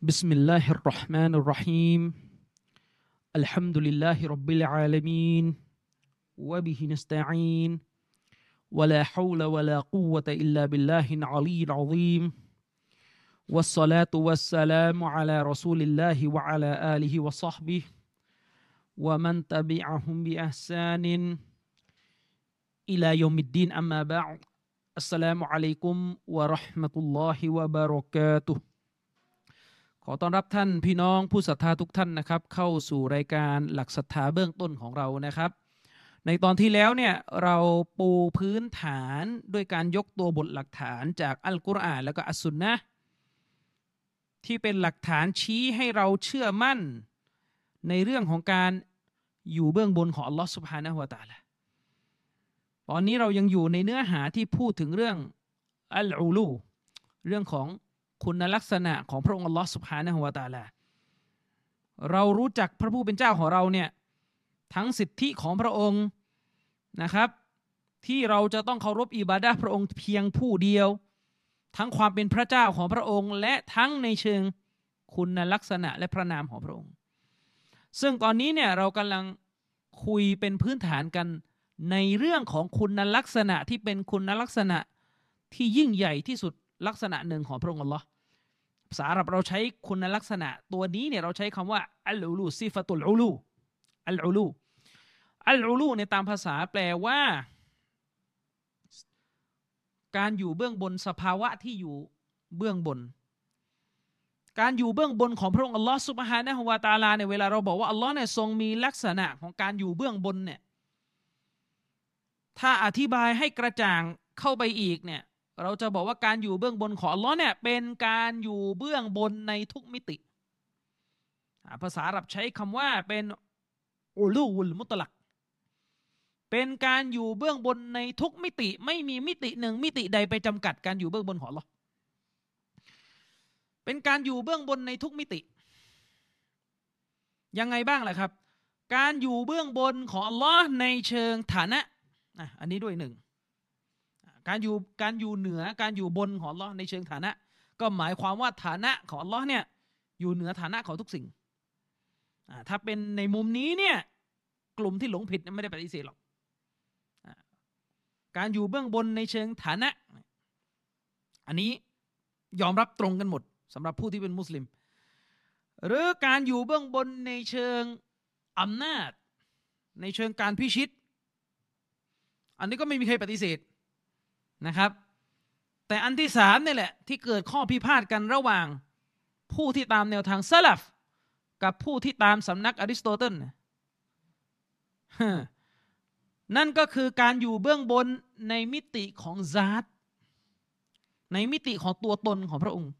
بسم الله الرحمن الرحيم الحمد لله رب العالمين وبه نستعين ولا حول ولا قوة إلا بالله العلي العظيم والصلاة والسلام على رسول الله وعلى آله وصحبه ومن تبعهم بإحسان إلى يوم الدين أما بعد السلام عليكم ورحمة الله وبركاتهขอต้อนรับท่านพี่น้องผู้ศรัทธาทุกท่านนะครับเข้าสู่รายการหลักศรัทธาเบื้องต้นของเรานะครับในตอนที่แล้วเนี่ยเราปูพื้นฐานด้วยการยกตัวบทหลักฐานจากอัลกุรอานแล้วก็อัสซุนนะห์ที่เป็นหลักฐานชี้ให้เราเชื่อมั่นในเรื่องของการอยู่เบื้องบนของอัลลอฮฺซุบฮานะฮูวะตะอาลาตอนนี้เรายังอยู่ในเนื้อหาที่พูดถึงเรื่องอัลอูลูเรื่องของคุณลักษณะของพระองค์อัลลอฮฺซุบฮานะฮูวะตะอาลาเรารู้จักพระผู้เป็นเจ้าของเราเนี่ยทั้งสิทธิของพระองค์นะครับที่เราจะต้องเคารพอิบาดะห์พระองค์เพียงผู้เดียวทั้งความเป็นพระเจ้าของพระองค์และทั้งในเชิงคุณลักษณะและพระนามของพระองค์ซึ่งตอนนี้เนี่ยเรากำลังคุยเป็นพื้นฐานกันในเรื่องของคุณลักษณะที่เป็นคุณลักษณะที่ยิ่งใหญ่ที่สุดลักษณะหนึ่งของพระองค์อัลลอฮ์ภาษาอาหรับเราใช้คุณลักษณะตัวนี้เนี่ยเราใช้คำว่าอัลอูลูซิฟะตุลอูลูอัลอูลูอัลอูลูในตามภาษาแปลว่าการอยู่เบื้องบนสภาวะที่อยู่เบื้องบนการอยู่เบื้องบนของพระองค์อัลลอฮ์ซุบฮานะฮูวะตะอาลาเนี่ยเวลาเราบอกว่าอัลลอฮ์เนี่ยทรงมีลักษณะของการอยู่เบื้องบนเนี่ยถ้าอธิบายให้กระจ่างเข้าไปอีกเนี่ยเราจะบอกว่าการอยู่เบื้องบนของอัลลอฮ์เนี่ยเป็นการอยู่เบื้องบนในทุกมิติภาษาอาหรับใช้คำว่าเป็นอูลูวุลมุตลักเป็นการอยู่เบื้องบนในทุกมิติไม่มีมิติหนึ่งมิติใดไปจำกัดการอยู่เบื้องบนของอัลลอฮ์เป็นการอยู่เบื้องบนในทุกมิติยังไงบ้างล่ะครับการอยู่เบื้องบนของอัลลอฮ์ในเชิงฐานะอันนี้ด้วยหนึ่งการอยู่เหนือการอยู่บนของอัลลอฮ์ในเชิงฐานะก็หมายความว่าฐานะของอัลลอฮ์เนี่ยอยู่เหนือฐานะของทุกสิ่งถ้าเป็นในมุมนี้เนี่ยกลุ่มที่หลงผิดไม่ได้ปฏิเสธหรอกการอยู่เบื้องบนในเชิงฐานะอันนี้ยอมรับตรงกันหมดสำหรับผู้ที่เป็นมุสลิมหรือการอยู่เบื้องบนในเชิงอำนาจในเชิงการพิชิตอันนี้ก็ไม่มีใครปฏิเสธนะครับแต่อันที่สามนี่แหละที่เกิดข้อพิพาทกันระหว่างผู้ที่ตามแนวทางซะลัฟกับผู้ที่ตามสำนักอริสโตเติลนั่นก็คือการอยู่เบื้องบนในมิติของซาตในมิติของตัวตนของพระองค์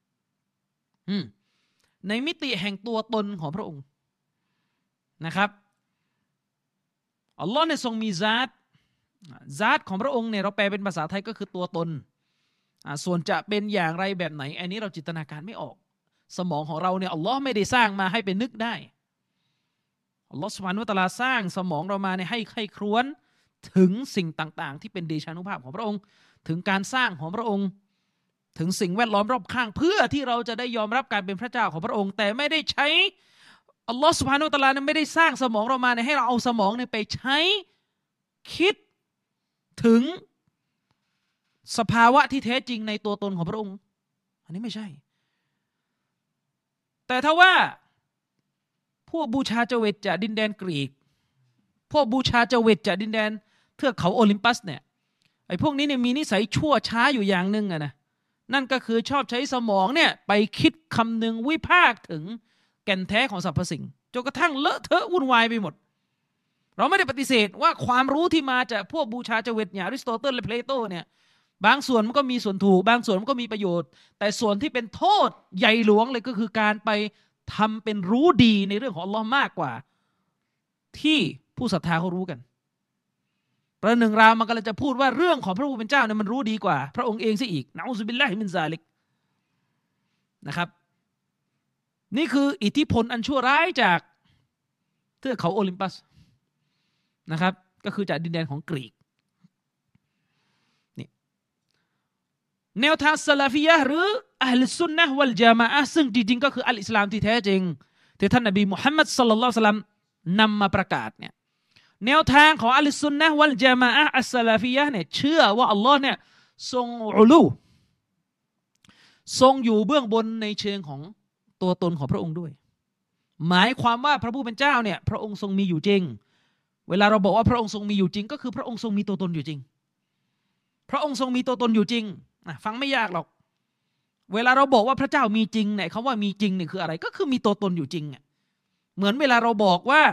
ในมิติแห่งตัวตนของพระองค์นะครับอัลลอฮ์เนี่ยทรงมีซาตของพระองค์เนี่ยเราแปลเป็นภาษาไทยก็คือตัวตนส่วนจะเป็นอย่างไรแบบไหนอันนี้เราจินตนาการไม่ออกสมองของเราเนี่ยอัลลอฮ์ไม่ได้สร้างมาให้เป็นนึกได้อัลลอฮ์ซุบฮานะฮูวะตะอาลาสร้างสมองเรามาเนี่ยให้ใคร่ครวญถึงสิ่งต่างๆที่เป็นเดชานุภาพของพระองค์ถึงการสร้างของพระองค์ถึงสิ่งแวดล้อมรอบข้างเพื่อที่เราจะได้ยอมรับการเป็นพระเจ้าของพระองค์แต่ไม่ได้ใช้อัลลอฮ์ซุบฮานะฮูวะตะอาลาเนี่ยไม่ได้สร้างสมองเรามาเนี่ยให้เราเอาสมองเนี่ยไปใช้คิดถึงสภาวะที่แท้จริงในตัวตนของพระองค์อันนี้ไม่ใช่แต่ถ้าว่าพวกบูชาจเวตจากดินแดนกรีกพวกบูชาจเวตจากดินแดนเทือกเขาโอลิมปัสเนี่ยไอ้พวกนี้เนี่ยมีนิสัยชั่วช้าอยู่อย่างนึงนะนั่นก็คือชอบใช้สมองเนี่ยไปคิดคำนึงวิพากษ์ถึงแก่นแท้ของสรรพสิ่งจนกระทั่งเลอะเทอะวุ่นวายไปหมดเราไม่ได้ปฏิเสธว่าความรู้ที่มาจากพวกบูชาจเวตอย่างอริสโตเติลและเพลโตเนี่ยบางส่วนมันก็มีส่วนถูกบางส่วนมันก็มีประโยชน์แต่ส่วนที่เป็นโทษใหญ่หลวงเลยก็คือการไปทำเป็นรู้ดีในเรื่องของอัลลอฮ์มากกว่าที่ผู้ศรัทธาเขารู้กันประหนึ่งราวมันก็เลยจะพูดว่าเรื่องของพระผู้เป็นเจ้าเนี่ยมันรู้ดีกว่าพระองค์เองซะอีกนะอูซุบิลลาฮิมินซาลิกนะครับนี่คืออิทธิพลอันชั่วร้ายจากเทือกเขาโอลิมปัสนะครับก็คือจากดินแดนของกรีกนี่แนวทางซะลาฟียะห์หรืออัลซุนนะฮ์วัลญะมาอะฮ์ซึ่งจริงๆก็คืออัลอิสลามที่แท้จริงที่ท่านนบีมุฮัมมัดศ็อลลัลลอฮุอะลัยฮิวะซัลลัมนำมาประกาศเนี่ยแนวทางของอัลซุนนะฮ์วัลญะมาอะฮ์อัสซะลาฟียะห์เนี่ยเชื่อว่าอัลลอฮ์เนี่ยทรงอุลูทรงอยู่เบื้องบนในเชิงของตัวตนของพระองค์ด้วยหมายความว่าพระผู้เป็นเจ้าเนี่ยพระองค์ทรงมีอยู่จริงเวลาเราบอกว่าพระองค์ทรงมีอยู่จริงก็คือพระองค์ทรงมีตัวตนอยู่จริงพระองค์ทรงมีตัวตนอยู่จริงฟังไม่ยากหรอกเวลาเราบอกว่าพระเจ้ามีจริงเนี่ยคำว่ามีจริงเนี่ยคืออะไรก็คือมีตัวตนอยู่จริงเหมือนเวลาเราบอกว่า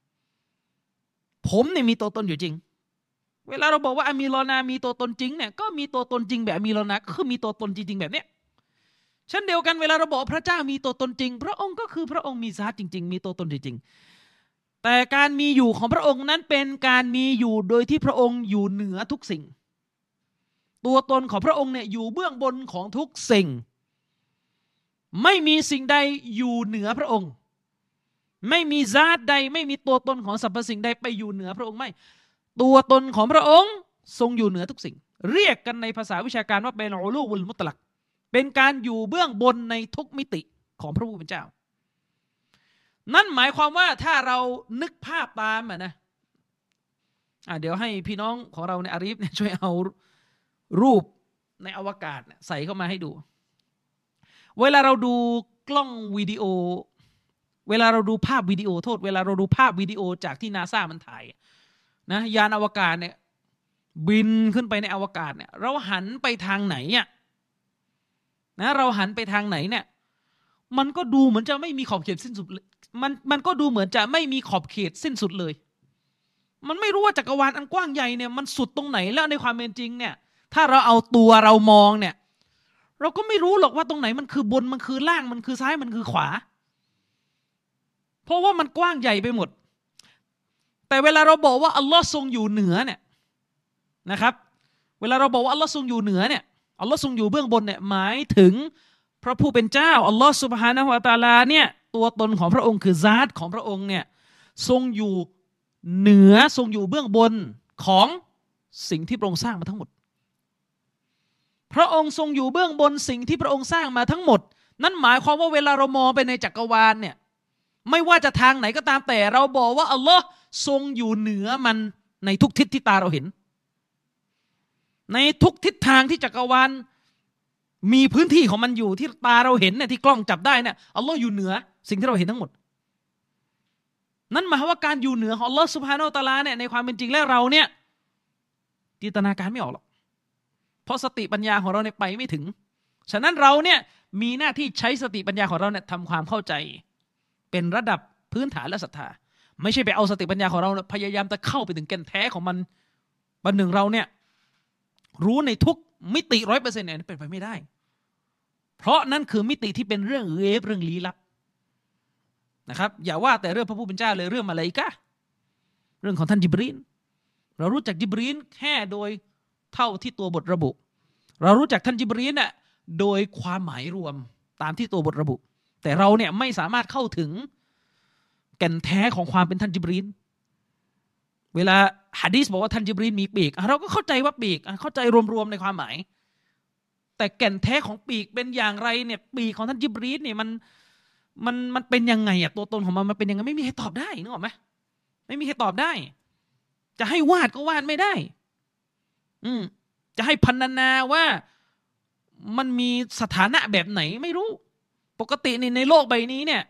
ผมเนี่ยมีตัวตนอยู่จริงเวลาเราบอกว่าอามีรอนามีตัวตนจริงเนี่ยก็มีตัวตนจริงแบบอามีรอนาก็คือมีตัวตนจริงๆแบบเนี้ยเช่นเดียวกันเวลาเราบอกพระเจ้ามีตัวตนจริงพระองค์ก็คือพระองค์มีซาตจริงๆมีตัวตนจริงๆแต่การมีอยู่ของพระองค์นั้นเป็นการมีอยู่โดยที่พระองค์อยู่เหนือทุกสิ่งตัวตนของพระองค์เนี่ยอยู่เบื้องบนของทุกสิ่งไม่มีสิ่งใดอยู่เหนือพระองค์ไม่มีซาตใดไม่มีตัวตนของสรรพสิ่งใดไปอยู่เหนือพระองค์ไม่ตัวตนของพระองค์ทรงอยู่เหนือทุกสิ่งเรียกกันในภาษาวิชาการว่าเป็นอุลูวุลมุตลักเป็นการอยู่เบื้องบนในทุกมิติของพระผู้เป็นเจ้านั่นหมายความว่าถ้าเรานึกภาพตามนะเดี๋ยวให้พี่น้องของเราในอารีฟเนี่ยช่วยเอารูปในอวกาศใส่เข้ามาให้ดูเวลาเราดูกล้องวิดีโอเวลาเราดูภาพวิดีโอเวลาเราดูภาพวิดีโอจากที่นาซามันถ่ายนะยานอวกาศเนี่ยบินขึ้นไปในอวกาศเนี่ยเราหันไปทางไหนนะเราหันไปทางไหนเนี่ยมันก็ดูเหมือนจะไม่มีขอบเขตสิ้นสุดมันก็ดูเหมือนจะไม่มีขอบเขตสิ้นสุดเลยมันไม่รู้ว่าจักรวาลอันกว้างใหญ่เนี่ยมันสุดตรงไหนแล้วในความเป็นจริงเนี่ยถ้าเราเอาตัวเรามองเนี่ยเราก็ไม่รู้หรอกว่าตรงไหนมันคือบนมันคือล่างมันคือซ้ายมันคือขวาเพราะว่ามันกว้างใหญ่ไปหมดแต่เวลาเราบอกว่าอัลลอฮ์ทรงอยู่เหนือเนี่ยนะครับเวลาเราบอกว่าอัลลอฮ์ทรงอยู่เหนือเนี่ยอัลลอฮ์ทรงอยู่เบื้องบนเนี่ยหมายถึงพระผู้เป็นเจ้าอัลลอฮ์ซุบฮานะฮูวะตะอาลาเนี่ยตัวตนของพระองค์คือซาตของพระองค์เนี่ยทรงอยู่เหนือทรงอยู่เบื้องบนของสิ่งที่พระองค์สร้างมาทั้งหมดพระองค์ทรงอยู่เบื้องบนสิ่งที่พระองค์สร้างมาทั้งหมดนั่นหมายความว่าเวลาเรามองไปในจักรวาลเนี่ยไม่ว่าจะทางไหนก็ตามแต่เราบอกว่าอัลลอฮ์ทรงอยู่เหนือมันในทุกทิศที่ตาเราเห็นในทุกทิศทางที่จักรวาลมีพื้นที่ของมันอยู่ที่ตาเราเห็นเนี่ยที่กล้องจับได้เนี่ยอัลลอฮ์อยู่เหนือสิ่งที่เราเห็นทั้งหมดนั่นหมายความว่าการอยู่เหนือของอัลลอฮ์ซุบฮานะฮูวะตะอาลาเนี่ยในความเป็นจริงแล้วเราเนี่ยจินตนาการไม่ออกหรอกเพราะสติปัญญาของเราเนี่ยไปไม่ถึงฉะนั้นเราเนี่ยมีหน้าที่ใช้สติปัญญาของเราเนี่ยทำความเข้าใจเป็นระดับพื้นฐานและศรัทธาไม่ใช่ไปเอาสติปัญญาของเราพยายามจะเข้าไปถึงแก่นแท้ของมันบันหนึ่งเราเนี่ยรู้ในทุกมิติ 100% เนี่ยเป็นไปไม่ได้เพราะนั่นคือมิติที่เป็นเรื่องเรื่องลี้ลับนะครับอย่าว่าแต่เรื่องพระผู้เป็นเจ้าเลยเรื่องมะลาอิกะฮ์เรื่องของท่านญิบรีลเรารู้จักญิบรีลแค่โดยเท่าที่ตัวบทระบุเรารู้จักท่านญิบรีลโดยความหมายรวมตามที่ตัวบทระบุแต่เราเนี่ยไม่สามารถเข้าถึงแก่นแท้ของความเป็นท่านญิบรีลเวลาหะดีษบอกว่าท่านญิบรีลมีปีกเราก็เข้าใจว่าปีกเข้าใจรวมๆในความหมายแต่แก่นแท้ของปีกเป็นอย่างไรเนี่ยปีกของท่านญิบรีลเนี่ยมันเป็นยังไงตัวตนของมันเป็นยังไงไม่มีใครตอบได้นึกออกไหมไม่มีใครตอบได้จะให้วาดก็วาดไม่ได้จะให้พรรณนาว่ามันมีสถานะแบบไหนไม่รู้ปกติในโลกใบนี้เนี่ย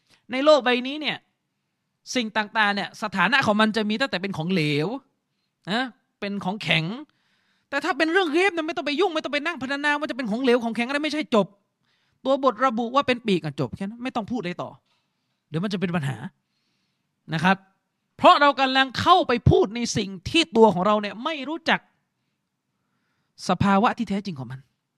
สิ่งต่างๆเนี่ยสถานะของมันจะมีตั้งแต่เป็นของเหลวนะเป็นของแข็งแต่ถ้าเป็นเรื่องเรียบเนี่ยไม่ต้องไปยุ่งไม่ต้องไปนั่งพรรณนาว่าจะเป็นของเหลวของแข็งอะไรไม่ใช่จบตัวบทระบุว่าเป็นปีกจบแค่นั้นไม่ต้องพูดอะไรต่อเดี๋ยวมันจะเป็นปัญหานะครับเพราะเรากำลังเข้าไปพูดในสิ่งที่ตัวของเราเนี่ยไม่รู้จักสภาวะที่แท้จริงของมัน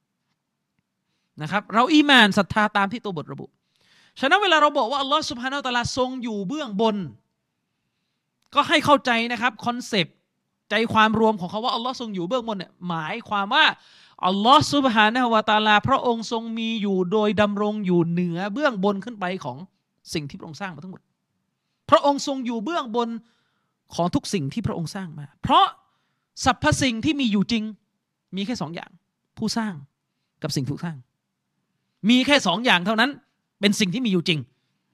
นะครับเราอีหม่านศรัทธาตามที่ตัวบทระบุฉะนั้นเวลาเราบอกว่าอัลลอฮฺซุบฮานะฮูวะตะอาลาทรงอยู่เบื้องบนก็ให้เข้าใจนะครับคอนเซปต์ใจความรวมของเขาว่าอัลลอฮฺทรงอยู่เบื้องบนเนี่ยหมายความว่าอัลลอฮฺซุบฮานะฮูวะตะอาลาพระองค์ทรงมีอยู่โดยดำรงอยู่เหนือเบื้องบนขึ้นไปของสิ่งที่พระองค์สร้างมาทั้งหมดพระองค์ทรงอยู่เบื้องบนของทุกสิ่งที่พระองค์สร้างมาเพราะสรรพสิ่งที่มีอยู่จริงมีแค่2 อย่างผู้สร้างกับสิ่งถูกสร้างมีแค่2 อย่างเท่านั้นเป็นสิ่งที่มีอยู่จริง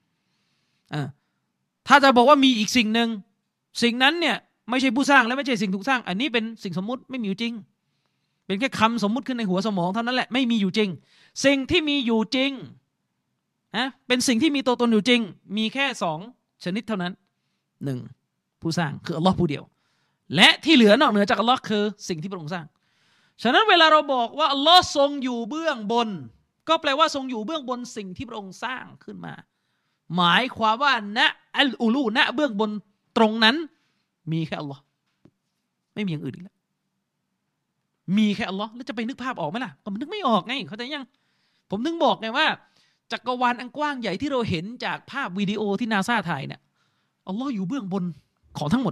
ถ้าจะบอกว่ามีอีกสิ่งหนึ่งสิ่งนั้นเนี่ยไม่ใช่ผู้สร้างและไม่ใช่สิ่งถูกสร้างอันนี้เป็นสิ่งสมมุติไม่มีอยู่จริงเป็นแค่คำสมมุติขึ้นในหัวสมองเท่านั้นแหละไม่มีอยู่จริงสิ่งที่มีอยู่จริงเป็นสิ่งที่มีตัวตนอยู่จริงมีแค่2 ชนิดเท่านั้น1ผู้สร้างคืออัลลอฮ์ผู้เดียวและที่เหลือนอกเหนือจากอัลลอฮ์คือสิ่งที่พระองค์สร้างฉะนั้นเวลาเราบอกว่าอัลลอฮ์ทรงอยู่เบื้องบนก็แปลว่าทรงอยู่เบื้องบนสิ่งที่พระองค์สร้างขึ้นมาหมายความว่าณอัลอูลูณเบื้องบนตรงนั้นมีแค่อัลลอฮ์ไม่มีอย่างอื่นอีกแล้วมีแค่อัลลอฮ์แล้วจะไปนึกภาพออกไหมล่ะก็มันนึกไม่ออกไงเข้าใจยังผมถึงบอกไงว่าจักรวาลอันกว้างใหญ่ที่เราเห็นจากภาพวิดีโอที่นาซาถ่ายเนี่ยอัลลอฮ์อยู่เบื้องบนของทั้งหมด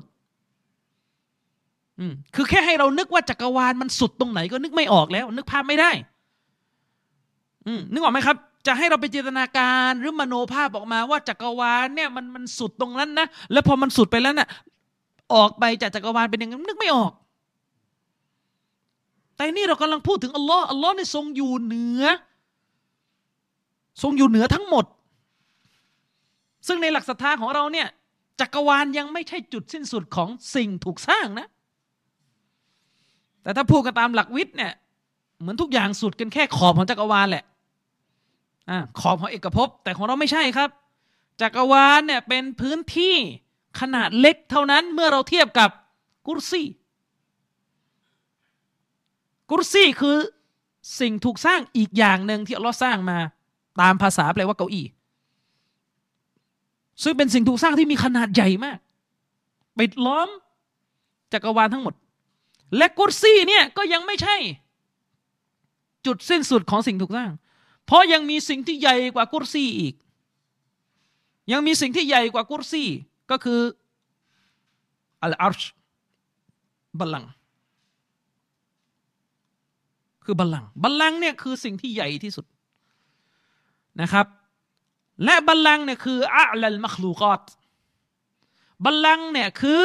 คือแค่ให้เรานึกว่าจักรวาลมันสุดตรงไหนก็นึกไม่ออกแล้วนึกภาพไม่ได้นึกออกไหมครับจะให้เราไปจินตนาการหรือมโนภาพออกมาว่าจักรวาลเนี่ยมันสุดตรงนั้นนะแล้วพอมันสุดไปแล้วน่ะออกไปจากจักรวาลเป็นยังไงนึกไม่ออกแต่นี่เรากำลังพูดถึงอัลลอฮ์เนี่ยทรงอยู่เหนือทั้งหมดซึ่งในหลักศรัทธาของเราเนี่ยจักรวาลยังไม่ใช่จุดสิ้นสุดของสิ่งถูกสร้างนะแต่ถ้าพูดกันตามหลักวิทย์เนี่ยเหมือนทุกอย่างสุดกันแค่ขอบของจักรวาลแหละขอบของเอกภพแต่ของเราไม่ใช่ครับจักรวาลเนี่ยเป็นพื้นที่ขนาดเล็กเท่านั้นเมื่อเราเทียบกับกุรซีคือสิ่งถูกสร้างอีกอย่างหนึ่งที่อัลเลาะห์สร้างมาตามภาษาแปลว่าเก้าอี้ซึ่งเป็นสิ่งถูกสร้างที่มีขนาดใหญ่มากปิดล้อมจักรวาลทั้งหมดและกุรซีเนี่ยก็ยังไม่ใช่จุดสิ้นสุดของสิ่งถูกสร้างเพราะยังมีสิ่งที่ใหญ่กว่ากุรซีอีกยังมีสิ่งที่ใหญ่กว่ากุรซีก็คืออัลอาร์ชบัลลังก์คือบัลลังก์เนี่ยคือสิ่งที่ใหญ่ที่สุดนะครับและบัลลังก์เนี่ยคืออัลลัลมัคลูกอตบัลลังก์เนี่ยคือ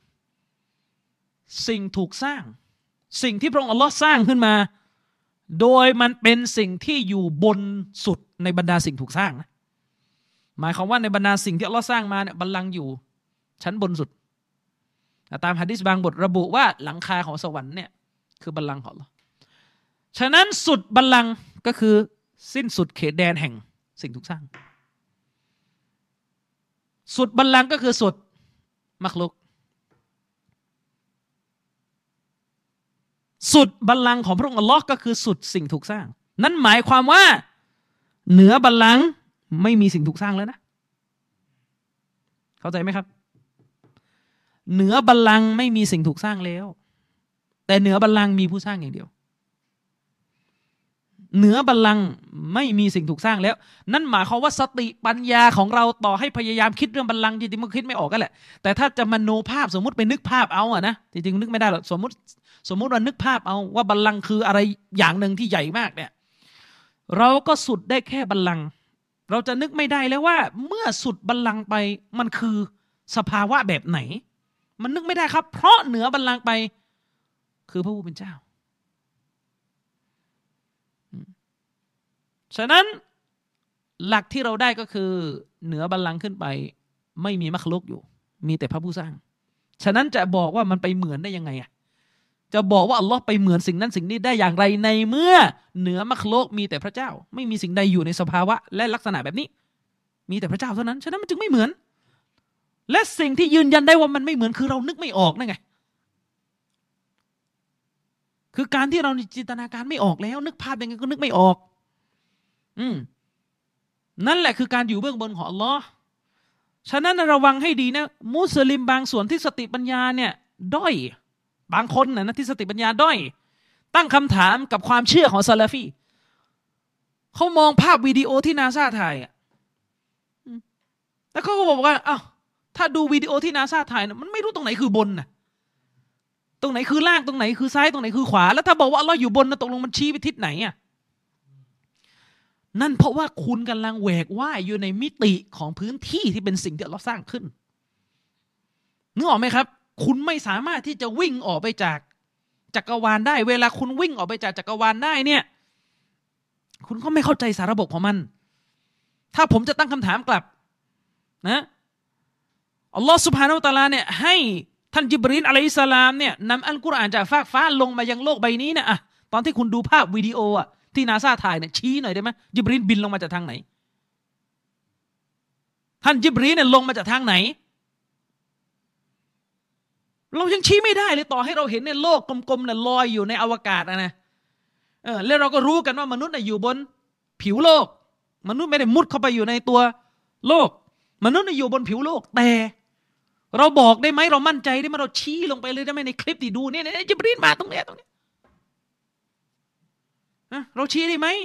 สิ่งถูกสร้างสิ่งที่พระองค์อัลลอฮ์สร้างขึ้นมาโดยมันเป็นสิ่งที่อยู่บนสุดในบรรดาสิ่งถูกสร้างนะหมายความว่าในบรรดาสิ่งที่อัลลอฮ์สร้างมาเนี่ยบัลลังก์อยู่ชั้นบนสุดตามหะดีษบางบทระบุว่าหลังคาของสวรรค์เนี่ยคือบัลลังก์ของอัลลอฮ์ฉะนั้นสุดบัลลังก์ก็คือสิ้นสุดเขตแดนแห่งสิ่งถูกสร้างสุดบัลลังก์ก็คือสุดมักลุกสุดบัลลังก์ของพระองค์อัลลอฮ์ก็คือสุดสิ่งถูกสร้างนั่นหมายความว่าเหนือบัลลังก์ไม่มีสิ่งถูกสร้างแล้วนะเข้าใจไหมครับเหนือบัลลังก์ไม่มีสิ่งถูกสร้างแล้วแต่เหนือบัลลังก์มีผู้สร้างอย่างเดียวเหนือบัลลังก์ไม่มีสิ่งถูกสร้างแล้วนั่นหมายความว่าสติปัญญาของเราต่อให้พยายามคิดเรื่องบัลลังก์จริงๆมันคิดไม่ออกก็แหละแต่ถ้าจะมโนภาพสมมุติไปนึกภาพเอาอะนะจริงๆนึกไม่ได้หรอกสมมุติว่านึกภาพเอาว่าบัลลังก์คืออะไรอย่างหนึ่งที่ใหญ่มากเนี่ยเราก็สุดได้แค่บัลลังก์เราจะนึกไม่ได้แล้วว่าเมื่อสุดบัลลังก์ไปมันคือสภาวะแบบไหนมันนึกไม่ได้ครับเพราะเหนือบัลลังก์ไปคือพระผู้เป็นเจ้าฉะนั้นหลักที่เราได้ก็คือเหนือบัลลังก์ขึ้นไปไม่มีมัคลุกอยู่มีแต่พระผู้สร้างฉะนั้นจะบอกว่ามันไปเหมือนได้ยังไงอ่ะจะบอกว่าอัลลอฮ์ไปเหมือนสิ่งนั้นสิ่งนี้ได้อย่างไรในเมื่อเหนือมัคลุกมีแต่พระเจ้าไม่มีสิ่งใดอยู่ในสภาวะและลักษณะแบบนี้มีแต่พระเจ้าเท่านั้นฉะนั้นมันจึงไม่เหมือนและสิ่งที่ยืนยันได้ว่ามันไม่เหมือนคือเรานึกไม่ออกนั่นไงคือการที่เราจินตนาการไม่ออกแล้วนึกภาพยังไงก็นึกไม่ออกนั่นแหละคือการอยู่เบื้องบนของอัลลอฮ์ฉะนั้นระวังให้ดีนะมุสลิมบางส่วนที่สติปัญญาเนี่ยด้อยบางคนนะที่สติปัญญาด้อยตั้งคำถามกับความเชื่อของซาลาฟีเขามองภาพวิดีโอที่นาซาถ่ายแล้วเขาก็บอกว่าอ้าวถ้าดูวิดีโอที่นาซาถ่ายนะมันไม่รู้ตรงไหนคือบนนะตรงไหนคือล่างตรงไหนคือซ้ายตรงไหนคือขวาแล้วถ้าบอกว่าอัลลอฮ์อยู่บนนะตกลงมันชี้ไปทิศไหนอ่ะนั่นเพราะว่าคุณกำลังแหวกว่ายอยู่ในมิติของพื้นที่ที่เป็นสิ่งที่อัลเลาะห์สร้างขึ้นนึกออกไหมครับคุณไม่สามารถที่จะวิ่งออกไปจากจักรวาลได้เวลาคุณวิ่งออกไปจากจักรวาลได้เนี่ยคุณก็ไม่เข้าใจสาระบบของมันถ้าผมจะตั้งคำถามกลับนะอัลลอฮฺซุบฮานะฮูวะตะอาลาเนี่ยให้ท่านญิบรีลอะลัยฮิสสลามเนี่ยนำอัลกุรอานจากฟากฟ้าลงมายังโลกใบนี้เนี่ยตอนที่คุณดูภาพวิดีโอที่นาซาถ่ายเนี่ยชี้หน่อยได้ไหมญิบรีลบินลงมาจากทางไหนท่านญิบรีลเนี่ยลงมาจากทางไหนเรายังชี้ไม่ได้เลยต่อให้เราเห็นในโลกกลมๆเนี่ยลอยอยู่ในอวกาศนะแล้วเราก็รู้กันว่ามนุษย์อยู่บนผิวโลกมนุษย์ไม่ได้มุดเข้าไปอยู่ในตัวโลกมนุษย์อยู่บนผิวโลกแต่เราบอกได้ไหมเรามั่นใจได้ไหมเราชี้ลงไปเลยได้ไหมในคลิปที่ดูเนี่ยญิบรีลมาตรงนี้เราชี้ได้ไหม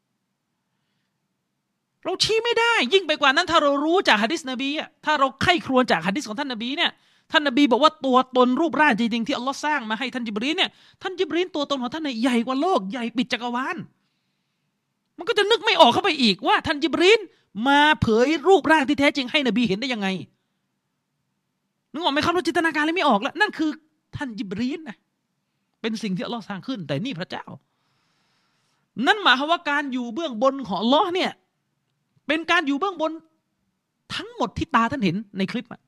เราชี้ไม่ได้ยิ่งไปกว่านั้นถ้าเรารู้จากหะดีษนบีถ้าเราไข้ครวญจากหะดีษของท่านนบีเนี่ยท่านนบีบอกว่าตัวตนรูปร่างจริงๆที่อัลลอฮ์สร้างมาให้ท่านญิบรีลเนี่ยท่านญิบรีลตัวตนของท่านเนี่ยใหญ่กว่าโลกใหญ่ปิดจักรวาลมันก็จะนึกไม่ออกเข้าไปอีกว่าท่านญิบรีลมาเผยรูปร่างที่แท้จริงให้นบีเห็นได้ยังไงนึกออกไหมครับเราจินตนาการเลยไม่ออกแล้วนั่นคือท่านญิบรีลนะเป็นสิ่งที่อัลลอฮ์สร้างขึ้นแต่นี่พระเจ้านั่นหมายความว่าการอยู่เบื้องบนของอัลลอฮ์เนี่ยเป็นการอยู่เบื้องบนทั้งหมดที่ตาท่านเห็นในคลิป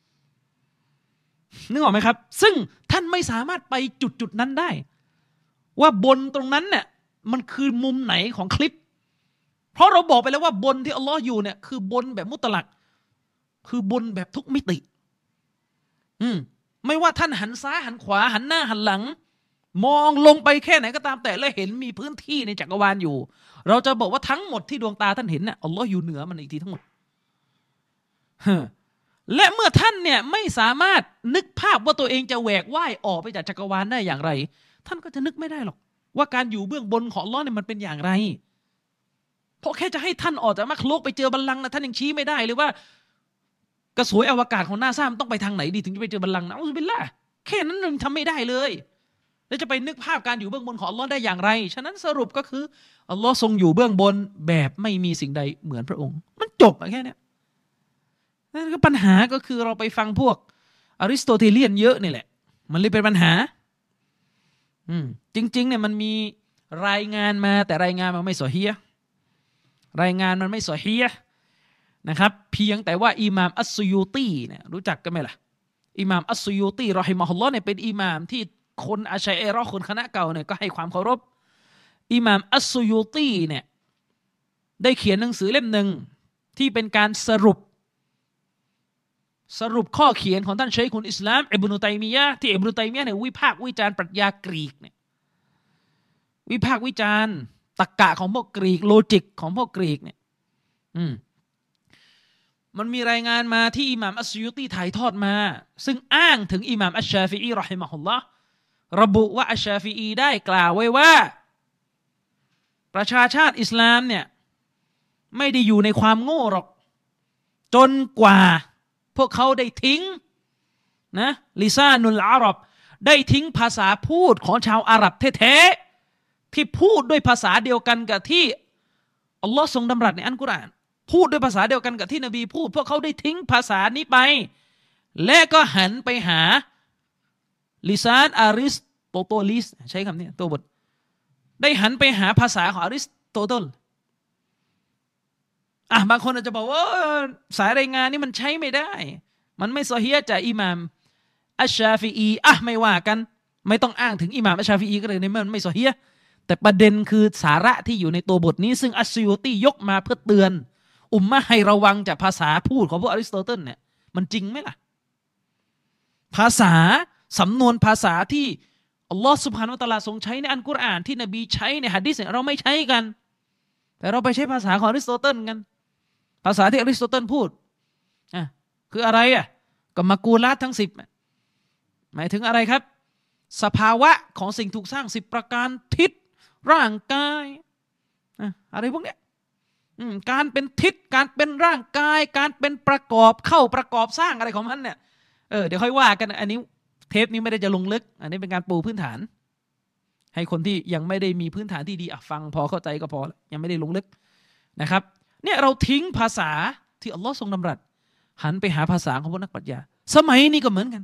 นึกออกไหมครับซึ่งท่านไม่สามารถไปจุดนั้นได้ว่าบนตรงนั้นเนี่ยมันคือมุมไหนของคลิปเพราะเราบอกไปแล้วว่าบนที่อัลลอฮ์อยู่เนี่ยคือบนแบบมุตลักคือบนแบบทุกมิติไม่ว่าท่านหันซ้ายหันขวาหันหน้าหันหลังมองลงไปแค่ไหนก็ตามแต่และเห็นมีพื้นที่ในจักรวาลอยู่เราจะบอกว่าทั้งหมดที่ดวงตาท่านเห็นเนี่ยอัลลอฮ์อยู่เหนือมันอีกทีทั้งหมดและเมื่อท่านเนี่ยไม่สามารถนึกภาพว่าตัวเองจะแหวกว่ายออกไปจากจักรวาลได้อย่างไรท่านก็จะนึกไม่ได้หรอกว่าการอยู่เบื้องบนของอัลเลาะห์เนี่ยมันเป็นอย่างไรเพราะแค่จะให้ท่านออกจากมักลุกไปเจอบัลลังก์นะท่านยังชี้ไม่ได้เลยว่ากระสวยอวกาศของนาซามันต้องไปทางไหนดีถึงจะไปเจอบัลลังก์นะอัลลอฮฺบิลละแค่นั้นยังทำไม่ได้เลยแล้วจะไปนึกภาพการอยู่เบื้องบนของอัลเลาะห์ได้อย่างไรฉะนั้นสรุปก็คืออัลเลาะห์ทรงอยู่เบื้องบนแบบไม่มีสิ่งใดเหมือนพระองค์มันจบแค่นี้นั่นก็ปัญหาก็คือเราไปฟังพวกอริสโตเตเลียนเยอะนี่แหละมันเลยเป็นปัญหาจริงๆเนี่ยมันมีรายงานมาแต่รายงานมันไม่ซอฮีฮ์รายงานมันไม่ซอฮีฮ์นะครับเพียงแต่ว่าอิหม่ามอัสซุยูตีเนี่ยรู้จักกันไหมล่ะอิหม่ามอัสซุยูตีรอฮิมะฮุลลอฮ์เนี่ยเป็นอิหม่ามที่คนอาชัยเราะห์คนคณะเก่าเนี่ยก็ให้ความเคารพอิหม่ามอัสซุยูตีเนี่ยได้เขียนหนังสือเล่มหนึ่งที่เป็นการสรุปข้อเขียนของท่านชัยคุลอิสลามอิบนุตัยมียะห์ที่อิบนุตัยมียะห์เนี่ยวิพากษ์วิจารณ์ปรัชญากรีกเนี่ยวิพากษ์วิจารณ์ตรรกะของพวกกรีกโลจิกของพวกกรีกเนี่ยมันมีรายงานมาที่อิหม่ามอัสซุยูตีถ่ายทอดมาซึ่งอ้างถึงอิหม่ามอัชชาฟิอีเราะฮิมะฮุลลอฮ์ระบุว่าอัชชาฟิอีได้กล่าวไว้ว่าประชาชาติอิสลามเนี่ยไม่ได้อยู่ในความโง่หรอกจนกว่าพวกเขาได้ทิ้งนะลิซานุลอาหรับได้ทิ้งภาษาพูดของชาวอาหรับแท้ๆที่พูดด้วยภาษาเดียวกันกับที่อัลลอฮ์ทรงดำรัสในอัลกุรอานพูดด้วยภาษาเดียวกันกับที่นบีพูดพวกเขาได้ทิ้งภาษานี้ไปและก็หันไปหาลิซานอาริสโตโตลิสใช้คำนี้ตัวบทได้หันไปหาภาษาของอาริสโตเติลบางคนอาจจะบอกว่าสายรายงานนี้มันใช้ไม่ได้มันไม่ซอฮีฮ์จากอิหม่ามอัชชาฟิอีไม่ว่ากันไม่ต้องอ้างถึงอิหม่ามอัชชาฟิอีก็เลยในเมื่อมันไม่ซอฮีฮ์แต่ประเด็นคือสาระที่อยู่ในตัวบทนี้ซึ่งอัสซุยูตียกมาเพื่อเตือนอุมมะห์ให้ระวังจากภาษาพูดของพวกอริสโตเติลเนี่ยมันจริงไหมล่ะภาษาสำนวนภาษาที่อัลลอฮฺซุบฮานะฮูวะตะอาลาทรงใช้ในอัลกุรอานที่นบีใช้ในหะดีษเราไม่ใช้กันแต่เราไปใช้ภาษาของอริสโตเติลกันภาษาที่อริสโตเติลพูดคืออะไรก็มากูลาตทั้ง10หมายถึงอะไรครับสภาวะของสิ่งถูกสร้าง10ประการทิศร่างกายอะไรพวกเนี้ยการเป็นทิศการเป็นร่างกายการเป็นประกอบเข้าประกอบสร้างอะไรของมันเนี่ยเดี๋ยวค่อยว่ากันอันนี้เทปนี้ไม่ได้จะลงลึกอันนี้เป็นการปูพื้นฐานให้คนที่ยังไม่ได้มีพื้นฐานที่ดีฟังพอเข้าใจก็พอยังไม่ได้ลงลึกนะครับเนี่ยเราทิ้งภาษาที่อัลลอฮ์ทรงดำรัสหันไปหาภาษาของพวกนักปรัชญาสมัยนี้ก็เหมือนกัน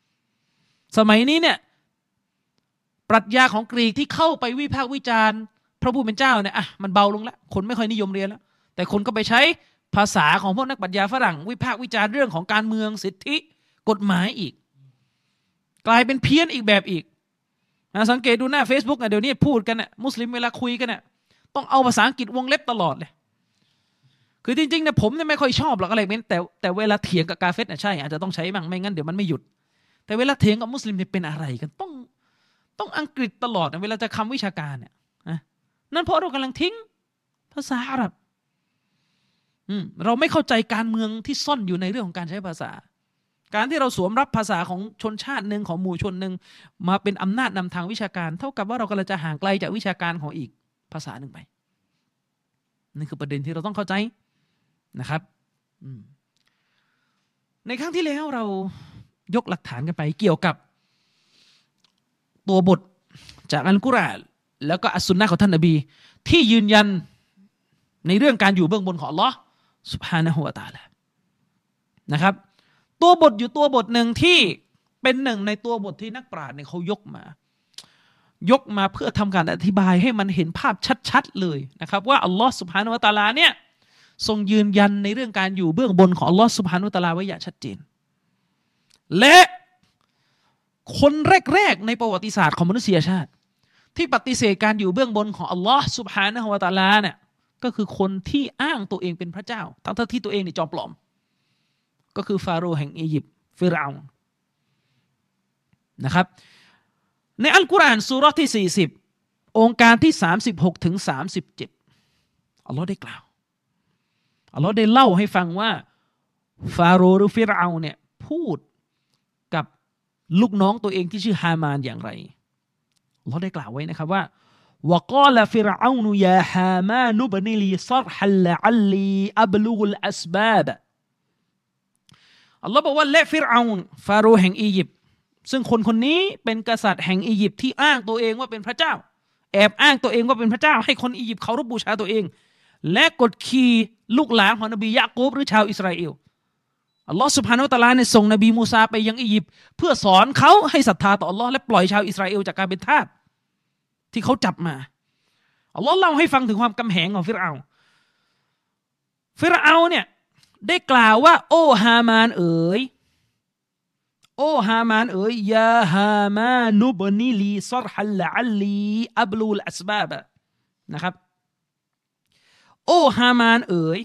สมัยนี้เนี่ยปรัชญาของกรีกที่เข้าไปวิพากษ์วิจารณ์พระผู้เป็นเจ้าเนี่ยมันเบาลงแล้วคนไม่ค่อยนิยมเรียนแล้วแต่คนก็ไปใช้ภาษาของพวกนักปรัชญาฝรั่งวิพากษ์วิจารณ์เรื่องของการเมืองสิทธิกฎหมายอีกกลายเป็นเพี้ยนอีกแบบอีกสังเกตดูหน้า Facebook เดี๋ยวนี้พูดกันน่ะมุสลิมเวลาคุยกันน่ะต้องเอาภาษาอังกฤษวงเล็บตลอดเลยคือจริงๆเนี่ยผมเนี่ยไม่ค่อยชอบหรอกอะไรเป็นแต่เวลาเถียงกับกาเฟสใช่อาจจะต้องใช้บ้างไม่งั้นเดี๋ยวมันไม่หยุดแต่เวลาเถียงกับมุสลิมเนี่ยเป็นอะไรกันต้องอังกฤษตลอดเวลาจะคำวิชาการเนี่ยนั่นเพราะเรากำลังทิ้งภาษาอาหรับเราไม่เข้าใจการเมืองที่ซ่อนอยู่ในเรื่องของการใช้ภาษาการที่เราสวมรับภาษาของชนชาติหนึ่งของหมู่ชนหนึ่งมาเป็นอำนาจนำทางวิชาการเท่ากับว่าเรากำลังจะห่างไกลจากวิชาการของอีกภาษาหนึ่งไปนี่คือประเด็นที่เราต้องเข้าใจนะครับในครั้งที่แล้วเรายกหลักฐานกันไปเกี่ยวกับตัวบทจากอัลกุรอานแล้วก็อัสซุนนะห์ของท่านนบีที่ยืนยันในเรื่องการอยู่เบื้องบนของอัลลอฮ์ซุบฮานะฮูวะตะอาลานะครับตัวบทอยู่ตัวบทหนึ่งที่เป็นหนึ่งในตัวบทที่นักปราชญ์เนี่ยเขายกมาเพื่อทำการอธิบายให้มันเห็นภาพชัดๆเลยนะครับว่าอัลลอฮ์ซุบฮานะฮูวะตะอาลาเนี่ยทรงยืนยันในเรื่องการอยู่เบื้องบนของอัลลอฮ์ซุบฮานะฮูวะตะอาลาไว้อย่างชัดเจนและคนแรกๆในประวัติศาสตร์ของมนุษยชาติที่ปฏิเสธการอยู่เบื้องบนของอัลลอฮ์ซุบฮานะฮูวะตะอาลาเนี่ยก็คือคนที่อ้างตัวเองเป็นพระเจ้าทั้งที่ตัวเองนี่จอมปลอมก็คือฟาโรห์แห่งอียิปต์ฟิรเอาน์นะครับในอัลกุรอานซูเราะห์ที่40องค์การที่36ถึง37อัลลอฮ์ได้กล่าวอัลลอฮ์ได้เล่าให้ฟังว่าฟาโรห์หรือฟิรเอาน์เนี่ยพูดกับลูกน้องตัวเองที่ชื่อฮามานอย่างไรอัลลอฮ์ได้กล่าวไว้นะครับว่าวะกาลฟิรเอาน์ยาฮามานุบนิลีซัรฮัลละอัลลีอับลุกุลอัสบาบอัลลอฮ์บอกว่าและฟิรเอาน์ฟาโรห์แห่งอียิปต์ซึ่งคนนี้เป็นกษัตริย์แห่งอียิปต์ที่อ้างตัวเองว่าเป็นพระเจ้าแอบอ้างตัวเองว่าเป็นพระเจ้าให้คนอียิปต์เคารพบูชาตัวเองและกดขี่ลูกหลานของนบียะกูบหรือชาวอิสราเอลอัลลอฮ์ซุบฮานะฮูวะตะอาลาเนี่ยส่งนบีมูซาไปยังอียิปต์เพื่อสอนเขาให้ศรัทธาต่ออัลลอฮ์และปล่อยชาวอิสราเอลจากการเป็นทาสที่เขาจับมาอัลลอฮ์เล่าให้ฟังถึงความกำแหงของฟิรเอาน์เนี่ยได้กล่าวว่าโอ้ฮามานเอ๋ยยาฮามานุบนิลีซัรฮัลละอัลลีอับลูลอัสบาบนะครับโอ้ฮามานเอ๋ย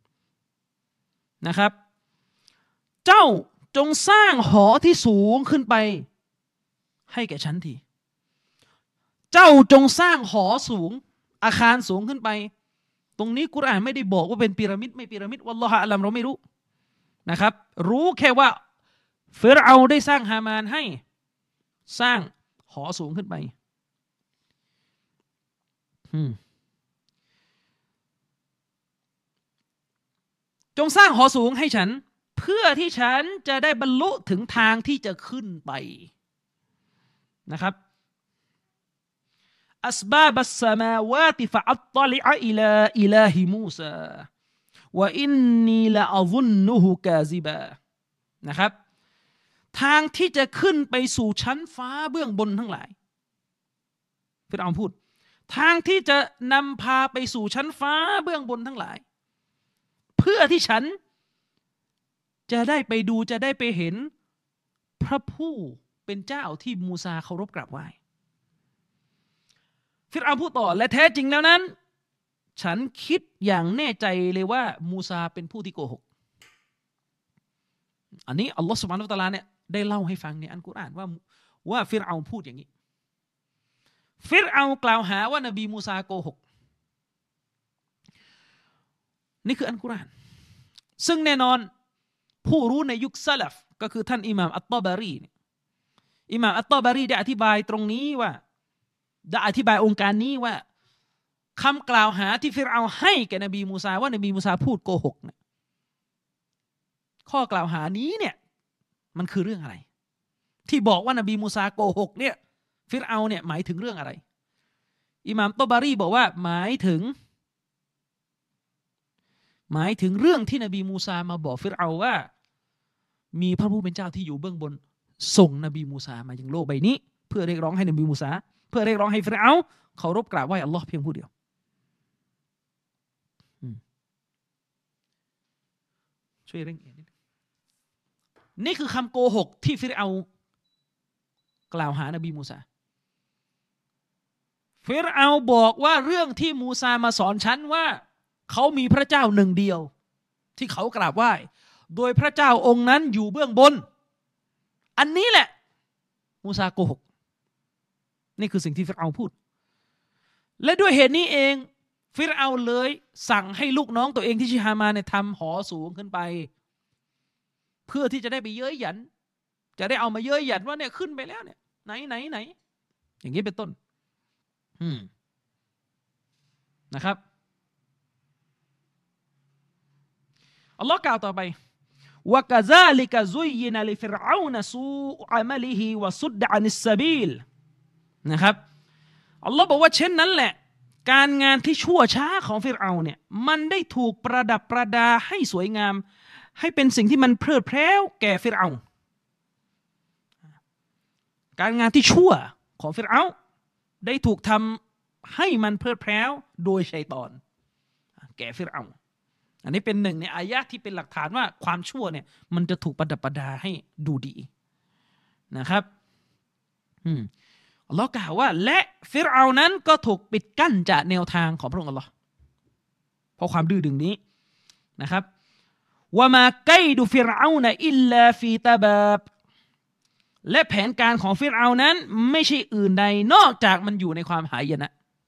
นะครับเจ้าจงสร้างหอที่สูงขึ้นไปให้แก่ฉันทีเจ้าจงสร้างหอสูงอาคารสูงขึ้นไปตรงนี้กุรอานไม่ได้บอกว่าเป็นพีระมิดไม่พีระมิดวัลลอฮุอะลัมเราไม่รู้นะครับรู้แค่ว่าฟิรเอาน์ได้สร้างฮามานให้สร้างหอสูงขึ้นไปจงสร้างหอสูงให้ฉันเพื่อที่ฉันจะได้บรรลุถึงทางที่จะขึ้นไปนะครับอัสบาบัสสมาวาติฟะอัตตลิอะอิลาฮิมูซาวะอินนีละอะซุนนุฮุกาซิบะนะครับทางที่จะขึ้นไปสู่ชั้นฟ้าเบื้องบนทั้งหลายฟิรเอาน์พูดทางที่จะนำพาไปสู่ชั้นฟ้าเบื้องบนทั้งหลายเพื่อที่ฉันจะได้ไปดูจะได้ไปเห็นพระผู้เป็นเจ้าที่มูซาเคารพกราบไหว้ฟิรเอาน์พูดต่อและแท้จริงแล้วนั้นฉันคิดอย่างแน่ใจเลยว่ามูซาเป็นผู้ที่โกหกอันนี้อัลลอฮฺซุบฮานะฮูวะตะอาลาเนี่ยได้เล่าให้ฟังในอัลกุรอานว่าฟิรเอาน์พูดอย่างนี้ฟิรเอาน์กล่าวหาว่านบีมูซาโกหกนี่คืออัลกุรอานซึ่งแน่นอนผู้รู้ในยุคซะลัฟก็คือท่านอิหม่ามอัตตอบารีอิหม่ามอัตตอบารีได้อธิบายตรงนี้ว่าได้อธิบายองค์การนี้ว่าคำกล่าวหาที่ฟิรเอาน์ให้แก่นบีมูซาว่านบีมูซาพูดโกหกเนี่ยข้อกล่าวหานี้เนี่ยมันคือเรื่องอะไรที่บอกว่านบีมูซาโกหกเนี่ยฟิรเอาน์เนี่ยหมายถึงเรื่องอะไรอิหม่ามตอบารีบอกว่าหมายถึงเรื่องที่นบีมูซามาบอกฟิรเอาน์ว่ามีพระผู้เป็นเจ้าที่อยู่เบื้องบนส่งนบีมูซามายังโลกใบนี้เพื่อเรียกร้องให้นบีมูซาเพื่อเรียกร้องให้ฟิรเอาน์เคารพกราบไหว้อัลลอฮ์เพียงผู้เดียวช่วยเร่งเอียดนิดนี่คือคำโกหกที่ฟิรเอาน์กล่าวหานบีมูซาฟิรเอาน์บอกว่าเรื่องที่มูซามาสอนฉันว่าเขามีพระเจ้าหนึ่งเดียวที่เขากราบไหว้โดยพระเจ้าองค์นั้นอยู่เบื้องบนอันนี้แหละมูซาโกหกนี่คือสิ่งที่ฟิรเอาน์พูดและด้วยเหตุนี้เองฟิรเอาน์เลยสั่งให้ลูกน้องตัวเองที่ชื่อฮามานเนี่ยทำหอสูงขึ้นไปเพื่อที่จะได้ไปเย้ยหยันจะได้เอามาเย้ยหยันว่าเนี่ยขึ้นไปแล้วเนี่ยไหนอย่างนี้เป็นต้นนะครับอัลลอฮ์กล่าวต่อไปวะกะซาลิกะซุยนะลิฟิรเอานซูอะมะลิฮิวะซุดอะนิสซะบีลนะครับอัลลอฮ์บอกว่าเช่นนั้นแหละการงานที่ชั่วช้าของฟิรเอาเนี่ยมันได้ถูกประดับประดาให้สวยงามให้เป็นสิ่งที่มันเพลิดเพลินแก่ฟิรเอาการงานที่ชั่วของฟิรเอาได้ถูกทำให้มันเพลิดเพลินโดยชัยฏอนแก่ฟิรเอาอันนี้เป็นหนึ่งในอายะห์ที่เป็นหลักฐานว่าความชั่วเนี่ยมันจะถูกประดับประดาให้ดูดีนะครับอัลลอฮ์กล่าวว่าและฟิรเอานั้นก็ถูกปิดกั้นจากแนวทางของพระองค์อัลลอฮ์เพราะความดื้อดึงนี้นะครับวะมาไกดุฟิรเอานะอิลลาฟีตะบาบและแผนการของฟิรเอานั้นไม่ใช่อื่นใดนอกจากมันอยู่ในความหายนะ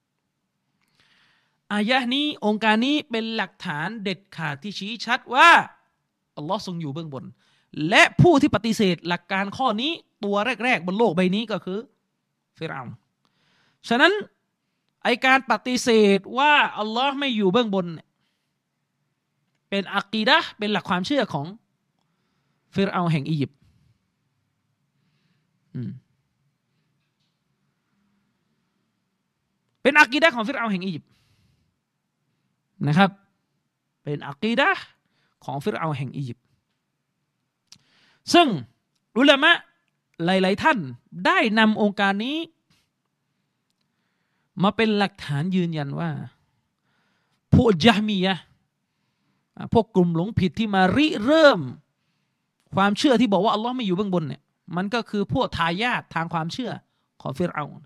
อายะห์นี้องค์การนี้เป็นหลักฐานเด็ดขาดที่ชี้ชัดว่าอัลลอฮ์ทรงอยู่เบื้องบนและผู้ที่ปฏิเสธหลักการข้อนี้ตัวแรกๆบนโลกใบนี้ก็คือฟิรเอาน์ฉะนั้นไอการปฏิเสธว่าอัลลอฮ์ไม่อยู่เบื้องบนเป็นอะกีดะห์เป็นหลักความเชื่อของฟิรเอาน์แห่งอียิปต์เป็นอะกีดะห์ของฟิรเอาน์แห่งอียิปต์นะครับเป็นอะกีดะห์ของฟิรเอาน์แห่งอียิปต์ซึ่งอุลามะหลายๆท่านได้นำองค์การนี้มาเป็นหลักฐานยืนยันว่าพวกญะมียะห์พวกกลุ่มหลงผิดที่มาริเริ่มความเชื่อที่บอกว่าอัลลอฮ์ไม่อยู่เบื้องบนเนี่ยมันก็คือพวกทายาททางความเชื่อของฟิรเอาน์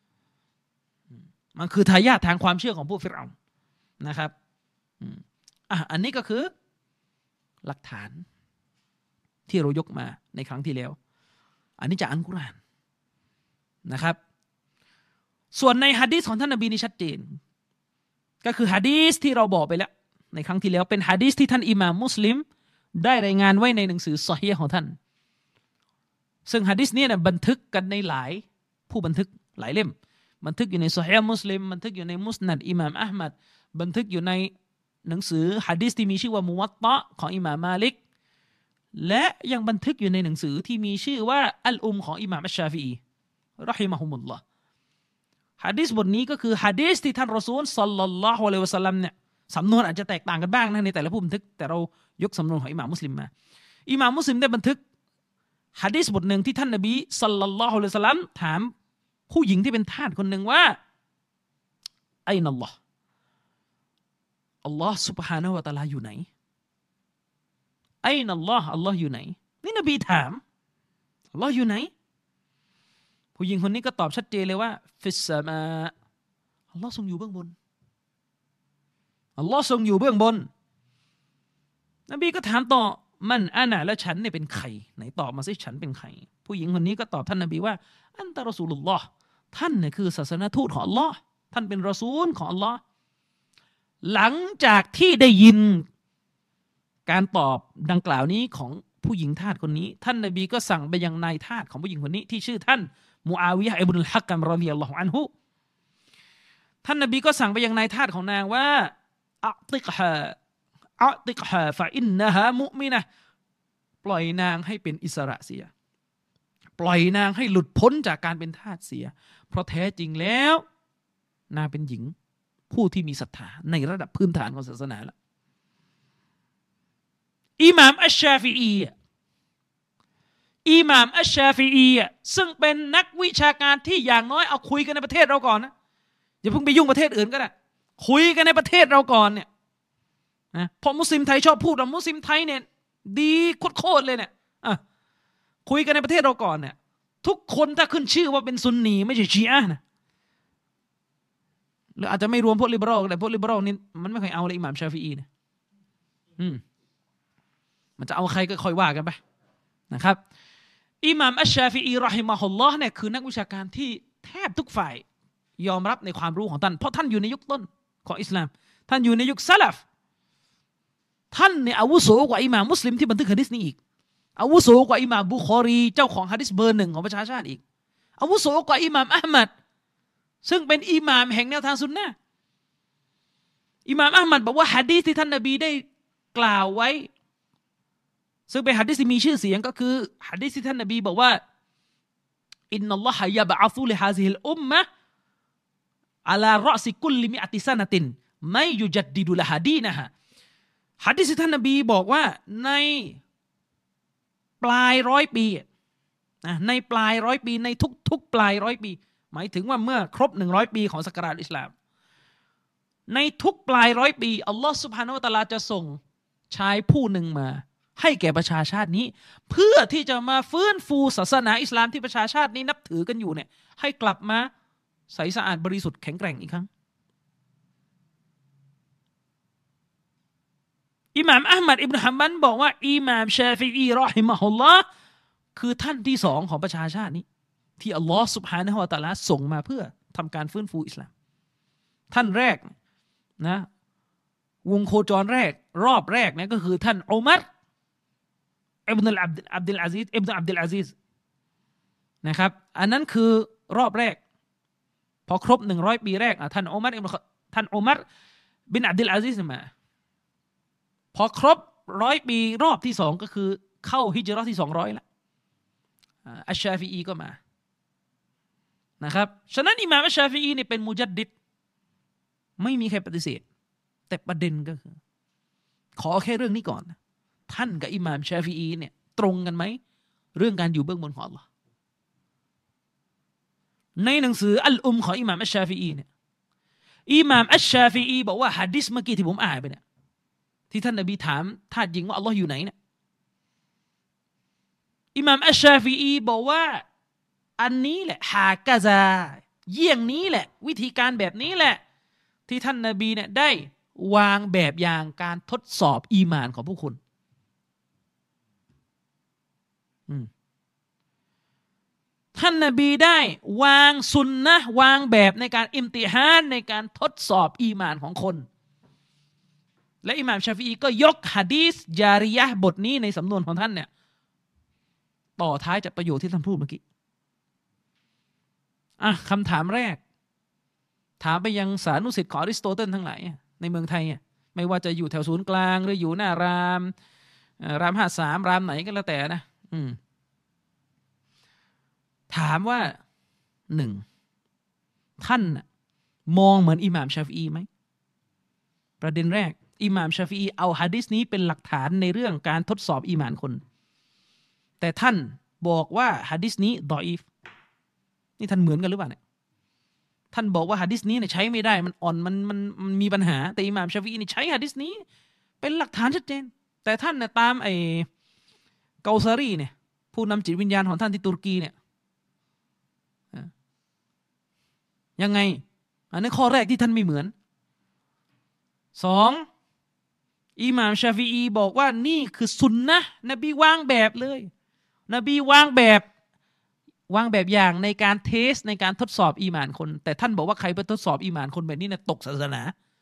มันคือทายาททางความเชื่อของพวกฟิรเอาน์นะครับอันนี้ก็คือหลักฐานที่เรายกมาในครั้งที่แล้วอันนี้จากอัลกุรอานนะครับส่วนในหะดีษของท่านนบีนี่ชัดเจนก็คือหะดีษที่เราบอกไปแล้วในครั้งที่แล้วเป็นหะดีษที่ท่านอิหม่ามมุสลิมได้รายงานไว้ในหนังสือซอฮีฮ์ของท่านซึ่งหะดีษนี้บันทึกกันในหลายผู้บันทึกหลายเล่มบันทึกอยู่ในซอฮีฮ์มุสลิมบันทึกอยู่ในมุสนัดอิหม่ามอะห์มัดบันทึกอยู่ในหนังสือหะดีษที่มีชื่อว่ามุวัตตะของอิหม่ามมาลิกและยังบันทึกอยู่ในหนังสือที่มีชื่อว่าอัลอุมของอิหม่ามอัชชาฟิอีเราะฮิมะฮุมุลลอฮ์หะดีษบทนี้ก็คือหะดีษที่ท่านรอซูลศ็อลลัลลอฮุอะลัยฮิวะซัลลัมเนี่ยสำนวนอาจจะแตกต่างกันบ้างนะในแต่ละผู้บันทึกแต่เรายกสำนวนของอิหม่ามมุสลิมมาอิหม่ามมุสลิมได้บันทึกหะดีษบทหนึ่งที่ท่านนบีศ็อลลัลลอฮุอะลัยฮิวะซัลลัมถามผู้หญิงที่เป็นทาสคนหนึ่งว่าไอนัลลอฮ์อัลลอฮ์ซุบฮานะฮูวะตะอาลาอยู่ไหนไอนัลลอฮ์อัลลอฮ์อยู่ไหนนี่นบีถามอัลลอฮ์อยู่ไหนผู้หญิงคนนี้ก็ตอบชัดเจนเลยว่าฟิสซามาอัลลอฮ์ทรงอยู่เบื้องบนอัลลอฮ์ทรงอยู่เบื้องบนนบีก็ถามต่อมันอานะและฉันเนี่ยเป็นใครไหนตอบมาสิฉันเป็นใครผู้หญิงคนนี้ก็ตอบท่านนบีว่าอันตะรอซูลุลลอฮ์ท่านเนี่ยคือศาสนทูตของอัลลอฮ์ท่านเป็นรอซูลของอัลลอฮ์หลังจากที่ได้ยินการตอบดังกล่าวนี้ของผู้หญิงทาสคนนี้ท่านนบีก็สั่งไปยังนายทาสของผู้หญิงคนนี้ที่ชื่อท่านมูอาวิยะห์อิบนุลฮักกัมรอฎิยัลลอฮุอันฮุท่านนบีก็สั่งไปยังนายทาสของนางว่าอัติกฮาฟะอินนะฮามุมินะห์ปล่อยนางให้เป็นอิสระเสียปล่อยนางให้หลุดพ้นจากการเป็นทาสเสียเพราะแท้จริงแล้วนางเป็นหญิงผู้ที่มีศรัทธาในระดับพื้นฐานของศาสนาแล้วอิหม่ามอัชชาฟิอีอิหม่ามอัชชาฟิอีซึ่งเป็นนักวิชาการที่อย่างน้อยเอาคุยกันในประเทศเราก่อนนะอย่าเพิ่งไปยุ่งประเทศอื่นก็ได้คุยกันในประเทศเราก่อนเนี่ยนะเพราะมุสลิมไทยชอบพูดว่ามุสลิมไทยเนี่ยดีโคตรเลยเนี่ยคุยกันในประเทศเราก่อนเนี่ยทุกคนถ้าขึ้นชื่อว่าเป็นซุนนีไม่ใช่ชีอะห์นะหรืออาจจะไม่รวมพวกลิเบอรัลแต่พวกลิเบอรัลนี่มันไม่เคยเอาเลยอิหม่ามชาฟิอีเนี่ยมันจะเอาใครก็ค่อยว่ากันไปนะครับอิหม่ามอัชชาฟิอีรอฮิมะฮุลลอฮ์เนี่ยคือนักวิชาการที่แทบทุกฝ่ายยอมรับในความรู้ของท่านเพราะท่านอยู่ในยุคต้นของอิสลามท่านอยู่ในยุคซะลัฟท่านเนี่ยอาวุโสกว่าอิหม่ามมุสลิมที่บันทึกหะดีษนี้อีกอาวุโสกว่าอิหม่ามบุคอรีเจ้าของหะดีษเบอร์หนึ่งของประชาชาติอีกอาวุโสกว่าอิหม่ามอะห์มัดซึ่งเป็นอิหม่ามแห่งแนวทางซุนนะห์อิหม่ามอะห์มัดบอกว่าหะดีษที่ท่านนบีได้กล่าวไว้ซึ่งเป็นหะดีษที่มีชื่อเสียงก็คือหะดีษที่ท่านนบีบอกว่าอินนัลลอฮะยะบะอะซุลิฮาซิฮิลอุมมะฮ์อะลารอซิกุลลิมิอะติซะนะตินไมยุจัดดิดุละฮะดีนะฮะหะดีษที่ท่านนบีบอกว่าในปลายร้อยปีในปลายร้อยปีในทุกปลายร้อยปีหมายถึงว่าเมื่อครบ100 ปีของศักราชอิสลามในทุกปลายร้อยปีอัลลอฮฺซุบฮานะฮูวะตะอาลาจะส่งชายผู้หนึ่งมาให้แก่ประชาชาตินี้เพื่อที่จะมาฟื้นฟูศาสนาอิสลามที่ประชาชาตินี้นับถือกันอยู่เนี่ยให้กลับมาใสสะอาดบริสุทธิ์แข็งแกร่งอีกครั้งอิหม่ามอะห์มัดอิบนุฮัมบัลบอกว่าอิหม่ามชาฟิอีรอฮิมะฮุลลอฮ์คือท่านที่สองของประชาชาตินี้ที่อัลลอฮ์ซุบฮานะฮูวะตะอาลาส่งมาเพื่อทำการฟื้นฟูอิสลามท่านแรกนะวงโคจรแรกรอบแรกเนี่ยก็คือท่านอุมัรอิบนุอับดุลอาซิซนะครับอันนั้นคือรอบแรกพอครบ100 ปีแรกท่านอุมัรบินอับดุลอาซิซมาพอครบ100 ปีรอบที่2ก็คือเข้าฮิจเราะห์ที่200แล้วอัชชาฟิอีก็มานะครับฉะนั้นอิหม่ามอัชชาฟิอีเนี่ยเป็นมุจัดดิดไม่มีใครปฏิเสธแต่ประเด็นก็คือขอแค่เรื่องนี้ก่อนท่านกับอิหม่ามชาฟิอีเนี่ยตรงกันไหมเรื่องการอยู่เบื้องบนของอัลเลาะห์ในหนังสืออัลอุมของอิหม่ามอัชชาฟิอีเนี่ยอิหม่ามอัชชาฟิอีบอกว่าหะดีษเมื่อกี้ที่ผมอ่านไปเนี่ยที่ท่านนบีถามทาสหญิงว่าอัลเลาะห์อยู่ไหนเนี่ยอิหม่ามอัชชาฟิอีบอกว่าอันนี้แหละฮากะซาเยี่ยงนี้แหละวิธีการแบบนี้แหละที่ท่านนบีเนี่ยได้วางแบบอย่างการทดสอบอีหม่านของผู้คนท่านนบีได้วางสุนนะวางแบบในการอิมติฮานในการทดสอบอีหม่านของคนและอิหม่ามชาฟิอีก็ยกหะดีษญาริยะห์บทนี้ในสำนวนของท่านเนี่ยต่อท้ายจากประโยคที่ท่านพูดเมื่อกี้คำถามแรกถามไปยังสานุสิทธิ์ของอริสโตเติลทั้งหลายในเมืองไทยไม่ว่าจะอยู่แถวศูนย์กลางหรืออยู่หน้าราม53รามไหนก็แล้วแต่นะถามว่า1ท่านมองเหมือนอิหม่ามชาฟิอีไหมประเด็นแรกอิหม่ามชาฟิอีเอาหะดีษนี้เป็นหลักฐานในเรื่องการทดสอบอีหม่านคนแต่ท่านบอกว่าหะดีษนี้ฎออีฟนี่ท่านเหมือนกันหรือเปล่าเนี่ยท่านบอกว่าหะดีษนี้เนี่ยใช้ไม่ได้มันอ่อนมันมีปัญหาแต่อิหม่ามชาฟิอีนี่ใช้หะดีษนี้เป็นหลักฐานชัดเจนแต่ท่านเนี่ยตามไอ้เกาซารีเนี่ยผู้นำจิตวิญญาณของท่านที่ตุรกีเนี่ยยังไงอันนี้ข้อแรกที่ท่านไม่เหมือน2อิหม่ามชาฟิอีบอกว่านี่คือสุนนะห์นบีวางแบบเลยนบีวางแบบอย่างในการเทสในการทดสอบอีหม่านคนแต่ท่านบอกว่าใครไปทดสอบอีหม่านคนแบบนี้เนี่ยตกศาสนา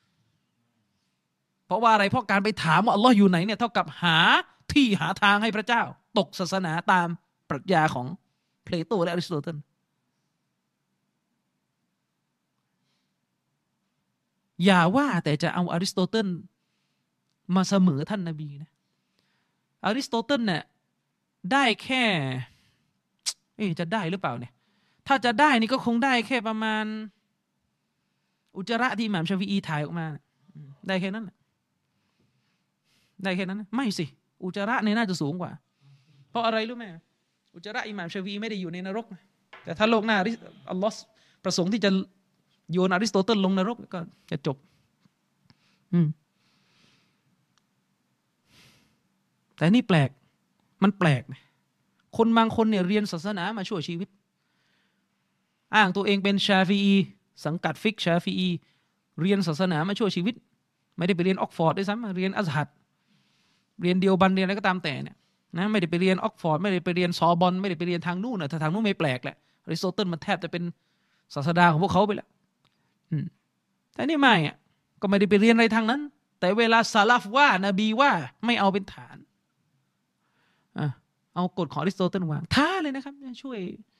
เพราะว่าอะไรเพราะการไปถามว่าอัลเลาะห์อยู่ไหนเนี่ยเท่ากับหาที่หาทางให้พระเจ้าตกศาสนาตามปรัชญาของเพลโตและอริสโตเติลอย่าว่าแต่จะเอาอริสโตเติลมาเสมอท่านนบีนะอริสโตเติลเนี่ยได้แค่จะได้หรือเปล่าเนี่ยถ้าจะได้นี่ก็คงได้แค่ประมาณอุจจาระที่อิหม่ามชาฟิอีถ่ายออกมาได้แค่นั้นได้แค่นั้นไม่สิอุจจาระเนี่ยน่าจะสูงกว่าเพราะอะไรรู้ไหมอุจจาระอิหม่ามชาฟีอีไม่ได้อยู่ในนรกนะแต่ถ้าโลกหน้าอัลลอฮ์ประสงค์ที่จะโยนอริสโตเติลลงนรกก็จะจบแต่นี่แปลกมันแปลกนะคนบางคนเนี่ยเรียนศาสนามาชั่วชีวิตอ้างตัวเองเป็นชาฟีอีสังกัดฟิกชาฟีอีเรียนศาสนามาชั่วชีวิตไม่ได้ไปเรียนออกฟอร์ดด้วยซ้ำเรียนอัซฮัดเรียนเดียวบันเรียนอะไรก็ตามแต่เนี่ยนะไม่ได้ไปเรียนออกฟอร์ดไม่ได้ไปเรียนซอบอนไม่ได้ไปเรียนทางนู่นนะถ้าทางนู่นไม่แปลกแหละอริสโตเติลมันแทบจะเป็นศาสดาของพวกเขาไปแล้วแต่นี่ไม่อ่ะก็ไม่ได้ไปเรียนอะไรทางนั้นแต่เวลาซาลาฟว่านบีว่าไม่เอาเป็นฐานเอากฎของอริสโตเติลวางท้าเลยนะครับช่วย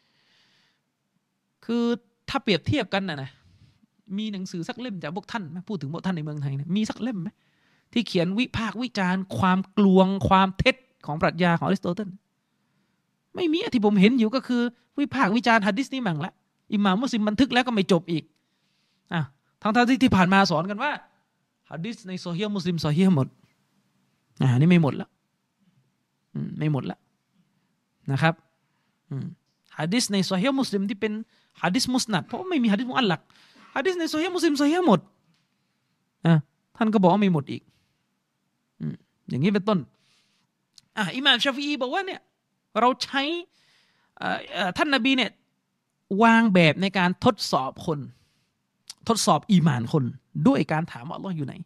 คือถ้าเปรียบเทียบกันนะมีหนังสือสักเล่มจากพวกท่านไหมพูดถึงพวกท่านในเมืองไทยนะมีสักเล่มไหมที่เขียนวิพากษ์วิจารณ์ความกลวงความเท็จของปรัชญาของอริสโตเติลไม่มีที่ผมเห็นอยู่ก็คือวิพากษ์วิจารณ์หะดีษนี่มั่งละอิหม่ามมุสลิมบันทึกแล้วก็ไม่จบอีกทั้งที่ผ่านมาสอนกันว่าหะดีษในซอฮีฮ์มุสลิมซอฮีฮ์หมดนี่ไม่หมดแล้วไม่หมดแล้วนะครับหะดีษในซอฮีฮ์มุสลิมที่เป็นหะดีษมุสนัดเพราะไม่มีหะดีษมุอัลลักหะดีษในซอฮีฮ์มุสลิมซอฮีฮ์หมดท่านก็บอกว่าไม่หมดอีกอย่างนี้เป็นต้นอิหม่ามชาฟีอีบอกว่าเนี่ยเราใช้ท่านนบีเนี่ยวางแบบในการทดสอบคนทดสอบอีหม่านคนด้วยการถามว่าอัลเลาะห์อยู่ไหน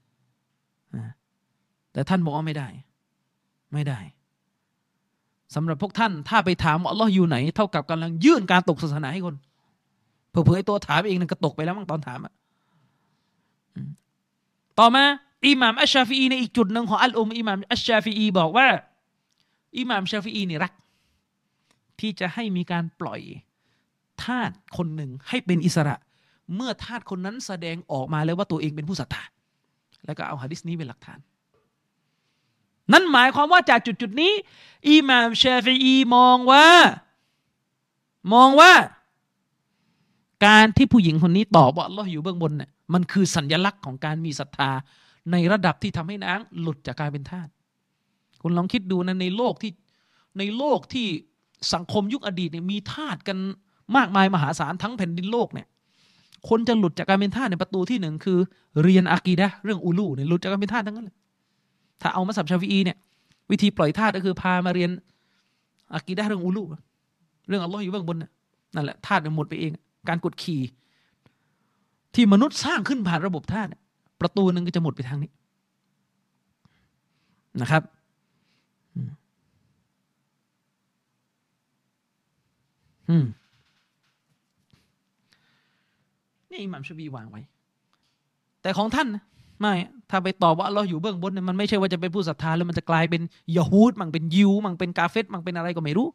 แต่ท่านบอกว่าไม่ได้สำหรับพวกท่านถ้าไปถามว่าอัลเลาะห์อยู่ไหนเท่ากับกำลังยื่นการตกศาสนาให้คนเผยตัวถามเองนั่นก็ตกไปแล้วมั้งตอนถามต่อมาอิหม่ามอัชชาฟีอีในอีกจุดหนึ่งของอัลอุมอิหม่ามอัชชาฟีอีบอกว่าอิหม่ามชาฟีอีนี่รักที่จะให้มีการปล่อยทาสคนหนึ่งให้เป็นอิสระเมื่อทาสคนนั้นแสดงออกมาแล้วว่าตัวเองเป็นผู้ศรัทธาแล้วก็เอาหะดีษนี้เป็นหลักฐานนั่นหมายความว่าจากจุดนี้อิหม่ามชาฟีอีมองว่าการที่ผู้หญิงคนนี้ตอบว่าอัลเลาะห์อยู่เบื้องบนเนี่ยมันคือสัญลักษณ์ของการมีศรัทธาในระดับที่ทำให้นางหลุดจากการเป็นทาสคุณลองคิดดูนะในโลกที่สังคมยุคอดีตเนี่ยมีทาสกันมากมายมหาศาลทั้งแผ่นดินโลกเนี่ยคนจะหลุดจากการเป็นทาสในประตูที่หนึ่งคือเรียนอะกีดะห์เรื่องอูลูเนี่ยหลุดจากการเป็นทาสทั้งนั้นเลยถ้าเอามัซฮับชาฟีอีเนี่ยวิธีปล่อยทาสก็คือพามาเรียนอะกีดะห์เรื่องอูลูเรื่องอัลเลาะห์อยู่เบื้องบนนั่นแหละทาสหมดไปเองการกดขี่ที่มนุษย์สร้างขึ้นผ่านระบบทาสประตูนึงก็จะหมดไปทางนี้นะครับนี่อิหม่ามชาฟีอีวางไว้แต่ของท่านนะไม่ถ้าไปตอบว่าอัลเลาะห์อยู่เบื้องบนเนี่ยมันไม่ใช่ว่าจะเป็นผู้ศรัทธาแล้วมันจะกลายเป็นยะฮูดมั่งเป็นยิวมั่งเป็นกาเฟรมั่งเป็นอะไรก็ไม่รู้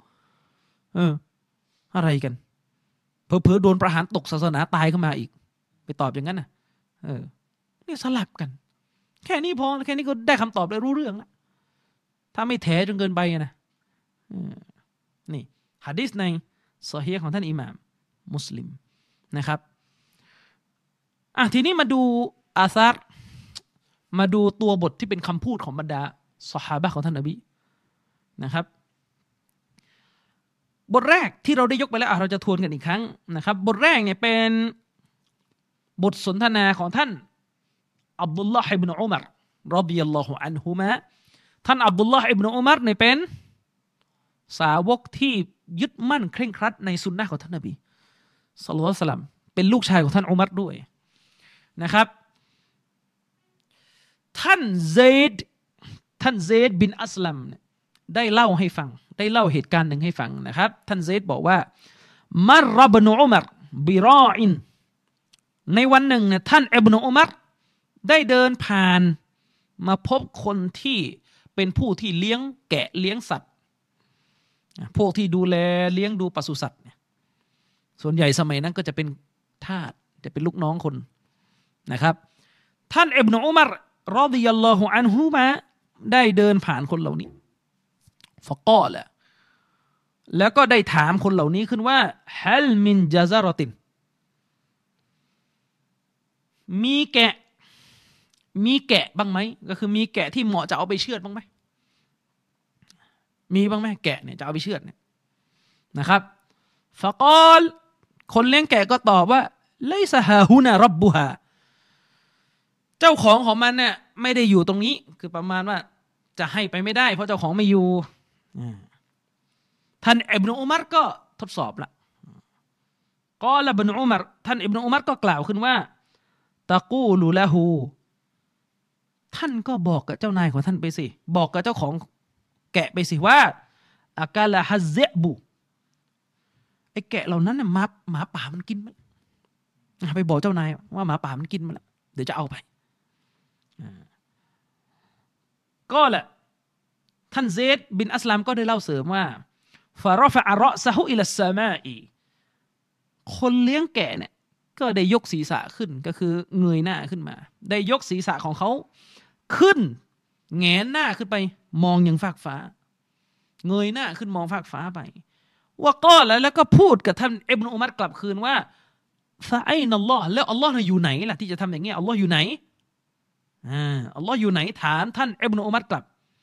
อะไรกันเผลอๆโดนประหารตกศาสนาตายขึ้นมาอีกไปตอบอย่างนั้นนะนี่สลับกันแค่นี้พอแค่นี้ก็ได้คำตอบเลยรู้เรื่องแล้วถ้าไม่แถจนเกินไปนะนี่หะดีษในซอฮีฮ์ของท่านอิหม่ามมุสลิมนะครับทีนี้มาดูอาซาร์มาดูตัวบทที่เป็นคำพูดของบรรดาซอฮาบะห์ของท่านนบีนะครับบทแรกที่เราได้ยกไปแล้วเราจะทวนกันอีกครั้งนะครับบทแรกเนี่ยเป็นบทสนทนาของท่านอับดุลลอฮ์อิบนุอุมัรรอฎิยัลลอฮุอันฮุมาท่านอับดุลลอฮ์อิบนุอุมัรเนี่ยเป็นสาวกที่ยึดมั่นเคร่งครัดในสุนนะห์ของท่านนบีศ็อลลัลลอฮุอะลัยฮิวะซัลลัมเป็นลูกชายของท่านอุมัรด้วยนะครับท่านเซดบินอัสลัมได้เล่าให้ฟังได้เล่าเหตุการณ์หนึ่งให้ฟังนะครับท่านเซดบอกว่ามัรอิบนุอุมัรบิรออินในวันหนึ่งเนี่ยท่านอิบนุอุมัรได้เดินผ่านมาพบคนที่เป็นผู้ที่เลี้ยงแกะเลี้ยงสัตว์พวกที่ดูแลเลี้ยงดูปศุสัตว์เนี่ยส่วนใหญ่สมัยนั้นก็จะเป็นทาสจะเป็นลูกน้องคนนะครับท่านอิบนุอุมัรรอฎิยัลลอฮุอันฮุมาได้เดินผ่านคนเหล่านี้ฟะกอละแล้วก็ได้ถามคนเหล่านี้ขึ้นว่าฮัลมินจาซารอตินมีแกะบ้างไหมก็คือมีแกะที่เหมาะจะเอาไปเชือดบ้างไหมมีบ้างไหมแกะเนี่ยจะเอาไปเชือดเนี่ยนะครับฟะกอลคนเลี้ยงแกะก็ตอบว่าไลซะฮาฮุนาร็อบบุฮาเจ้าของมันเนี่ยไม่ได้อยู่ตรงนี้คือประมาณว่าจะให้ไปไม่ได้เพราะเจ้าของไม่อยู่ท่านอิบนุอุมัรก็ทดสอบละกอละอิบนุอุมัรท่านอิบนุอุมัรก็กล่าวขึ้นว่าตะกูลูละฮูท่านก็บอกกับเจ้านายของท่านไปสิบอกกับเจ้าของแกะไปสิว่าอากาละฮัซเซบุไอ้แกะเหล่านั้นน่ะหมาป่ามันกินมันไปบอกเจ้านายว่าหมาป่ามันกินมันละเดี๋ยวจะเอาไปก็แหละท่านเซดบินอัสลามก็ได้เล่าเสริมว่าฟารอฟะอะรอซะฮุอิลัสซามาอีคนเลี้ยงแกะเนี่ยก็ได้ยกศีรษะขึ้นก็คือเงยหน้าขึ้นมาได้ยกศีรษะของเขาขึ้นแงนหน้าขึ้นไปมองยังฟากฟ้าเงยหน้าขึ้นมองฟากฟ้าไปว่าก็แล้วก็พูดกับท่านอิบนุอุมัรกลับคืนว่าฟะไอนัลลอฮ์แล้วอัลลอฮ์อยู่ไหนล่ะที่จะทำอย่างเงี้ยอัลลอฮ์อยู่ไหนอัลลอฮ์อยู่ไหนถามท่านอิบนุอุมัรกลับ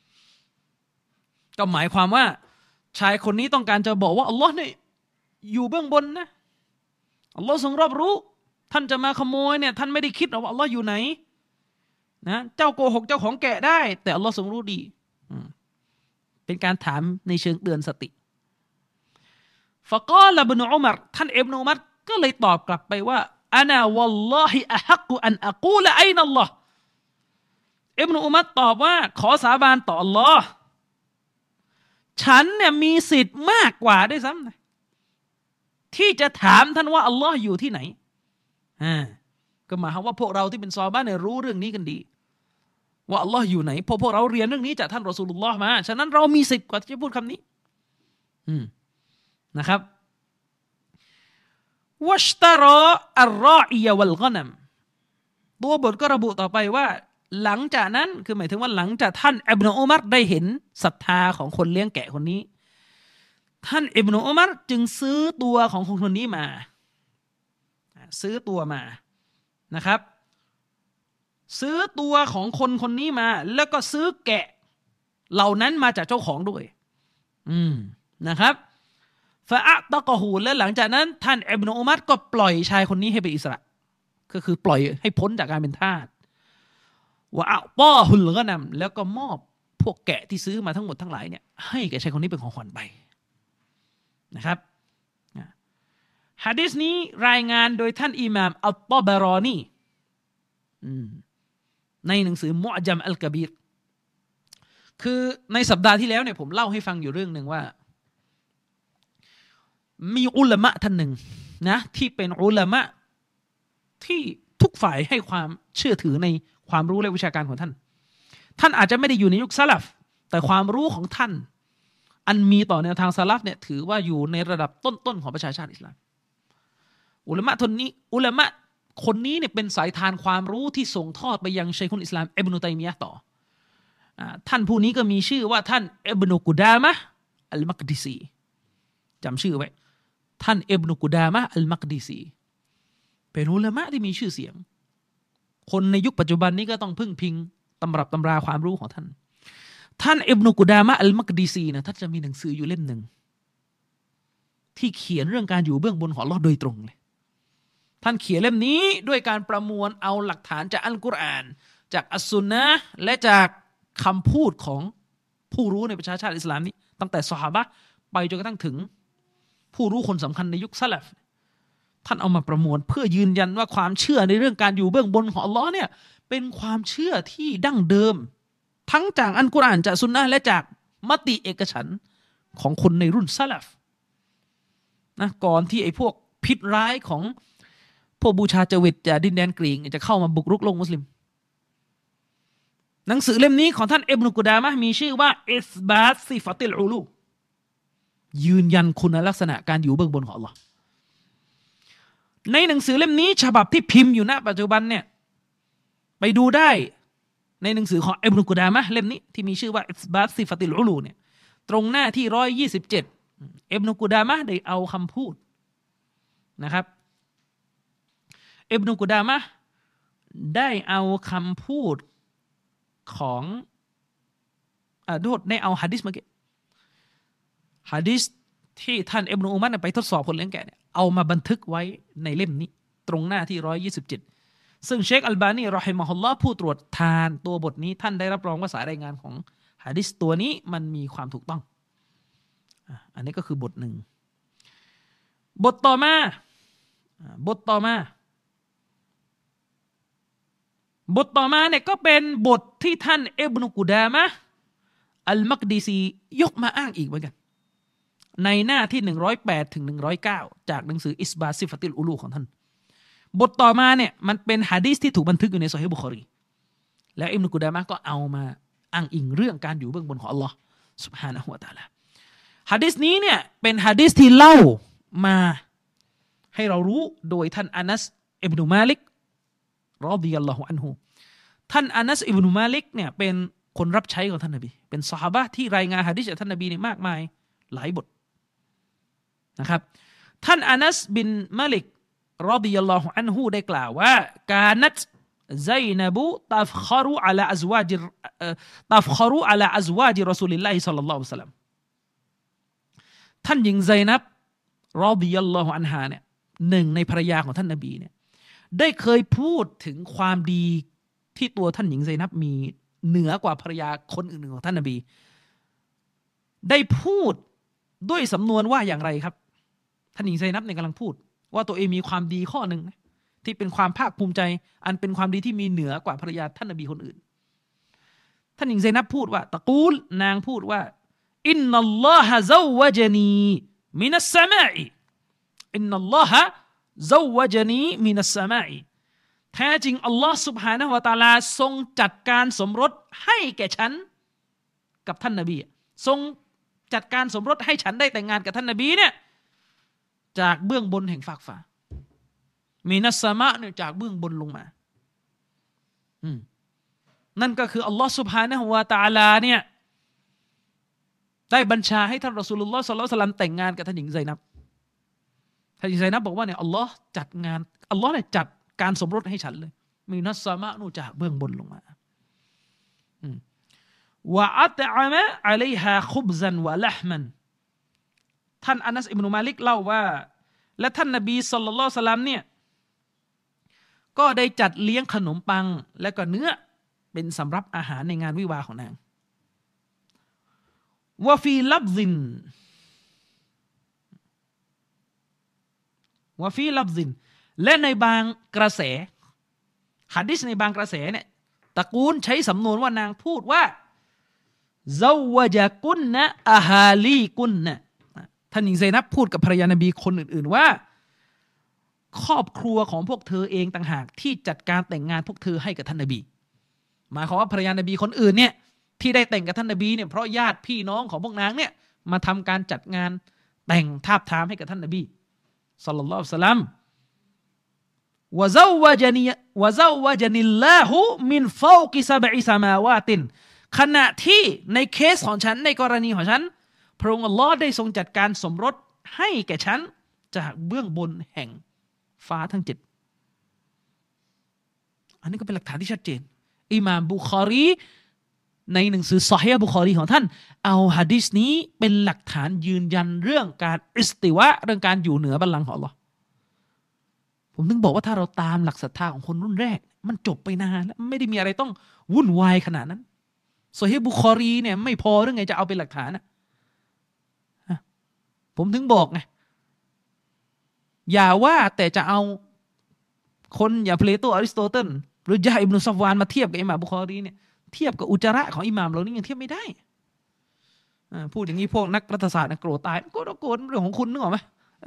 ก็หมายความว่าชายคนนี้ต้องการจะบอกว่าอัลลอฮ์เนี่ยอยู่เบื้องบนนะอัลลอฮ์ทรงรอบรู้ท่านจะมาขโมยเนี่ยท่านไม่ได้คิดหรอกว่าอัลลอฮ์อยู่ไหนนะเจ้าโกหกเจ้าของแกะได้แต่อัลลอฮ์ทรงรู้ดีเป็นการถามในเชิงเตือนสติฟะกอลอิบนุอุมัรท่านอิบนุอุมัรก็เลยตอบกลับไปว่าอานาวัลลอฮิอะฮักกุอันอะกูลไอนัลลอฮ์อิบนุอุมัรตอบว่าขอสาบานต่ออัลลอฮ์ฉันเนี่ยมีสิทธิ์มากกว่าด้วยซ้ำนะที่จะถามท่านว่าอัลลอฮ์อยู่ที่ไหนก็หมายความว่าพวกเราที่เป็นซอฮาบะห์เนี่ยรู้เรื่องนี้กันดีว่าอัลลอฮ์อยู่ไหนพวกเราเรียนเรื่องนี้จากท่านรอซูลุลลอฮ์มาฉะนั้นเรามีสิทธิ์กว่าที่จะพูดคำนี้นะครับวัชตารออัลรออียะวัลฆอนัมตัวบทก็ระบุต่อไปว่าหลังจากนั้นคือหมายถึงว่าหลังจากท่านอิบนุอุมัรได้เห็นศรัทธาของคนเลี้ยงแกะคนนี้ท่านอิบนุอุมัรจึงซื้อตัวของคนนี้มาซื้อตัวมานะครับซื้อตัวของคนนี้มาแล้วก็ซื้อแกะเหล่านั้นมาจากเจ้าของด้วยนะครับฟะอะตะกะฮูและหลังจากนั้นท่านอิบนุอุมัรก็ปล่อยชายคนนี้ให้เป็นอิสระก็คือปล่อยให้พ้นจากการเป็นทาสวะอะตอฮุลฆอนัมแล้วก็มอบพวกแกะที่ซื้อมาทั้งหมดทั้งหลายเนี่ยให้แก่ชายคนนี้เป็นของขวัญไปนะครับหะดีษนี้รายงานโดยท่านอิหม่ามอัตตะบารอนีในหนังสือมุอ์ญัมอัลกะบีรคือในสัปดาห์ที่แล้วเนี่ยผมเล่าให้ฟังอยู่เรื่องนึงว่ามีอุลามะท่านหนึ่งนะที่เป็นอุลามะที่ทุกฝ่ายให้ความเชื่อถือในความรู้และวิชาการของท่านอาจจะไม่ได้อยู่ในยุคซะลัฟแต่ความรู้ของท่านอันมีต่อแนวทางซะลัฟเนี่ยถือว่าอยู่ในระดับต้นๆของประชาชาติอิสลามอุลามะคนนี้เนี่ยเป็นสายทานความรู้ที่ส่งทอดไปยังชัยคุลอิสลามอิบนุตัยมียะห์ต่อท่านผู้นี้ก็มีชื่อว่าท่านอิบนุกุดามะห์อัลมักดิซีจำชื่อไว้ท่านอิบนุกุดามะห์อัลมักดิซีเป็นอุลามะที่มีชื่อเสียงคนในยุคปัจจุบันนี้ก็ต้องพึ่งพิงตำรับตำราความรู้ของท่านอิบนุกุดามะห์อัลมักดิซีนะท่านจะมีหนังสืออยู่เล่มหนึ่งที่เขียนเรื่องการอยู่เบื้องบนของอัลเลาะห์โดยตรงเลยท่านเขียนเล่มนี้ด้วยการประมวลเอาหลักฐานจากอัลกุรอานจากอัสซุนนะห์และจากคำพูดของผู้รู้ในประชาชาติอิสลามนี้ตั้งแต่ซอฮาบะห์ไปจนกระทั่งถึงผู้รู้คนสำคัญในยุคซะลัฟท่านเอามาประมวลเพื่อยืนยันว่าความเชื่อในเรื่องการอยู่เบื้องบนของอัลเลาะห์เนี่ยเป็นความเชื่อที่ดั้งเดิมทั้งจากอัลกุรอานจากซุนนะห์และจากมติเอกฉันท์ของคนในรุ่นซะลัฟนะก่อนที่ไอ้พวกพิษร้ายของพวกบูชาจวิตจากดินแดนกรีกจะเข้ามาบุกรุกโลกมุสลิมหนังสือเล่มนี้ของท่านอิบนุกุดามะห์มีชื่อว่าอิสบาตซิฟะติลอูลูยืนยันคุณลักษณะการอยู่เบื้องบนของอัลเลาะห์ในหนังสือเล่มนี้ฉบับที่พิมพ์อยู่ณปัจจุบันเนี่ยไปดูได้ในหนังสือของอิบนุกุดามะห์เล่มนี้ที่มีชื่อว่าอิสบาตซิฟะติลอูลูเนี่ยตรงหน้าที่127อิบนุกุดามะห์ได้เอาคำพูดนะครับอิบนุกุดามะห์ได้เอาคำพูดของได้เอาหะดีษเมื่อกี้หะดีษที่ท่านอิบนุอุมัรไปทดสอบคนเลี้ยงแกะเนี่ยเอามาบันทึกไว้ในเล่มนี้ตรงหน้าที่127ซึ่งเชคอัลบานีรอฮิมะฮุลลอฮ์ผู้ตรวจทานตัวบทนี้ท่านได้รับรองว่าสายรายงานของหะดีษตัวนี้มันมีความถูกต้องอันนี้ก็คือบทหนึ่งบทต่อมาเนี่ยก็เป็นบทที่ท่านอิบนุกุดามะห์อัลมักดิซียกมาอ้างอีกเหมือนกันในหน้าที่108ถึง109จากหนังสืออิสบาซิฟะติลอุลูของท่านบทต่อมาเนี่ยมันเป็นหะดีษที่ถูกบันทึกอยู่ในซอฮีฮ์บุคอรีแล้วอิบนุกุดามะห์ก็เอามาอ้างอิงเรื่องการอยู่เบื้องบนของอัลลอฮ์ซุบฮานะฮูวะตะอาลาหะดีษนี้เนี่ยเป็นหะดีษที่เล่ามาให้เรารู้โดยท่านอานัสอิบนุมาลิกรอฎิยัลลอฮุอันฮุท่านอานัสอิบนุมาลิกเนี่ยเป็นคนรับใช้ของท่านนบีเป็นซอฮาบะห์ที่รายงานหะดีษจากท่านนบีนี่มากมายหลายบทนะครับท่านอานัสบินมาลิกรอฎิยัลลอฮุอันฮุได้กล่าวว่ากานัตไซนับตัฟคารุอะลาอัซวาจิรอซูลิลลาฮิศ็อลลัลลอฮุอะลัยฮิวะซัลลัมท่านหญิงไซนับรอฎิยัลลอฮุอันฮาเนี่ยหนึ่งในภรรยาของท่านนบีเนี่ยได้เคยพูดถึงความดีที่ตัวท่านหญิงไซนับมีเหนือกว่าภรรยาคนอื่นๆของท่านนบีได้พูดด้วยสำนวนว่าอย่างไรครับท่านหญิงไซนับเนี่ยกำลังพูดว่าตัวเองมีความดีข้อหนึ่งที่เป็นความภาคภูมิใจอันเป็นความดีที่มีเหนือกว่าภรรยาท่านนบีคนอื่นท่านหญิงไซนับพูดว่าตะกูลนางพูดว่าอินนัลลอฮะซาวะจานีมินัสสมาอิอินนัลลอฮะซาวะจานีมินัสสมาอิแท้จริงอัลลอฮ์ سبحانه และ تعالى ทรงจัดการสมรสให้แก่ฉันกับท่านนบีทรงจัดการสมรสให้ฉันได้แต่งงานกับท่านนบีเนี่ยจากเบื้องบนแห่งฟากฟ้ามินัสสมาเนี่ยจากเบื้องบนลงมานั่นก็คืออัลลอฮ์ سبحانه และ تعالى เนี่ยได้บัญชาให้ท่านรอซูลุลลอฮ์ ศ็อลลัลลอฮุอะลัยฮิวะซัลลัมแต่งงานกับท่านหญิงไซนับท่านหญิงไซนับบอกว่าเนี่ยอัลลอฮ์จัดงานอัลลอฮ์เนี่ยจัดการสมรสให้ฉันเลยมีนัสสามะนูจากเบื้องบนลงมาวะอัตอะมะอะลัยฮาคุบซันวะละห์มันท่านอานัสอิบนุมาลิกเล่าว่าและท่านนบีศ็อลลัลลอฮุอะลัยฮิวะซัลลัมเนี่ยก็ได้จัดเลี้ยงขนมปังและก็เนื้อเป็นสำหรับอาหารในงานวิวาห์ของนางวะฟีลับซินและในบางกระแสหะดีษในบางกระแสเนี่ยตระกูลใช้สำนวนว่านางพูดว่าซาวะจะกุนนะอะฮาลีกุนนะท่านหญิงไซนับพูดกับภรรยานบีคนอื่นๆว่าครอบครัวของพวกเธอเองต่างหากที่จัดการแต่งงานพวกเธอให้กับท่านนบีหมายความว่าภรรยานบีคนอื่นเนี่ยที่ได้แต่งกับท่านนบีเนี่ยเพราะญาติพี่น้องของพวกนางเนี่ยมาทำการจัดงานแต่งทาบทามให้กับท่านนบีศ็อลลัลลอฮุอะลัยฮิวะซัลลัมวะซาวะจานิลลาฮุมินฟาวกิซะบอิซามาวาตินขณะที่ในเคสของฉันในกรณีของฉันพระองค์อัลลอฮ์ได้ทรงจัดการสมรสให้แก่ฉันจากเบื้องบนแห่งฟ้าทั้ง7อันนี้ก็เป็นหลักฐานที่ชัดเจนอิหม่ามบุคอรีในหนังสือซอฮีฮ์บุคอรีของท่านเอาหะดีษนี้เป็นหลักฐานยืนยันเรื่องการอิสติวะเรื่องการอยู่เหนือบัลลังก์ของอัลเลาะห์ผมถึงบอกว่าถ้าเราตามหลักศรัทธาของคนรุ่นแรกมันจบไปนานแล้วไม่ได้มีอะไรต้องวุ่นวายขนาดนั้นซอฮีฮ์บุคอรีเนี่ยไม่พอหรือไงจะเอาเป็นหลักฐานนะผมถึงบอกไงอย่าว่าแต่จะเอาคนอย่างเพลโตอริสโตเติลหรือยะฮ์อิบนุซัฟวานมาเทียบกับอิหม่ามบุคอรีเนี่ยเทียบกับอุจจาระของอิหม่ามเหล่านี้ยังเทียบไม่ได้พูดอย่างนี้พวกนักรัฐศาสตร์โกรธตายก็โกรธเรื่องของคุณนึกออกไหม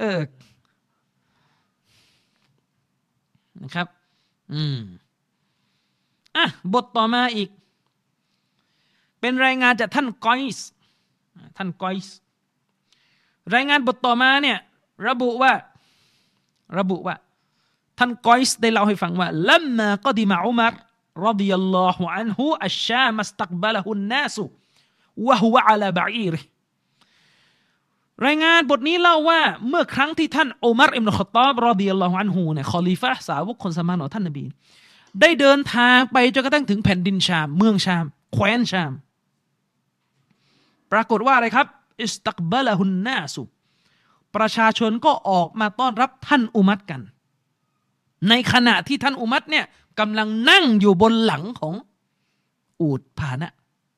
นะครับบทต่อมาอีกเป็นรายงานจากท่านกอยส์รายงานบทต่อมาเนี่ยระบุว่าท่านกอยส์ได้เล่าให้ฟังว่าลัมมากอดิมะอุมัรรอฎิยัลลอฮุอันฮุอัชชามัสตักบะละฮุนนาสวะฮุวะอะลาบะอีริรายงานบทนี้เล่าว่าเมื่อครั้งที่ท่านอุมัรอิบนุค็อฏฏอบรอฎิยัลลอฮุอันฮุเนี่ยคอลิฟะห์สาวกคนสมานของท่านนบีได้เดินทางไปจนกระทั่งถึงแผ่นดินชามเมืองชามแคว้นชามปรากฏว่าอะไรครับอิสตักบะละฮุนนาสประชาชนก็ออกมาต้อนรับท่านอุมัรกัน ในขณะที่ท่านอุมัรเนี่ยกำลังนั่งอยู่บนหลังของอูฐพาหนะ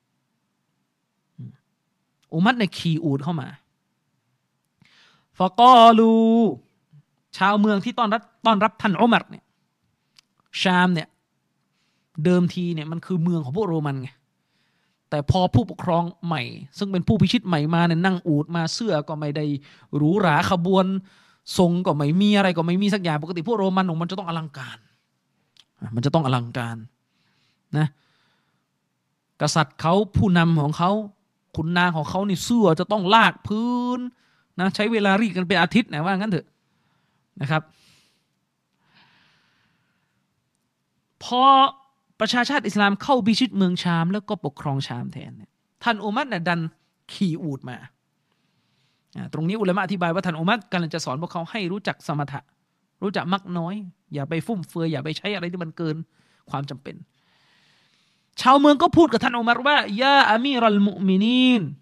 อุมัรเนี่ยขี่อูฐเข้ามาฟะกอลูชาวเมืองที่ต้อนรับท่านอุมัรเนี่ยชามเนี่ยเดิมทีเนี่ยมันคือเมืองของพวกโรมันไงแต่พอผู้ปกครองใหม่ซึ่งเป็นผู้พิชิตใหม่มาเนี่ยนั่งอูฐมาเสื้อก็ไม่ได้หรูหราขบวนทรงก็ไม่มีอะไรก็ไม่มีสักอย่างปกติพวกโรมันมันจะต้องอลังการมันจะต้องอลังการนะกษัตริย์เขาผู้นำของเขาขุนนางของเขานี่เสื้อจะต้องลากพื้นนะใช้เวลารีดกันเป็นอาทิตย์นะว่างั้นเถอะนะครับพอประชาชาติอิสลามเข้าพิชิตเมืองชามแล้วก็ปกครองชามแทนเนี่ยท่านอุมัรเนี่ยดันขี่อูฐมาตรงนี้อุลามะอธิบายว่าท่านอุมัรกำลังจะสอนพวกเขาให้รู้จักสมถะรู้จักมักน้อยอย่าไปฟุ่มเฟือยอย่าไปใช้อะไรที่มันเกินความจำเป็นชาวเมืองก็พูดกับท่านอุมัรว่ายาอามีรัลมุมินีน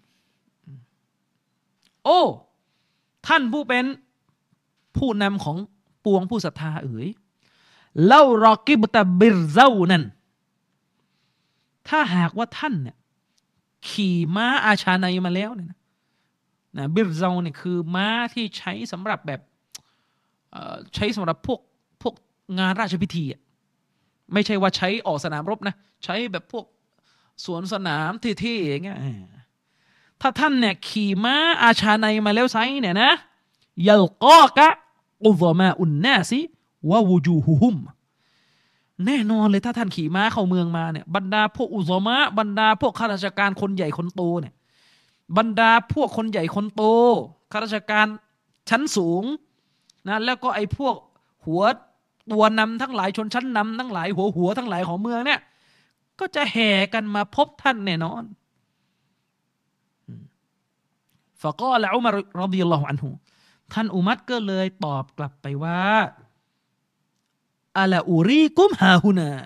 โอ้ท่านผู้เป็นผู้นำของปวงผู้ศรัทธาเล่ารอกิบตะบิรเซานั่นถ้าหากว่าท่านเนี่ยขี่ม้าอาชาไนมาแล้วเนี่ยนะบิรเซาเนี่ยคือม้าที่ใช้สำหรับแบบใช้สำหรับพวกงานราชพิธีอ่ะไม่ใช่ว่าใช้ออกสนามรบนะใช้แบบพวกสวนสนามเท่ๆอย่างเงี้ยถ้าท่านเนี่ยขี่ม้าอาชาไนมาแล้วไซเนี่ยนะยัลกอกะอุซมาอุนนาซิวะวูจูฮุฮุมแน่นอนเลยถ้าท่านขี่ม้าเข้าเมืองมาเนี่ยบรรดาพวกอุซมะบรรดาพวกข้าราชการคนใหญ่คนโตเนี่ยบรรดาพวกคนใหญ่คนโตข้าราชการชั้นสูงนะแล้วก็ไอ้พวกหัวตัวนำทั้งหลายชนชั้นนำทั้งหลายหัวทั้งหลายของเมืองเนี่ยก็จะแห่กันมาพบท่านแน่นอนฟะกอละอุมัรรอฎิยัลลอฮุอันฮุท่านอุมัรก็เลยตอบกลับไปว่าอะลาอูรีกุมฮาฮุนา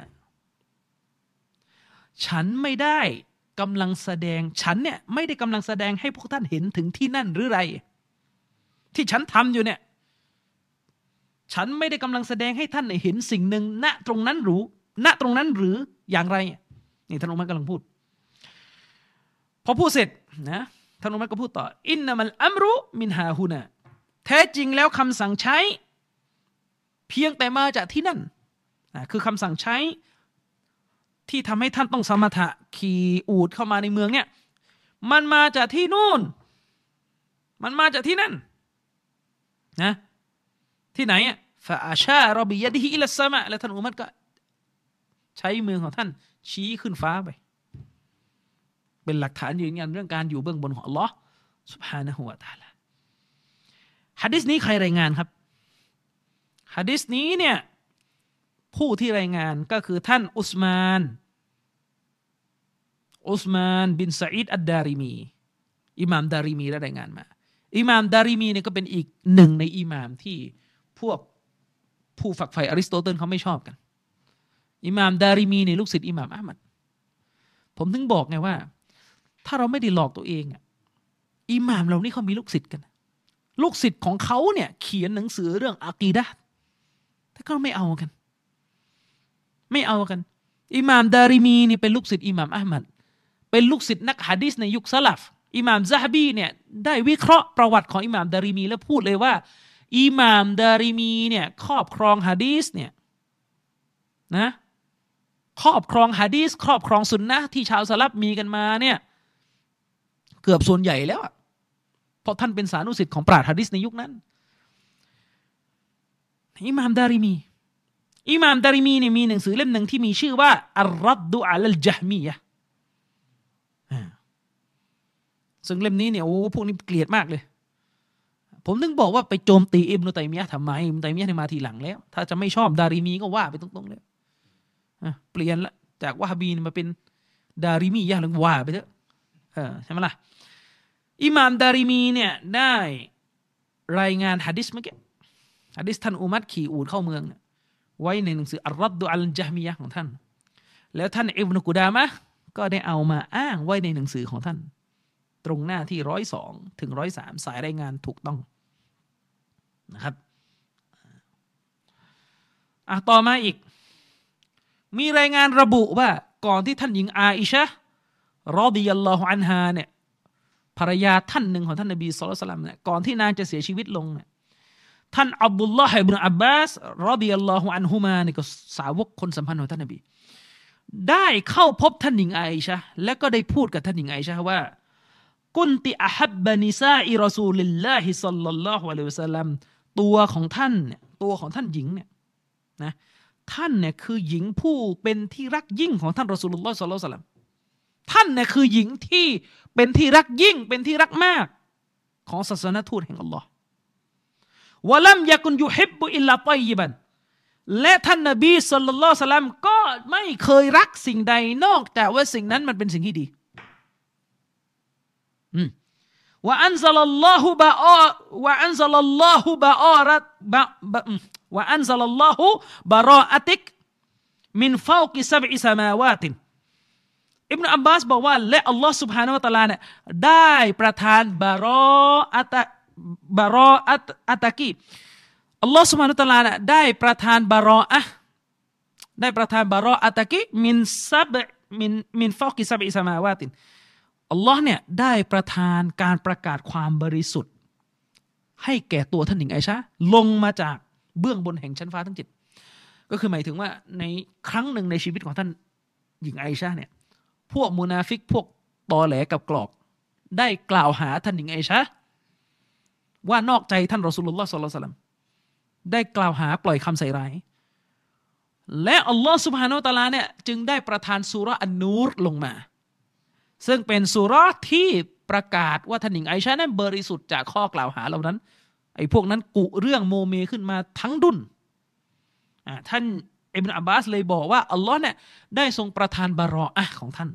ฉันไม่ได้กำลังแสดงฉันเนี่ยไม่ได้กำลังแสดงให้พวกท่านเห็นถึงที่นั่นหรือไรที่ฉันทำอยู่เนี่ยฉันไม่ได้กำลังแสดงให้ท่านเห็นสิ่งหนึ่งณตรงนั้นหรืออย่างไรนี่ท่านอุมัรกำลังพูดพอพูดเสร็จนะท่านอุมัรก็พูดต่ออินนัมัลอัมรุมินฮาฮุนาแท้จริงแล้วคำสั่งใช้เพียงแต่มาจากที่นั่นคือคำสั่งใช้ที่ทำให้ท่านต้องสมถะขี่อูฐเข้ามาในเมืองเนี่ยมันมาจากที่นู่นมันมาจากที่นั่นนะที่ไหนอ่ะฟะอาชารบิยะดิฮิอิลัสสมะแล้วท่านอุมัรก็ใช้มือของท่านชี้ขึ้นฟ้าไปเป็นหลักฐานยืนยันเรื่องการอยู่เบื้องบนของอัลลอฮ์ซุบฮานะฮูวะตะอาลาหะดีษนี้ใครรายงานครับหะดีษนี้เนี่ยผู้ที่รายงานก็คือท่านอุสมานบินซะอีดอัดดาริมีอิหม่ามดาริมีได้รายงานมาอิหม่ามดาริมีเนี่ยก็เป็นอีกหนึ่งในอิหม่ามที่พวกผู้ฝักใฝ่อริสโตเติลเขาไม่ชอบกันอิหม่ามดาริมีเนี่ยลูกศิษย์อิหม่ามอะห์มัดผมถึงบอกไงว่าถ้าเราไม่ได้หลอกตัวเองอ่ะอิหม่ามเหล่านี้เขามีลูกศิษย์กันลูกศิษย์ของเขาเนี่ยเขียนหนังสือเรื่องอะกีดะห์แต่ก็ไม่เอากันอิหม่ามดาริมีนี่เป็นลูกศิษย์อิหม่ามอะห์มัดเป็นลูกศิษย์นักหะดีษในยุคซะลัฟอิหม่ามซะฮบีเนี่ยได้วิเคราะห์ประวัติของอิหม่ามดาริมีแล้วพูดเลยว่าอิหม่ามดาริมีเนี่ยครอบครองหะดีษเนี่ยนะครอบครองหะดีษครอบครองสุนนะห์ที่ชาวซะลัฟมีกันมาเนี่ยเกือบส่วนใหญ่แล้วเพราะท่านเป็นสานุสิทธิ์ของปราชญ์หะดีษในยุคนั้นอิหม่ามดาริมีเนี่ยมีหนังสือเล่มหนึ่งที่มีชื่อว่าอัรรัดดุอะลัลญะฮ์มียะห์ซึ่งเล่มนี้เนี่ยโอ้พวกนี้เกลียดมากเลยผมถึงบอกว่าไปโจมตีอิบนุตัยมียะห์ทำไมอิบนุตัยมียะห์มาทีหลังแล้วถ้าจะไม่ชอบดาริมีก็ว่าไปตรงๆเลยเปลี่ยนละจากวะฮาบีมาเป็นดาริมียะห์หรือว่าไปเถอะใช่ไหมล่ะอิหม่ามดาริมีเนี่ยได้รายงานหะดีษเมื่อกี้หะดีษท่านอุมัรขี่อูฐเข้าเมืองไว้ในหนังสืออัรรัดดุอะลัลญะฮ์มียะห์ของท่านแล้วท่านอิบนุกุดามะห์ก็ได้เอามาอ้างไว้ในหนังสือของท่านตรงหน้าที่102 ถึง 103สายรายงานถูกต้องนะครับต่อมาอีกมีรายงานระบุว่าก่อนที่ท่านหญิงอาอิชะห์รอฎิยัลลอฮุอันฮาเนี่ยภรรยาท่านหนึ่งของท่านนบีศ็อลลัลลอฮุอะลัยฮิวะซัลลัมเนี่ยก่อนที่นางจะเสียชีวิตลงเนี่ยท่านอับดุลลอฮ์อิบนุอับบาสรอฎิยัลลอฮุอันฮุมาเนี่ยก็สาวกคนสัมพันธ์ของท่านนบีได้เข้าพบท่านหญิงอาอิชะห์และก็ได้พูดกับท่านหญิงอาอิชะห์ว่ากุนติอะฮับบะนิซาอิรอซูลิลลาฮิศ็อลลัลลอฮุอะลัยฮิวะซัลลัมตัวของท่านเนี่ยตัวของท่านหญิงเนี่ยนะท่านเนี่ยคือหญิงผู้เป็นที่รักยิ่งของท่านรอซูลุลลอฮ์ศ็อลลัลลอฮุอะลัยฮิวะซัลลัมท่านเนี่ยคือหญิงที่เป็นที่รักยิ่งเป็นที่รักมากของศาสนทูตแห่งอัลลอฮ์วะลัมยะกุนยุฮิบบุอิลลาฏอยยิบันและท่านนบีศ็อลลัลลอฮุอะลัยฮิวะซัลลัมก็ไม่เคยรักสิ่งใดนอกจากว่าสิ่งนั้นมันเป็นสิ่งที่ดีวะอันซะลัลลอฮุบะอาระวะอันซะลัลลอฮุบะอาระวะอันซะลัลลอฮุบะรออะติกมินฟาวกิซับอิสมาวาตินอิบนุอับบาสบอกว่าและอัลลอฮ์ سبحانه และ تعالى เนี่ยได้ประทานบารออะตะกีอัลลอฮ์ سبحانه และ تعالى เนี่ยได้ประทานบารออะตะกีมินฟาวกิซับอิสมาวาตินอัลลอฮ์เนี่ยได้ประทานการประกาศความบริสุทธิ์ให้แก่ตัวท่านหญิงไอชะห์ลงมาจากเบื้องบนแห่งชั้นฟ้าทั้ง7ก็คือหมายถึงว่าในครั้งหนึ่งในชีวิตของท่านหญิงไอชะห์เนี่ยพวกมุนาฟิกพวกตอแหลกับกรอกได้กล่าวหาท่านหญิงไอชะห์ว่านอกใจท่านรอซูลุลลอฮ์ศ็อลลัลลอฮุอะลัยฮิวะซัลลัมได้กล่าวหาปล่อยคำใส่ร้ายและอัลลอฮ์ซุบฮานะฮูวะตะอาลาเนี่ยจึงได้ประทานซูเราะห์อันนูรลงมาซึ่งเป็นซูเราะห์ที่ประกาศว่าท่านหญิงไอชะห์นั้นบริสุทธิ์จากข้อกล่าวหาเหล่านั้นไอ้พวกนั้นกุเรื่องโมเมขึ้นมาทั้งดุนท่านอิบนุอับบาสเลยบอกว่าอัลลอฮ์เนี่ยได้ทรงประทานบารออะห์ของท่าน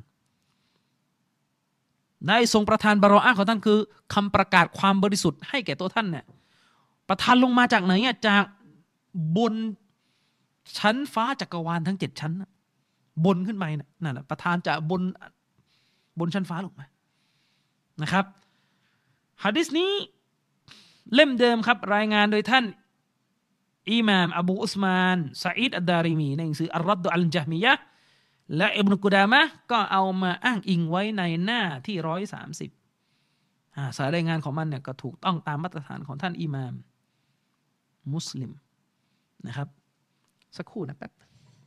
ได้ทรงประทานบารออะห์ของท่านคือคำประกาศความบริสุทธิ์ให้แก่ตัวท่านเนี่ยประทานลงมาจากไหนจากบนชั้นฟ้าจักรวาลทั้ง7ชั้นบนขึ้นไปนั่นแหละประทานจากบนชั้นฟ้าลงมานะครับหะดีษนี้เล่มเดิมครับรายงานโดยท่านอิหม่ามอบูอุสมานซะอีดอัดดาริมีในหนังสืออัรรัดดุอัลญะฮ์มียะห์และอิบนุกุดามะห์ก็เอามาอ้างอิงไว้ในหน้าที่130สายรายงานของมันเนี่ยก็ถูกต้องตามมาตรฐานของท่านอิหม่ามมุสลิมนะครับสักครู่นะแป๊บ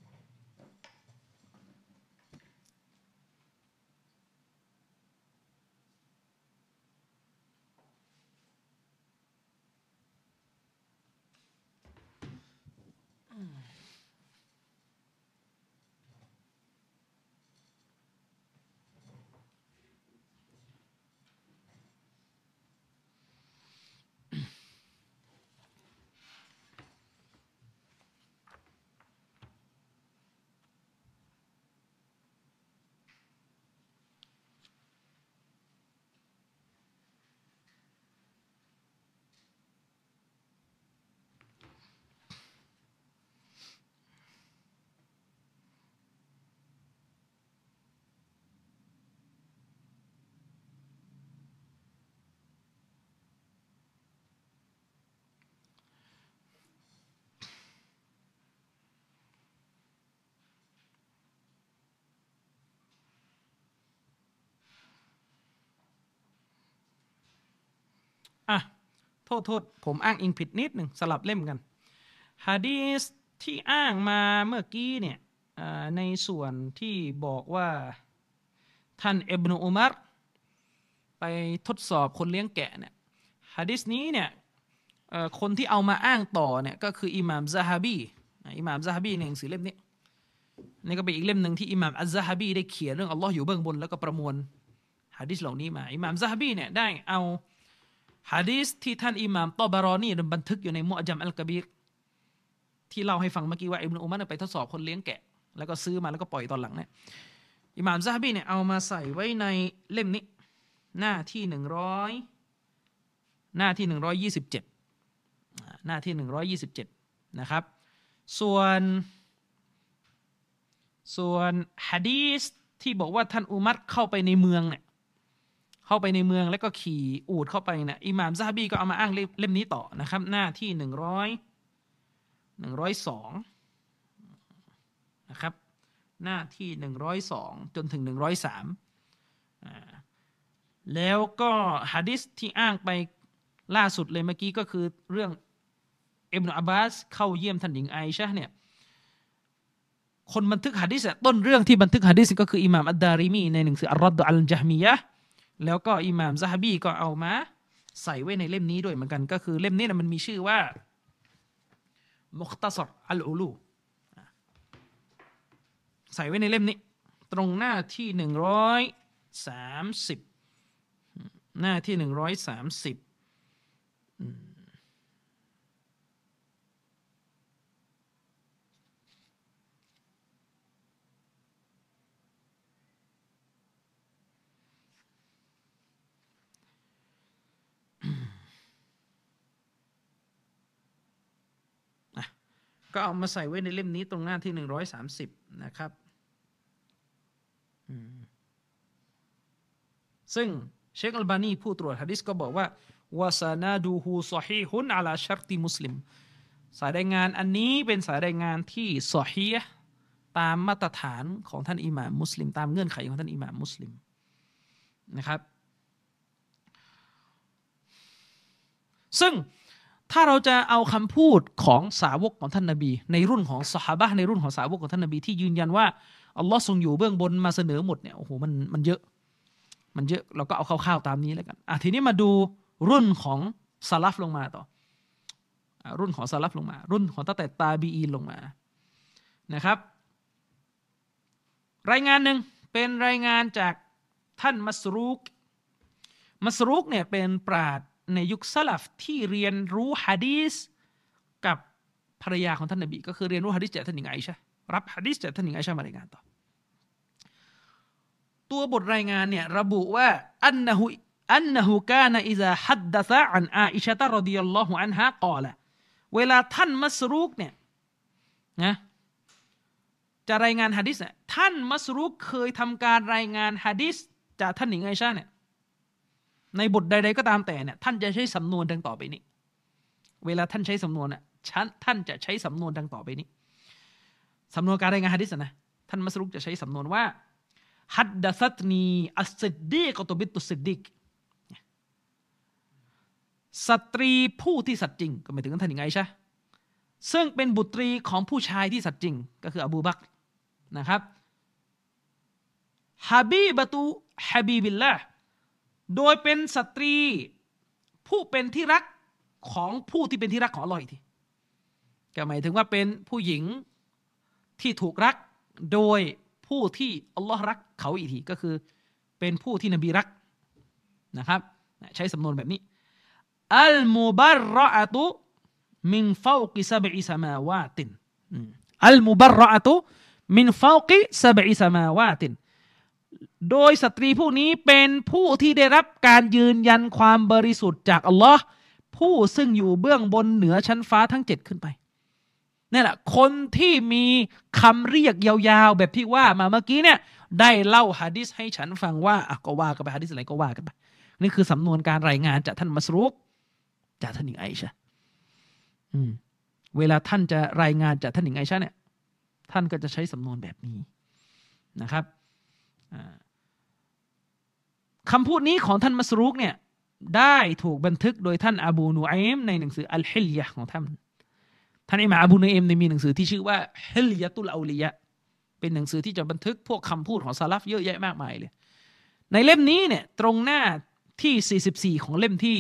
โทษผมอ้างอิงผิดนิดหนึ่งสลับเล่มกันหะดีษที่อ้างมาเมื่อกี้เนี่ยในส่วนที่บอกว่าท่านอิบนุอุมัรไปทดสอบคนเลี้ยงแกะเนี่ยหะดีษนี้เนี่ยคนที่เอามาอ้างต่อเนี่ยก็คืออิหม่ามซะฮะบีในหนังสือเล่มนี้นี่ก็เป็นอีกเล่มหนึ่งที่อิหม่ามอัซซะฮะบีได้เขียนเรื่องอัลลอฮ์อยู่เบื้องบนแล้วก็ประมวลหะดีษเหล่านี้มาอิหม่ามซะฮะบีเนี่ยได้เอาหะดีษที่ท่านอิหม่ามตอบารอนีบันทึกอยู่ในมุอ์ญะมอัลกะบีรที่เล่าให้ฟังเมื่อกี้ว่าอิบนุอุมัรไปทดสอบคนเลี้ยงแกะแล้วก็ซื้อมาแล้วก็ปล่อยตอนหลังเนี่ยอิหม่ามซะฮะบีเนี่ยเอามาใส่ไว้ในเล่มนี้หน้าที่127หน้าที่127นะครับส่วนหะดีษที่บอกว่าท่านอุมัรเข้าไปในเมืองเนี่ยเข้าไปในเมืองแล้วก็ขี่อูฐเข้าไปเนี่ยอิหม่ามซะฮะบีก็เอามาอ้างเล่มนี้ต่อนะครับหน้าที่102นะครับหน้าที่102จนถึง103แล้วก็หะดีษที่อ้างไปล่าสุดเลยเมื่อกี้ก็คือเรื่องอิบนุอับบาสเข้าเยี่ยมท่านหญิงไอชะห์เนี่ยคนบันทึกหะดีษต้นเรื่องที่บันทึกหะดีษก็คืออิหม่ามอัดดาริมีในหนังสืออัรรัดดุอัลญะฮ์มียะห์แล้วก็อิหม่ามซะฮะบีก็เอามาใส่ไว้ในเล่มนี้ด้วยเหมือนกันก็คือเล่มนี้นะมันมีชื่อว่ามุคตะศรอัลอูลูใส่ไว้ในเล่มนี้ตรงหน้าที่130หน้าที่130ก็เอามาใส่ไว้ในเล่มนี้ตรงหน้าที่130นะครับซึ่งเชคอัลบานีผู้ตรวจหะดีษก็บอกว่าวะซานาดูฮูซอฮีฮุนอะลาชัรติมุสลิมสายรายงานอันนี้เป็นสายรายงานที่ซอฮีฮ์ตามมาตรฐานของท่านอิหม่ามมุสลิมตามเงื่อนไขของท่านอิหม่ามมุสลิมนะครับซึ่งถ้าเราจะเอาคำพูดของสาวกของท่านนบีในรุ่นของซอฮาบะห์ในรุ่นของสาวกของท่านนบีที่ยืนยันว่าอัลลอฮ์ทรงอยู่เบื้องบนมาเสนอหมดเนี่ยโอ้โหมันเยอะเราก็เอาคร่าวๆตามนี้แล้วกันทีนี้มาดูรุ่นของซะลัฟลงมาต่อรุ่นของซะลัฟลงมารุ่นของตั้งแต่ตาบีอีนลงมานะครับรายงานหนึ่งเป็นรายงานจากท่านมัสรูกเนี่ยเป็นปราชญ์ในยุคซะลัฟที่เรียนรู้หะดีษกับภรรยาของท่านนบีก็คือเรียนรู้หะดีษจากท่านหญิงไอชะห์รับหะดีษจากท่านหญิงไอชะห์มารายงานต่อตัวบทรายงานเนี่ยระบุว่าอันนะฮูกานะอิซาฮัดดะซะอันอาอิชะฮ์รอฎิยัลลอฮุอันฮากอละเวลาท่านมัสรูกเนี่ยนะจะรายงานหะดีษเนี่ยท่านมัสรูกเคยทำการรายงานหะดีษจากท่านหญิงไอชะห์เนี่ยในบทใดๆก็ตามแต่เนี่ยท่านจะใช้สำนวนดังต่อไปนี้เวลาท่านใช้สำนวนน่ะท่านจะใช้สำนวนดังต่อไปนี้สำนวนการรายงานหะดีษนะท่านมัสรูกจะใช้สำนวนว่าฮัดดะซัตนีอัสซิดดีกะตุบิตุซิดดีกสตรีผู้ที่สัตย์จริงก็หมายถึงท่านหญิงไอชะห์ซึ่งเป็นบุตรีของผู้ชายที่สัตย์จริงก็คืออบูบักรนะครับฮะบีบะตุฮะบีบิลลาห์โดยเป็นสตรีผู้เป็นที่รักของผู้ที่เป็นที่รักของอัลเลาะห์อีกทีก็หมายถึงว่าเป็นผู้หญิงที่ถูกรักโดยผู้ที่อัลลอฮ์รักเขาอีกทีก็คือเป็นผู้ที่นบีรักนะครับใช้สำนวนแบบนี้อัลมุบัรเราะอะตุมินฟาวกิซะบอิสมาวาตินอัลมุบัรเราะอะตุมินฟาวกิซะบอิสมาวาตินโดยสตรีผู้นี้เป็นผู้ที่ได้รับการยืนยันความบริสุทธิ์จากอัลลอฮ์ผู้ซึ่งอยู่เบื้องบนเหนือชั้นฟ้าทั้ง7ขึ้นไปนี่แหละคนที่มีคำเรียกยาวๆแบบที่ว่ามาเมื่อกี้เนี่ยได้เล่าหะดีษให้ฉันฟังว่าก็ว่ากันไปหะดีษอะไรก็ว่ากันไปนี่คือสำนวนการรายงานจากท่านมัสรูกจากท่านหญิงไอชะห์เวลาท่านจะรายงานจากท่านหญิงไอชะห์เนี่ยท่านก็จะใช้สำนวนแบบนี้นะครับคำพูดนี้ของท่านมัสรูกเนี่ยได้ถูกบันทึกโดยท่านอบูนูอิมในหนังสืออัลฮิลยะห์ของท่านอิหม่ามอบูนูอิมมีหนังสือที่ชื่อว่าฮิลยะตุลเอาลิยะห์เป็นหนังสือที่จะบันทึกพวกคำพูดของซะลัฟเยอะแยะมากมายเลยในเล่มนี้เนี่ยตรงหน้าที่44ของเล่มที่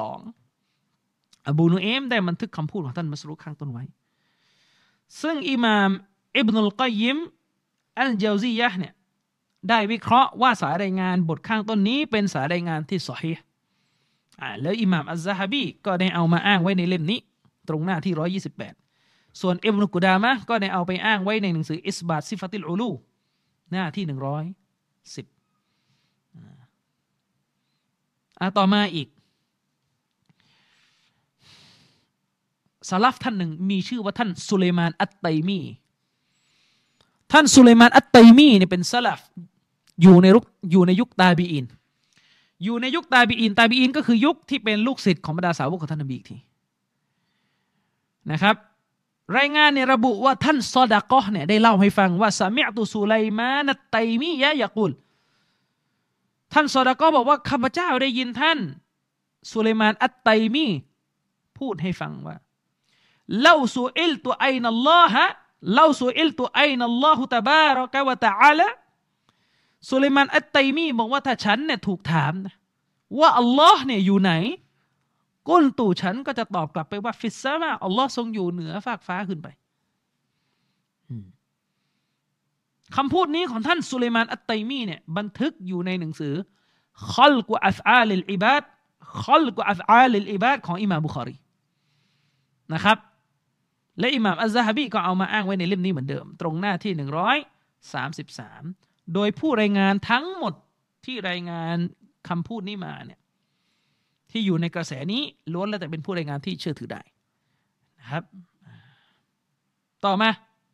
2อบูนูอิมได้บันทึกคำพูดของท่านมัสรูกข้างต้นไว้ซึ่งอิหม่ามอิบนุลกอยยิมอัลญาวซียะห์เนี่ยได้วิเคราะห์ว่าสายรายงานบทข้างต้นนี้เป็นสายรายงานที่ซอฮีฮ์แล้วอิหม่ามอัซซะฮะบีก็ได้เอามาอ้างไว้ในเล่มนี้ตรงหน้าที่128ส่วนอิบนุกุดามะห์ก็ได้เอาไปอ้างไว้ในหนังสืออิสบาตซิฟะติลอูลูหน้าที่110ต่อมาอีกซะลัฟท่านหนึ่งมีชื่อว่าท่านซุลัยมานอัตไตมีท่านซุลัยมานอัตไตมีเนี่ยเป็นซะลัฟอยู่ในยุคตาบีอีนอยู่ในยุคตาบีอีนก็คือยุคที่เป็นลูกศิษย์ของบรรดาสาวกของท่านนบีอีกทีนะครับรายงานเนี่ยระบุว่าท่านซอดะกอฮ์เนี่ยได้เล่าให้ฟังว่าซะมิอ์ตุซุไลมานอัตไตมียะยะกุลท่านซอดะกอฮ์บอกว่าข้าพเจ้าได้ยินท่านซุไลมานอัตไตมีพูดให้ฟังว่าลาซุอิลตุอัยนัลลอฮะลาซุอิลตุอัยนัลลอฮุตะบารักะวะตะอาลาซุไลมานอัตไตมีบอกว่าถ้าฉันเนี่ยถูกถามนะว่าอัลลอฮ์เนี่ยอยู่ไหนกุลตุฉันก็จะตอบกลับไปว่าฟิสซามาอัลลอฮ์ทรงอยู่เหนือฟากฟ้าขึ้นไปคำพูดนี้ของท่านซุไลมานอัตไตมีเนี่ยบันทึกอยู่ในหนังสือคัลกุอัฟอาลิลอิบาดคัลกุอัฟอาลิลอิบาดของอิหม่ามบุคอรีนะครับและอิหม่ามอัซซะฮะบีก็เอามาอ้างไว้ในเล่มนี้เหมือนเดิมตรงหน้าที่133โดยผู้รายงานทั้งหมดที่รายงานคำพูดนี้มาเนี่ยที่อยู่ในกระแสนี้ล้วนแล้วแต่เป็นผู้รายงานที่เชื่อถือได้นะครับต่อมา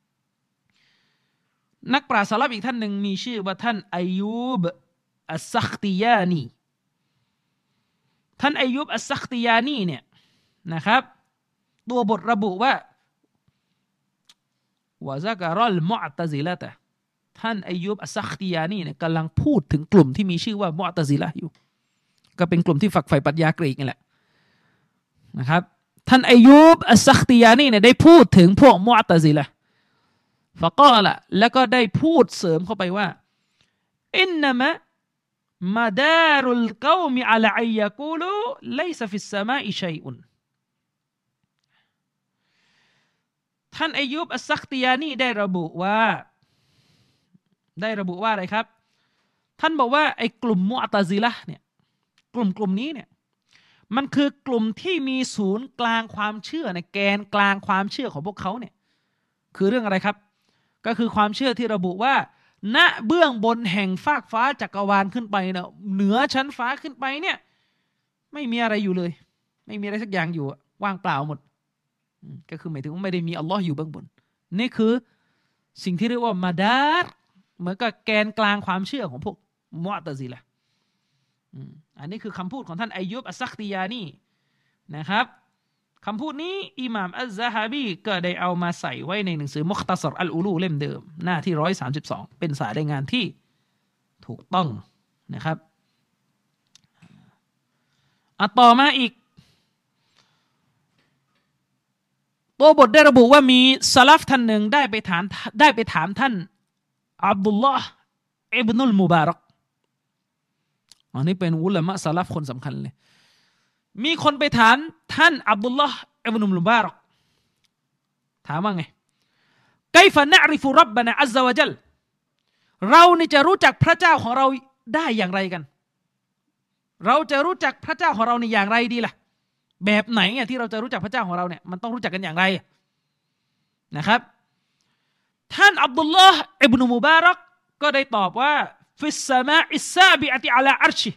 นักปราชญ์สลับอีกท่านหนึ่งมีชื่อว่าท่านอัยยูบอัสซัคติยานีท่านอัยยูบอัสซัคติยานีเนี่ยนะครับตัวบทระบุว่าวะซะกะรัลมุอ์ตะซิละตะท่านอัยยูบอัสซัคติยานีเนี่ยกำลังพูดถึงกลุ่มที่มีชื่อว่ามุอ์ตะซิละอยู่ก็เป็นกลุ่มที่ฝักใฝ่ปรัชญากรีกนี่แหละนะครับท่านอัยยูบอัสซัคติยานีเนี่ยได้พูดถึงพวกมุอ์ตะซิละฟะกอละแล้วก็ได้พูดเสริมเข้าไปว่าอินนะมะมาดารุลกอมิอะลาอัยยะกูลูไลซะฟิสสมาอิชัยอุนท่านอัยยูบอัสซัคติยานีได้ระบุว่าอะไรครับท่านบอกว่าไอ้กลุ่มมุอ์ตะซิละห์เนี่ยกลุ่มนี้เนี่ยมันคือกลุ่มที่มีศูนย์กลางความเชื่อในแกนกลางความเชื่อของพวกเขาเนี่ยคือเรื่องอะไรครับก็คือความเชื่อที่ระบุว่าณเบื้องบนแห่งฟากฟ้าจักรวาลขึ้นไปเนี่ยเหนือชั้นฟ้าขึ้นไปเนี่ยไม่มีอะไรอยู่เลยไม่มีอะไรสักอย่างอยู่ว่างเปล่าหมดก็คือหมายถึงว่าไม่ได้มีอัลลอฮ์อยู่เบื้องบนนี่คือสิ่งที่เรียกว่ามาดาร์เหมือนกับแกนกลางความเชื่อของพวกมุอ์ตะซิละห์อันนี้คือคำพูดของท่านอัยยูบอัสซัคติยานีนะครับคำพูดนี้อิหม่ามอัซซะฮะบีก็ได้เอามาใส่ไว้ในหนังสือมุคตัศรอัลอูลูเล่มเดิมหน้าที่132เป็นสายรายงานที่ถูกต้องนะครับต่อมาอีกตัวบทได้ระบุว่ามีซะลัฟท่านหนึ่งได้ไปถามท่านอับดุลลอฮ์อิบนุลมุบารักอันนี้เป็นอุลามะซะลัฟคนสำคัญเลยมีคนไปถามท่านอับดุลลอฮ์อิบนุลมุบารักถามว่าไงไกฟะนะอริฟุร็อบบะนะอัซซะวะญัลเรานี่จะรู้จักพระเจ้าของเราได้อย่างไรกันเราจะรู้จักพระเจ้าของเราในอย่างไรดีล่ะแบบไหนที่เราจะรู้จักพระเจ้าของเราเนี่ยมันต้องรู้จักกันอย่างไรนะครับท่านอับดุลลอฮ์อิบนุมุบารักก็ได้ตอบว่าฟิสสะมาอิสซาบิอะติอะลาอัรชิ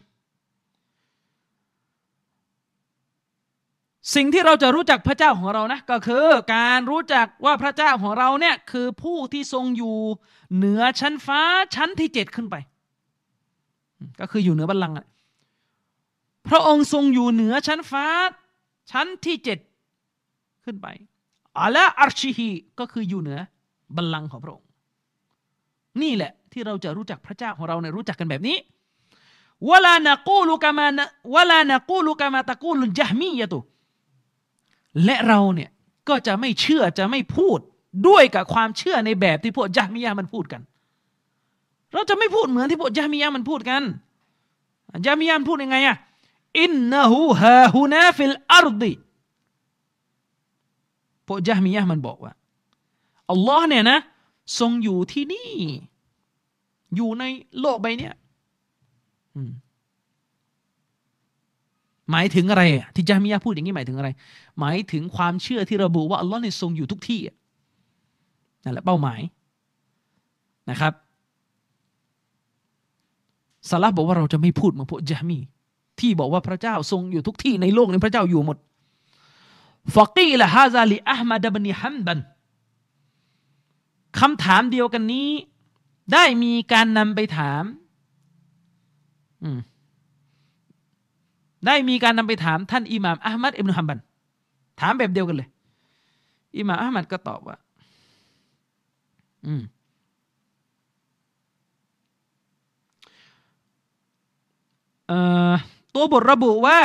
สิ่งที่เราจะรู้จักพระเจ้าของเรานะก็คือการรู้จักว่าพระเจ้าของเราเนี่ยคือผู้ที่ทรงอยู่เหนือชั้นฟ้าชั้นที่7ขึ้นไปก็คืออยู่เหนือบัลลังก์พระองค์ทรงอยู่เหนือชั้นฟ้าชั้นที่7ขึ้นไปอะลาอัรชิฮีก็คืออยู่เหนือบัลลังก์ของพระองค์นี่แหละที่เราจะรู้จักพระเจ้าของเราเนี่ยรู้จักกันแบบนี้วะลานะกูลุกะมาตะกูลุลญะฮมียะตุและเราเนี่ยก็จะไม่เชื่อจะไม่พูดด้วยกับความเชื่อในแบบที่พวกญะฮมียะห์มันพูดกันเราจะไม่พูดเหมือนที่พวกญะฮมียะห์มันพูดกันญะฮมียะห์พูดยังไงอินนะฮูฮาฮุนาฟิลอัรฎิพวกญะฮมียะห์มันบอกว่าอัลลอฮ์เนี่ยนะทรงอยู่ที่นี่อยู่ในโลกใบนี้หมายถึงอะไรที่ญะฮมียะห์พูดอย่างนี้หมายถึงอะไรหมายถึงความเชื่อที่ระบุว่าอัลลอฮ์เนี่ยทรงอยู่ทุกที่นั่นแหละเป้าหมายนะครับซะลัฟบอกว่าเราจะไม่พูดเหมือนพวกญะฮมีที่บอกว่าพระเจ้าทรงอยู่ทุกที่ในโลกนี้พระเจ้าอยู่หมดฟะกีละฮาซาลิอะห์มัดบินฮัมบันคำถามเดียวกันนี้ได้มีการนำไปถามได้มีการนำไปถามท่านอิหม่ามอะห์มัดอิบนุฮัมบัลถามแบบเดียวกันเลยอิหม่ามอะห์มัดก็ตอบว่าตัวบทระบุว่า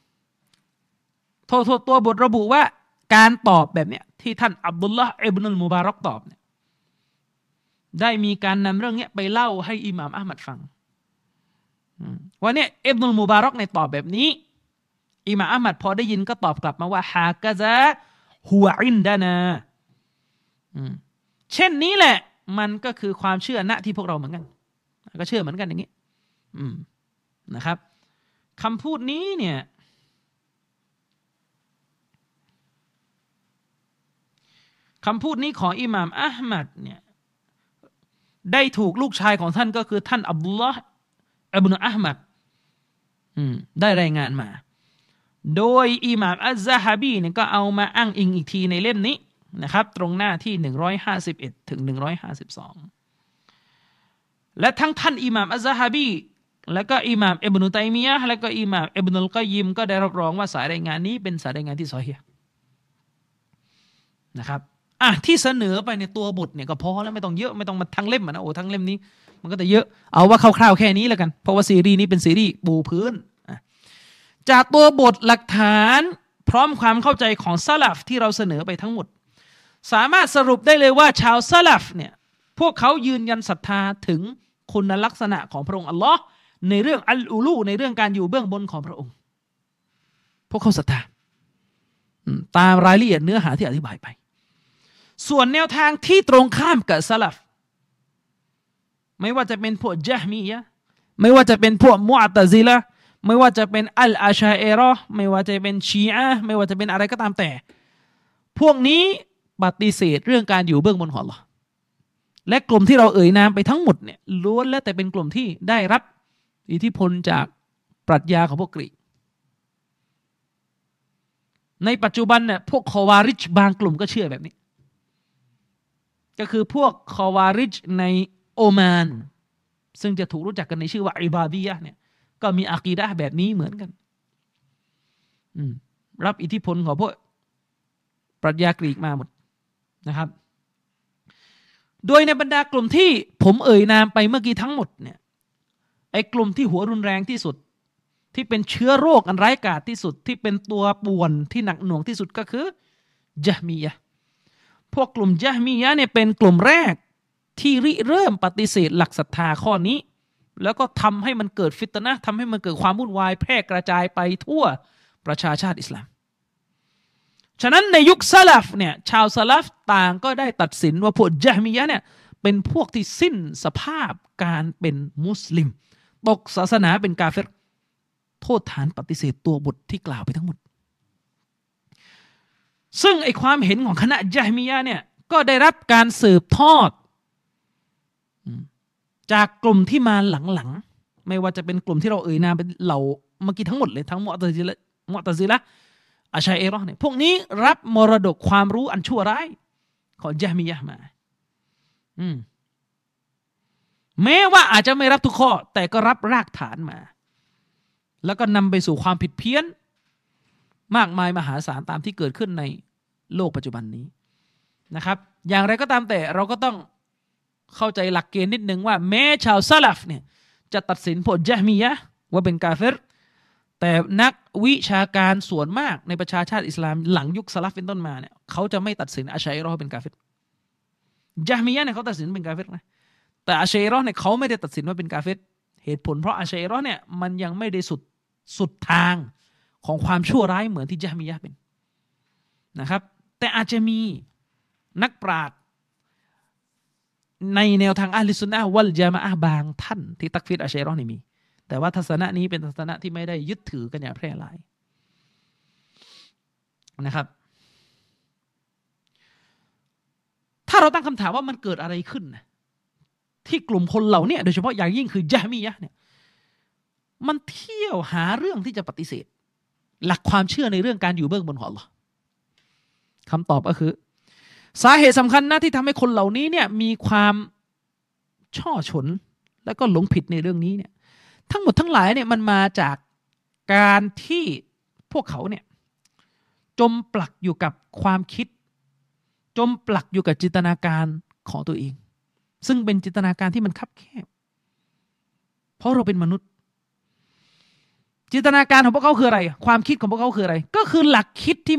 ตัวบทระบุว่าการตอบแบบเนี้ยที่ท่านอับดุลลาห์อิบนุลมุบารักตอบเนี่ยได้มีการนำเรื่องนี้ไปเล่าให้อิหม่ามอะห์มัดฟังว่าเนี่ยอิบนุลมุบารักในตอบแบบนี้อิหม่ามอะห์มัดพอได้ยินก็ตอบกลับมาว่าฮากะซะฮุวะอินดานาเช่นนี้แหละมันก็คือความเชื่อณที่พวกเราเหมือนกันก็เชื่อเหมือนกันอย่างนี้นะครับคำพูดนี้เนี่ยคำพูดนี้ของอิหม่ามอะห์มัดเนี่ยได้ถูกลูกชายของท่านก็คือท่านอับดุลลอฮ์อิบนุอะห์มัดได้รายงานมาโดยอิหม่ามอัซซะฮะบีเนี่ยก็เอามาอ้างอิงอีกทีในเล่มนี้นะครับตรงหน้าที่151ถึง152และทั้งท่านอิหม่ามอัซซะฮะบีและก็อิหม่ามอิบนุตัยมียะห์และก็อิหม่ามอิบนุลกอยยิมก็ได้รับรองว่าสายรายงานนี้เป็นสายรายงานที่ซอฮีฮ์นะครับที่เสนอไปในตัวบทเนี่ยก็พอแล้วไม่ต้องเยอะไม่ต้องมาทั้งเล่มนะโอ้ทั้งเล่มนี้มันก็จะเยอะเอาว่าคร่าวๆแค่นี้แล้วกันเพราะว่าซีรีส์นี้เป็นซีรีส์ปูพื้นจากตัวบทหลักฐานพร้อมความเข้าใจของซะลัฟที่เราเสนอไปทั้งหมดสามารถสรุปได้เลยว่าชาวซะลัฟเนี่ยพวกเขายืนยันศรัทธาถึงคุณลักษณะของพระองค์อัลลอฮ์ในเรื่องอัลอูลูในเรื่องการอยู่เบื้องบนของพระองค์พวกเขาศรัทธาตามรายละเอียดเนื้อหาที่อธิบายไปส่วนแนวทางที่ตรงข้ามกับซะลัฟไม่ว่าจะเป็นพวกญะฮ์มียะห์ไม่ว่าจะเป็นพวกมุอ์ตะซิละห์ไม่ว่าจะเป็นอัลอาชาอิเราะห์ไม่ว่าจะเป็นชีอะห์ไม่ว่าจะเป็นอะไรก็ตามแต่พวกนี้ปฏิเสธเรื่องการอยู่เบื้องบนของอัลเลาะห์และกลุ่มที่เราเอ่ยนามไปทั้งหมดเนี่ยล้วนแล้วแต่เป็นกลุ่มที่ได้รับอิทธิพลจากปรัชญาของพวกกรีกในปัจจุบันเนี่ยพวกคอวาริจบางกลุ่มก็เชื่อแบบนี้ก็คือพวกคอวาริจในโอมานซึ่งจะถูกรู้จักกันในชื่อว่าอิบาดียะห์เนี่ยก็มีอะกีดะห์แบบนี้เหมือนกันรับอิทธิพลของพวกปรัชญากรีกมาหมดนะครับโดยในบรรดากลุ่มที่ผมเอ่ยนามไปเมื่อกี้ทั้งหมดเนี่ยไอ้กลุ่มที่หัวรุนแรงที่สุดที่เป็นเชื้อโรคอันร้ายกาจที่สุดที่เป็นตัวป่วนที่หนักหน่วงที่สุดก็คือญะฮ์มียะห์พวกกลุ่มญะฮ์มียะห์เนี่ยเป็นกลุ่มแรกที่ริเริ่มปฏิเสธหลักศรัทธาข้อนี้แล้วก็ทำให้มันเกิดฟิตนะห์ทำให้มันเกิดความวุ่นวายแพร่กระจายไปทั่วประชาชาติอิสลามฉะนั้นในยุคซะลัฟเนี่ยชาวซะลัฟต่างก็ได้ตัดสินว่าพวกญะฮ์มียะห์เนี่ยเป็นพวกที่สิ้นสภาพการเป็นมุสลิมตกศาสนาเป็นกาเฟรโทษฐานปฏิเสธตัวบทที่กล่าวไปทั้งหมดซึ่งไอความเห็นของคณะญะฮ์มียะห์เนี่ยก็ได้รับการสืบทอดจากกลุ่มที่มาหลังๆไม่ว่าจะเป็นกลุ่มที่เราเอ่ยนามเป็นเหล่าเมื่อกี้ทั้งหมดเลยทั้งมุอ์ตะซิละห์อาชัยเราะห์เนี่ยพวกนี้รับมรดกความรู้อันชั่วร้ายของญะฮ์มียะห์มาแม้ว่าอาจจะไม่รับทุกข้อแต่ก็รับรากฐานมาแล้วก็นำไปสู่ความผิดเพี้ยนมากมายมหาศาลตามที่เกิดขึ้นในโลกปัจจุบันนี้นะครับอย่างไรก็ตามแต่เราก็ต้องเข้าใจหลักเกณฑ์นิดนึงว่าแม้ชาวซะลัฟเนี่ยจะตัดสินพวกญะฮ์มียะห์ว่าเป็นกาเฟรแต่นักวิชาการส่วนมากในประชาชาติอิสลามหลังยุคซะลัฟเป็นต้นมาเนี่ยเขาจะไม่ตัดสินอาชัยเราะห์เป็นกาเฟรญะฮ์มียะห์เนี่ยเขาตัดสินเป็นกาเฟรนะแต่อาชัยเราะห์เนี่ยเขาไม่ได้ตัดสินว่าเป็นกาเฟรเหตุผลเพราะอาชัยเราะห์เนี่ยมันยังไม่ได้สุดทางของความชั่วร้ายเหมือนที่ญะฮ์มียะห์เป็นนะครับแต่อาจจะมีนักปราชญ์ในแนวทางอะห์ลิสซุนนะห์วัลญะมาอะห์บางท่านที่ตักฟีรอาชัยเราะห์นี่มีแต่ว่าทัศนะนี้เป็นทัศนะที่ไม่ได้ยึดถือกันอย่างแพร่หลายนะครับถ้าเราตั้งคำถามว่ามันเกิดอะไรขึ้นนะที่กลุ่มคนเหล่านี้โดยเฉพาะอย่างยิ่งคือญะฮ์มียะห์เนี่ยมันเที่ยวหาเรื่องที่จะปฏิเสธหลักความเชื่อในเรื่องการอยู่เบื้องบนของอัลเลาะห์คำตอบก็คือสาเหตุสำคัญนะที่ทำให้คนเหล่านี้เนี่ยมีความช่อฉนและก็หลงผิดในเรื่องนี้เนี่ยทั้งหมดทั้งหลายเนี่ยมันมาจากการที่พวกเขาเนี่ยจมปลักอยู่กับความคิดจมปลักอยู่กับจินตนาการของตัวเองซึ่งเป็นจินตนาการที่มันคับแคบเพราะเราเป็นมนุษย์จินตนาการของพวกเขาคืออะไรความคิดของพวกเขาคืออะไรก็คือหลักคิดที่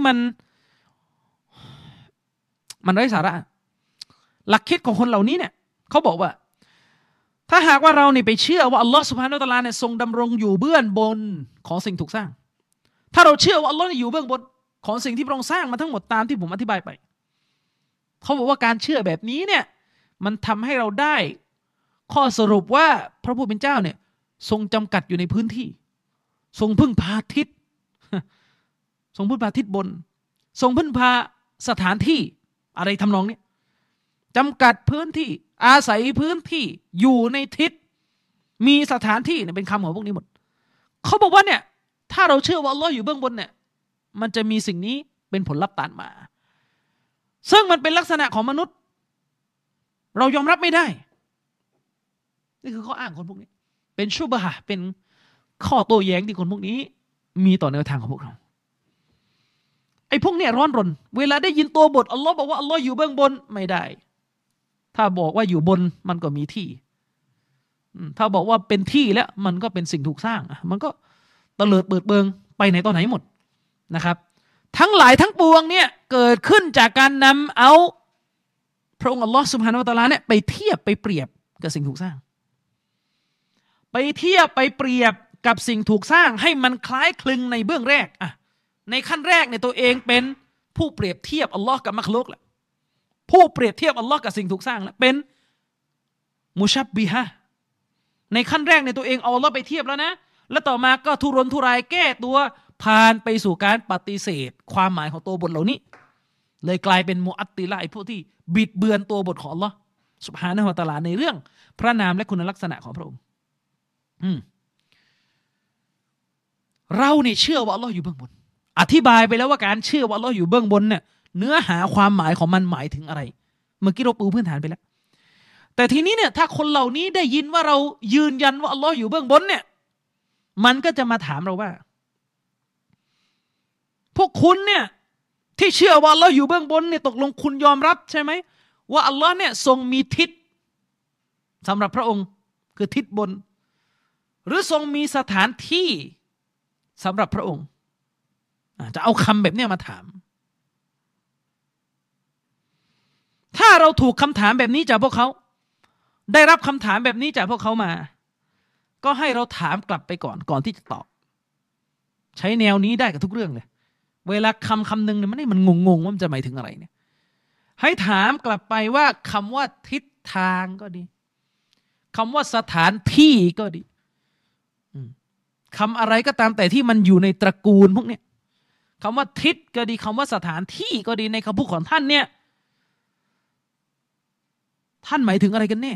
มันไร้สาระหลักคิดของคนเหล่านี้เนี่ยเขาบอกว่าถ้าหากว่าเราเนี่ยไปเชื่อว่าอัลลอฮฺซุบฮานะฮูวะตะอาลาเนี่ยทรงดำรงอยู่เบื้องบนของสิ่งถูกสร้างถ้าเราเชื่อว่าอัลลอฮฺอยู่เบื้องบนของสิ่งที่พระองค์สร้างมาทั้งหมดตามที่ผมอธิบายไปเขาบอกว่าการเชื่อแบบนี้เนี่ยมันทำให้เราได้ข้อสรุปว่าพระผู้เป็นเจ้าเนี่ยทรงจำกัดอยู่ในพื้นที่ทรงพึ่งพาทิศทรงพึ่งพาทิศบนทรงพึ่งพาสถานที่อะไรทำนองนี้จำกัดพื้นที่อาศัยพื้นที่อยู่ในทิศมีสถานที่เนี่ยเป็นคำของพวกนี้หมดเขาบอกว่าเนี่ยถ้าเราเชื่อว่าอัลลอฮ์อยู่เบื้องบนเนี่ยมันจะมีสิ่งนี้เป็นผลลัพธ์ตามมาซึ่งมันเป็นลักษณะของมนุษย์เรายอมรับไม่ได้นี่คือข้ออ้างคนพวกนี้เป็นชุบฮะห์เป็นข้อโต้แย้งที่คนพวกนี้มีต่อแนวทางของพวกเราไอ้พวกเนี้ยร้อนรนเวลาได้ยินตัวบทอัลลอฮ์บอกว่าอัลลอฮ์อยู่เบื้องบนไม่ได้ถ้าบอกว่าอยู่บนมันก็มีที่ถ้าบอกว่าเป็นที่แล้วมันก็เป็นสิ่งถูกสร้างมันก็เตลิดเปิดเบิงไปไหนต่อไหนหมดนะครับทั้งหลายทั้งปวงเนี่ยเกิดขึ้นจากการนำเอาพระองค์อัลลอฮ์ซุบฮานะฮูวะตะอาลาเนี่ยไปเทียบไปเปรียบกับสิ่งถูกสร้างไปเทียบไปเปรียบกับสิ่งถูกสร้างให้มันคล้ายคลึงในเบื้องแรกในขั้นแรกเนี่ยตัวเองเป็นผู้เปรียบเทียบอัลลอฮ์กับมักลุกแหละผู้เปรียบเทียบอัลลอฮ์กับสิ่งถูกสร้างแล้วเป็นมุชับบิฮะในขั้นแรกเนี่ยตัวเองเอาอัลลอฮ์ไปเทียบแล้วนะแล้วต่อมาก็ทุรนทุรายแก้ตัวผ่านไปสู่การปฏิเสธความหมายของตัวบทเหล่านี้เลยกลายเป็นมุอัตติละห์ไอ้พวกที่บิดเบือนตัวบทของอัลลอฮ์ซุบฮานะฮูวะตะอาลาในเรื่องพระนามและคุณลักษณะของพระองค์เราเนี่ยเชื่อว่าอัลลอฮ์อยู่เบื้องบนอธิบายไปแล้วว่าการเชื่อว่าอัลลอฮ์อยู่เบื้องบนเนี่ยเนื้อหาความหมายของมันหมายถึงอะไรเมื่อกี้เราปูพื้นฐานไปแล้วแต่ทีนี้เนี่ยถ้าคนเหล่านี้ได้ยินว่าเรายืนยันว่าอัลลอฮ์อยู่เบื้องบนเนี่ยมันก็จะมาถามเราว่าพวกคุณเนี่ยที่เชื่อว่าอัลลอฮ์อยู่เบื้องบนเนี่ยตกลงคุณยอมรับใช่ไหมว่าอัลลอฮ์เนี่ยทรงมีทิศสำหรับพระองค์คือทิศบนหรือทรงมีสถานที่สำหรับพระองค์จะเอาคำแบบนี้มาถามถ้าเราถูกคำถามแบบนี้จากพวกเขาได้รับคำถามแบบนี้จากพวกเขามาก็ให้เราถามกลับไปก่อนที่จะตอบใช้แนวนี้ได้กับทุกเรื่องเลยเวลาคำหนึ่งเนี่ยมันงงว่ามันจะหมายถึงอะไรเนี่ยให้ถามกลับไปว่าคำว่าทิศทางก็ดีคำว่าสถานที่ก็ดีคำอะไรก็ตามแต่ที่มันอยู่ในตระกูลพวกเนี้ยคำว่าทิศก็ดีคำว่าสถานที่ก็ดีในคำพูดของท่านเนี่ยท่านหมายถึงอะไรกันแน่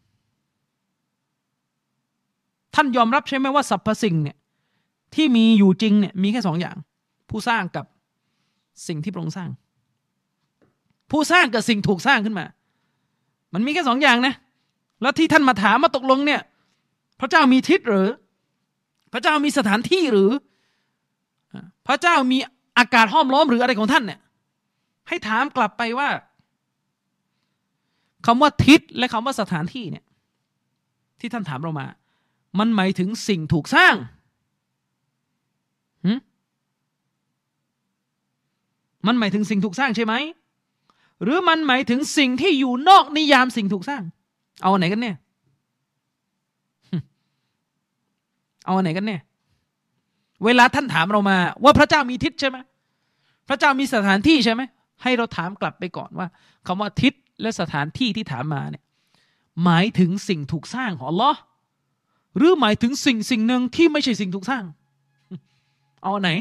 ท่านยอมรับใช่ไหมว่าสรรพสิ่งเนี่ยที่มีอยู่จริงเนี่ยมีแค่สองอย่างผู้สร้างกับสิ่งที่พระองค์สร้างผู้สร้างกับสิ่งถูกสร้างขึ้นมามันมีแค่สองอย่างนะแล้วที่ท่านมาถามมาตกลงเนี่ยพระเจ้ามีทิศหรือพระเจ้ามีสถานที่หรือพระเจ้ามีอากาศห้อมล้อมหรืออะไรของท่านเนี่ยให้ถามกลับไปว่าคำว่าทิศและคำว่าสถานที่เนี่ยที่ท่านถามเรามามันหมายถึงสิ่งถูกสร้างมันหมายถึงสิ่งถูกสร้างใช่ไหมหรือมันหมายถึงสิ่งที่อยู่นอกนิยามสิ่งถูกสร้างเอาไหนกันเนี่ยเอาไหนกันเนี่ยเวลาท่านถามเรามาว่าพระเจ้ามีทิศใช่ไหมพระเจ้ามีสถานที่ใช่ไหมให้เราถามกลับไปก่อนว่าคำว่าทิศและสถานที่ที่ถามมาเนี่ยหมายถึงสิ่งถูกสร้างของอัลเลาะห์หรือหมายถึงสิ่งหนึ่งที่ไม่ใช่สิ่งถูกสร้างเอาไหน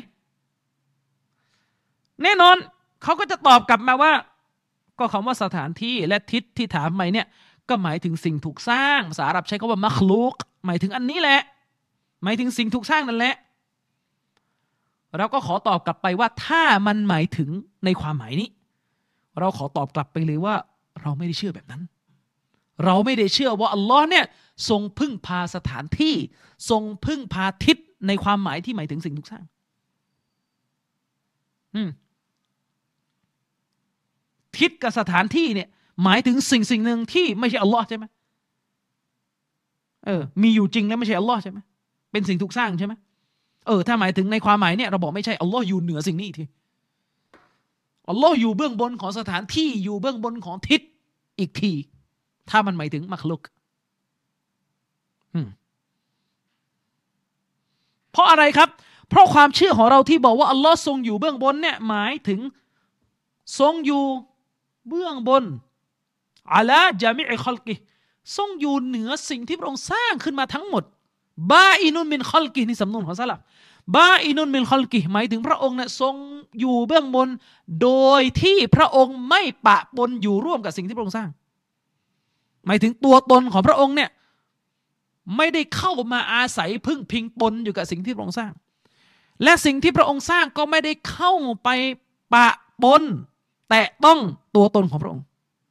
แน่นอนเขาก็จะตอบกลับมาว่าก็คำว่าสถานที่และทิศที่ถามไปเนี่ยก็หมายถึงสิ่งถูกสร้างภาษาอาหรับใช้คำว่ามักลุกหมายถึงอันนี้แหละหมายถึงสิ่งถูกสร้างนั่นแหละเราก็ขอตอบกลับไปว่าถ้ามันหมายถึงในความหมายนี้เราขอตอบกลับไปเลยว่าเราไม่ได้เชื่อแบบนั้นเราไม่ได้เชื่อว่าอัลลอฮ์เนี่ยทรงพึ่งพาสถานที่ทรงพึ่งพาทิศในความหมายที่หมายถึงสิ่งถูกสร้างทิศกับสถานที่เนี่ยหมายถึงสิ่งหนึ่งที่ไม่ใช่อัลลอฮ์ใช่ไหมมีอยู่จริงแล้วไม่ใช่อัลลอฮ์ใช่ไหมเป็นสิ่งถูกสร้างใช่ไหมถ้าหมายถึงในความหมายเนี่ยเราบอกไม่ใช่อัลลอฮ์อยู่เหนือสิ่งนี้อีกทีอัลลอฮ์อยู่เบื้องบนของสถานที่อยู่เบื้องบนของทิศอีกทีถ้ามันหมายถึงมักลุกเพราะอะไรครับเพราะความเชื่อของเราที่บอกว่าอัลลอฮ์ทรงอยู่เบื้องบนเนี่ยหมายถึงทรงอยู่เบื้องบนอะลาจามิอิคัลกิทรงอยู่เหนือสิ่งที่พระองค์สร้างขึ้นมาทั้งหมดบาอินุนมินคัลกินี่สำนวนของซะลัฟบาอินุนมินคัลกิหมายถึงพระองค์เนี่ยทรงอยู่เบื้องบนโดยที่พระองค์ไม่ปะปนอยู่ร่วมกับสิ่งที่พระองค์สร้างหมายถึงตัวตนของพระองค์เนี่ยไม่ได้เข้ามาอาศัยพึ่งพิงปนอยู่กับสิ่งที่พระองค์สร้างและสิ่งที่พระองค์สร้างก็ไม่ได้เข้าไปปะปนแต่ต้องตัวตนของพระองค์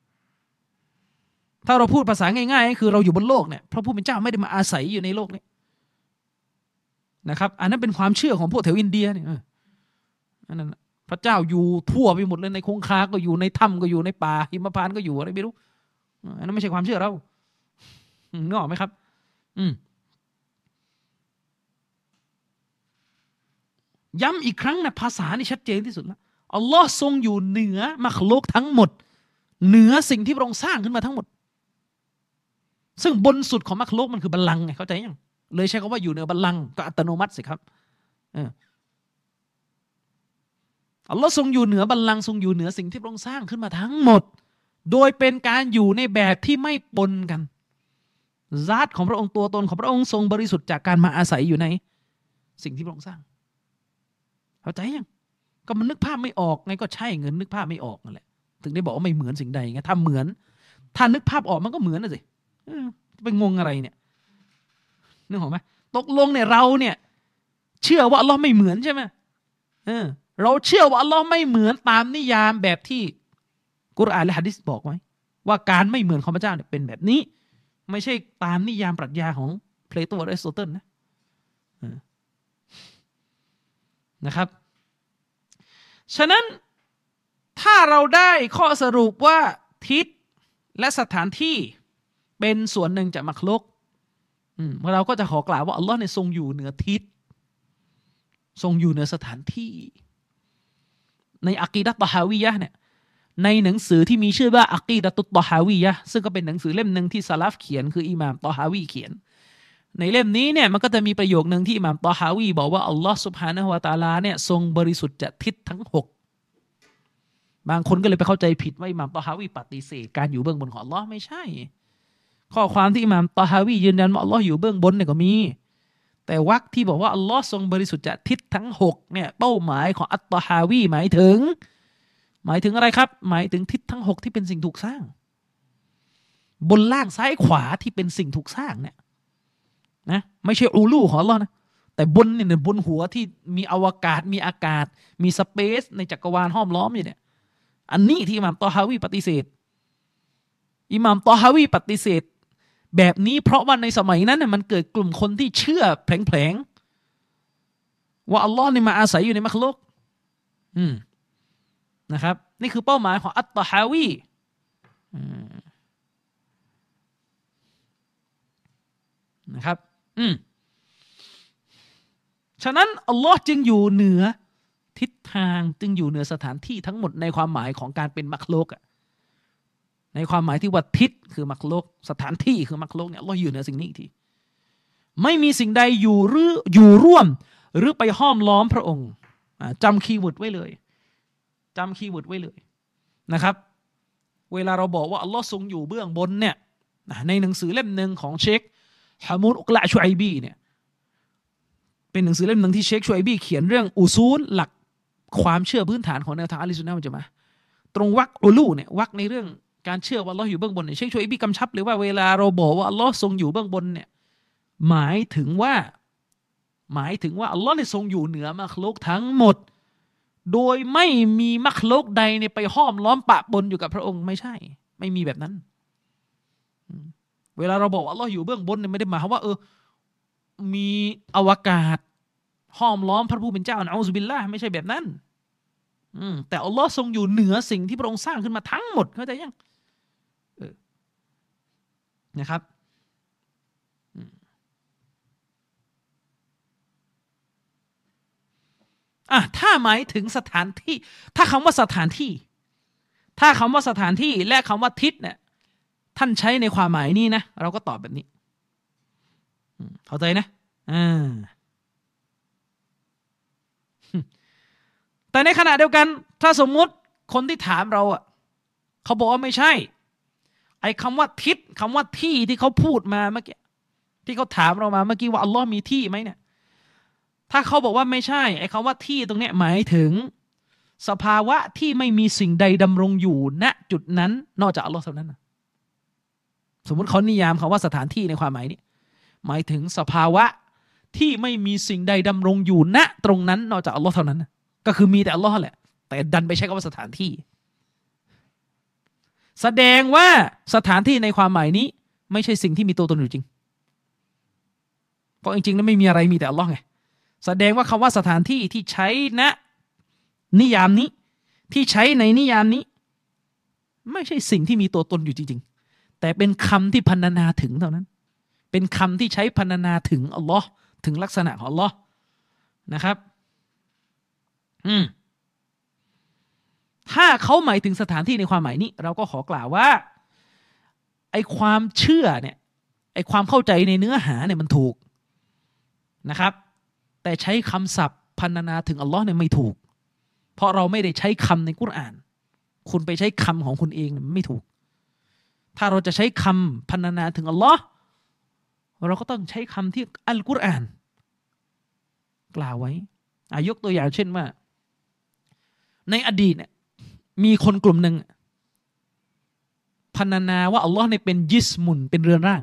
ถ้าเราพูดภาษาง่ายๆคือเราอยู่บนโลกเนี่ยพระผู้เป็นเจ้าไม่ได้มาอาศัยอยู่ในโลกนี้นะครับอันนั้นเป็นความเชื่อของพวกแถวอินเดียเนี่ยอันนั้นพระเจ้าอยู่ทั่วไปหมดเลยในคงคาก็อยู่ในถ้ำก็อยู่ในป่าหิมพานต์ก็อยู่อะไรไม่รู้อันนั้นไม่ใช่ความเชื่อเรานึกออกไหมครับย้ำอีกครั้งนะภาษานี่ชัดเจนที่สุดแล้วอัลลอฮ์ทรงอยู่เหนือมักลุกทั้งหมดเหนือสิ่งที่พระองค์สร้างขึ้นมาทั้งหมดซึ่งบนสุดของมักลุกมันคือบัลลังก์ไงเข้าใจยังเลยใช้คำว่าอยู่เหนือบัลลังก์ก็อัตโนมัติสิครับอัลลอฮ์ทรงอยู่เหนือบัลลังก์ทรงอยู่เหนือสิ่งที่พระองค์สร้างขึ้นมาทั้งหมดโดยเป็นการอยู่ในแบบที่ไม่ปนกันญาติของพระองค์ตัวตนของพระองค์ทรงบริสุทธิ์จากการมาอาศัยอยู่ในสิ่งที่พระองค์สร้างเข้าใจยังก็มันนึกภาพไม่ออกไงก็ใช่เงินนึกภาพไม่ออกนั่นแหละถึงได้บอกว่าไม่เหมือนสิ่งใดไงถ้าเหมือนถ้านึกภาพออกมันก็เหมือนนะสิไปงงอะไรเนี่ยนึกออกไหมตกลงเนี่ยเราเนี่ยเชื่อว่าอัลลอฮ์ไม่เหมือนใช่ไหมเราเชื่อว่าอัลลอฮ์ไม่เหมือนตามนิยามแบบที่กุรอานและหะดีษบอกไว้ว่าการไม่เหมือนของพระเจ้าเนี่ยเป็นแบบนี้ไม่ใช่ตามนิยามปรัชญาของเพลโตและอริสโตเติลนะครับฉะนั้นถ้าเราได้ข้อสรุปว่าทิศและสถานที่เป็นส่วนหนึ่งจากมักลุกเราก็จะขอกล่าวว่าอัลลอฮ์เนี่ยทรงอยู่เหนือทิศทรงอยู่เหนือสถานที่ในอะกีดะห์ตอฮาวียะห์เนี่ยในหนังสือที่มีชื่อว่าอะกีดะตุตตอฮาวียะห์ซึ่งก็เป็นหนังสือเล่มหนึ่งที่ซะลัฟเขียนคืออิหม่ามตอฮาวีเขียนในเล่มนี้เนี่ยมันก็จะมีประโยคนึงที่อิหม่ามตอฮาวีบอกว่าอัลลอฮ์ซุบฮานะฮูวะตะอาลาเนี่ยทรงบริสุทธิ์จากทิศทั้ง6บางคนก็เลยไปเข้าใจผิดว่าอิหม่ามตอฮาวีปฏิเสธการอยู่เบื้องบนของอัลลอฮ์ไม่ใช่ข้อความที่อิหม่ามตอฮาวียืนยันว่าอัลลอฮ์อยู่เบื้องบนเนี่ยก็มีแต่วรรคที่บอกว่าอัลลอฮ์ทรงบริสุทธิ์จากทิศทั้ง6เนี่ยเป้าหมายของอัตตอฮาวีหมายถึงอะไรครับหมายถึงทิศทั้ง6ที่เป็นสิ่งถูกสร้างบนล่างซ้ายขวาที่เป็นสิ่งถูกสร้างเนี่ยนะไม่ใช่อูลูของอัลลอฮ์นะแต่บนเนี่ยบนหัวที่มีอวกาศมีอากาศมีสเปซในจักรวาลห้อมล้อมอยู่เนี่ยอันนี้ที่อิหม่ามตอฮาวีปฏิเสธอิหม่ามตอฮาวีปฏิเสธแบบนี้เพราะว่าในสมัยนั้นเนี่ยมันเกิดกลุ่มคนที่เชื่อแผลงๆว่าอัลลอฮ์เนี่ยมาอาศัยอยู่ในมักลุกนะครับนี่คือเป้าหมายของอัตตอฮาวีนะครับฉะนั้นอัลลอฮ์จึงอยู่เหนือทิศทางจึงอยู่เหนือสถานที่ทั้งหมดในความหมายของการเป็นมักลุกในความหมายที่ว่าทิศคือมักลุกสถานที่คือมักลุกเนี่ยอัลลอฮ์อยู่เหนือสิ่งนี้อีกทีไม่มีสิ่งใดอยู่ร่วมหรือไปห้อมล้อมพระองค์จำคีย์เวิร์ดไว้เลยนะครับเวลาเราบอกว่าอัลลอฮ์ทรงอยู่เบื้องบนเนี่ยในหนังสือเล่มหนึ่งของเชคฮามูดอุกละชุไอบีเนี่ยเป็นหนังสือเล่มหนึ่งที่เชคชุไอบีเขียนเรื่องอุซูลหลักความเชื่อพื้นฐานของแนวทางอะห์ลุสซุนนะฮ์วัลญะมาอะห์ตรงวรรคอุลูเนี่ยวรรคในเรื่องการเชื่อว่าอัลลอฮ์อยู่เบื้องบนเนี่ยเชคชุไอบีกำชับเลยว่าเวลาเราบอกว่าอัลลอฮ์ทรงอยู่เบื้องบนเนี่ยหมายถึงว่าอัลลอฮ์เนี่ยทรงอยู่เหนือมักลุกทั้งหมดโดยไม่มีมักลุกใดเนี่ยไปห้อมล้อมปะปนอยู่กับพระองค์ไม่ใช่ไม่มีแบบนั้นเวลาเราบอกว่าอัลลอฮ์อยู่เบื้องบนเนี่ยไม่ได้หมายความว่ามีอวกาศห้อมล้อมพระผู้เป็นเจ้านะอูซุบิลลาห์ไม่ใช่แบบนั้นแต่อัลลอฮ์ทรงอยู่เหนือสิ่งที่พระองค์สร้างขึ้นมาทั้งหมดเข้าใจยังนะครับถ้าหมายถึงสถานที่ถ้าคำว่าสถานที่และคำว่าทิศเนี่ยท่านใช้ในความหมายนี้นะเราก็ตอบแบบนี้เข้าใจนะแต่ในขณะเดียวกันถ้าสมมุติคนที่ถามเราเขาบอกว่าไม่ใช่ไอ้คำว่าทิศคำว่าที่ที่เขาพูดมาเมื่อกี้ที่เขาถามเรามาเมื่อกี้ว่าอัลลอฮ์มีที่ไหมเนี่ยถ้าเขาบอกว่าไม่ใช่ไอ้คำว่าที่ตรงเนี้ยหมายถึงสภาวะที่ไม่มีสิ่งใดดำรงอยู่ณจุดนั้นนอกจากอัลลอฮ์เท่านั้นนะสมมุติเขานิยามคำว่าสถานที่ในความหมายนี้หมายถึงสภาวะที่ไม่มีสิ่งใดดำรงอยู่ณตรงนั้นนอกจากอัลลอฮ์เท่านั้นนะก็คือมีแต่อัลลอฮ์แหละแต่ดันไปใช้คำว่าสถานที่แสดงว่าสถานที่ในความหมายนี้ไม่ใช่สิ่งที่มีตัวตนอยู่จริงเพราะจริงๆแล้วไม่มีอะไรมีแต่อัลลอฮ์ไงแสดงว่าคำว่าสถานที่ที่ใช้ณนิยามนี้ที่ใช้ในนิยามนี้ไม่ใช่สิ่งที่มีตัวตนอยู่จริงๆแต่เป็นคำที่พรรณนาถึงเท่านั้นเป็นคำที่ใช้พรรณนาถึงอัลลอฮ์ถึงลักษณะของอัลลอฮ์นะครับถ้าเขาหมายถึงสถานที่ในความหมายนี้เราก็ขอกล่าวว่าไอ้ความเชื่อเนี่ยไอ้ความเข้าใจในเนื้อหาเนี่ยมันถูกนะครับแต่ใช้คำศัพท์พรรณนาถึงอัลลอฮ์เนี่ยไม่ถูกเพราะเราไม่ได้ใช้คำในกุรอานคุณไปใช้คำของคุณเองไม่ถูกถ้าเราจะใช้คำพรรณนาถึงอัลลอฮ์เราก็ต้องใช้คำที่อัลกุรอานกล่าวไว้ยกตัวอย่างเช่นว่าในอดีตเนี่ยมีคนกลุ่มหนึ่งพรรณนาว่าอัลลอฮ์เนี่ยเป็นยิสมุนเป็นเรือนร่าง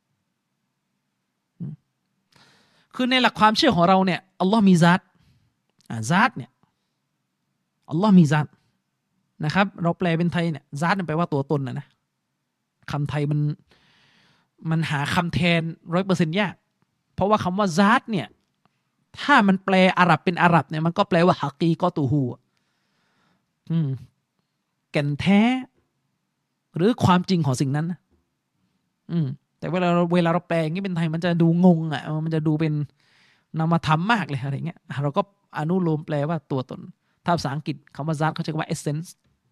คือในหลักความเชื่อของเราเนี่ยอัลลอฮ์มีซาตเนี่ยอัลลอฮ์มีซาตนะครับเราแปลเป็นไทยเนี่ยซาตนั่นแปลว่าตัวตนนะคำไทยมันหาคำแทน 100% ยากเพราะว่าคำว่าซาตเนี่ยถ้ามันแปลอาหรับเป็นอาหรับเนี่ยมันก็แปลว่าฮักีกอตูฮูแก่นแท้หรือความจริงของสิ่งนั้นแต่เวลาเราแปลอย่างนี้เป็นไทยมันจะดูงงมันจะดูเป็นนามธรรมมากเลยอะไรเงี้ยเราก็อนุโลมแปลว่าตัวตนถ้าภาษาอังกฤษคำว่าซาตเขาใช้คำว่า essence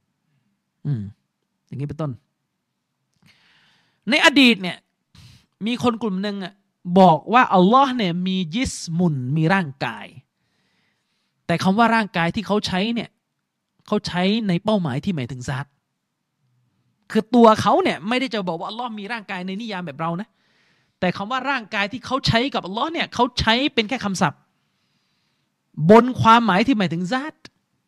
อย่างนี้เป็นต้นในอดีตเนี่ยมีคนกลุ่มหนึ่งบอกว่าอัลลอฮ์เนี่ยมียิสมุนมีร่างกายแต่คำว่าร่างกายที่เขาใช้เนี่ยเขาใช้ในเป้าหมายที่หมายถึงซาตคือตัวเขาเนี่ยไม่ได้จะบอกว่าอัลลอฮ์มีร่างกายในนิยามแบบเรานะแต่คำว่าร่างกายที่เขาใช้กับอัลลอฮ์เนี่ยเขาใช้เป็นแค่คำศัพท์บนความหมายที่หมายถึงซาต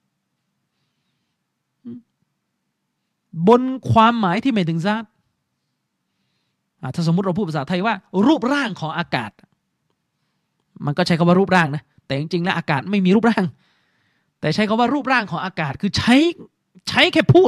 บนความหมายที่หมายถึงซาตถ้าสมมุติเราพูดภาษาไทยว่ารูปร่างของอากาศมันก็ใช้คำว่ารูปร่างนะแต่จริงๆแล้วอากาศไม่มีรูปร่างแต่ใช้คำว่ารูปร่างของอากาศคือใช้แค่พูด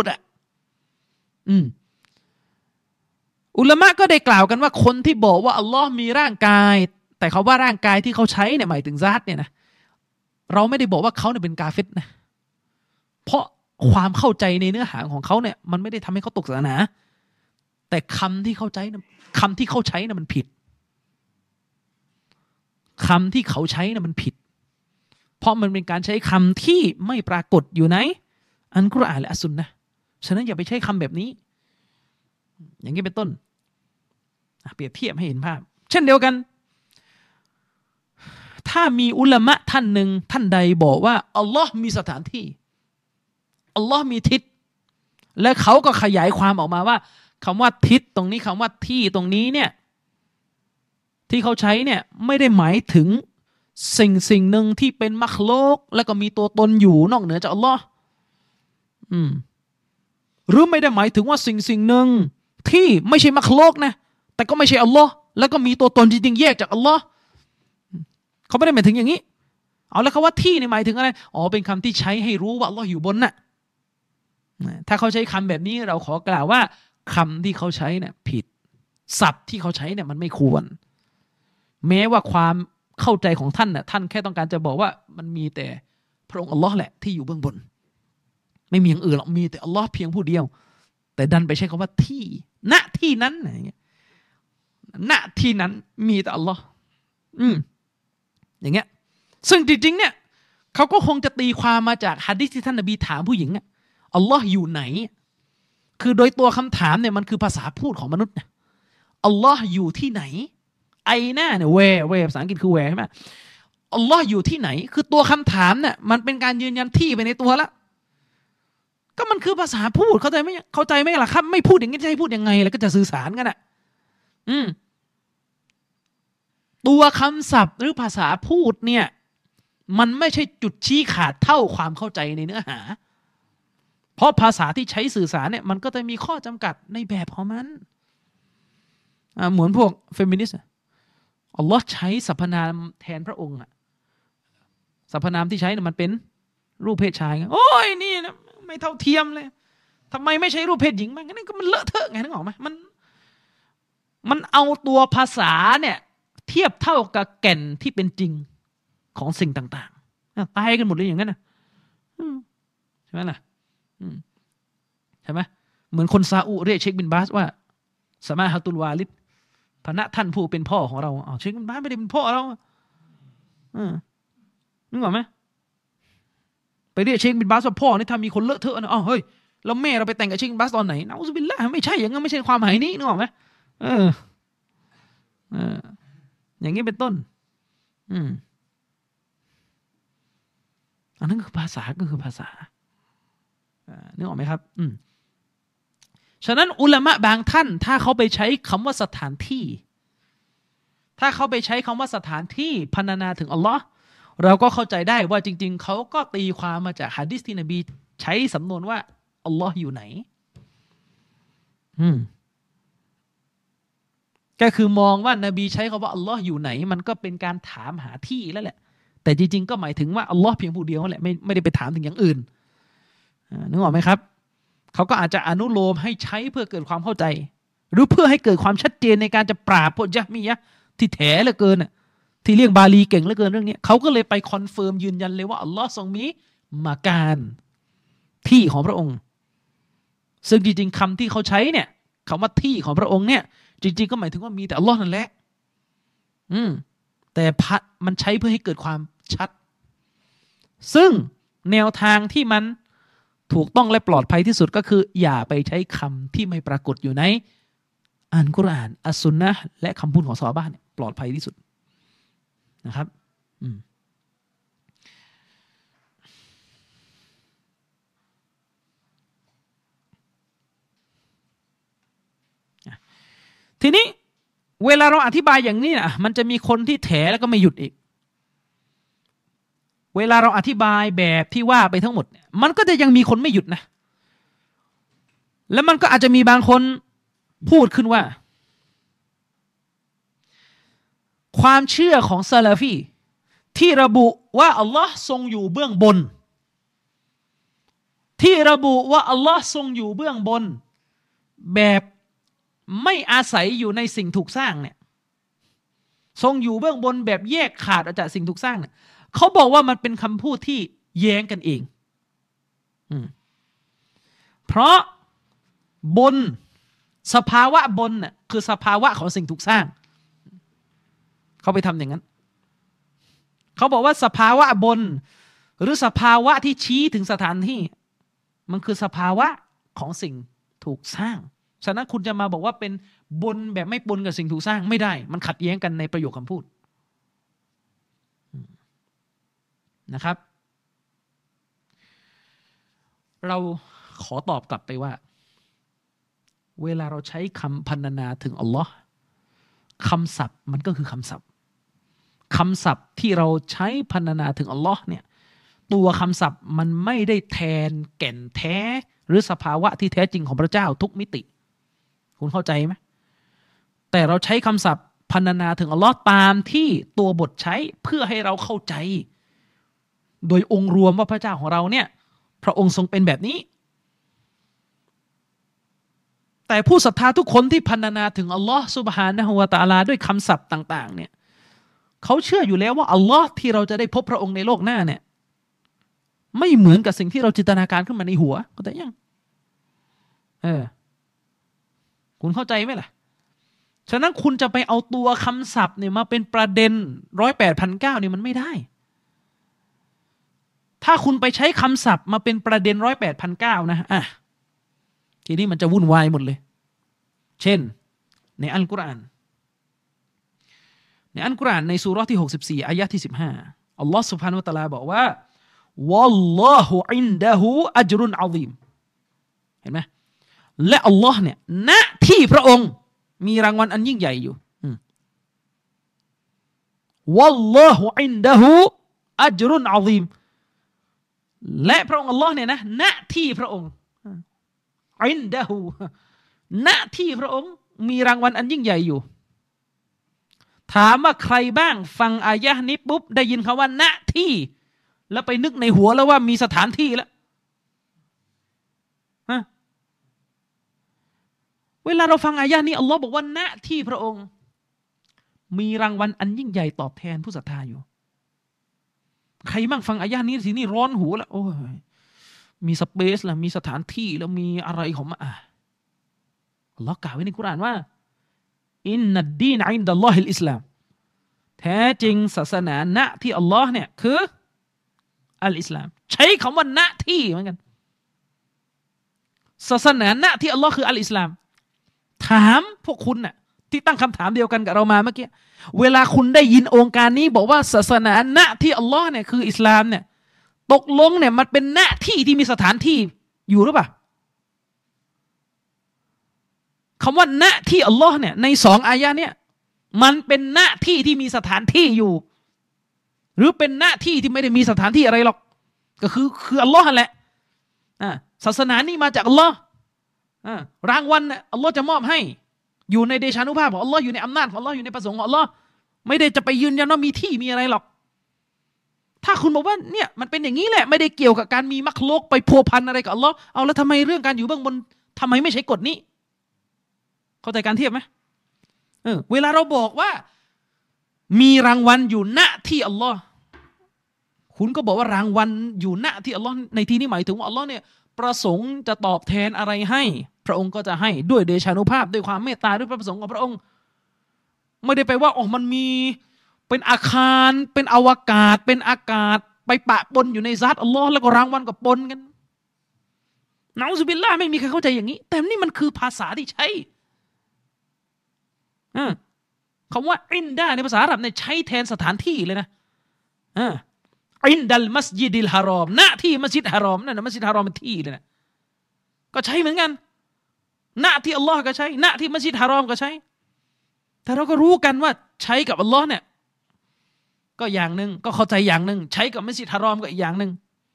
อุลามะก็ได้กล่าวกันว่าคนที่บอกว่าอัลลอฮ์มีร่างกายแต่เขาว่าร่างกายที่เขาใช้เนี่ยหมายถึงซาตเนี่ยนะเราไม่ได้บอกว่าเขาเนี่ยเป็นกาเฟรนะเพราะความเข้าใจในเนื้อหาของเขาเนี่ยมันไม่ได้ทำให้เขาตกศาสนาแต่คำที่เขาใช้นะมันผิดคำที่เขาใช้นะมันผิดเพราะมันเป็นการใช้คำที่ไม่ปรากฏอยู่ในอัลกุรอานและอัสซุนนะห์ฉะนั้นอย่าไปใช้คำแบบนี้อย่างนี้เป็นต้นเปรียบเทียบให้เห็นภาพเช่นเดียวกันถ้ามีอุลามะท่านหนึ่งท่านใดบอกว่าอัลลอฮ์มีสถานที่อัลลอฮ์มีทิศและเขาก็ขยายความออกมาว่าคำว่าทิศตรงนี้คำว่าที่ตรงนี้เนี่ยที่เขาใช้เนี่ยไม่ได้หมายถึงสิ่งหนึ่งที่เป็นมัคลุกแล้วก็มีตัวตนอยู่นอกเหนือจากอัลลอฮ์หรือไม่ได้หมายถึงว่าสิ่งหนึ่งที่ไม่ใช่มัคลุกนะแต่ก็ไม่ใช่อัลลอฮ์แล้วก็มีตัวตนจริงๆแยกจากอัลลอฮ์เขาไม่ได้หมายถึงอย่างนี้เอาแล้วคำว่าที่นี่หมายถึงอะไรเป็นคำที่ใช้ให้รู้ว่าอัลลอฮ์อยู่บนน่ะถ้าเขาใช้คำแบบนี้เราขอกล่าวว่าคำที่เขาใช้เนี่ยผิดศัพท์ที่เขาใช้เนี่ยมันไม่ควรแม้ว่าเข้าใจของท่านน่ะท่านแค่ต้องการจะบอกว่ามันมีแต่พระองค์อัลลอฮ์แหละที่อยู่เบื้องบนไม่มีอย่างอื่นหรอกมีแต่อัลลอฮ์เพียงผู้เดียวแต่ดันไปใช้คำว่าที่ณที่นั้นอย่างเงี้ยณที่นั้นมีแต่อัลลอฮ์อย่างเงี้ยซึ่งจริงๆเนี่ยเขาก็คงจะตีความมาจากหะดีษที่ท่านนบีถามผู้หญิงอะอัลลอฮ์อยู่ไหนคือโดยตัวคำถามเนี่ยมันคือภาษาพูดของมนุษย์นะอัลลอฮ์อยู่ที่ไหนไอหน้าเนี่ยแวภาษาอังกฤษคือแวใช่ไหมอัลลอฮ์อยู่ที่ไหนคือตัวคำถามเนี่ยมันเป็นการยืนยันที่ไปในตัวละก็มันคือภาษาพูดเข้าใจไหมล่ะครับไม่พูดอย่างนี้จะให้พูดยังไงแล้วก็จะสื่อสารกันอ่ะตัวคำศัพท์หรือภาษาพูดเนี่ยมันไม่ใช่จุดชี้ขาดเท่าความเข้าใจในเนื้อหาเพราะภาษาที่ใช้สื่อสารเนี่ยมันก็จะมีข้อจำกัดในแบบของมันเหมือนพวกเฟมินิสต์อัลลอฮ์ใช้สรรพนามแทนพระองค์สรรพนามที่ใช้เนี่ยมันเป็นรูปเพศชายโอ้ยนี่นะไม่เท่าเทียมเลยทำไมไม่ใช้รูปเพศหญิงมันก็มันเลอะเทอะไงนึกออกไหมมันเอาตัวภาษาเนี่ยเทียบเท่ากับแก่นที่เป็นจริงของสิ่งต่างๆตายกันหมดเลยอย่างนั้นนะใช่ไหมล่ะใช่ไหมเหมือนคนซาอุเรียกเชคบินบาสว่าสมาฮะตุลวาลิดพระท่านผู้เป็นพ่อของเราเชคบินบาสไม่ได้เป็นพ่อเรานึกออกไหมไปเรียกเชคบินบาสว่าพ่อนี่ถ้ามีคนเลอะเทอะนะเฮ้ยแล้วแม่เราไปแต่งกับเชคบินบาสตอนไหนนะอุบิลละไม่ใช่อย่างนั้นไม่ใช่ความหมายนี้นึกออกไหมอย่างนี้เป็นต้นอันนั้นคือภาษาก็คือภาษานึกออกไหมครับฉะนั้นอุลามะบางท่านถ้าเขาไปใช้คำว่าสถานที่ถ้าเขาไปใช้คำว่าสถานที่พรรณนาถึงอัลลอฮ์เราก็เข้าใจได้ว่าจริงๆเขาก็ตีความมาจากหะดีษที่นบีใช้สำนวนว่าอัลลอฮ์อยู่ไหนก็คือมองว่านบีใช้คำว่าอัลลอฮ์อยู่ไหนมันก็เป็นการถามหาที่แล้วแหละแต่จริงๆก็หมายถึงว่าอัลลอฮ์เพียงผู้เดียวนั่นแหละไม่ได้ไปถามถึงอย่างอื่นนึกออกไหมครับเขาก็อาจจะอนุโลมให้ใช้เพื่อเกิดความเข้าใจหรือเพื่อให้เกิดความชัดเจนในการจะปราบพวกยะมียะห์ที่แถเหลือเกินที่เรียกบาลีเก่งเหลือเกินเรื่องนี้เขาก็เลยไปคอนเฟิร์มยืนยันเลยว่าอัลลอฮ์ทรงมีมาการที่ของพระองค์ซึ่งจริงๆคำที่เขาใช้เนี่ยคำว่าที่ของพระองค์เนี่ยจริงๆก็หมายถึงว่ามีแต่อัลลอฮ์นั่นแหละแต่มันใช้เพื่อให้เกิดความชัดซึ่งแนวทางที่มันถูกต้องและปลอดภัยที่สุดก็คืออย่าไปใช้คำที่ไม่ปรากฏอยู่ในอัลกุรอานอัสซุนนะห์และคำพูดของซอฮาบะห์เนี่ยปลอดภัยที่สุดนะครับทีนี้เวลาเราอธิบายอย่างนี้นะมันจะมีคนที่แถแล้วก็ไม่หยุดอีกเวลาเราอธิบายแบบที่ว่าไปทั้งหมดมันก็จะยังมีคนไม่หยุดนะแล้วมันก็อาจจะมีบางคนพูดขึ้นว่าความเชื่อของซะลาฟีที่ระบุว่าอัลลอฮ์ทรงอยู่เบื้องบนที่ระบุว่าอัลลอฮ์ทรงอยู่เบื้องบนแบบไม่อาศัยอยู่ในสิ่งถูกสร้างเนี่ยทรงอยู่เบื้องบนแบบแยกขาดออกจากสิ่งถูกสร้างเนี่ยเขาบอกว่ามันเป็นคำพูดที่แย้งกันเองเพราะบนสภาวะบนน่ะคือสภาวะของสิ่งถูกสร้างเขาไปทำอย่างนั้นเขาบอกว่าสภาวะบนหรือสภาวะที่ชี้ถึงสถานที่มันคือสภาวะของสิ่งถูกสร้างฉะนั้นคุณจะมาบอกว่าเป็นบนแบบไม่ปนกับสิ่งถูกสร้างไม่ได้มันขัดแย้งกันในประโยคคำพูดนะครับเราขอตอบกลับไปว่าเวลาเราใช้คำพรรณนาถึงอัลลอฮ์คำศัพท์มันก็คือคำศัพท์ที่เราใช้พรรณนาถึงอัลลอฮ์เนี่ยตัวคำศัพท์มันไม่ได้แทนแก่นแท้หรือสภาวะที่แท้จริงของพระเจ้าทุกมิติคุณเข้าใจไหมแต่เราใช้คำศัพท์พรรณนาถึงอัลลอฮ์ตามที่ตัวบทใช้เพื่อให้เราเข้าใจโดยองค์รวมว่าพระเจ้าของเราเนี่ยพระองค์ทรงเป็นแบบนี้แต่ผู้ศรัทธาทุกคนที่พรรณนาถึงอัลลอฮ์ซุบฮานะฮูวะตะอาลาด้วยคำศัพท์ต่างๆเนี่ยเขาเชื่ออยู่แล้วว่าอัลลอฮ์ที่เราจะได้พบพระองค์ในโลกหน้าเนี่ยไม่เหมือนกับสิ่งที่เราจินตนาการขึ้นมาในหัวเข้าใจยังคุณเข้าใจไหมล่ะฉะนั้นคุณจะไปเอาตัวคำศัพท์เนี่ยมาเป็นประเด็น108,900เนี่ยมันไม่ได้ถ้าคุณไปใช้คำศัพท์มาเป็นประเด็น108,900นะทีนี้มันจะวุ่นวายหมดเลยเช่นในอัลกุรอานในซูเราะห์ที่64อายะห์ที่15อัลลอฮ์ซุบฮานะฮูวะตะอาลาบอกว่าวัลลอฮุอินดะฮูอัจรุนอะซีมเห็นไหมและอัลลอฮ์เนี่ยณที่พระองค์มีรางวัลอันยิ่งใหญ่อยู่วัลลอฮุอินดะฮูอัจรุนอะซีมและพระองค์อัลลอฮ์เนี่ยนะณที่พระองค์อินดะฮูณที่พระองค์มีรางวัลอันยิ่งใหญ่อยู่ถามว่าใครบ้างฟังอายะห์นี้ปุ๊บได้ยินคำว่าณที่แล้วไปนึกในหัวแล้วว่ามีสถานที่แล้วเวลาเราฟังอายะห์นี้อัลลอฮ์บอกว่าณที่พระองค์มีรางวัลอันยิ่งใหญ่ตอบแทนผู้ศรัทธาอยู่ใครบ้างฟังอายะห์นี้ทีนี้ร้อนหูแล้วโอ้ยมีสเปซแล้วมีสถานที่แล้วมีอะไรของมันอัลลอฮ์กล่าวไว้ในกุรอานว่าอินนัดดีนอินดัลลอฮิลอิสลามแท้จริงศาสนาณที่อัลลอฮ์เนี่ยคืออัลอิสลามใช้คำว่าณที่เหมือนกันศาสนาณที่อัลลอฮ์คืออัลอิสลามถามพวกคุณน่ะที่ตั้งคำถามเดียวกันกับเรามาเมื่อกี้เวลาคุณได้ยินองค์การนี้บอกว่าศาสนาณที่อัลลอฮ์เนี่ยคืออิสลามเนี่ยตกลงเนี่ยมันเป็นณที่ที่มีสถานที่อยู่หรือเปล่าคำว่าณที่อัลลอฮ์เนี่ยใน2อายะเนี่ยมันเป็นณที่ที่มีสถานที่อยู่หรือเป็นณที่ที่ไม่ได้มีสถานที่อะไรหรอกก็คืออัลลอฮ์แหละศาสนานี้มาจากอัลลอฮ์รางวัลอัลลอฮ์จะมอบให้อยู่ในเดชานุภาพของอัลลอฮ์อยู่ในอำนาจของอัลลอฮ์อยู่ในประสงค์ของอัลลอฮ์ไม่ได้จะไปยืนยันว่ามีที่มีอะไรหรอกถ้าคุณบอกว่าเนี่ยมันเป็นอย่างนี้แหละไม่ได้เกี่ยวกับการมีมักลุกไปพัวพันอะไรกับอัลลอฮ์เอาแล้วทำไมเรื่องการอยู่เบื้องบนทำไมไม่ใช้กฎนี้เข้าใจการเทียบไหมเวลาเราบอกว่ามีรางวัลอยู่ณที่อัลลอฮ์คุณก็บอกว่ารางวัลอยู่ณที่อัลลอฮ์ในที่นี้หมายถึงว่าอัลลอฮ์เนี่ยประสงค์จะตอบแทนอะไรให้พระองค์ก็จะให้ด้วยเดชานุภาพด้วยความเมตตาด้วยพระประสงค์ของพระองค์ไม่ได้ไปว่ามันมีเป็นอาคารเป็นอวกาศเป็นอากาศไปปะปนอยู่ในซาตอัลลอฮ์แล้วก็รางวัลกับปนกันนะอูซุบิลลาห์ไม่มีใครเข้าใจอย่างนี้แต่นี่มันคือภาษาที่ใช้คำว่าอินดาในภาษาอาหรับเนี่ยใช้แทนสถานที่เลยนะอินดัลมัสยิดิลฮารอมณที่มัสยิดฮารอมนั่นนะมัสยิดฮารอมเป็นที่เลยนะก็ใช้เหมือนกันณที่อัลลอฮ์ก็ใช้ณที่มัสยิดฮารอมก็ใช้แต่เราก็รู้กันว่าใช้กับอัลลอฮ์เนี่ยก็อย่างหนึ่งก็เข้าใจอย่างหนึ่งใช้กับมัสยิดฮารอมก็อีกอย่างหนึ่ง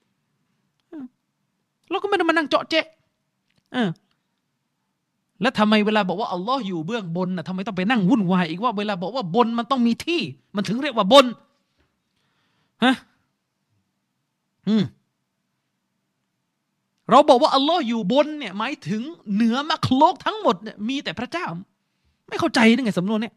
เราก็ไม่ได้มานั่งเจาะเจ๊แล้วทำไมเวลาบอกว่าอัลลอฮ์อยู่เบื้องบนน่ะทำไมต้องไปนั่งวุ่นวายอีกว่าเวลาบอกว่าบนมันต้องมีที่มันถึงเรียกว่าบนเราบอกว่าอัลลอฮ์อยู่บนเนี่ยหมายถึงเหนือมักลุกทั้งหมดเนี่ยมีแต่พระเจ้าไม่เข้าใจได้ไงสำนวนเนี่ย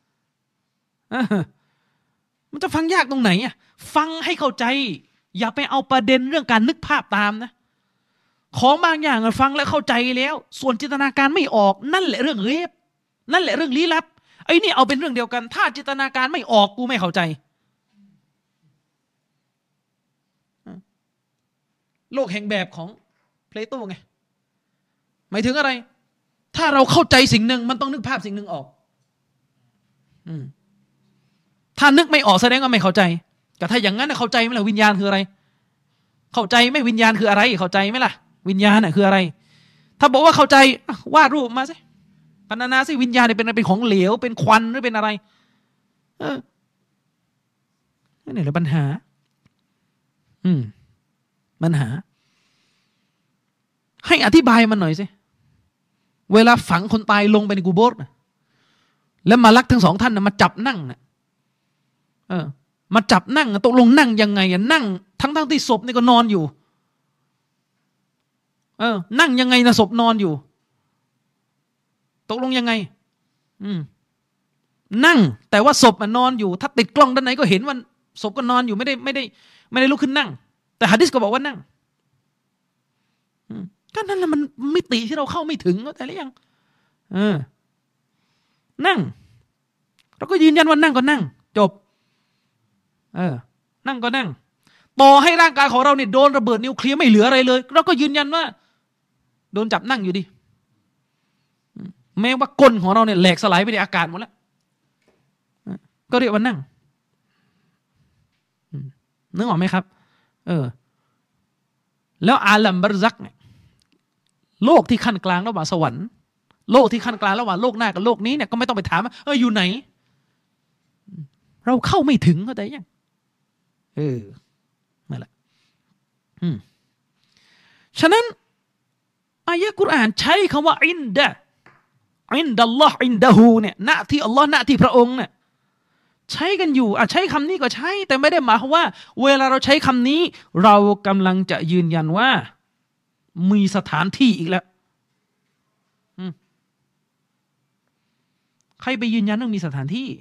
มันจะฟังยากตรงไหนอ่ะฟังให้เข้าใจอย่าไปเอาประเด็นเรื่องการนึกภาพตามนะของบางอย่างฟังแล้วเข้าใจแล้วส่วนจินตนาการไม่ออกนั่นแหละเรื่องเรบนั่นแหละเรื่องลี้ลับไอ้นี่เอาเป็นเรื่องเดียวกันถ้าจินตนาการไม่ออกกูไม่เข้าใจโลกแห่งแบบของเพลโตไงหมายถึงอะไรถ้าเราเข้าใจสิ่งหนึ่งมันต้องนึกภาพสิ่งหนึ่งออกถ้านึกไม่ออกแสดงว่าไม่เข้าใจแต่ถ้าอย่างนั้นเข้าใจไหมล่ะวิญญาณคืออะไรเข้าใจไหมวิญญาณคืออะไรเข้าใจไหมล่ะวิญญาณน่ะคืออะไรถ้าบอกว่าเข้าใจวาดรูปมาสิพรรณนาสิวิญญาณเนี่ยเป็นของเหลวเป็นควันหรือเป็นอะไรนี่แหละปัญหาปัญหาให้อธิบายมันหน่อยสิเวลาฝังคนตายลงไปในกูโบสแล้วมาลักทั้งสองท่านมาจับนั่งมาจับนั่งตกลงนั่งยังไงนั่งทั้งที่ศพนี่ก็นอนอยู่นั่งยังไงนะศพนอนอยู่ตกลงยังไงนั่งแต่ว่าศพนอนอยู่ถ้าติดกล้องด้านไหนก็เห็นว่าศพก็นอนอยู่ไม่ได้ลุกขึ้นนั่งแต่หะดีษก็บอกว่านั่งก็นั่นแหละมันมิติที่เราเข้าไม่ถึงแต่ละอย่างนั่งเราก็ยืนยันว่านั่งก็นั่งจบนั่งก็นั่งต่อให้ร่างกายของเราเนี่ยโดนระเบิดนิวเคลียร์ไม่เหลืออะไรเลยเราก็ยืนยันว่าโดนจับนั่งอยู่ดีแม้ว่าก้นของเราเนี่ยแหลกสลายไปในอากาศหมดแล้วก็เรียกว่านั่งนึกออกไหมครับแล้วอาลัมบารซักเนี่ยโลกที่ขั้นกลางระหว่างสวรรค์โลกที่ขั้นกลางระหว่างโลกหน้ากับโลกนี้เนี่ยก็ไม่ต้องไปถามว่าอยู่ไหนเราเข้าไม่ถึงเข้าใจยังนั่นแหละฉะนั้นอายะกุรอานใช้คำว่าอินดัลลอฮ์อินดะฮูเนี่ยณที่อัลลอฮ์ณที่พระองค์เนี่ยใช้กันอยู่ใช้คำนี้ก็ใช้แต่ไม่ได้หมายความว่าเวลาเราใช้คำนี้เรากำลังจะยืนยันว่ามีสถานที่อีกแล้วใครไปยืนยันว่ามีสถานที่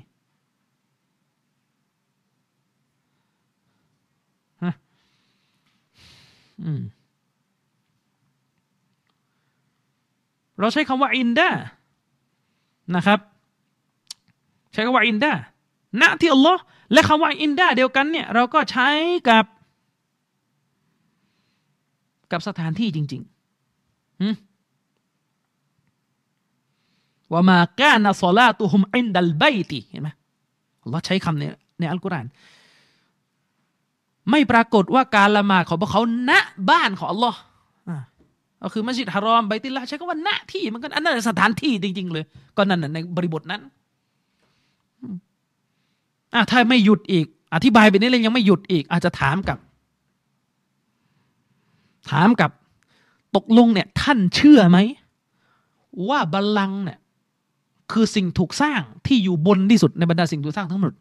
เราใช้คำว่าอินดะนะครับใช้คำว่าอินดะณที่อัลลอฮ์และคำว่าอินดะเดียวกันเนี่ยเราก็ใช้กับสถานที่จริงๆว่ามาก้านะศอลาตุฮุมอินดัลบัยติเห็นไหมอัลลอฮ์ใช้คำในอัลกุรอานไม่ปรากฏว่าการละหมาดของพวกเขาณบ้านของอัลลอฮ์ก็คือมัสยิดฮารอมบัยตุลลาห์ใช้คำว่าณที่มันก็อันนั้นสถานที่จริงๆเลยก็นั่นน่ะในบริบทนั้นถ้าไม่หยุดอีกอธิบายไปนี้เลยยังไม่หยุดอีกอาจจะถามกับตกลงเนี่ยท่านเชื่อไหมว่าบัลลังก์เนี่ยคือสิ่งถูกสร้างที่อยู่บนที่สุดในบรรดาสิ่งถูกสร้างทั้งหมด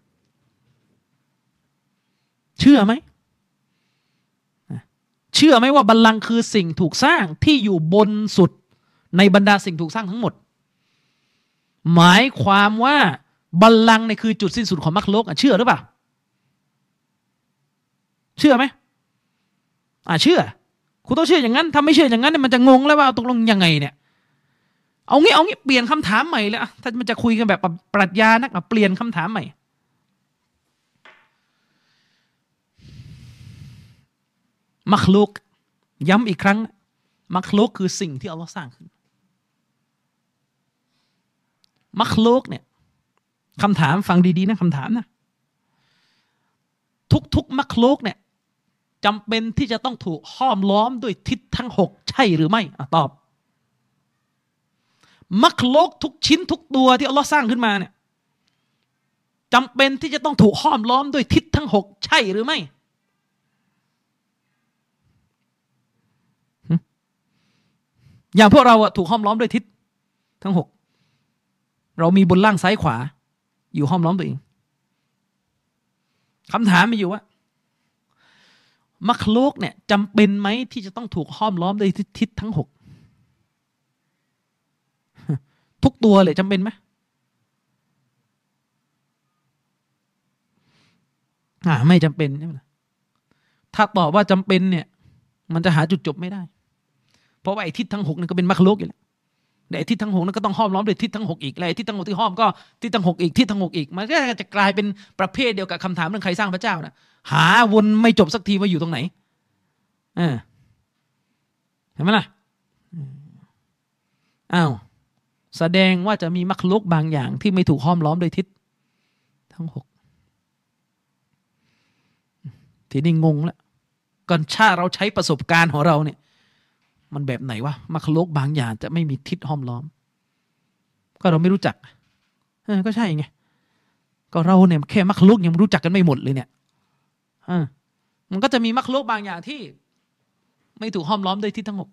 เชื่อไหมเชื่อไหมว่าบัลลังก์คือสิ่งถูกสร้างที่อยู่บนสุดในบรรดาสิ่งถูกสร้างทั้งหมดหมายความว่าบัลลังก์เนี่ยคือจุดสิ้นสุดของมรรคโลกเชื่อหรือเปล่าเชื่อไหมเชื่อคุณต้องเชื่ออย่างนั้นถ้าไม่เชื่ออย่างนั้นเนี่ยมันจะงงแล้วว่าตกลงยังไงเนี่ยเอางี้เปลี่ยนคำถามใหม่เลยถ้ามันจะคุยกันแบบปรัชญานักเปลี่ยนคำถามใหม่มักลุกย้ำอีกครั้งมักลุกคือสิ่งที่อัลลอฮ์สร้างขึ้นมักลุกเนี่ยคำถามฟังดีๆนะคำถามนะทุกมักลุกเนี่ยจำเป็นที่จะต้องถูกห้อมล้อมด้วยทิศทั้ง6ใช่หรือไม่ตอบมักลุกทุกชิ้นทุกตัวที่อัลลอฮ์สร้างขึ้นมาเนี่ยจำเป็นที่จะต้องถูกห้อมล้อมด้วยทิศทั้ง6ใช่หรือไม่อย่างพวกเราถูกห้อมล้อมด้วยทิศทั้ง6เรามีบนล่างซ้ายขวาอยู่ห้อมล้อมตัวเองคำถามมีอยู่ว่ามักลุกเนี่ยจำเป็นไหมที่จะต้องถูกห้อมล้อมด้วยทิศทั้ง6ทุกตัวเลยจำเป็นไหมไม่จำเป็นใช่ไหมถ้าตอบว่าจำเป็นเนี่ยมันจะหาจุดจบไม่ได้เพราะว่าไอ้ทิศทั้ง6นี่ก็เป็นมักลุกอยู่แล้วไอ้ทิศทั้ง6นั่นก็ต้องห้อมล้อมด้วยทิศทั้ง6อีกแล้วไอ้ทิศทั้ง6ที่ห้อมก็ทิศทั้ง6อีกทิศทั้ง6อีกมันก็จะกลายเป็นประเภทเดียวกับคำถามเรื่องใครสร้างพระเจ้านะหาวนไม่จบสักทีว่าอยู่ตรงไหนเห็นไหมล่ะแสดงว่าจะมีมักลุกบางอย่างที่ไม่ถูกห้อมล้อมโดยทิศทั้ง6ทีนี้งงแล้วก่อนถ้าเราใช้ประสบการณ์ของเราเนี่ยมันแบบไหนวะมักลุกบางอย่างจะไม่มีทิศห้อมล้อมก็เราไม่รู้จักก็ใช่ไงก็เราเนี่ยแค่มักลุกยังรู้จักกันไม่หมดเลยเนี่ยมันก็จะมีมักลุกบางอย่างที่ไม่ถูกห้อมล้อมด้วยทิศทั้ง6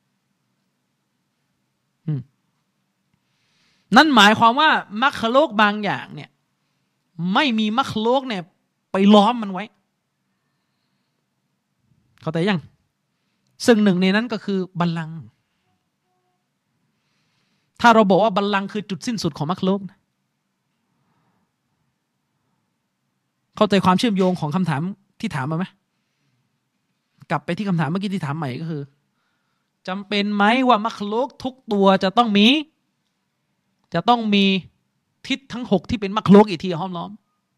นั่นหมายความว่ามักลุกบางอย่างเนี่ยไม่มีมักลุกเนี่ยไปล้อมมันไว้เข้าใจยังซึ่งหนึ่งในนั้นก็คือบัลลังก์ถ้าเราบอกว่าบัลลังก์คือจุดสิ้นสุดของมักลุกเข้าใจความเชื่อมโยงของคำถามที่ถามมาไหมกลับไปที่คำถามเมื่อกี้ที่ถามใหม่ก็คือจำเป็นไหมว่ามัคลุกทุกตัวจะต้องมีทิศทั้ง6ที่เป็นมัคลุกอีกทีห้อมล้อม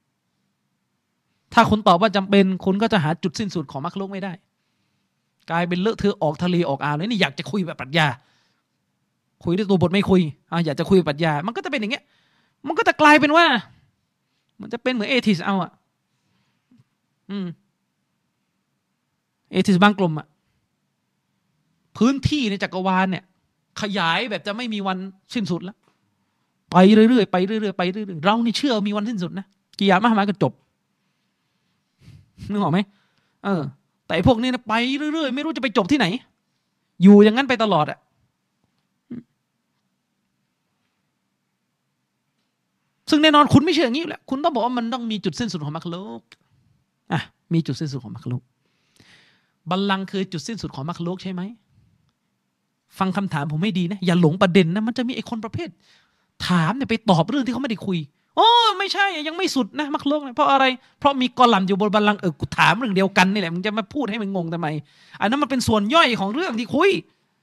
ถ้าคุณตอบว่าจำเป็นคุณก็จะหาจุดสิ้นสุดของมัคลุกไม่ได้กลายเป็นเลอะเทอะออกทะเลออกอ่าวเลยนี่อยากจะคุยแบบปรัชญาคุยด้วยตัวบทไม่คุยอยากจะคุยแบบปรัชญามันก็จะเป็นอย่างเงี้ยมันก็จะกลายเป็นว่ามันจะเป็นเหมือนเอทิสเอาเอทิสบางกลุ่มพื้นที่ในจักรวาลเนี่ยขยายแบบจะไม่มีวันสิ้นสุดแล้วไปเรื่อยๆไปเรื่อยๆไปเรื่อยๆเรานี่เชื่อมีวันสิ้นสุดนะกิยามะฮ์มาก็จบนึกออกไหมแต่พวกนี้นะไปเรื่อยๆไม่รู้จะไปจบที่ไหนอยู่อย่างนั้นไปตลอดซึ่งแน่นอนคุณไม่เชื่ออย่างนี้แหละคุณต้องบอกว่ามันต้องมีจุดสิ้นสุดของมัคลุกมีจุดสิ้นสุดของมัคลุกบัลลังก์คือจุดสิ้นสุดของมัคลุกใช่ไหมฟังคำถามผมให้ดีนะอย่าหลงประเด็นนะมันจะมีไอ้คนประเภทถามเนี่ยไปตอบเรื่องที่เขาไม่ได้คุยโอ้ไม่ใช่ยังไม่สุดนะมัคลุกเพราะอะไรเพราะมีกอลัมอยู่บนบัลลังก์กูถามเรื่องเดียวกันนี่แหละมึงจะมาพูดให้มันงงทำไมอันนั้นมันเป็นส่วนย่อยของเรื่องที่คุย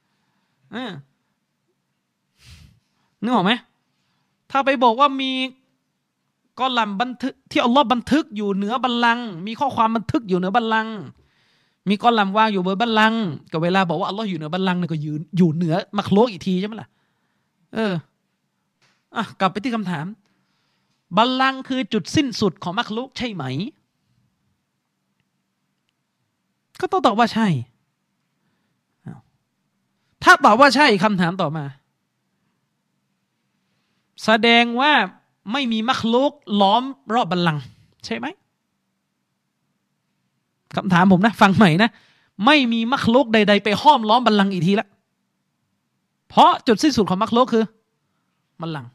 นึกออกไหมถ้าไปบอกว่ามีกอลัมบันทึกที่อัลลอฮ์บันทึกอยู่เหนือบัลลังก์มีข้อความบันทึกอยู่เหนือบัลลังก์มีกอลัมวางอยู่บนบัลลังก์ก็เวลาบอกว่าอัลลอฮ์อยู่เหนือบัลลังก์เนี่ยก็อยู่เหนือมัคลุกอีกทีใช่ไหมล่ะกลับไปที่คำถามบัลลังก์คือจุดสิ้นสุดของมัคลุกใช่ไหมก็ต้องตอบว่าใช่ถ้าตอบว่าใช่คำถามต่อมาแสดงว่าไม่มีมัคลุกล้อมรอบบัลลังก์ใช่ไหมคำถามผมนะฟังใหม่นะไม่มีมัคลุกใดๆไปห้อมล้อมบัลลังก์อีกทีละเพราะจุดสิ้นสุดของมัคลุกคือบัลลังก์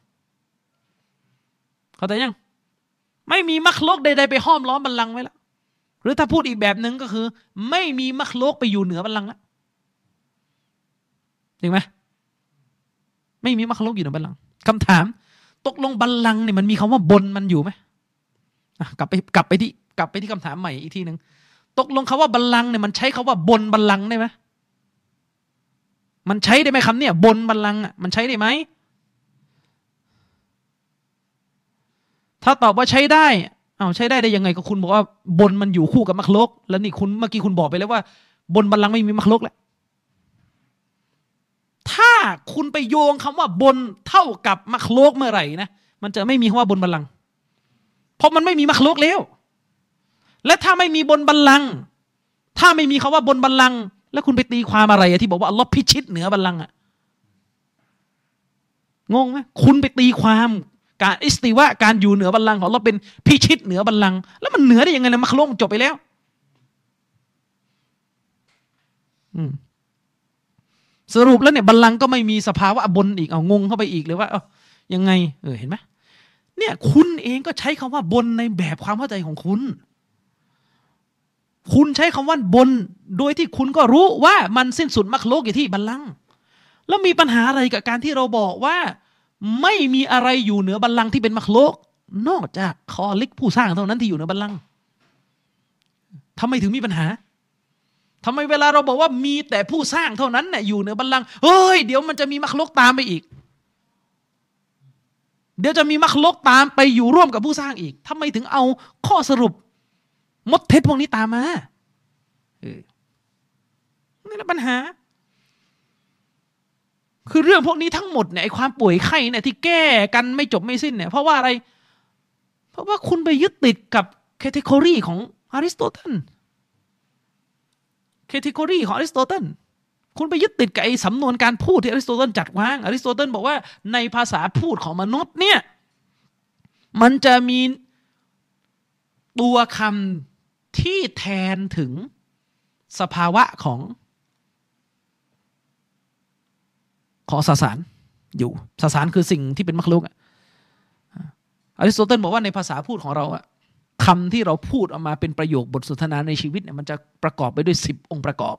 เข้าใจยังไม่มีมัคลุกใดๆไปห้อมล้อมบัลลังก์ไว้แล้วหรือถ้าพูดอีกแบบนึงก็คือไม่มีมัคลุกไปอยู่เหนือบัลลังก์แล้วจริงไหมไม่มีมัคลุกอยู่เหนือบัลลังก์คำถามตกลงบัลลังก์เนี่ยมันมีคำว่าบนมันอยู่ไหมกลับไปที่คำถามใหม่อีกทีนึงตกลงคำว่าบัลลังก์เนี่ยมันใช้คำว่าบนบัลลังก์ได้ไหมมันใช้ได้ไหมคำเนี่ยบนบัลลังก์มันใช้ได้ไหมถ้าตอบว่าใช้ได้ใช้ได้ยังไงก็คุณบอกว่าบนมันอยู่คู่กับมัคลุกแล้วนี่คุณเมื่อกี้คุณบอกไปแล้วว่าบนบัลลังก์ไม่มีมัคลุกแล้วถ้าคุณไปโยงคำว่าบนเท่ากับมัคลุกเมื่อไหร่นะมันจะไม่มีคำว่าบนบัลลังก์เพราะมันไม่มีมัคลุกแล้วและถ้าไม่มีบนบัลลังก์ถ้าไม่มีคำว่าบนบัลลังก์แล้วคุณไปตีความอะไรที่บอกว่าอัลลอฮ์พิชิตเหนือบัลลังก์งงไหมคุณไปตีความการอิสติวะการอยู่เหนือบัลลังก์ของอัลลอฮ์เป็นพิชิตเหนือบัลลังก์แล้วมันเหนือได้ยังไงนะมัคลุกจบไปแล้วสรุปแล้วเนี่ยบัลลังก์ก็ไม่มีสภาวะบนอีกงงเข้าไปอีกเลยว่ายังไงเห็นไหมเนี่ยคุณเองก็ใช้คำว่าบนในแบบความเข้าใจของคุณใช้คำว่าบนโดยที่คุณก็รู้ว่ามันสิ้นสุดมัคลุกอยู่ที่บัลลังก์แล้วมีปัญหาอะไรกับการที่เราบอกว่าไม่มีอะไรอยู่เหนือบัลลังก์ที่เป็นมัคลุกนอกจากคอลิกผู้สร้างเท่านั้นที่อยู่เหนือบัลลังก์ทำไมถึงมีปัญหาทำไมเวลาเราบอกว่ามีแต่ผู้สร้างเท่านั้นเนี่ยอยู่เหนือบัลลังก์เดี๋ยวมันจะมีมัคลุกตามไปอีกเดี๋ยวจะมีมัคลุกตามไปอยู่ร่วมกับผู้สร้างอีกทำไมถึงเอาข้อสรุปมดเท็จพวกนี้ตามมานี่แหละปัญหาคือเรื่องพวกนี้ทั้งหมดเนี่ยไอ้ความป่วยไข้เนี่ยที่แก้กันไม่จบไม่สิ้นเนี่ยเพราะว่าอะไรเพราะว่าคุณไปยึดติดกับแคตตากรีของอริสโตเติลแคตตากรีของอริสโตเติลคุณไปยึดติดกับไอ้สำนวนการพูดที่อริสโตเติลจัดวางอริสโตเติลบอกว่าในภาษาพูดของมนุษย์เนี่ยมันจะมีตัวคำที่แทนถึงสภาวะของสสารอยู่สสารคือสิ่งที่เป็นมัคลุกอริสโตเติลบอกว่าในภาษาพูดของเราคำที่เราพูดออกมาเป็นประโยคบทสนทนาในชีวิตเนี่ยมันจะประกอบไปด้วย10 องค์ประกอบ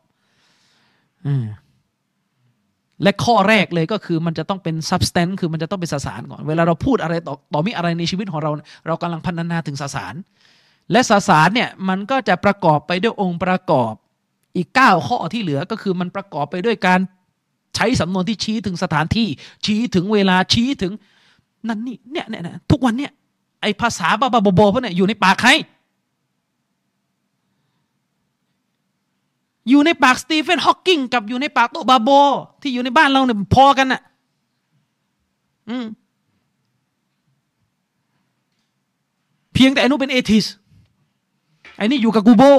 และข้อแรกเลยก็คือมันจะต้องเป็น substance คือมันจะต้องเป็นสสารก่อนเวลาเราพูดอะไรต่อมีอะไรในชีวิตของเราเรากำลังพรรณนาถึงสสารและสสารเนี่ยมันก็จะประกอบไปด้วยองค์ประกอบอีก9ข้อที่เหลือก็คือมันประกอบไปด้วยการใช้สำนวนที่ชี้ถึงสถานที่ชี้ถึงเวลาชี้ถึงนั่นนี่เนี่ยทุกวันเนี่ยไอภาษาบ้าๆบอๆพวกเนี่ยอยู่ในปากใครอยู่ในปากสตีเฟนฮอว์กิงกับอยู่ในปากโตบาโบที่อยู่ในบ้านเราเนี่ยพอกันน่ะเพียงแต่ไอ้นู้นเป็นเอทิสไอ้นี่อยู่กับกูโบ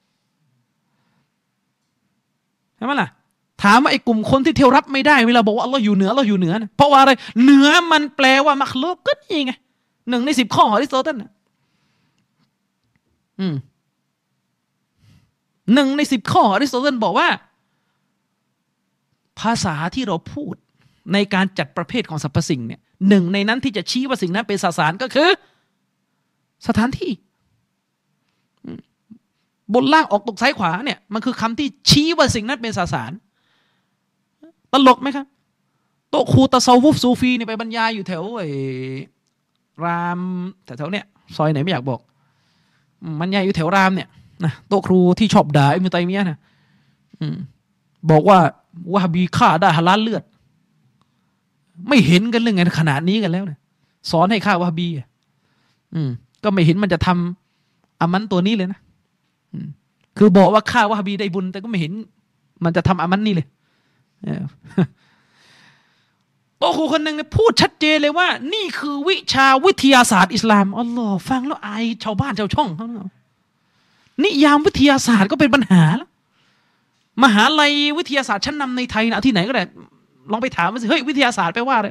ใช่ไหมล่ะถามว่าไอ้กลุ่มคนที่เที่ยวรับไม่ได้เวลาบอกว่าอัลลอฮ์อยู่เหนืออัลลอฮ์อยู่เหนือนะเพราะว่าอะไรเหนือมันแปลว่ามักลุกก็นี่ไง1 ใน 10ข้อของอริสโตเติลนะ1 ใน 10ข้อของอริสโตเติลบอกว่าภาษาที่เราพูดในการจัดประเภทของสรรพสิ่งเนี่ย1ในนั้นที่จะชี้ว่าสิ่งนั้นเป็นสสารก็คือสถานที่บนล่างออกตกซ้ายขวาเนี่ยมันคือคำที่ชี้ว่าสิ่งนั้นเป็นสสารตลกไหมครับโตครูตะซาวุฟซูฟีเนี่ยไปบรรยายอยู่แถวรามแถวเนี่ยซอยไหนไม่อยากบอกบรรยายอยู่แถวรามเนี่ยนะโตครูที่ชอบด่าอิบนุตัยมียะห์นะบอกว่าวะฮาบีฆ่าได้ฮาลาลเลือดไม่เห็นกันเรื่องไงขนาดนี้กันแล้วเนี่ยสอนให้ฆ่าวะฮาบีก็ไม่เห็นมันจะทำอามันตัวนี้เลยนะคือบอกว่าฆ่าวะฮาบีได้บุญแต่ก็ไม่เห็นมันจะทำอามันนี่เลยโตครูคนหนึ่งพูดชัดเจนเลยว่านี่คือวิชาวิทยาศาสตร์อิสลามอัลลอฮ์ฟังแล้วอายชาวบ้านชาวช่องเขานิยามวิทยาศาสตร์ก็เป็นปัญหาแล้วมหาลัยวิทยาศาสตร์ชั้นนำในไทยนะที่ไหนก็ได้ลองไปถามว่าสิเฮ้ยวิทยาศาสตร์แปลว่าอะไร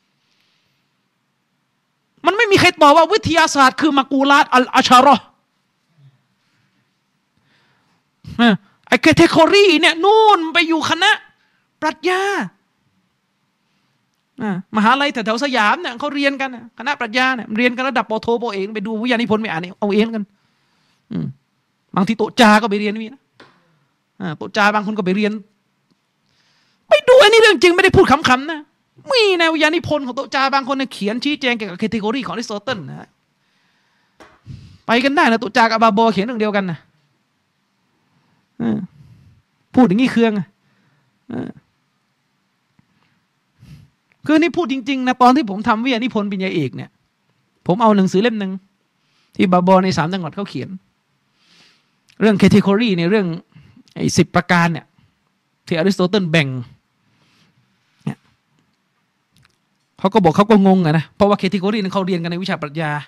มันไม่มีใครตอบว่าวิทยาศาสตร์คือมักูลาตอัลอาชาเราะห์ไอ้แคเทกอรีเนี่ยนู่นไปอยู่คณะปรัชญามหาลัยแถวสยามเนี่ยเขาเรียนกันคณะปรัชญาเนี่ยเรียนกันระดับปโทปเอกไปดูวิทยานิพนธ์ไปอ่านเอาเองกันบางทีโตจาก็ไปเรียนมีนะโตจาบางคนก็ไปเรียนไปดูอันนี้เรื่องจริงไม่ได้พูดขำๆนะมีในวิทยานิพนธ์ของโตจาบางคนเนี่ยเขียนชี้แจงเกี่ยวกับแคตตากรีของอริสโตเติลนะไปกันได้นะโตจากับบาโบเขียนเรื่องเดียวกันนะพูดอย่างนี้เครื่องคือนี่พูดจริงๆนะตอนที่ผมทำวิทยานิพนธ์ปริญญาเอกเนี่ยผมเอาหนังสือเล่มหนึ่งที่บาโบใน3 จังหวัดเขาเขียนเรื่องแคตตากรีในเรื่องไอ้10 ประการเนี่ยที่อริสโตเติลแบ่งเนี่ยเขาก็บอกเขาก็งงนะเพราะว่าแคตตากรีนั้นเขาเรียนกันในวิชาปรัชญา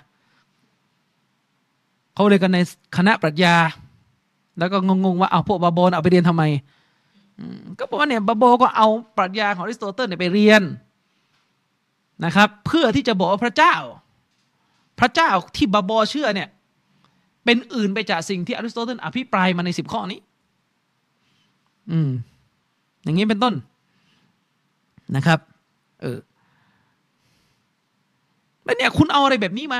เขาเรียนกันในคณะปรัชญาแล้วก็งงๆว่าเอาพวกบาโบเอาไปเรียนทำไมก็บอกว่าเนี่ยบาโบก็เอาปรัชญาของอริสโตเติลเนี่ยไปเรียนนะครับเพื่อที่จะบอกว่าพระเจ้าที่บาโบเชื่อเนี่ยเป็นอื่นไปจากสิ่งที่อริสโตเติลอภิปรายมาใน10 ข้อนี้อย่างนี้เป็นต้นนะครับแล้วเนี่ยคุณเอาอะไรแบบนี้มา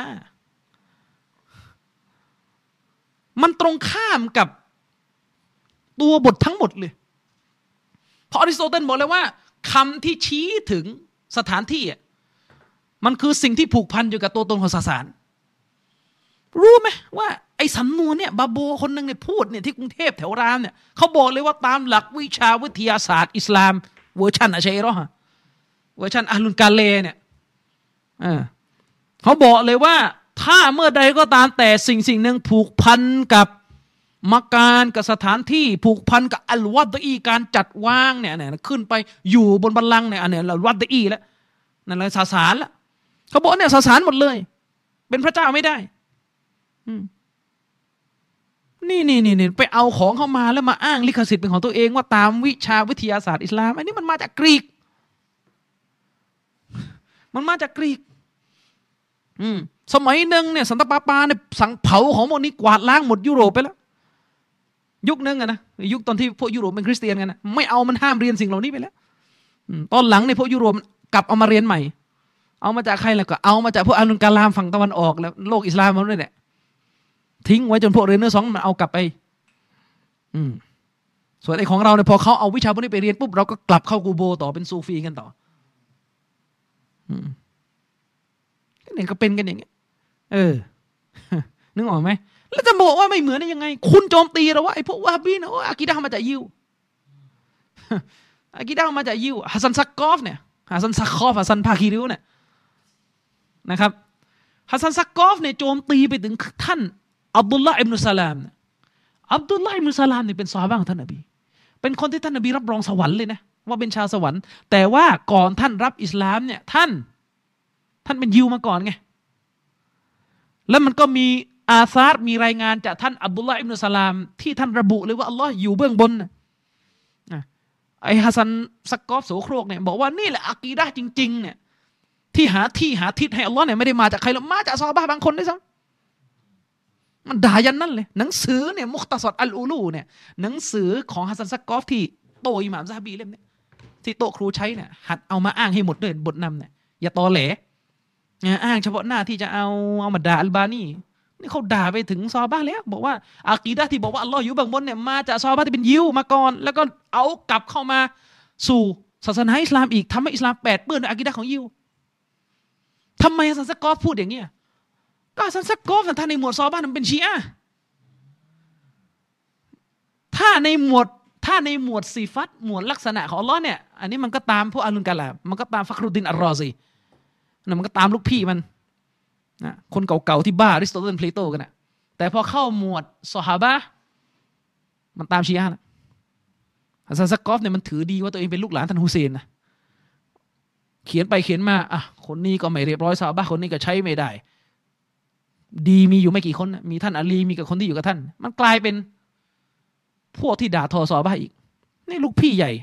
มันตรงข้ามกับตัวบททั้งหมดเลยเพราะอริสโตเติลบอกเลยว่าคำที่ชี้ถึงสถานที่มันคือสิ่งที่ผูกพันอยู่กับตัวตนของสสารรู้ไหมว่าไอ้สำนวนเนี่ยบาโบคนหนึ่งเนี่ยพูดเนี่ยที่กรุงเทพแถวรามเนี่ยเขาบอกเลยว่าตามหลักวิชาวิทยาศาสตร์อิสลามเวอร์ชันอะชัยเราะห์เวอร์ชันอะลุนกาเลเนี่ยเขาบอกเลยว่าถ้าเมื่อใดก็ตามแต่สิ่งหนึ่งผูกพันกับมักการกับสถานที่ผูกพันกับอัลวัดอีการจัดวางเนี่ยขึ้นไปอยู่บนบัลลังก์เนี่ยอันเนี่ยอัลวัดอีแล้วนั่นแหละสสารละเขาบอกเนี่ยสสารหมดเลยเป็นพระเจ้าไม่ได้นี่ไปเอาของเข้ามาแล้วมาอ้างลิขสิทธิ์เป็นของตัวเองว่าตามวิชาวิทยาศาสตร์อิสลามอันนี้มันมาจากกรีกสมัยหนึ่งเนี่ยสันตะปาปาเนี่ยสั่งเผาของพวกนี้กวาดล้างหมดยุโรปไปแล้วยุคนึงนะยุคตอนที่พวกยุโรปเป็นคริสเตียนกันนะไม่เอามันห้ามเรียนสิ่งเหล่านี้ไปแล้วตอนหลังเนี่ยพวกยุโรปกลับเอามาเรียนใหม่เอามาจากใครแล้วก็เอามาจากพวกอาลุนกาลามฝั่งตะวันออกแล้วโลกอิสลามมันด้วยเนี่ยทิ้งไว้จนพวกเรเนอร์ซองส์มันเอากลับไปส่วนไอ้ของเราเนี่ยพอเขาเอาวิชาพวกนี้ไปเรียนปุ๊บเราก็กลับเข้ากูโบต่อเป็นซูฟีกันต่อเนี่ยก็เป็นกันอย่างเงี้ยนึกออกไหมแล้วจะบอกว่าไม่เหมือนได้ยังไงคุณโจมตีเราว่าไอ้พวกวะฮาบีนะโอ้อากีดะห์มาจากยิวอากีดะห์มาจากยิวฮัสซันซักกอฟเนี่ยฮัสซันซักกอฟฮัสซันพาคีริวเนี่ยนะครับฮัสซันซักกอฟเนี่ยโจมตีไปถึงท่านอับดุลลาห์อิบนุสลามอับดุลลาห์อิบนุสลามเนี่ยเป็นซอฮาบะห์ของท่านนบีเป็นคนที่ท่านนบีรับรองสวรรค์เลยนะว่าเป็นชาวสวรรค์แต่ว่าก่อนท่านรับอิสลามเนี่ยท่านเป็นยิวมาก่อนไงแล้วมันก็มีอาซาร์มีรายงานจากท่านอับดุลลาห์อิบนุสลามที่ท่านระบุเลยว่าอัลลอฮ์อยู่เบื้องบนไอ้ฮัสซันซักกอฟโสโครกเนี่ยบอกว่านี่แหละอากีดะห์จริงๆเนี่ยที่หาทิศให้อัลลอฮ์เนี่ยไม่ได้มาจากใครหรอกมาจากซอฮาบะห์บางคนด้วยซ้ำมันด่ายันนั่นเลยหนังสือเนี่ยมุคตะซอดอัลอูลูเนี่ยหนังสือของฮัสซันซักกอฟที่โตอิหม่ามซะฮาบีเล่มนี้ที่โตครูใช้เนี่ยหัดเอามาอ้างให้หมดด้วยบทนำเนี่ยอย่าตอแหลอ้างเฉพาะหน้าที่จะเอามาด่าอัลบานีนี่เขาด่าไปถึงซอฮาบะห์แล้วบอกว่าอากีดะห์ที่บอกว่าอัลลอฮ์อยู่เบื้องบนเนี่ยมาจากซอฮาบะห์ที่เป็นยิวมาก่อนแล้วก็เอากลับเข้ามาสู่ศาสนาอิสลามอีกทำให้อิสลามแปดเปื้อนด้วยอากีดะห์ของยิวทำไมฮัสซันซักกอฟพูดอย่างนี้ก็ฮัสซันซักกอฟท่านในหมวดซอฮาบะห์มันเป็นชีอะห์ถ้าในหมวดซิฟัตหมวดลักษณะของอัลลอฮ์เนี่ยอันนี้มันก็ตามพวกอาลุนกะลามมันก็ตามฟักรุดดินอัลรอซีนะมันก็ตามลูกพี่มันนะคนเก่าๆที่บ้าอริสโตเติลเพลโตกันนะแต่พอเข้าหมวดซอฮาบะห์มันตามชีอะห์นะฮัสซันซักกอฟเนี่ยมันถือดีว่าตัวเองเป็นลูกหลานท่านฮุเซนนะเขียนไปเขียนมาคนนี้ก็ไม่เรียบร้อยซอฮาบะห์คนนี้ก็ใช้ไม่ได้ดีมีอยู่ไม่กี่คนมีท่านอาลีมีกับคนที่อยู่กับท่านมันกลายเป็นพวกที่ด่าทอซอฮาบะห์อีกนี่ลูกพี่ใหญ่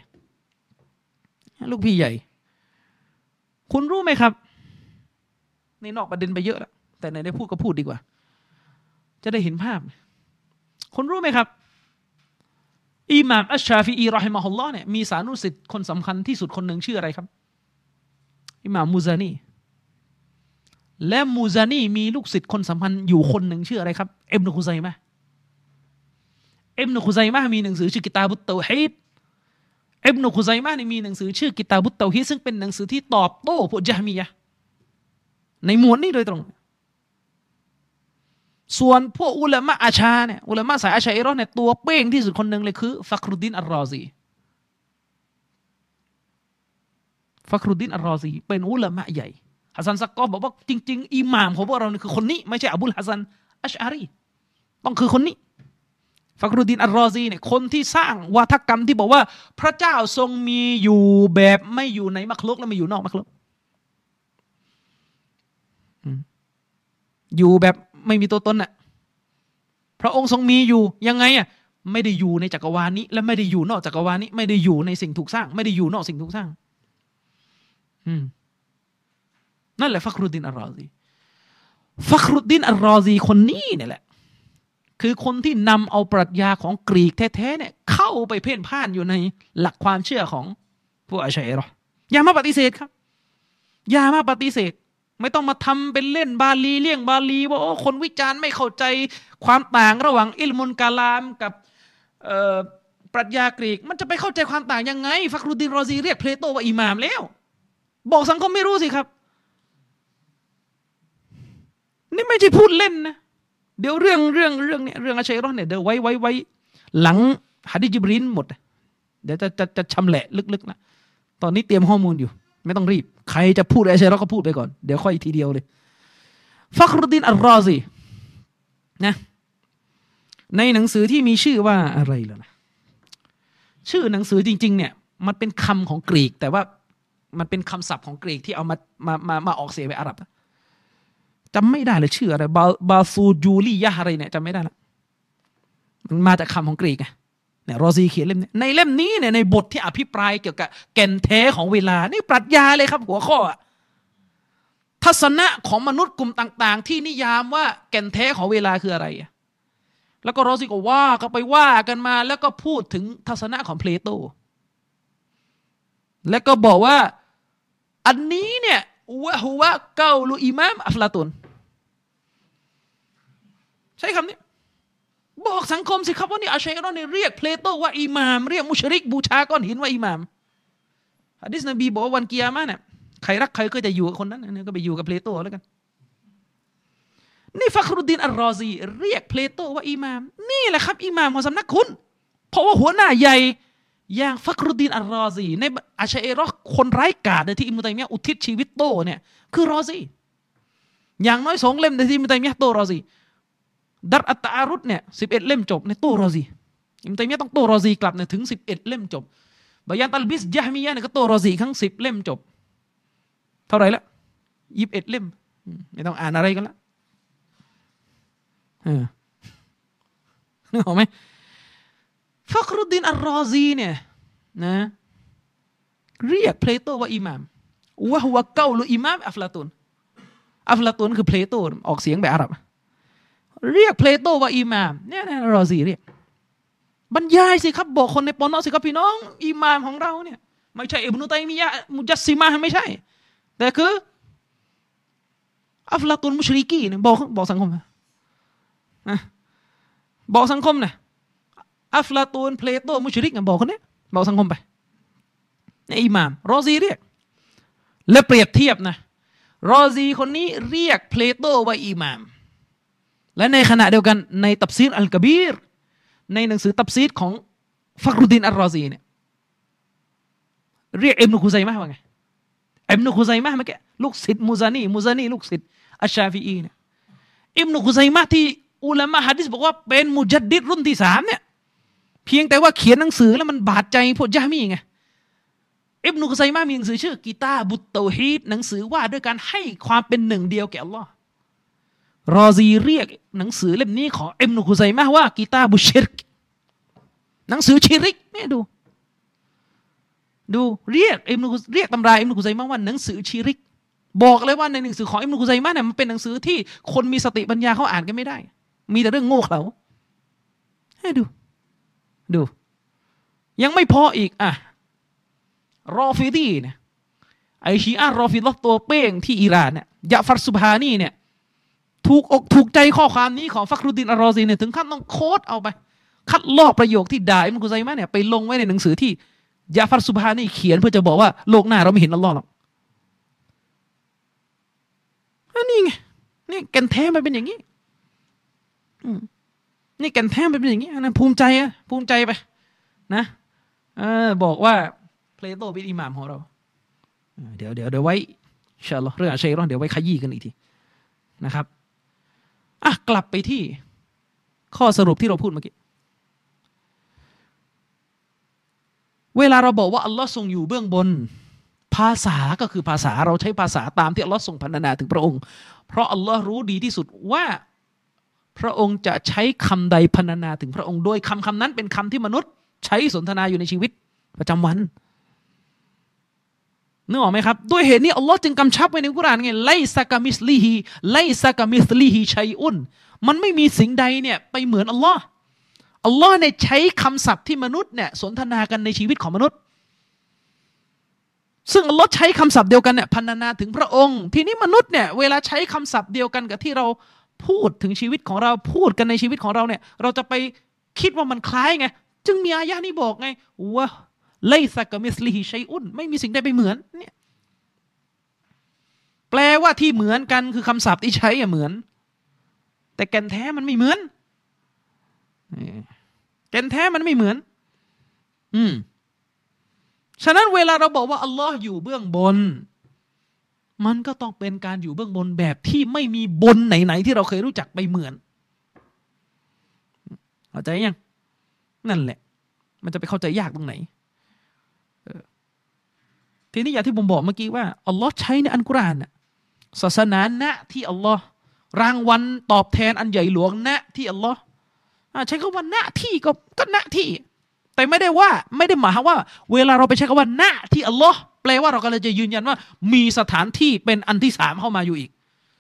คุณรู้ไหมครับในนอกประเด็นไปเยอะแล้วแต่ไหนได้พูดก็พูดดีกว่าจะได้เห็นภาพคุณรู้ไหมครับอิหม่ามอัชชาฟิอีรอฮิมะฮุลลอฮ์เนี่ยมีสานุสิทธิ์คนสำคัญที่สุดคนหนึ่งชื่ออะไรครับอิหม่ามมูซานีและมูซานีมีลูกศิษย์คนสำคัญอยู่คนหนึ่งชื่ออะไรครับอิบนุคุซัยมะห์มีหนังสือชื่อกิตาบุตเตาฮีดอิบนุคุซัยมะห์นี่มีหนังสือชื่อกิตาบุตเตาฮีดซึ่งเป็นหนังสือที่ตอบโต้พวกญะฮ์มียะห์ในหมวดนี้โดยตรงส่วนพวกอุลามะอาชาเนี่ยอุลามะสายอาชาอิเราะห์เนี่ยตัวเป้งที่สุดคนหนึ่งเลยคือฟักรุดดินอัลรอซีเป็นอุลามะใหญ่ฮัสซันซักกอฟบอกว่าจริงๆอิหม่ามของพวกเราเนี่ยคือคนนี้ไม่ใช่อบูลฮัสซันอัชอารีต้องคือคนนี้ฟักรุดดินอัลรอซีเนี่ยคนที่สร้างวาทกรรมที่บอกว่าพระเจ้าทรงมีอยู่แบบไม่อยู่ในมักลุกและไม่อยู่นอกมักลุกอยู่แบบไม่มีตัวตนน่ะพระองค์ทรงมีอยู่ยังไงอ่ะไม่ได้อยู่ในจักรวาลนี้และไม่ได้อยู่นอกจักรวาลนี้ไม่ได้อยู่ในสิ่งถูกสร้างไม่ได้อยู่นอกสิ่งถูกสร้างนั่นแหละฟักรุดดินอัลรอซีคนนี้เนี่ยแหละคือคนที่นำเอาปรัชญาของกรีกแท้ๆเนี่ยเข้าไปเพ่นพ่านอยู่ในหลักความเชื่อของพวกอัชอะรีเราะห์อย่ามาปฏิเสธครับอย่ามาปฏิเสธไม่ต้องมาทำเป็นเล่นบาลีเลี่ยงบาลีว่าคนวิจารณ์ไม่เข้าใจความต่างระหว่างอิลมุลกะลามกับปรัชญากรีกมันจะไปเข้าใจความต่างยังไงฟักรุดดินรอซีเรียกเพลโตว่าอิหม่ามแล้วบอกสังคมไม่รู้สิครับนี่ไม่ใช่พูดเล่นนะเดี๋ยวเรื่องเนี่ยเรื่องอัชอะรีเราะห์เนี่ยเดี๋ยวไว้หลังหะดีษญิบรีลหมดเดี๋ยวจะชำแหละลึกๆนะตอนนี้เตรียมข้อมูลอยู่ไม่ต้องรีบใครจะพูดอัชอะรีเราะห์ก็พูดไปก่อนเดี๋ยวค่อยทีเดียวเลยฟักรุดดินอัลรอซีนะในหนังสือที่มีชื่อว่าอะไรล่ะนะชื่อหนังสือจริงๆเนี่ยมันเป็นคำของกรีกแต่ว่ามันเป็นคำศัพท์ของกรีกที่เอามาออกเสียงเป็นอาหรับจำไม่ได้เลยชื่ออะไรบาซูจูลียะอะไรเนี่ยจำไม่ได้ละมันมาจากคำของกรีกไงเนี่ยรอซีเขียนเล่มนี้ในเล่มนี้เนี่ยในบทที่อภิปรายเกี่ยวกับแก่นแท้ของเวลานี่ปรัชญาเลยครับหัวข้อทัศนะของมนุษย์กลุ่มต่างๆที่นิยามว่าแก่นแท้ของเวลาคืออะไรแล้วก็รอซีก็ว่ากันมาแล้วก็พูดถึงทัศนะของเพลโตแล้วก็บอกว่าอันนี้เนี่ยวะฮุวะเกาลูอิมามอัฟลาตุนใช้คำนี้บอกสังคมสิครับว่านี่อัชอะรีเราะห์เนี่ยเรียกเพลโตว่าอิหม่ามเรียกมุชริกบูชาก้อนหินว่าอิหม่ามหะดีษนบีบอกว่าวันกิยามะห์เนี่ยใครรักใครก็จะอยู่กับคนนั้นก็ไปอยู่กับเพลโตแล้วกันนี่ฟักรุดดีนอัลรอซีเรียกเพลโตว่าอิหม่ามนี่แหละครับอิหม่ามของสำนักคุณเพราะว่าหัวหน้าใหญ่อย่างฟักรุดดีนอัลรอซีในอัชอะอิเราะห์คนไร้กาจที่อิบนุตัยมียะห์อุทิศชีวิตโตเนี่ยคือรอซีอย่างน้อย2เล่มในที่อิบนุตัยมียะห์โตรอซีดัรอัตตะอารุดเนี่ย11เล่มจบในโตรอซีอิบนุตัยมียะห์ต้องโตรอซีกลับเนี่ยถึง11เล่มจบบะยานตัลบิสญะฮ์มียะห์เนี่ยก็โตรอซีทั้ง10เล่มจบเท่าไหร่ละ21เล่มไม่ต้องอ่านอะไรกันละนึกออกไหมฟักรุดดีนอัลรอซีเนี่ยนะเรียกเพลโตว่าอิหม่ามวะฮุวะเกาลุอิหม่ามอัฟลาตุนคือเพลโตออกเสียงแบบอาหรับเรียกเพลโตว่าอิหม่ามเนี่ยอัลรอซีเรียกบรรยายสิครับบอกคนในปอนอสิครับพี่น้องอิหม่ามของเราเนี่ยไม่ใช่อิบนุตัยมียะห์มุจัสซิมะห์ไม่ใช่แต่คืออัฟลาตุนมุชริกีนบอกสังคมบอกสังคมนะอัฟลาตูนเพลโตมุชริกบอกคนนี้บอกสังคมไปนี่อิหม่ามรอซีเรียกและเปรียบเทียบนะรอซีคนนี้เรียกเพลโตว่าอิหม่ามและในขณะเดียวกันในตัฟซีรอัลกะบีรในหนังสือตัฟซีรของฟักรุดดีนอัลรอซีเนี่ยเรียกอิบนุคุซัยมะห์ว่าไงอิบนุคุซัยมะห์เมื่อกี้ลูกศิษย์มุซานีลูกศิษย์อัชชาฟิอีเนี่ยอิบนุคุซัยมะห์ที่อุลามะหะดีษบอกว่าเป็นมุจัดดิดรุ่นที่3เนี่ยเพียงแต่ว่าเขียนหนังสือแล้วมันบาดใจพวกญะมีไงอิบนุกุซัยมะห์มีหนังสือชื่อกิตาบุตเตาฮีดหนังสือว่าด้วยการให้ความเป็นหนึ่งเดียวแก่อัลลอฮ์รอซีเรียกหนังสือเล่มนี้ของอิบนุกุซัยมะห์ว่ากิตาบุชิรกหนังสือชิริกเนี่ยดูเรียกตำราอิบนุกุซัยมะห์ว่าหนังสือชิริกบอกเลยว่าในหนังสือของอิบนุกุซัยมะห์เนี่ยมันเป็นหนังสือที่คนมีสติปัญญาเขาอ่านกันไม่ได้มีแต่เรื่องโง่เขลาให้ดูยังไม่พออีกรอฟิดีเนี่ยไอชีอะห์รอฟิดะห์ตัวเป้งที่อิหร่านเนี่ยยะฟัรซุบฮานีเนี่ยถูกใจข้อความนี้ของฟักรุดดีนอัลรอซีเนี่ยถึงขั้นต้องโค้ดเอาไปคัดลอกประโยคที่ด่าอิบนุกุซัยมะห์เนี่ยไปลงไว้ในหนังสือที่ยะฟัรซุบฮานีเขียนเพื่อจะบอกว่าโลกหน้าเราไม่เห็นอัลลอฮ์หรอกนี่ไงนี่แก่นแท้มันเป็นอย่างนี้นี่แก่นแท้มันเป็นอย่างนี้นะภูมิใจไปนะบอกว่าเพลโตเป็นอิหม่ามของเราเดี๋ยวไว้อินชาอัลลอฮ์เรื่องอัชเราะห์เดี๋ยวไว้ขยี้กันอีกทีนะครับกลับไปที่ข้อสรุปที่เราพูดเมื่อกี้เวลาเราบอกว่าอัลลอฮ์ทรงอยู่เบื้องบนภาษาก็คือภาษาเราใช้ภาษาตามที่อัลลอฮ์ทรงพรรณนาถึงพระองค์เพราะอัลลอฮ์รู้ดีที่สุดว่าพระองค์จะใช้คำใดพรรณนาถึงพระองค์โดยคำนั้นเป็นคำที่มนุษย์ใช้สนทนาอยู่ในชีวิตประจำวันนึกออกไหมครับด้วยเหตุนี้อัลลอฮ์จึงกำชับไว้ในกุรอานไงไลซะกะมิสลิฮิชัยอุนมันไม่มีสิ่งใดเนี่ยไปเหมือนอัลลอฮ์เนี่ยใช้คำศัพท์ที่มนุษย์เนี่ยสนทนากันในชีวิตของมนุษย์ซึ่งอัลลอฮ์ใช้คำศัพท์เดียวกันเนี่ยพรรณนาถึงพระองค์ทีนี้มนุษย์เนี่ยเวลาใช้คำศัพท์เดียวกันกับที่เราพูดถึงชีวิตของเราพูดกันในชีวิตของเราเนี่ยเราจะไปคิดว่ามันคล้ายไงจึงมีอายะห์นี้บอกไงว่าไลซะกะมิสลิฮิชัยอุนไม่มีสิ่งใดไปเหมือนเนี่ยแปลว่าที่เหมือนกันคือคำศัพท์ที่ใช้เหมือนแต่แก่นแท้มันไม่เหมือนแก่นแท้มันไม่เหมือนฉะนั้นเวลาเราบอกว่าอัลลอฮ์อยู่เบื้องบนมันก็ต้องเป็นการอยู่เบื้องบนแบบที่ไม่มีบนไหนๆที่เราเคยรู้จักไปเหมือนเข้าใจยังนั่นแหละมันจะไปเข้าใจยากตรงไหนทีนี้อย่างที่ผมบอกเมื่อกี้ว่าอัลลอฮ์ใช้ในอัลกุรอานน่ะศาสนานะที่อัลลอฮ์รางวัลตอบแทนอันใหญ่หลวงนะที่อัลลอฮ์ใช้คำว่านะที่ก็นะที่แต่ไม่ได้หมายว่าเวลาเราไปใช้คำว่านะที่อัลลอฮ์แปลว่าเราก็เลยจะยืนยันว่ามีสถานที่เป็นอันที่3เข้ามาอยู่อีก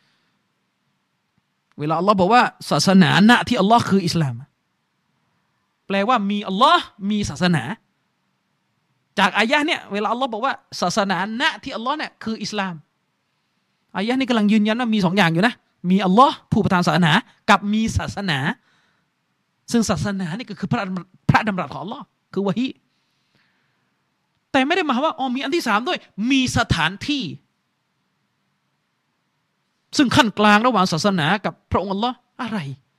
เวลาอัลลอฮ์บอกว่าศาสนานะที่อัลลอฮ์คืออิสลามแปลว่ามีอัลลอฮ์มีศาสนาจากอายะห์เนี่ยเวลาอัลลอฮ์บอกว่าศาสนานะที่อัลลอฮ์เนี่ยคืออิสลามอายะห์นี้กำลังยืนยันว่ามี2อย่างอยู่นะมีอัลลอฮ์ผู้ประทานศาสนากับมีศาสนาซึ่งศาสนานี่ก็คือพระดำรัสของอัลลอฮ์คือวะฮีแต่ไม่ได้หมายว่ามีอันที่3ด้วยมีสถานที่ซึ่งขั้นกลางระหว่างศาสนากับพระองค์อัลลอฮ์อะไร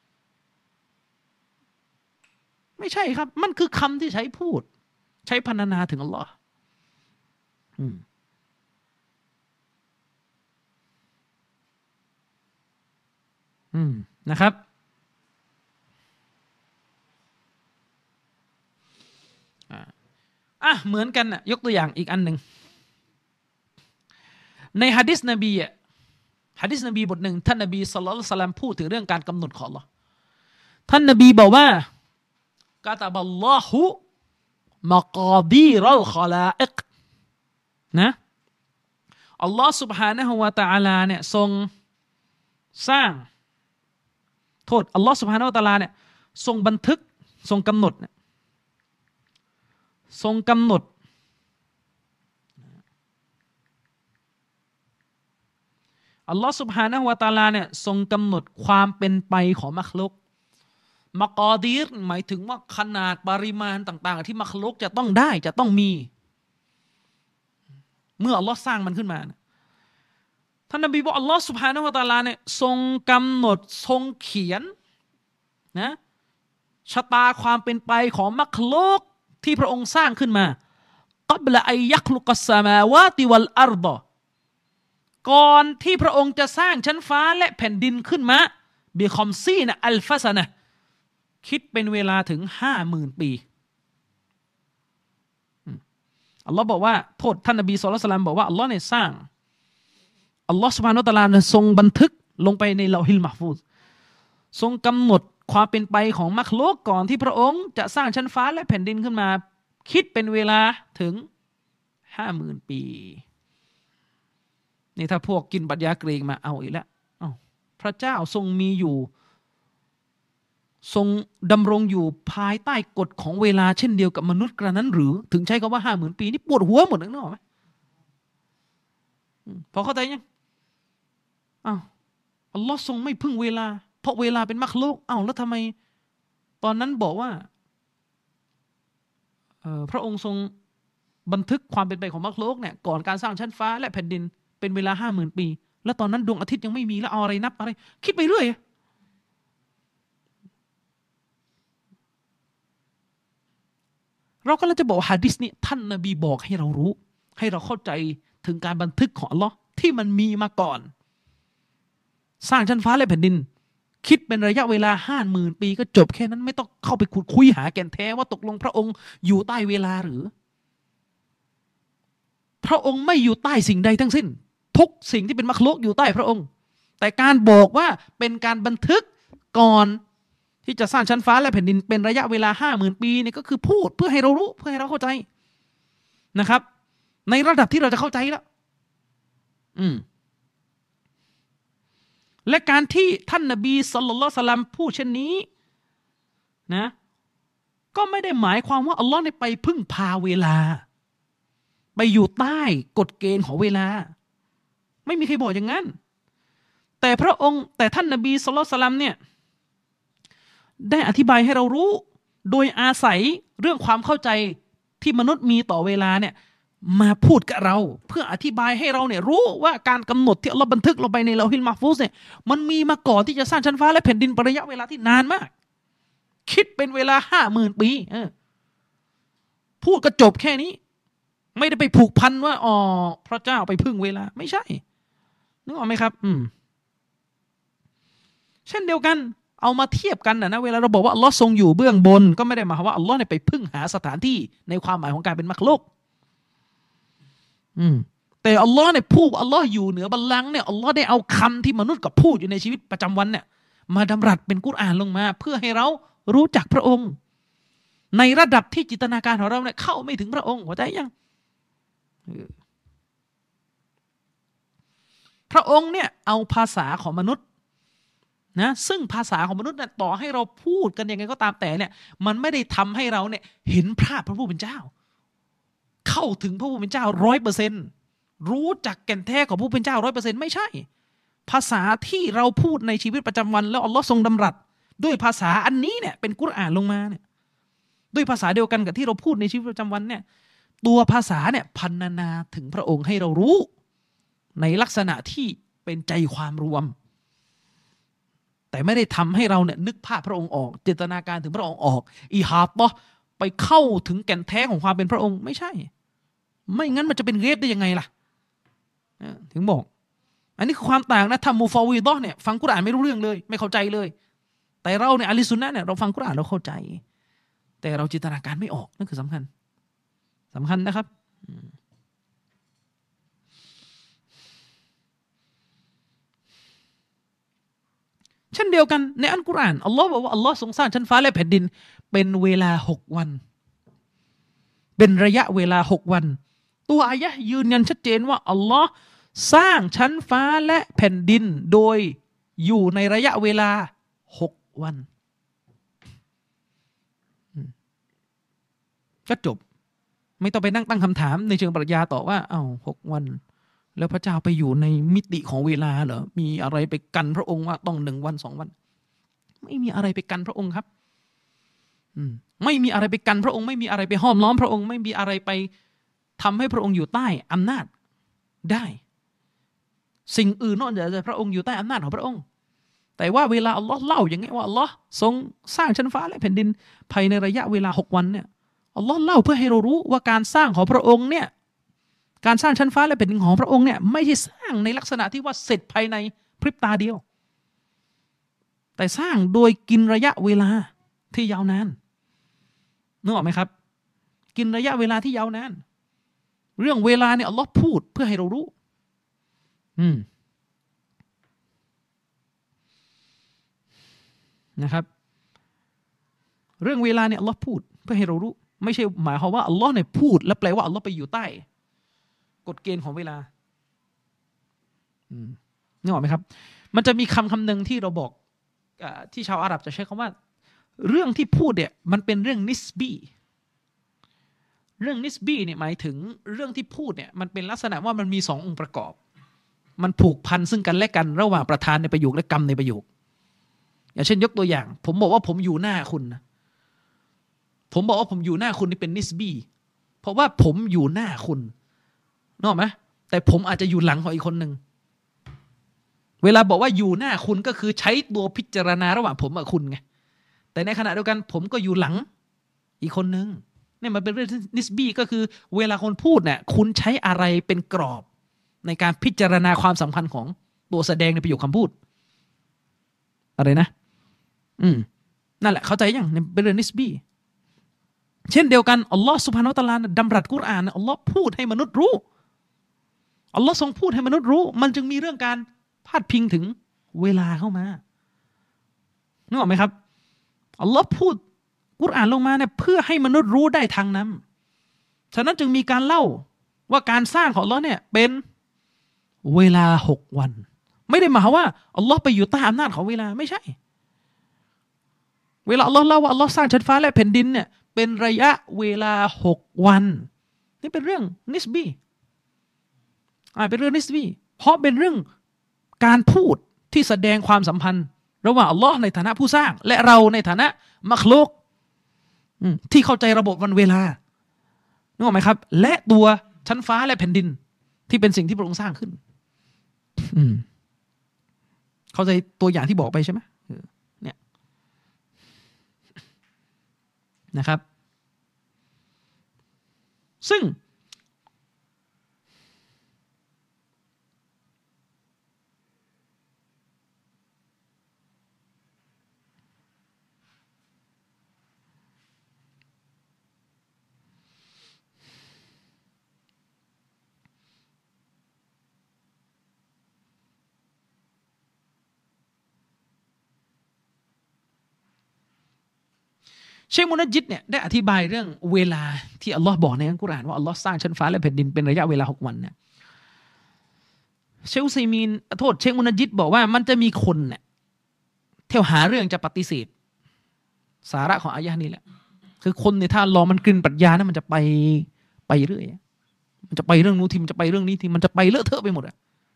ไม่ใช่ครับมันคือคำที่ใช้พูดใช้พรรณนาถึงอัลลอฮ์นะครับเหมือนกันนะยกตัวอย่างอีกอันหนึ่งในหะดีษนบีหะดีษนบีบทหนึ่งท่านนบีศ็อลลัลลอฮุอะลัยฮิวะซัลลัมพูดถึงเรื่องการกำหนดของอัลเลาะห์ท่านนบีบอกว่ากะตะบัลลอฮุมะกอดีรัลคอลาอิกนะอัลลอฮ์ سبحانه และ تعالى เนี่ยทรงสร้างโทษอัลลอฮ์ سبحانه และ تعالى เนี่ยทรงบันทึกทรงกำหนดทรงกำหนดอัลลอฮ์ سبحانه และ تعالى เนี่ยทรงกำหนดความเป็นไปของมัคลุกมะกอดีรหมายถึงว่าขนาดปริมาณต่างๆที่มัคลุกจะต้องได้จะต้องมีเมื่ออัลลอฮ์สร้างมันขึ้นมาท่านนบีบอกอัลลอฮ์ سبحانه และ تعالى เนี่ยทรงกำหนดทรงเขียนนะชะตาความเป็นไปของมัคลุกที่พระองค์สร้างขึ้นมาก่อนอัยยัคลุกัสสมาวาติวัลอัรฎอก่อนที่พระองค์จะสร้างชั้นฟ้าและแผ่นดินขึ้นมาบิคอมซีนะอัลฟะซะนะคิดเป็นเวลาถึง 50,000 ปีอัลลอฮ์บอกว่าโทษท่านนบีศ็อลลัลลอฮุอะลัยฮิวะซัลลัมบอกว่าอัลลอฮ์เนี่ยสร้างอัลลอฮ์ซุบฮานะฮูวะตะอาลาทรงบันทึกลงไปในลอฮิลมะห์ฟูซทรงกำหนดความเป็นไปของมัคลุกก่อนที่พระองค์จะสร้างชั้นฟ้าและแผ่นดินขึ้นมาคิดเป็นเวลาถึง 50,000 ปีนี่ถ้าพวกกินปรัชญาเกรงมาเอาอีกแล้วพระเจ้าทรงมีอยู่ทรงดำรงอยู่ภายใต้กฎของเวลาเช่นเดียวกับมนุษย์กระนั้นหรือถึงใช้คำว่า 50,000 ปีนี่ปวดหัวหมดนึกออกไหมพอเข้าใจยังอัลลอฮ์ทรงไม่พึ่งเวลาเพราะเวลาเป็นมัคลุกแล้วทำไมตอนนั้นบอกว่าพระองค์ทรงบันทึกความเป็นไปของมัคลุกเนี่ยก่อนการสร้างชั้นฟ้าและแผ่นดินเป็นเวลา 50,000 ปีแล้วตอนนั้นดวงอาทิตย์ยังไม่มีแล้วเอาอะไรนับอะไรคิดไปเรื่อยเราก็เลยจะบอกหะดีษนี้ท่านนบีบอกให้เรารู้ให้เราเข้าใจถึงการบันทึกของอัลเลาะห์ที่มันมีมาก่อนสร้างชั้นฟ้าและแผ่นดินคิดเป็นระยะเวลา 50,000 ปีก็จบแค่นั้นไม่ต้องเข้าไปขุดคุยหาแก่นแท้ว่าตกลงพระองค์อยู่ใต้เวลาหรือพระองค์ไม่อยู่ใต้สิ่งใดทั้งสิ้นทุกสิ่งที่เป็นมัคลุกอยู่ใต้พระองค์แต่การบอกว่าเป็นการบันทึกก่อนที่จะสร้างชั้นฟ้าและแผ่นดินเป็นระยะเวลา 50,000 ปีนี่ก็คือพูดเพื่อให้เรารู้เพื่อให้เราเข้าใจนะครับในระดับที่เราจะเข้าใจแล้วและการที่ท่านนบีศ็อลลัลลอฮุอะลัยฮิวะซัลลัมพูดเช่นนี้นะก็ไม่ได้หมายความว่าอัลลอฮ์ไปพึ่งพาเวลาไปอยู่ใต้กฎเกณฑ์ของเวลาไม่มีใครบอกอย่างนั้นแต่ท่านนบีศ็อลลัลลอฮุอะลัยฮิวะซัลลัมเนี่ยได้อธิบายให้เรารู้โดยอาศัยเรื่องความเข้าใจที่มนุษย์มีต่อเวลาเนี่ยมาพูดกับเราเพื่ออธิบายให้เราเนี่ยรู้ว่าการกำหนดที่อัลเลาะห์บันทึกลงไปในลอฮิลมะห์ฟูซเนี่ยมันมีมาก่อนที่จะสร้างชั้นฟ้าและแผ่นดินเป็นระยะเวลาที่นานมากคิดเป็นเวลา 50,000 ปีพูดก็จบแค่นี้ไม่ได้ไปผูกพันว่าพระเจ้าไปพึ่งเวลาไม่ใช่นึกออกไหมครับเช่นเดียวกันเอามาเทียบกันนะเวลาเราบอกว่าอัลเลาะห์ทรงอยู่เบื้องบนก็ไม่ได้หมายความว่าอัลเลาะห์เนี่ยไปพึ่งหาสถานที่ในความหมายของการเป็นมัคลุกแต่อัลลอฮ์เนี่ยพูดอัลลอฮ์อยู่เหนือบัลลังก์เนี่ยอัลลอฮ์ได้เอาคำที่มนุษย์กับพูดอยู่ในชีวิตประจำวันเนี่ยมาดำรัสเป็นกุรอานลงมาเพื่อให้เรารู้จักพระองค์ในระดับที่จินตนาการของเราเนี่ยเข้าไม่ถึงพระองค์เข้าใจยังพระองค์เนี่ยเอาภาษาของมนุษย์นะซึ่งภาษาของมนุษย์เนี่ยต่อให้เราพูดกันยังไงก็ตามแต่เนี่ยมันไม่ได้ทำให้เราเนี่ยเห็นภาพพระผู้เป็นเจ้าเข้าถึงพระผู้เป็นเจ้า 100% รู้จักแก่นแท้ของผู้เป็นเจ้า 100% ไม่ใช่ภาษาที่เราพูดในชีวิตประจำวันแล้วอัลลอฮ์ทรงดำรัสด้วยภาษาอันนี้เนี่ยเป็นกุรอานลงมาเนี่ยด้วยภาษาเดียวกันกับที่เราพูดในชีวิตประจำวันเนี่ยตัวภาษาเนี่ยพรรณนาถึงพระองค์ให้เรารู้ในลักษณะที่เป็นใจความรวมแต่ไม่ได้ทำให้เราเนี่ยนึกภาพพระองค์ออกจินตนาการถึงพระองค์ออกอิฮาตะห์ไปเข้าถึงแก่นแท้ของความเป็นพระองค์ไม่ใช่ไม่งั้นมันจะเป็นเกฟได้ยังไงล่ะถึงบอกอันนี้คือความต่างนะถ้ามุฟาวิดะห์เนี่ยฟังกุรอานไม่รู้เรื่องเลยไม่เข้าใจเลยแต่เราเนี่ยอะห์ลุสซุนนะห์เนี่ยเราฟังกุรอานเราเข้าใจแต่เราจินตนาการไม่ออกนั่นคือสำคัญนะครับเช่นเดียวกันในอัลกุรอานอัลลอฮ์บอกว่าอัลลอฮ์ทรงสร้างชั้นฟ้าและแผ่นดินเป็นเวลา6 วันเป็นระยะเวลา6 วันตัวอายะห์ยืนยันชัดเจนว่าอัลลอฮ์สร้างชั้นฟ้าและแผ่นดินโดยอยู่ในระยะเวลา6 วันก็จบไม่ต้องไปนั่งตั้งคำถามในเชิงปรัชญาต่อว่า6 วันแล้วพระเจ้าไปอยู่ในมิติของเวลาเหรอมีอะไรไปกันพระองค์ว่าต้อง1 วัน 2 วันไม่มีอะไรไปกันพระองค์ครับไม่มีอะไรไปกันพระองค์ไม่มีอะไรไปห้อมล้อมพระองค์ไม่มีอะไรไปทำให้พระองค์อยู่ใต้อำนาจได้สิ่งอื่นนอกจากพระองค์อยู่ใต้อำนาจของพระองค์แต่ว่าเวลาอัลลอฮ์เล่าอย่างนี้ว่าอัลลอฮ์ทรงสร้างชั้นฟ้าและแผ่นดินภายในระยะเวลา6 วันเนี่ยอัลลอฮ์เล่าเพื่อให้เรารู้ว่าการสร้างของพระองค์เนี่ยการสร้างชั้นฟ้าและแผ่นดินของพระองค์เนี่ยไม่ใช่สร้างในลักษณะที่ว่าเสร็จภายในพริบตาเดียวแต่สร้างโดยกินระยะเวลาที่ยาวนานนึกออกไหมครับกินระยะเวลาที่ยาวนานเรื่องเวลาเนี่ยอัลลอฮ์พูดเพื่อให้เรารู้นะครับเรื่องเวลาเนี่ยอัลลอฮ์พูดเพื่อให้เรารู้ไม่ใช่หมายความว่าอัลลอฮ์เนี่ยพูดแล้วแปลว่าอัลลอฮ์ไปอยู่ใต้กฎเกณฑ์ของเวลานึกออกไหมครับมันจะมีคำหนึ่งที่เราบอกที่ชาวอาหรับจะใช้คำว่าเรื่องที่พูดเนี่ยมันเป็นเรื่องนิสบีเรื่องนิสบีเนี่ยหมายถึงเรื่องที่พูดเนี่ยมันเป็นลักษณะว่ามันมี2 องค์ประกอบมันผูกพันซึ่งกันและกันระหว่างประธานในประโยคและกรรมในประโยคอย่างเช่นยกตัวอย่างผมบอกว่าผมอยู่หน้าคุณนะผมบอกว่าผมอยู่หน้าคุณนี่เป็นนิสบีเพราะว่าผมอยู่หน้าคุณนึกออกไหมแต่ผมอาจจะอยู่หลังของอีกคนหนึ่งเวลาบอกว่าอยู่หน้าคุณก็คือใช้ตัวพิจารณาระหว่างผมกับคุณไงแต่ในขณะเดียวกันผมก็อยู่หลังอีกคนหนึ่งเนี่ยมันเป็นเรื่องนิสบีก็คือเวลาคนพูดเนี่ยคุณใช้อะไรเป็นกรอบในการพิจารณาความสำคัญของตัวแสดงในประโยคคำพูดอะไรนะนั่นแหละเข้าใจยังเป็นเรื่องนิสบีเช่นเดียวกันอัลลอฮ์ซุบฮานะฮูวะตะอาลาดำรัสกุรอานอัลลอฮ์พูดให้มนุษย์รู้อัลลอฮ์ทรงพูดให้มนุษย์รู้มันจึงมีเรื่องการพาดพิงถึงเวลาเข้ามานึกออกไหมครับอัลลอฮ์พูดกุรอานลงมาเนี่ยเพื่อให้มนุษย์รู้ได้ทางนั้นฉะนั้นจึงมีการเล่าว่าการสร้างของอัลลอฮ์เนี่ยเป็นเวลา6 วันไม่ได้หมายว่าอัลลอฮ์ไปอยู่ใต้อำนาจของเวลาไม่ใช่เวลาอัลลอฮ์เล่าว่าอัลลอฮ์สร้างชั้นฟ้าและแผ่นดินเนี่ยเป็นระยะเวลา6 วันนี่เป็นเรื่องนิสบีเป็นเรื่องนิสบีเพราะเป็นเรื่องการพูดที่แสดงความสัมพันธ์ระหว่างอัลลอฮ์ในฐานะผู้สร้างและเราในฐานะมักลุกที่เข้าใจระบบวันเวลานึกออกไหมครับและตัวชั้นฟ้าและแผ่นดินที่เป็นสิ่งที่พระองค์สร้างขึ้นเข้าใจตัวอย่างที่บอกไปใช่ไหมเนี่ยนะครับซึ่งเชคมุนัจญิดเนี่ยได้อธิบายเรื่องเวลาที่อัลลอฮ์บอกในอัลกุรอานว่าอัลลอฮ์สร้างชั้นฟ้าและแผ่นดินเป็นระยะเวลา6 วันเนี่ยเชคอุซัยมีนเชคมุนัจญิดบอกว่ามันจะมีคนเนี่ยเที่ยวหาเรื่องจะปฏิเสธสาระของอายะห์นี้แหละคือคนเนี่ยถ้ารอมันกลืนปรัชญานะมันจะไปเรื่อยมันจะไปเรื่องนู้นทีมันจะไปเรื่องนี้ทีมันจะไปเลอะเทอะไปหมด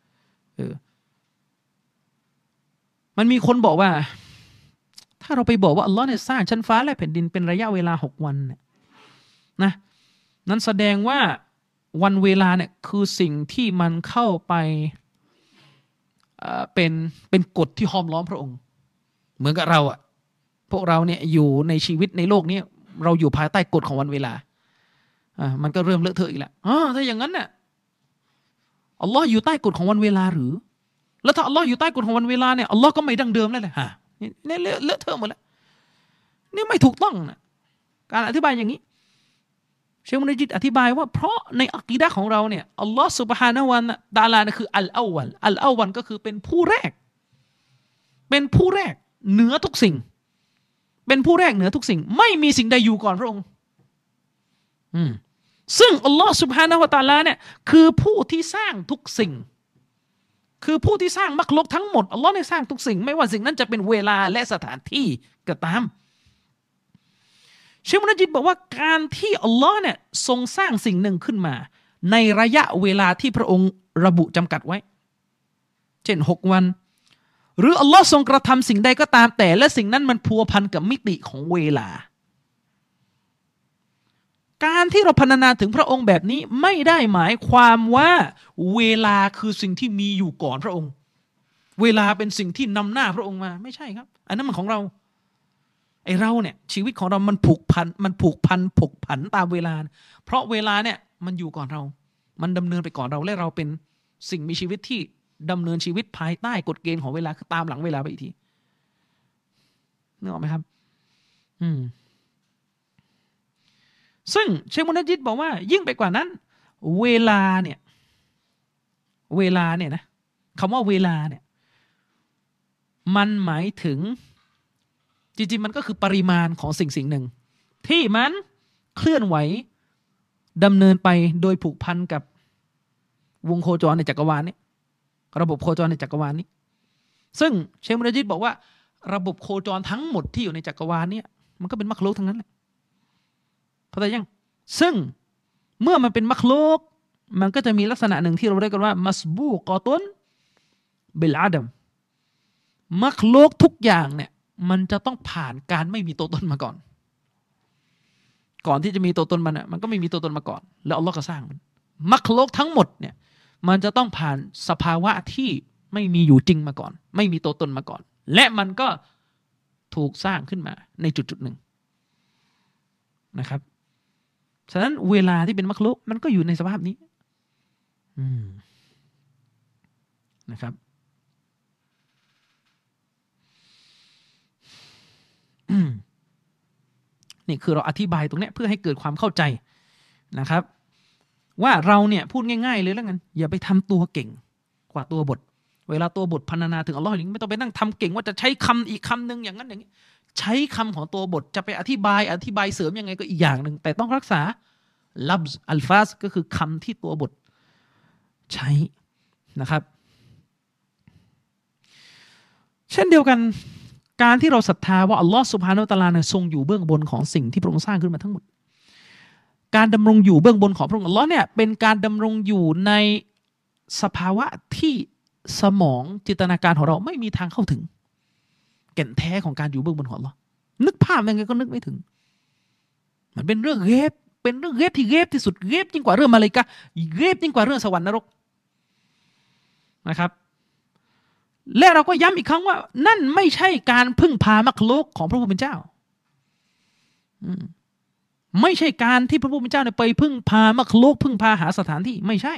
มันมีคนบอกว่าถ้าเราไปบอกว่าอัลลอฮ์เนี่ยสร้างชั้นฟ้าและแผ่นดินเป็นระยะเวลา6 วันเนี่ยนะนั้นแสดงว่าวันเวลาเนี่ยคือสิ่งที่มันเข้าไปเป็นกฎที่ห้อมล้อมพระองค์เหมือนกับเราอ่ะพวกเราเนี่ยอยู่ในชีวิตในโลกนี้เราอยู่ภายใต้กฎของวันเวลามันก็เริ่มเลอะเทอะอีกแล้วถ้าอย่างนั้นเนี่ยอัลลอฮ์อยู่ใต้กฎของวันเวลาหรือแล้วถ้าอัลลอฮ์อยู่ใต้กฎของวันเวลาเนี่ยอัลลอฮ์ก็ไม่ดั้งเดิมแล้วแหละนี่เลอะเทอะหมดแล้วนี่ไม่ถูกต้องนะการอธิบายอย่างนี้เชคมุนจิตอธิบายว่าเพราะในอะกีดะห์ของเราเนี่ยอัลลอฮ์ซุบฮานะฮูวะตะอาลาเนี่ยคืออัลอาวัลก็คือเป็นผู้แรกเหนือทุกสิ่งเป็นผู้แรกเหนือทุกสิ่งไม่มีสิ่งใดอยู่ก่อนพระองค์ซึ่งอัลลอฮ์ซุบฮานะฮูวะตะอาลาเนี่ยคือผู้ที่สร้างทุกสิ่งคือผู้ที่สร้างมักลุกทั้งหมดอัลลอฮ์ได้สร้างทุกสิ่งไม่ว่าสิ่งนั้นจะเป็นเวลาและสถานที่ก็ตามเชคมุนจิตบอกว่าการที่อัลลอฮ์เนี่ยทรงสร้างสิ่งหนึ่งขึ้นมาในระยะเวลาที่พระองค์ระบุจำกัดไว้เช่น6 วันหรืออัลลอฮ์ทรงกระทำสิ่งใดก็ตามแต่และสิ่งนั้นมันพัวพันกับมิติของเวลาการที่เราพรรณนาถึงพระองค์แบบนี้ไม่ได้หมายความว่าเวลาคือสิ่งที่มีอยู่ก่อนพระองค์เวลาเป็นสิ่งที่นำหน้าพระองค์มาไม่ใช่ครับอันนั้นมันของเราไอเราเนี่ยชีวิตของเรามันผูกพันผกผันตามเวลาเพราะเวลาเนี่ยมันอยู่ก่อนเรามันดำเนินไปก่อนเราและเราเป็นสิ่งมีชีวิตที่ดำเนินชีวิตภายใต้กฎเกณฑ์ของเวลาคือตามหลังเวลาไปอีกทีนึกออกไหมครับซึ่งเชคมุนจิตบอกว่ายิ่งไปกว่านั้นเวลาเนี่ยนะคำว่าเวลาเนี่ยมันหมายถึงจริงๆมันก็คือปริมาณของสิ่งหนึ่งที่มันเคลื่อนไหวดำเนินไปโดยผูกพันกับวงโคจรในจักรวาลนี้ระบบโคจรในจักรวาลนี้ซึ่งเชคมุนจิตบอกว่าระบบโคจรทั้งหมดที่อยู่ในจักรวาลนี้มันก็เป็นมักลุกทั้งนั้นแหละเข้าใจยังซึ่งเมื่อมันเป็นมักลุกมันก็จะมีลักษณะหนึ่งที่เราเรียกกันว่ามัสบูกอตุนบิลอาดัมมักลุกทุกอย่างเนี่ยมันจะต้องผ่านการไม่มีตัวตนมาก่อนที่จะมีตัวตนมันก็ไม่มีตัวตนมาก่อนแล้วอัลลอฮ์ก็สร้างมันมักลุกทั้งหมดเนี่ยมันจะต้องผ่านสภาวะที่ไม่มีอยู่จริงมาก่อนไม่มีตัวตนมาก่อนและมันก็ถูกสร้างขึ้นมาในจุดหนึ่งนะครับฉะนั้นเวลาที่เป็นมักลุกมันก็อยู่ในสภาพนี้นะครับนี่คือเราอธิบายตรงนี้เพื่อให้เกิดความเข้าใจนะครับว่าเราเนี่ยพูดง่ายๆเลยแล้วกันอย่าไปทำตัวเก่งกว่าตัวบทเวลาตัวบทพรรณนาถึงอัลลอฮ์อย่างนี้ไม่ต้องไปนั่งทำเก่งว่าจะใช้คำอีกคำนึงอย่างนั้นอย่างนี้ใช้คำของตัวบทจะไปอธิบายเสริมยังไงก็อีกอย่างนึงแต่ต้องรักษาลับซ์อัลฟาซก็คือคำที่ตัวบทใช้นะครับเช่นเดียวกันการที่เราศรัทธาว่าอัลลอฮ์ซุบฮานะฮูวะตะอาลาทรงอยู่เบื้องบนของสิ่งที่พระองค์สร้างขึ้นมาทั้งหมดการดำรงอยู่เบื้องบนของพระองค์อัลลอฮ์เนี่ยเป็นการดำรงอยู่ในสภาวะที่สมองจินตนาการของเราไม่มีทางเข้าถึงแก่นแท้ของการอยู่เบื้องบนของอัลลอฮ์นึกภาพยังไงก็นึกไม่ถึงมันเป็นเรื่องเกฟที่เกฟที่สุดเกฟยิ่งกว่าเรื่องมาลาอิกะฮ์เกฟยิ่งกว่าเรื่องสวรรค์นรกนะครับและเราก็ย้ำอีกครั้งว่านั่นไม่ใช่การพึ่งพามักลุกของพระผู้เป็นเจ้าไม่ใช่การที่พระผู้เป็นเจ้าไปพึ่งพามักลุกพึ่งพาหาสถานที่ไม่ใช่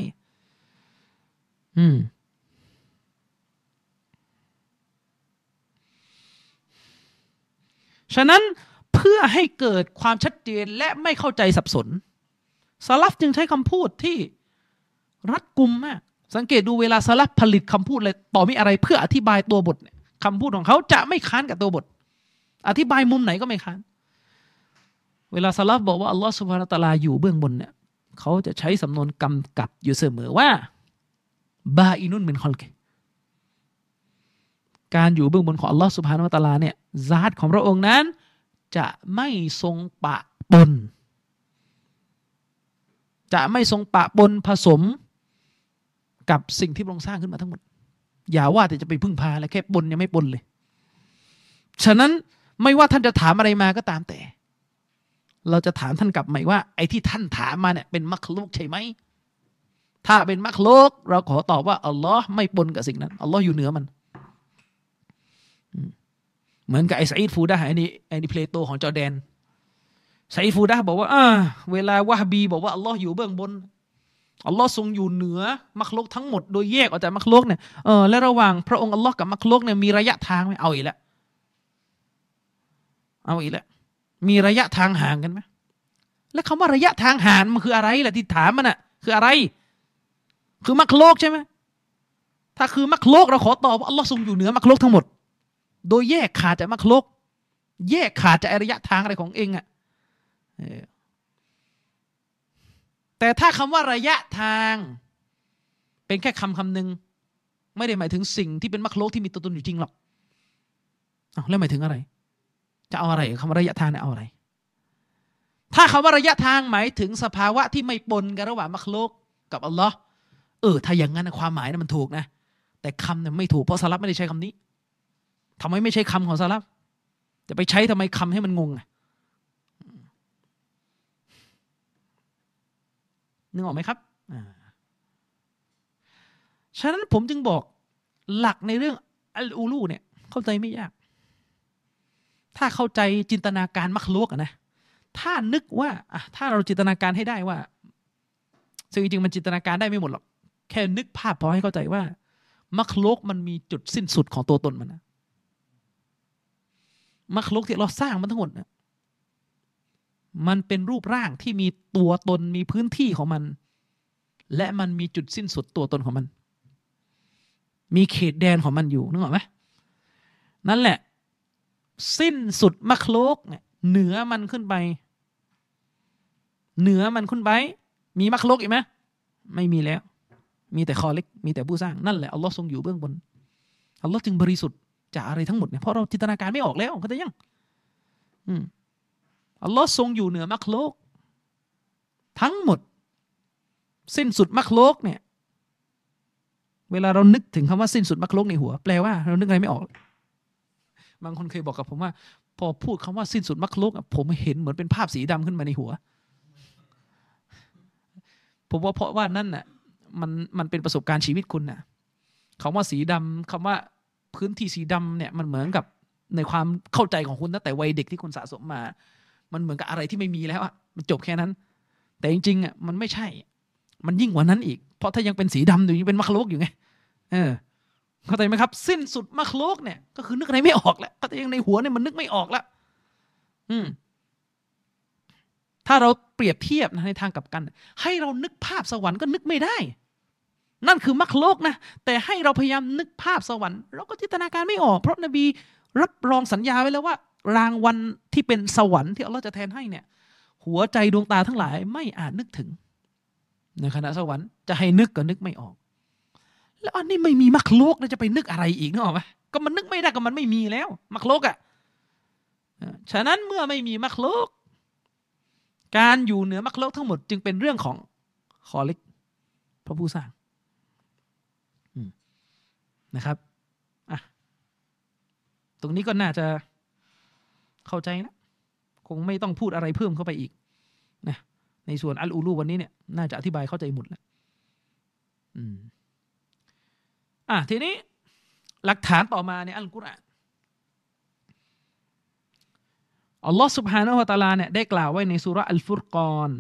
ฉะนั้นเพื่อให้เกิดความชัดเจนและไม่เข้าใจสับสนซะลัฟจึงใช้คำพูดที่รัดกุมมากสังเกตดูเวลาซะลัฟผลิตคำพูดอะไรต่อมีอะไรเพื่ออธิบายตัวบทคำพูดของเขาจะไม่ค้านกับตัวบทอธิบายมุมไหนก็ไม่ค้านเวลาซะลัฟบอกว่าอัลลอฮฺซุบฮานะฮูวะตะอาลาอยู่เบื้องบนเนี่ยเขาจะใช้สำนวนกำกับอยู่เสมอว่าบาอินุนมินคอลกิการอยู่เบื้องบนของอัลลอฮฺซุบฮานะฮูวะตะอาลาเนี่ยซาตของพระองค์นั้นจะไม่ทรงปะปนผสมกับสิ่งที่พระองค์สร้างขึ้นมาทั้งหมดอย่าว่าแต่จะไปพึ่งพาแล้วแค่ปนยังไม่ปนเลยฉะนั้นไม่ว่าท่านจะถามอะไรมาก็ตามแต่เราจะถามท่านกลับใหม่ว่าไอ้ที่ท่านถามมาเนี่ยเป็นมักลุกใช่ไหมถ้าเป็นมักโลกเราขอตอบว่าอัลลอฮ์ไม่ปนกับสิ่งนั้นอัลลอฮ์อยู่เหนือมันเหมือนกับไอ้ซาอิดฟูดะห์ไอ้นี่เพลโตของจอร์แดนซาอิดฟูดะห์บอกว่าเวลาวะฮบีบอกว่าอัลลอฮ์อยู่เบื้องบนอัลลอฮ์ทรงอยู่เหนือมักลุกทั้งหมดโดยแยกออกจากมักลุกเนี่ยและระหว่างพระองค์อัลลอฮ์กับมักลุกเนี่ยมีระยะทางไหมเอาอีกแล้วมีระยะทางห่างกันไหมแล้วคำว่าระยะทางห่างมันคืออะไรล่ะที่ถามมันอ่ะคืออะไรคือมักลุกใช่ไหมถ้าคือมักลุกเราขอตอบว่าอัลลอฮ์ทรงอยู่เหนือมักลุกทั้งหมดโดยแยกขาดจากมักลุกแยกขาดจากระยะทางอะไรของเองอ่ะแต่ถ้าคำว่าระยะทางเป็นแค่คำหนึ่งไม่ได้หมายถึงสิ่งที่เป็นมักลุกที่มีตัวตนอยู่จริงหรอกแล้วหมายถึงอะไรจะเอาอะไรคำว่าระยะทางเนี่ยเอาอะไรถ้าคำว่าระยะทางหมายถึงสภาวะที่ไม่ปนกันระหว่างมักลุกกับอัลลอฮ์ถ้าอย่างนั้นความหมายนั้นมันถูกนะแต่คำเนี่ยไม่ถูกเพราะซะลัฟไม่ได้ใช้คำนี้ทำไมไม่ใช้คำของซะลัฟจะไปใช้ทำไมคำให้มันงงนึกออกไหมครับฉะนั้นผมจึงบอกหลักในเรื่องอัลอูลูเนี่ยเข้าใจไม่ยากถ้าเข้าใจจินตนาการมักลุกนะถ้านึกว่าถ้าเราจินตนาการให้ได้ว่าซึ่งจริงๆมันจินตนาการได้ไม่หมดหรอกแค่นึกภาพพอให้เข้าใจว่ามักลุกมันมีจุดสิ้นสุดของตัวตนมันนะมักลุกที่เราสร้างมันทั้งหมดนะมันเป็นรูปร่างที่มีตัวตนมีพื้นที่ของมันและมันมีจุดสิ้นสุดตัวตนของมันมีเขตแดนของมันอยู่นึกออกไหมนั่นแหละสิ้นสุดมักลุกเนี่ยเหนือมันขึ้นไปมีมักลุกอีกไหมไม่มีแล้วมีแต่คอลิกมีแต่ผู้สร้างนั่นแหละอัลลอฮ์ทรงอยู่เบื้องบนอัลลอฮ์จึงบริสุทธิ์จากอะไรทั้งหมดเนี่ยเพราะเราจินตนาการไม่ออกแล้วเข้าใจยังอัลลอฮ์ทรงอยู่เหนือมักลุกทั้งหมดสิ้นสุดมักลุกเนี่ยเวลาเรานึกถึงคำว่าสิ้นสุดมักลุกในหัวแปลว่าเรานึกอะไรไม่ออกบางคนเคยบอกกับผมว่าพอพูดคำว่าสิ้นสุดมักลุกผมเห็นเหมือนเป็นภาพสีดำขึ้นมาในหัวผมว่าเพราะว่านั่นน่ะมันเป็นประสบการณ์ชีวิตคุณน่ะคำว่าสีดำคำว่าพื้นที่สีดำเนี่ยมันเหมือนกับในความเข้าใจของคุณตั้งแต่วัยเด็กที่คุณสะสมมามันเหมือนกับอะไรที่ไม่มีแล้วอ่ะมันจบแค่นั้นแต่จริงๆมันไม่ใช่มันยิ่งกว่านั้นอีกเพราะถ้ายังเป็นสีดำอยู่ยังเป็นมักลุกอยู่ไงเข้าใจไหมครับสิ้นสุดมักลุกเนี่ยก็คือนึกอะไรไม่ออกแล้วก็แต่ยังในหัวเนี่ยมันนึกไม่ออกแล้วถ้าเราเปรียบเทียบนะในทางกลับกันให้เรานึกภาพสวรรค์ก็นึกไม่ได้นั่นคือมักลุกนะแต่ให้เราพยายามนึกภาพสวรรค์เราก็จินตนาการไม่ออกเพราะนบีรับรองสัญญาไว้แล้วว่ารางวัลที่เป็นสวรรค์ที่อัลเลาะห์จะแทนให้เนี่ยหัวใจดวงตาทั้งหลายไม่อาจนึกถึงในขณะสวรรค์จะให้นึกก็นึกไม่ออกแล้วอันนี้ไม่มีมักลุกแล้วจะไปนึกอะไรอีกนึกออกไหมก็มันนึกไม่ได้ก็มันไม่มีแล้วมักลุกอ่ะฉะนั้นเมื่อไม่มีมักลุกการอยู่เหนือมักลุกทั้งหมดจึงเป็นเรื่องของคอลิกพระผู้สร้างนะครับตรงนี้ก็น่าจะเข้าใจนะคงไม่ต้องพูดอะไรเพิ่มเข้าไปอีกนะในส่วนอัลอูลูวันนี้เนี่ยน่าจะอธิบายเข้าใจหมดแล้วทีนี้หลักฐานต่อมาในอัลกุรอานอัลลอฮฺ سبحانه และ تعالى เนี่ยได้กล่าวไว้ในซูเราะห์อัลฟุรกอน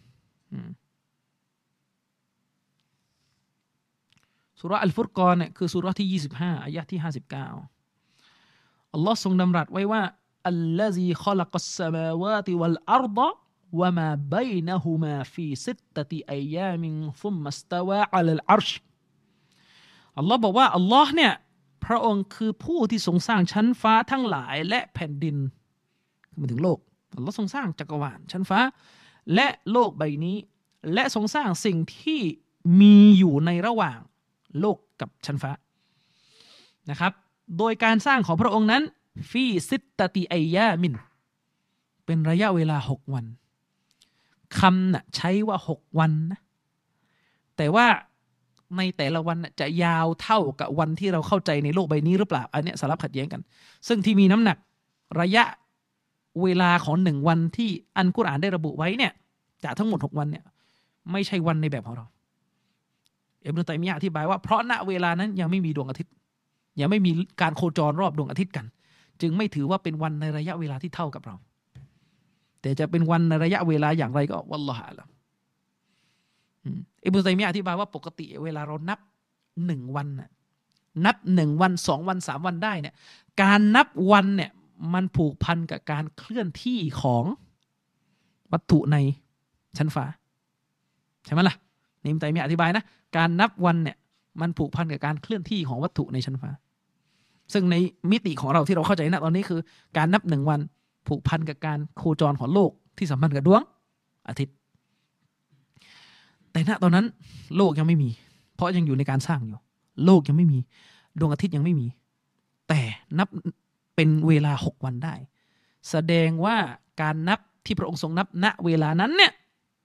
ซูเราะห์อัลฟุรกอนเนี่ยคือซูเราะห์ที่25อายะห์ที่59อัลลอฮ์ทรงดำรัสไว้ว่าอัลลซีคอลักัสสมาวาติวัลอัรฎะวะมาบัยนะฮุมาฟีซิตตะติอัยยามินซุมมัสตาวาอะลัลอัรชอัลลอฮ์บอกว่าอัลลอฮ์เนี่ยพระองค์คือผู้ที่ทรงสร้างชั้นฟ้าทั้งหลายและแผ่นดินคือมาถึงโลกอัลลอฮ์ทรงสร้างจักรวาลชั้นฟ้าและโลกใบนี้และทรงสร้างสิ่งที่มีอยู่ในระหว่างโลกกับชั้นฟ้านะครับโดยการสร้างของพระองค์นั้นฟีซิตตะติอัยยามินเป็นระยะเวลา6วันคำน่ะใช้ว่า6วันนะแต่ว่าในแต่ละวันจะยาวเท่ากับวันที่เราเข้าใจในโลกใบนี้หรือเปล่าอันนี้สลับขัดแย้งกันซึ่งที่มีน้ำหนักระยะเวลาของ1วันที่อัลกุรอานได้ระบุไว้เนี่ยจากทั้งหมด6วันเนี่ยไม่ใช่วันในแบบของเราอิบนุตัยมียะห์อธิบายว่าเพราะณเวลานั้นยังไม่มีดวงอาทิตย์ยังไม่มีการโคจรรอบดวงอาทิตย์กันจึงไม่ถือว่าเป็นวันในระยะเวลาที่เท่ากับเราแต่จะเป็นวันในระยะเวลาอย่างไรก็วัลลอฮุอาลัมอิบนุตัยมียะห์อธิบายว่าปกติเวลาเรานับ1 วันนับ1 วัน2 วัน3 วันได้เนี่ยการนับวันเนี่ยมันผูกพันกับการเคลื่อนที่ของวัตถุในชั้นฟ้าใช่ไหมล่ะนี่อิบนุตัยมียะห์อธิบายนะการนับวันเนี่ยมันผูกพันกับการเคลื่อนที่ของวัตถุในชั้นฟ้าซึ่งในมิติของเราที่เราเข้าใจณตอนนี้คือการนับ1 วันผูกพันกับการโคจรของโลกที่สัมพันธ์กับดวงอาทิตย์แต่ณตอนนั้นโลกยังไม่มีเพราะยังอยู่ในการสร้างอยู่โลกยังไม่มีดวงอาทิตย์ยังไม่มีแต่นับเป็นเวลา6 วันได้แสดงว่าการนับที่พระองค์ทรงนับณเวลานั้นเนี่ย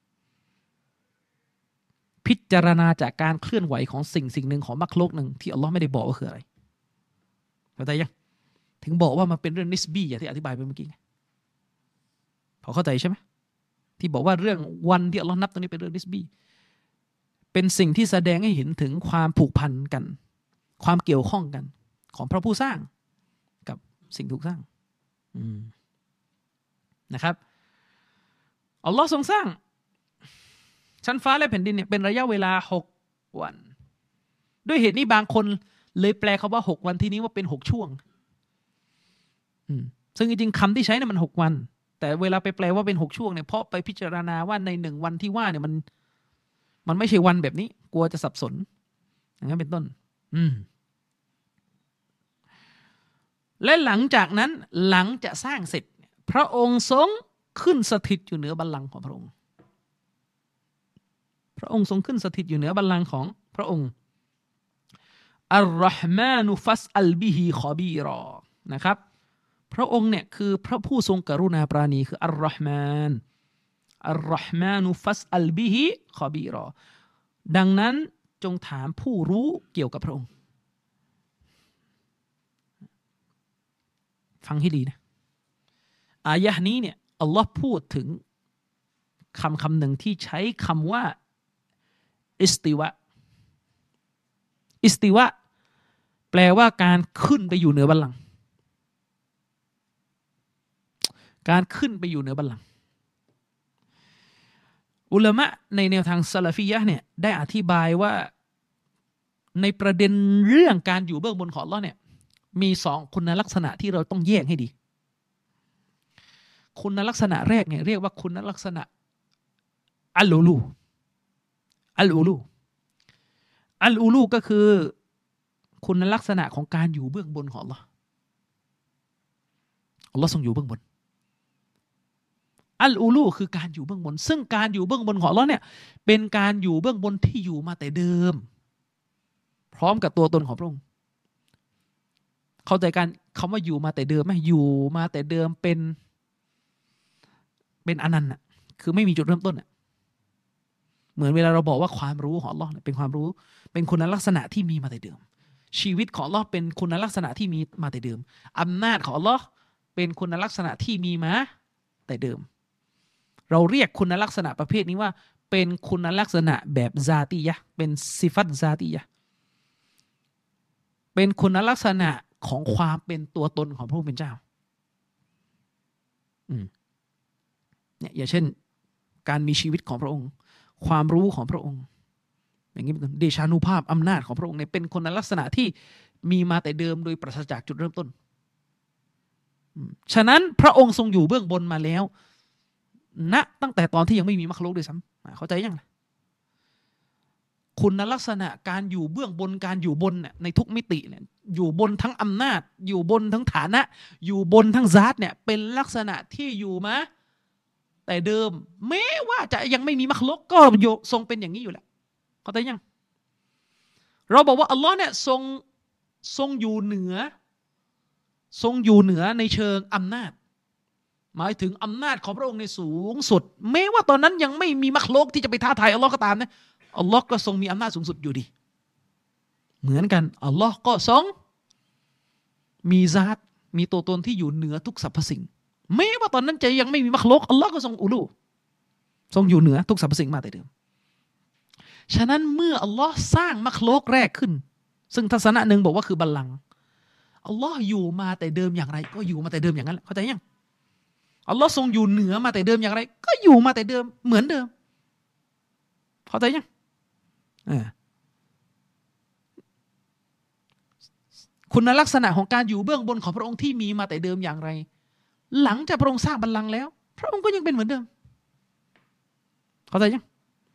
พิจารณาจากการเคลื่อนไหวของสิ่งหนึ่งของมรรคโลกหนึ่งที่อัลลอฮ์ไม่ได้บอกว่าคืออะไรเข้าใจยังถึงบอกว่ามันเป็นเรื่องนิสบีอย่างที่อธิบายไปเมื่อกี้พอเข้าใจใช่ไหมที่บอกว่าเรื่องวันที่อัลลอฮ์นับตรงนี้เป็นเรื่องนิสบีเป็นสิ่งที่แสดงให้เห็นถึงความผูกพันกันความเกี่ยวข้องกันของพระผู้สร้างกับสิ่งถูกสร้างนะครับอัลลอฮ์ทรงสร้างชั้นฟ้าและแผ่นดินเนี่ยเป็นระยะเวลา6 วันด้วยเหตุนี้บางคนเลยแปลคำว่า6 วันที่นี้ว่าเป็น6 ช่วงซึ่งจริงๆคำที่ใช้เนี่ยมัน6 วันแต่เวลาไปแปลว่าเป็น6 ช่วงเนี่ยเพราะไปพิจารณาว่าใน1 วันที่ว่าเนี่ยมันไม่ใช่วันแบบนี้กลัวจะสับสนอย่างนั้นเป็นต้นและหลังจากนั้นหลังจะสร้างเสร็จพระองค์ทรงขึ้นสถิตอยู่เหนือบัลลังก์ของพระองค์พระองค์ทรงขึ้นสถิตอยู่เหนือบัลลังก์ของพระองค์อัลรอฮ์มานุฟัสอัลบิฮิคอบีรอนะครับพระองค์เนี่ยคือพระผู้ทรงกรุณาปราณีคืออัลรอฮ์มานุฟัสอัลบิฮิคอบีรอดังนั้นจงถามผู้รู้เกี่ยวกับพระองค์ฟังให้ดีนะอายะห์นี้เนี่ยอัลลอฮ์พูดถึงคำหนึ่งที่ใช้คำว่าอิสติวะแปลว่าการขึ้นไปอยู่เหนือบัลลังก์การขึ้นไปอยู่เหนือบัลลังก์อุลามะในแนวทางซะลาฟียะห์เนี่ยได้อธิบายว่าในประเด็นเรื่องการอยู่เบื้องบนของอัลเลาะห์เนี่ยมี2 คุณลักษณะที่เราต้องแยกให้ดีคุณลักษณะแรกเนี่ยเรียกว่าคุณลักษณะอัลอูลูก็คือคุณลักษณะของการอยู่เบื้องบนของอัลเลาะห์ทรงอยู่เบื้องบนอัลอูลูคือการอยู่เบื้องบนซึ่งการอยู่เบื้องบนของอัลเลาะห์เนี่ยเป็นการอยู่เบื้องบนที่อยู่มาแต่เดิมพร้อมกับตัวตนของพระองค์เข้าใจการคำว่าอยู่มาแต่เดิมไหมอยู่มาแต่เดิมเป็นอนันต์น่ะคือไม่มีจุดเริ่มต้นน่ะเหมือนเวลาเราบอกว่าความรู้ของอัลเลาะห์เป็นความรู้เป็นคุณลักษณะที่มีมาแต่เดิมชีวิตของอัลเลาะห์เป็นคุณลักษณะที่มีมาแต่เดิมอำนาจของอัลเลาะห์เป็นคุณลักษณะที่มีมาแต่เดิมเราเรียกคุณลักษณะประเภทนี้ว่าเป็นคุณลักษณะแบบซาติยะห์เป็นซิฟัตซาติยะห์เป็นคุณลักษณะของความเป็นตัวตนของพระผู้เป็นเจ้าเนี่ยอย่างเช่นการมีชีวิตของพระองค์ความรู้ของพระองค์อย่างนี้เป็นต้นเดชานุภาพอำนาจของพระองค์เนี่ยเป็นคุณลักษณะที่มีมาแต่เดิมโดยปราศจากจุดเริ่มต้นฉะนั้นพระองค์ทรงอยู่เบื้องบนมาแล้วณตั้งแต่ตอนที่ยังไม่มีมรรคโลกด้วยซ้ำเข้าใจยังคุณลักษณะการอยู่เบื้องบนการอยู่บนเนี่ยในทุกมิติเนี่ยอยู่บนทั้งอำนาจอยู่บนทั้งฐานะอยู่บนทั้งซาตเนี่ยเป็นลักษณะที่อยู่มาแต่เดิมแม้ว่าจะยังไม่มีมรรคโลกก็ทรงเป็นอย่างนี้อยู่แล้วเข้าใจยังเราบอกว่าอัลลอฮ์เนี่ยทรงอยู่เหนือในเชิงอำนาจหมายถึงอำนาจของพระองค์ในสูงสุดแม้ว่าตอนนั้นยังไม่มีมรรคโลกที่จะไปท้าทายอัลลอฮ์ก็ตามนะอัลลอฮ์ก็ทรงมีอำนาจสูงสุดอยู่ดีเหมือนกันอัลลอฮ์ก็ทรงมีซาตมีตัวตนที่อยู่เหนือทุกสรรพสิ่งแม้ว่าตอนนั้นจะยังไม่มีมรรคโลกอัลลอฮ์ก็ทรงอูลูทรงอยู่เหนือทุกสรรพสิ่งมาแต่เดิมฉะนั้นเมื่ออัลลอฮ์สร้างมักลุกแรกขึ้นซึ่งทัศนะหนึ่งบอกว่าคือบัลลังก์อัลลอฮ์อยู่มาแต่เดิมอย่างไรก็อยู่มาแต่เดิมอย่างนั้นแหละเข้าใจยังอัลลอฮ์ทรงอยู่เหนือมาแต่เดิมอย่างไรก็อยู่มาแต่เดิมเหมือนเดิมเข้าใจยังคุณลักษณะของการอยู่เบื้องบนของพระองค์ที่มีมาแต่เดิมอย่างไรหลังจากพระองค์สร้างบัลลังก์แล้วพระองค์ก็ยังเป็นเหมือนเดิมเข้าใจยัง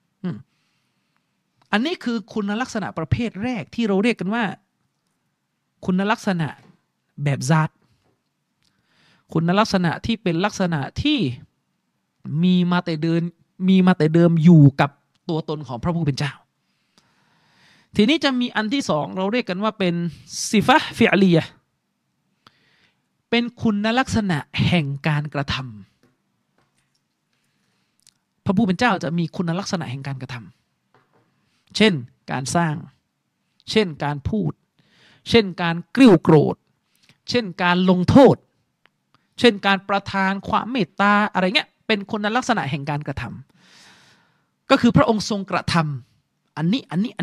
อันนี้คือคุณลักษณะประเภทแรกที่เราเรียกกันว่าคุณลักษณะแบบซาตคุณลักษณะที่เป็นลักษณะที่มีมาแต่เดิมอยู่กับตัวตนของพระผู้เป็นเจ้าทีนี้จะมีอันที่สองเราเรียกกันว่าเป็นซิฟะห์ฟิอลียะห์เป็นคุณลักษณะแห่งการกระทำพระผู้เป็นเจ้าจะมีคุณลักษณะแห่งการกระทำเช่นการสร้างเช่นการพูดเช่นการกริ้วโกรธเช่นการลงโทษเช่นการประทานความเมตตาอะไรเงี้ยเป็นคุณลักษณะแห่งการกระทำก็คือพระองค์ทรงกระทำอันนี้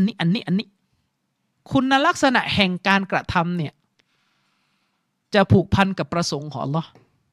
คุณลักษณะแห่งการกระทำเนี่ยจะผูกพันกับประสงค์ของอัลลอฮ์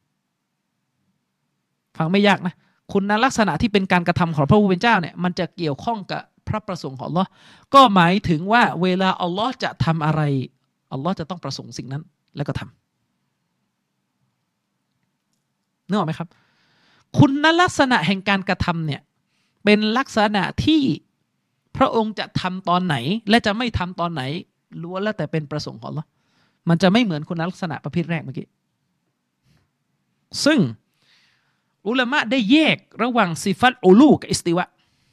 ฟังไม่ยากนะคุณลักษณะที่เป็นการกระทำของพระผู้เป็นเจ้าเนี่ยมันจะเกี่ยวข้องกับพระประสงค์ของอัลลอฮ์ก็หมายถึงว่าเวลาอัลลอฮ์จะทำอะไรอัลลอฮ์จะต้องประสงค์สิ่งนั้นแล้วก็ทำนึกออกไหมครับคุณลักษณะแห่งการกระทำเนี่ยเป็นลักษณะที่พระองค์จะทำตอนไหนและจะไม่ทำตอนไหนล้วนแล้วแต่เป็นประสงค์ของอัลลอฮ์มันจะไม่เหมือนคุณลักษณะประเภทแรกเมื่อกี้ซึ่งอุลามะได้แยกระหว่างซิฟัตอูลูกับอิสติวะ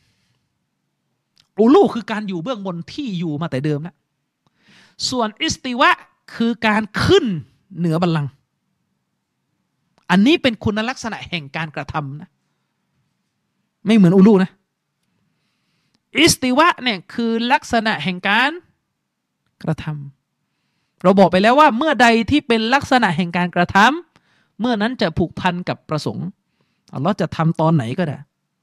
อูลูคือการอยู่เบื้องบนที่อยู่มาแต่เดิมนะส่วนอิสติวะคือการขึ้นเหนือบัลลังก์อันนี้เป็นคุณลักษณะแห่งการกระทำนะไม่เหมือนอูลูนะอิสติวะเนี่ยคือลักษณะแห่งการกระทำเราบอกไปแล้วว่าเมื่อใดที่เป็นลักษณะแห่งการกระทำเมื่อนั้นจะผูกพันกับประสงค์อัลลอฮ์จะทำตอนไหนก็ได้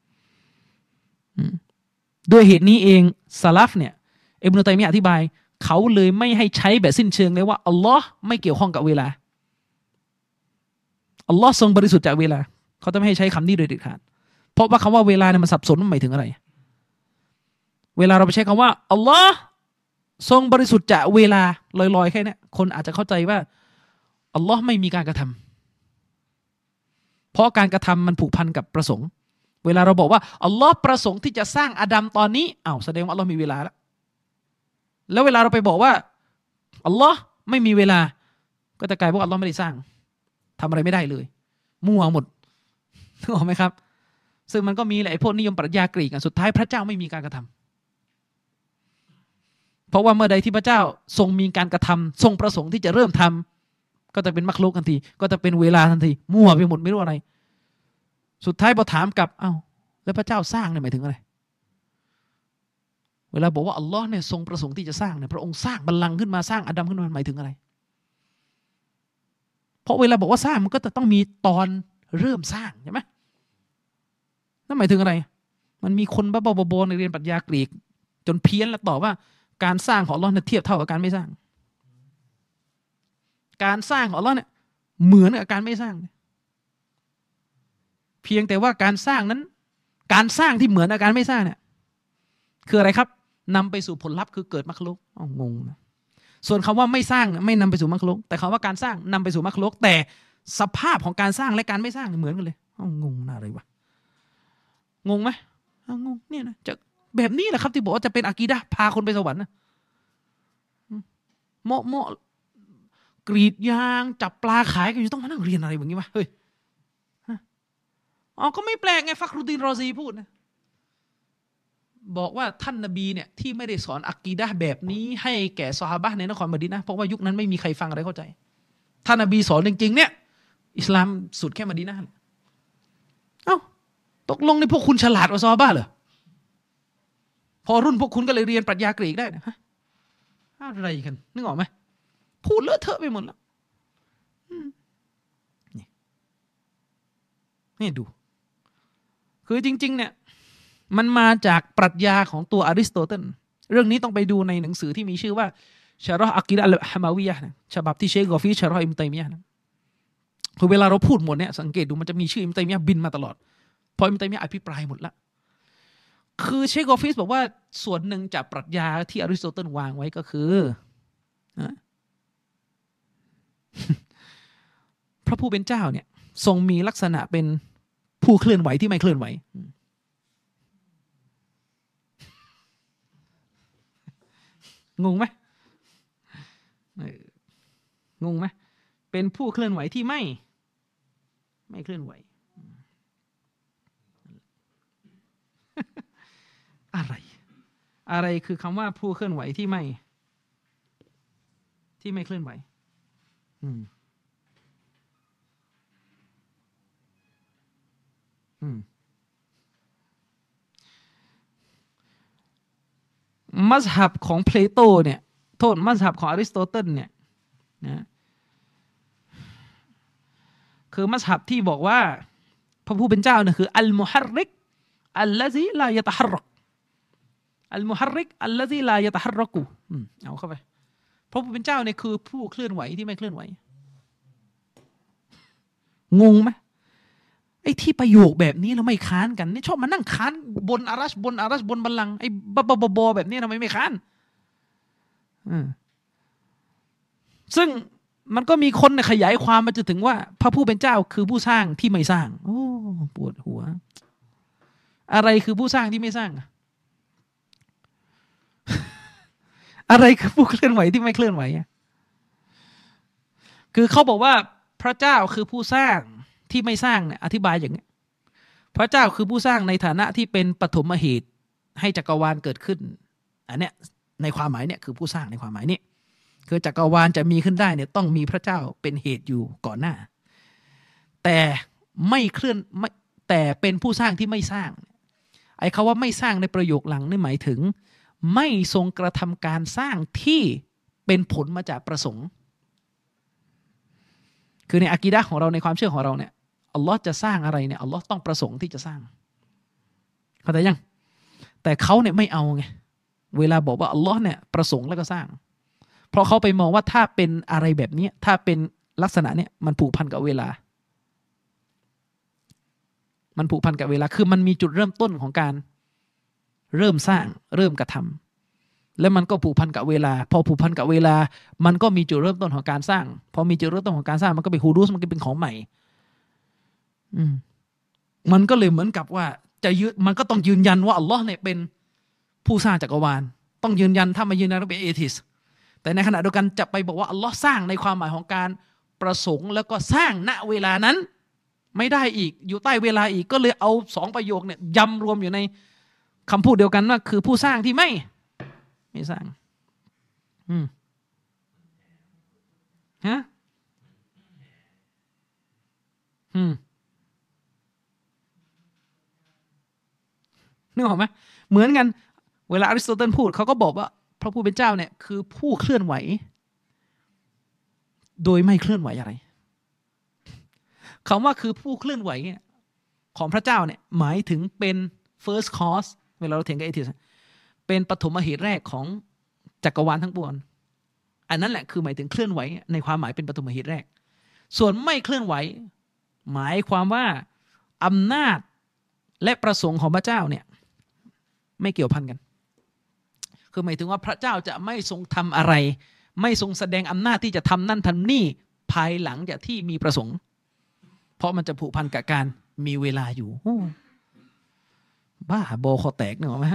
ด้วยเหตุนี้เองซะลัฟเนี่ยอิบนุตัยมียะห์อธิบายเขาเลยไม่ให้ใช้แบบสิ้นเชิงเลยว่าอัลลอฮ์ไม่เกี่ยวข้องกับเวลาอัลลอฮ์ทรงบริสุทธิ์จากเวลาเขาจะไม่ให้ใช้คำนี้โดยเด็ดขาดเพราะว่าคำว่าเวลาเนี่ยมันสับสนมันหมายถึงอะไรเวลาเราไปใช้คำว่าอัลลอฮ์ทรงบริสุทธิ์จากเวลาลอยๆแค่นี้คนอาจจะเข้าใจว่าอัลลอฮ์ไม่มีการกระทำเพราะการกระทำมันผูกพันกับประสงค์เวลาเราบอกว่าอัลลอฮ์ประสงค์ที่จะสร้างอาดัมตอนนี้แสดงว่าอัลลอฮ์มีเวลาแล้วเวลาเราไปบอกว่าอัลลอฮ์ไม่มีเวลาก็จะกลายว่าอัลลอฮ์ไม่ได้สร้างทำอะไรไม่ได้เลยมั่วหมดถูกไหมครับซึ่งมันก็มีแหละไอ้พวกนิยมปรัชญากรีกสุดท้ายพระเจ้าไม่มีการกระทำเพราะว่าเมื่อใดที่พระเจ้าทรงมีการกระทำทรงประสงค์ที่จะเริ่มทำก็จะเป็นมักลุกทันทีก็จะเป็นเวลาทันทีมั่วไปหมดไม่รู้อะไรสุดท้ายพอถามกลับแล้วพระเจ้าสร้างเนี่ยหมายถึงอะไรเวลาบอกว่าอัลลอฮ์เนี่ยทรงประสงค์ที่จะสร้างเนี่ยพระองค์สร้างบัลลังก์ขึ้นมาสร้างอาดัมขึ้นมาหมายถึงอะไรเพราะเวลาบอกว่าสร้างมันก็จะต้องมีตอนเริ่มสร้างใช่ไหมนั่นหมายถึงอะไรมันมีคนบ้าๆบอๆในเรียนปรัชญากรีกจนเพี้ยนแล้วตอบว่าการสร้างของอัลลอฮ์เนี่ยเทียบเท่ากับการไม่สร้างการสร้างของอัลลอฮ์เนี่ยเหมือนกับการไม่สร้างเพียงแต่ว่าการสร้างนั้นการสร้างที่เหมือนกับการไม่สร้างเนี่ยคืออะไรครับนำไปสู่ผลลัพธ์คือเกิดมักลุกงงนะส่วนคำว่าไม่สร้างไม่นำไปสู่มักลุกแต่คำว่าการสร้างนำไปสู่มักลุกแต่สภาพของการสร้างและการไม่สร้างเหมือนกันเลยงงอะไรวะงงไหมงงเนี่ยนะจะแบบนี้แหละครับที่บอกว่าจะเป็นอากีดะห์พาคนไปสวรรค์นะโมกรีดยางจับปลาขายกันอยู่ต้องมานั่งเรียนอะไรแบบนี้วะเฮ้ยก็ไม่แปลกไงฟักรุดีนรอซีพูดนะบอกว่าท่านนบีเนี่ยที่ไม่ได้สอนอากีดะห์แบบนี้ให้แก่ซอฮาบะห์ในนครมะดีนะห์เพราะว่ายุคนั้นไม่มีใครฟังอะไรเข้าใจท่านนบีสอนจริงๆเนี่ยอิสลามสุดแค่มะดีนะห์ตกลงในพวกคุณฉลาดกว่าซอฮาบะห์เหรอพอรุ่นพวกคุณก็เลยเรียนปรัชญากรีกได้นะอะไรกันนึกออกไหมพูดเลอะเทอะไปหมดแล้วนี่ดูคือจริงๆเนี่ยมันมาจากปรัชญาของตัวอริสโตเติลเรื่องนี้ต้องไปดูในหนังสือที่มีชื่อว่าชะรอห์อะกีดะห์อัลฮะมาวียะห์นะฉบับที่เชคกอฟีชะรอห์อิบนุตัยมียะห์นะคือเวลาเราพูดหมดเนี่ยสังเกตดูมันจะมีชื่ออิบนุตัยมียะห์บินมาตลอดพออิบนุตัยมียะห์อภิปรายหมดละคือเชคกอฟีบอกว่าส่วนหนึ่งจากปรัชญาที่อริสโตเติลวางไว้ก็คือพระผู้เป็นเจ้าเนี่ยทรงมีลักษณะเป็นผู้เคลื่อนไหวที่ไม่เคลื่อนไหวงงไหมงงไหมเป็นผู้เคลื่อนไหวที่ไม่เคลื่อนไหวอะไรคือคำว่าผู้เคลื่อนไหวที่ไม่เคลื่อนไหวมัซฮับของเพลโตเนี่ยโทษมัซฮับของอริสโตเติลเนี่ยนะคือมัซฮับที่บอกว่าพระผู้เป็นเจ้าเนี่ยคืออัลมุฮัรริกอัลลซีลายะตะฮัรรักอัลมุฮัรริกอัลลซีลายะตะฮัรรักุเอาเข้าไปพระผู้เป็นเจ้าเนี่ยคือผู้เคลื่อนไหวที่ไม่เคลื่อนไหวงงไหมไอ้ที่ประโยคแบบนี้เราไม่ค้านกันนี่ชอบมานั่งค้านบนอารัชบนบัลลังก์ไอ้บแบบนี้ทำไมไม่ค้านซึ่งมันก็มีคนขยายความมาจนถึงว่าพระผู้เป็นเจ้าคือผู้สร้างที่ไม่สร้างโอ้ปวดหัวอะไรคือผู้สร้างที่ไม่สร้างอะไรคือผู้เคลื่อนไหวที่ไม่เคลื่อนไหวคือเขาบอกว่าพระเจ้าคือผู้สร้างที่ไม่สร้างเนี่ยอธิบายอย่างนี้พระเจ้าคือผู้สร้างในฐานะที่เป็นปฐมเหตุให้จักรวาลเกิดขึ้นอันเนี้ยในความหมายเนี่ยคือผู้สร้างในความหมายนี้คือจักรวาลจะมีขึ้นได้เนี่ยต้องมีพระเจ้าเป็นเหตุอยู่ก่อนหน้าแต่ไม่เคลื่อนไม่แต่เป็นผู้สร้างที่ไม่สร้างไอ้คำว่าไม่สร้างในประโยคหลังนี่หมายถึงไม่ทรงกระทำการสร้างที่เป็นผลมาจากประสงค์คือในอะกีดะห์ของเราในความเชื่อของเราเนี่ยอัลลอฮ์จะสร้างอะไรเนี่ยอัลลอฮ์ต้องประสงค์ที่จะสร้างเข้าใจยังแต่เขาเนี่ยไม่เอาไงเวลาบอกว่าอัลลอฮ์เนี่ยประสงค์แล้วก็สร้างเพราะเขาไปมองว่าถ้าเป็นอะไรแบบนี้ถ้าเป็นลักษณะเนี่ยมันผูกพันกับเวลามันผูกพันกับเวลาคือมันมีจุดเริ่มต้นของการเริ่มสร้างเริ่มกระทำแล้วมันก็ผูกพันกับเวลาพอผูกพันกับเวลามันก็มีจุดเริ่มต้นของการสร้างพอมีจุดเริ่มต้นของการสร้างมันก็เป็นฮูดูสมันก็เป็นของใหม่มันก็เลยเหมือนกับว่ามันก็ต้องยืนยันว่าอัลลอฮ์เนี่ยเป็นผู้สร้างจักรวาลต้องยืนยันถ้าไม่ยืนยันก็เป็นเอทิสแต่ในขณะเดียวกันจะไปบอกว่าอัลลอฮ์สร้างในความหมายของการประสงค์แล้วก็สร้างณเวลานั้นไม่ได้อีกอยู่ใต้เวลาอีกก็เลยเอาสองประโยคเนี่ยยำรวมอยู่ในคำพูดเดียวกันว่าคือผู้สร้างที่ไม่สร้างฮะนึกออกไหมเหมือนกันเวลาอริสโตเติลพูดเขาก็บอกว่าพระผู้เป็นเจ้าเนี่ยคือผู้เคลื่อนไหวโดยไม่เคลื่อนไหวอะไรคำว่าคือผู้เคลื่อนไหวของพระเจ้าเนี่ยหมายถึงเป็น first cause เวลาเราเถียงกับเอทิสเป็นปฐมเหตุแรกของจักรวาลทั้งปวงอันนั้นแหละคือหมายถึงเคลื่อนไหวในความหมายเป็นปฐมเหตุแรกส่วนไม่เคลื่อนไหวหมายความว่าอำนาจและประสงค์ของพระเจ้าเนี่ยไม่เกี่ยวพันกันคือหมายถึงว่าพระเจ้าจะไม่ทรงทำอะไรไม่ทรงแสดงอำนาจที่จะทำนั่นทำนี่ภายหลังจากที่มีประสงค์เพราะมันจะผูกพันกับการมีเวลาอยู่บ้าบอคอแตกเนอะไหม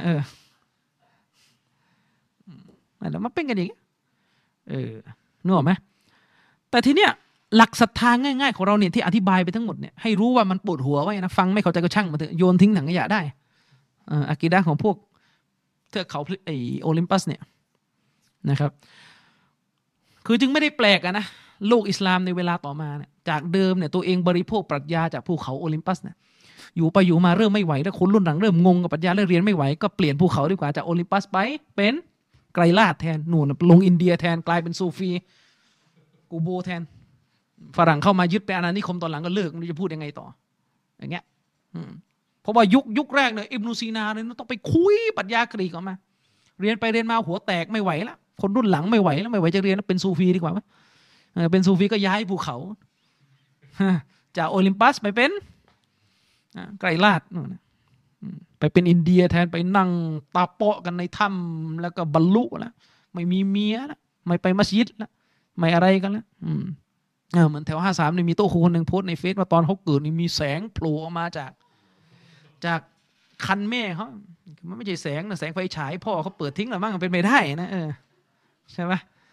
แล้วมันเป็นกันอย่างนี้นึกออกไหมแต่ทีเนี้ยหลักศรัทธาง่ายๆของเราเนี่ยที่อธิบายไปทั้งหมดเนี่ยให้รู้ว่ามันปวดหัวไว้นะฟังไม่เข้าใจก็ช่างมันเถอะโยนทิ้งถังขยะได้อะกีดะห์ของพวกเทือกเขาไอโอลิมปัสเนี่ยนะครับคือจึงไม่ได้แปลกนะโลกอิสลามในเวลาต่อมาเนี่ยจากเดิมเนี่ยตัวเองบริโภคปรัชญาจากภูเขาโอลิมปัสเนี่ยอยู่ไปอยู่มาเริ่มไม่ไหวแล้วคนรุ่นหลังเริ่มงงกับปรัชญาเริ่มเรียนไม่ไหวก็เปลี่ยนภูเขาดีกว่าจากโอลิมปัสไปเป็นไกรลาดแทนนู่นลงอินเดียแทนกลายเป็นซูฟีกูโบแทนฝรั่งเข้ามายึดเป็นอาณานิคมตอนหลังก็เลิกไม่รู้จะพูดยังไงต่ออย่างเงี้ยเพราะว่ายุคแรกเนี่ยอิบนุซีนาเนี่ยต้องไปคุยปรัชญากรีกออกมาเรียนไปเรียนมาหัวแตกไม่ไหวแล้วคนรุ่นหลังไม่ไหวแล้วไม่ไหวจะเรียนแล้วเป็นซูฟีดีกว่าไหมเป็นซูฟีก็ย้ายภูเขาจากโอลิมปัสไปเป็นไกรลาดไปเป็นอินเดียแทนไปนั่งตาเปาะกันในถ้ำแล้วก็บรรลุแล้วไม่มีเมียแล้วไม่ไปมัสยิดแล้วไม่อะไรกันแล้วเหมือนแถว53นี่มีโต๊ะครูคนหนึ่งโพสในเฟซว่าตอนเขาเกิดนี่มีแสงโผล่ออกมาจากคันแม่เขามันไม่ใช่แสงนะแสงไฟฉายพ่อเขาเปิดทิ้งหรือมั้งเป็นไปได้นะใช่ไหม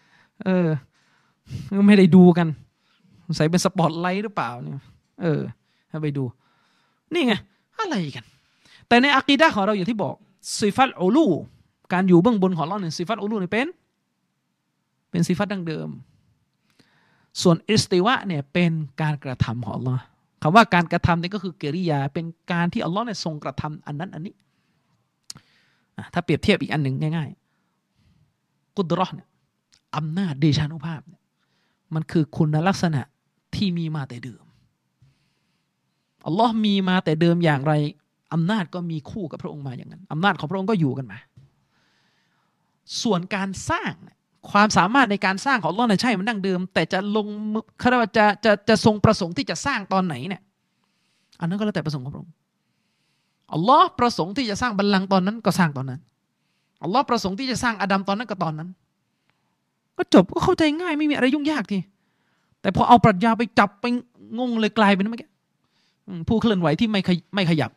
ไม่ได้ดูกันใส่เป็นสปอตไลท์หรือเปล่าเนี่ยให้ไปดูนี่ไงอะไรกันแต่ในอะกีดะห์ของเราอย่างที่บอกซิฟัตอุลูการอยู่เบื้องบนของอัลเลาะห์เนี่ยซิฟัตอุลูนี่เป็นซิฟัตดั้งเดิมส่วนอิสติวะเนี่ยเป็นการกระทำของอัลเลาะห์คำว่าการกระทำนี่ก็คือกิริยาเป็นการที่อัลเลาะห์เนี่ยทรงกระทำอันนั้นอันนี้ถ้าเปรียบเทียบอีกอันหนึ่งง่ายๆกุดเราะห์เนี่ยอำนาจเดชานุภาพเนี่ยมันคือคุณลักษณะที่มีมาแต่เดิมอัลลอฮ์มีมาแต่เดิมอย่างไรอำนาจก็มีคู่กับพระองค์มาอย่างนั้นอำนาจของพระองค์ก็อยู่กันมาส่วนการสร้างความสามารถในการสร้างของอัลลอฮ์เนี่ยใช่มันดั้งเดิมแต่จะลงเขาเรียกว่าจะทรงประสงค์ที่จะสร้างตอนไหนเนี่ยอันนั้นก็แล้วแต่ประสงค์ของพระองค์อัลลอฮ์ประสงค์ที่จะสร้างบัลลังก์ตอนนั้นก็สร้างตอนนั้นอัลลอฮ์ประสงค์ที่จะสร้างอาดัมตอนนั้นก็ตอนนั้นก็จบก็เข้าใจง่ายไม่มีอะไรยุ่งยากทีแต่พอเอาปรัชญาไปจับไปงงเลยกลายเป็นเมื่อกี้ผู้เคลื่อนไหวที่ไม่ขยับ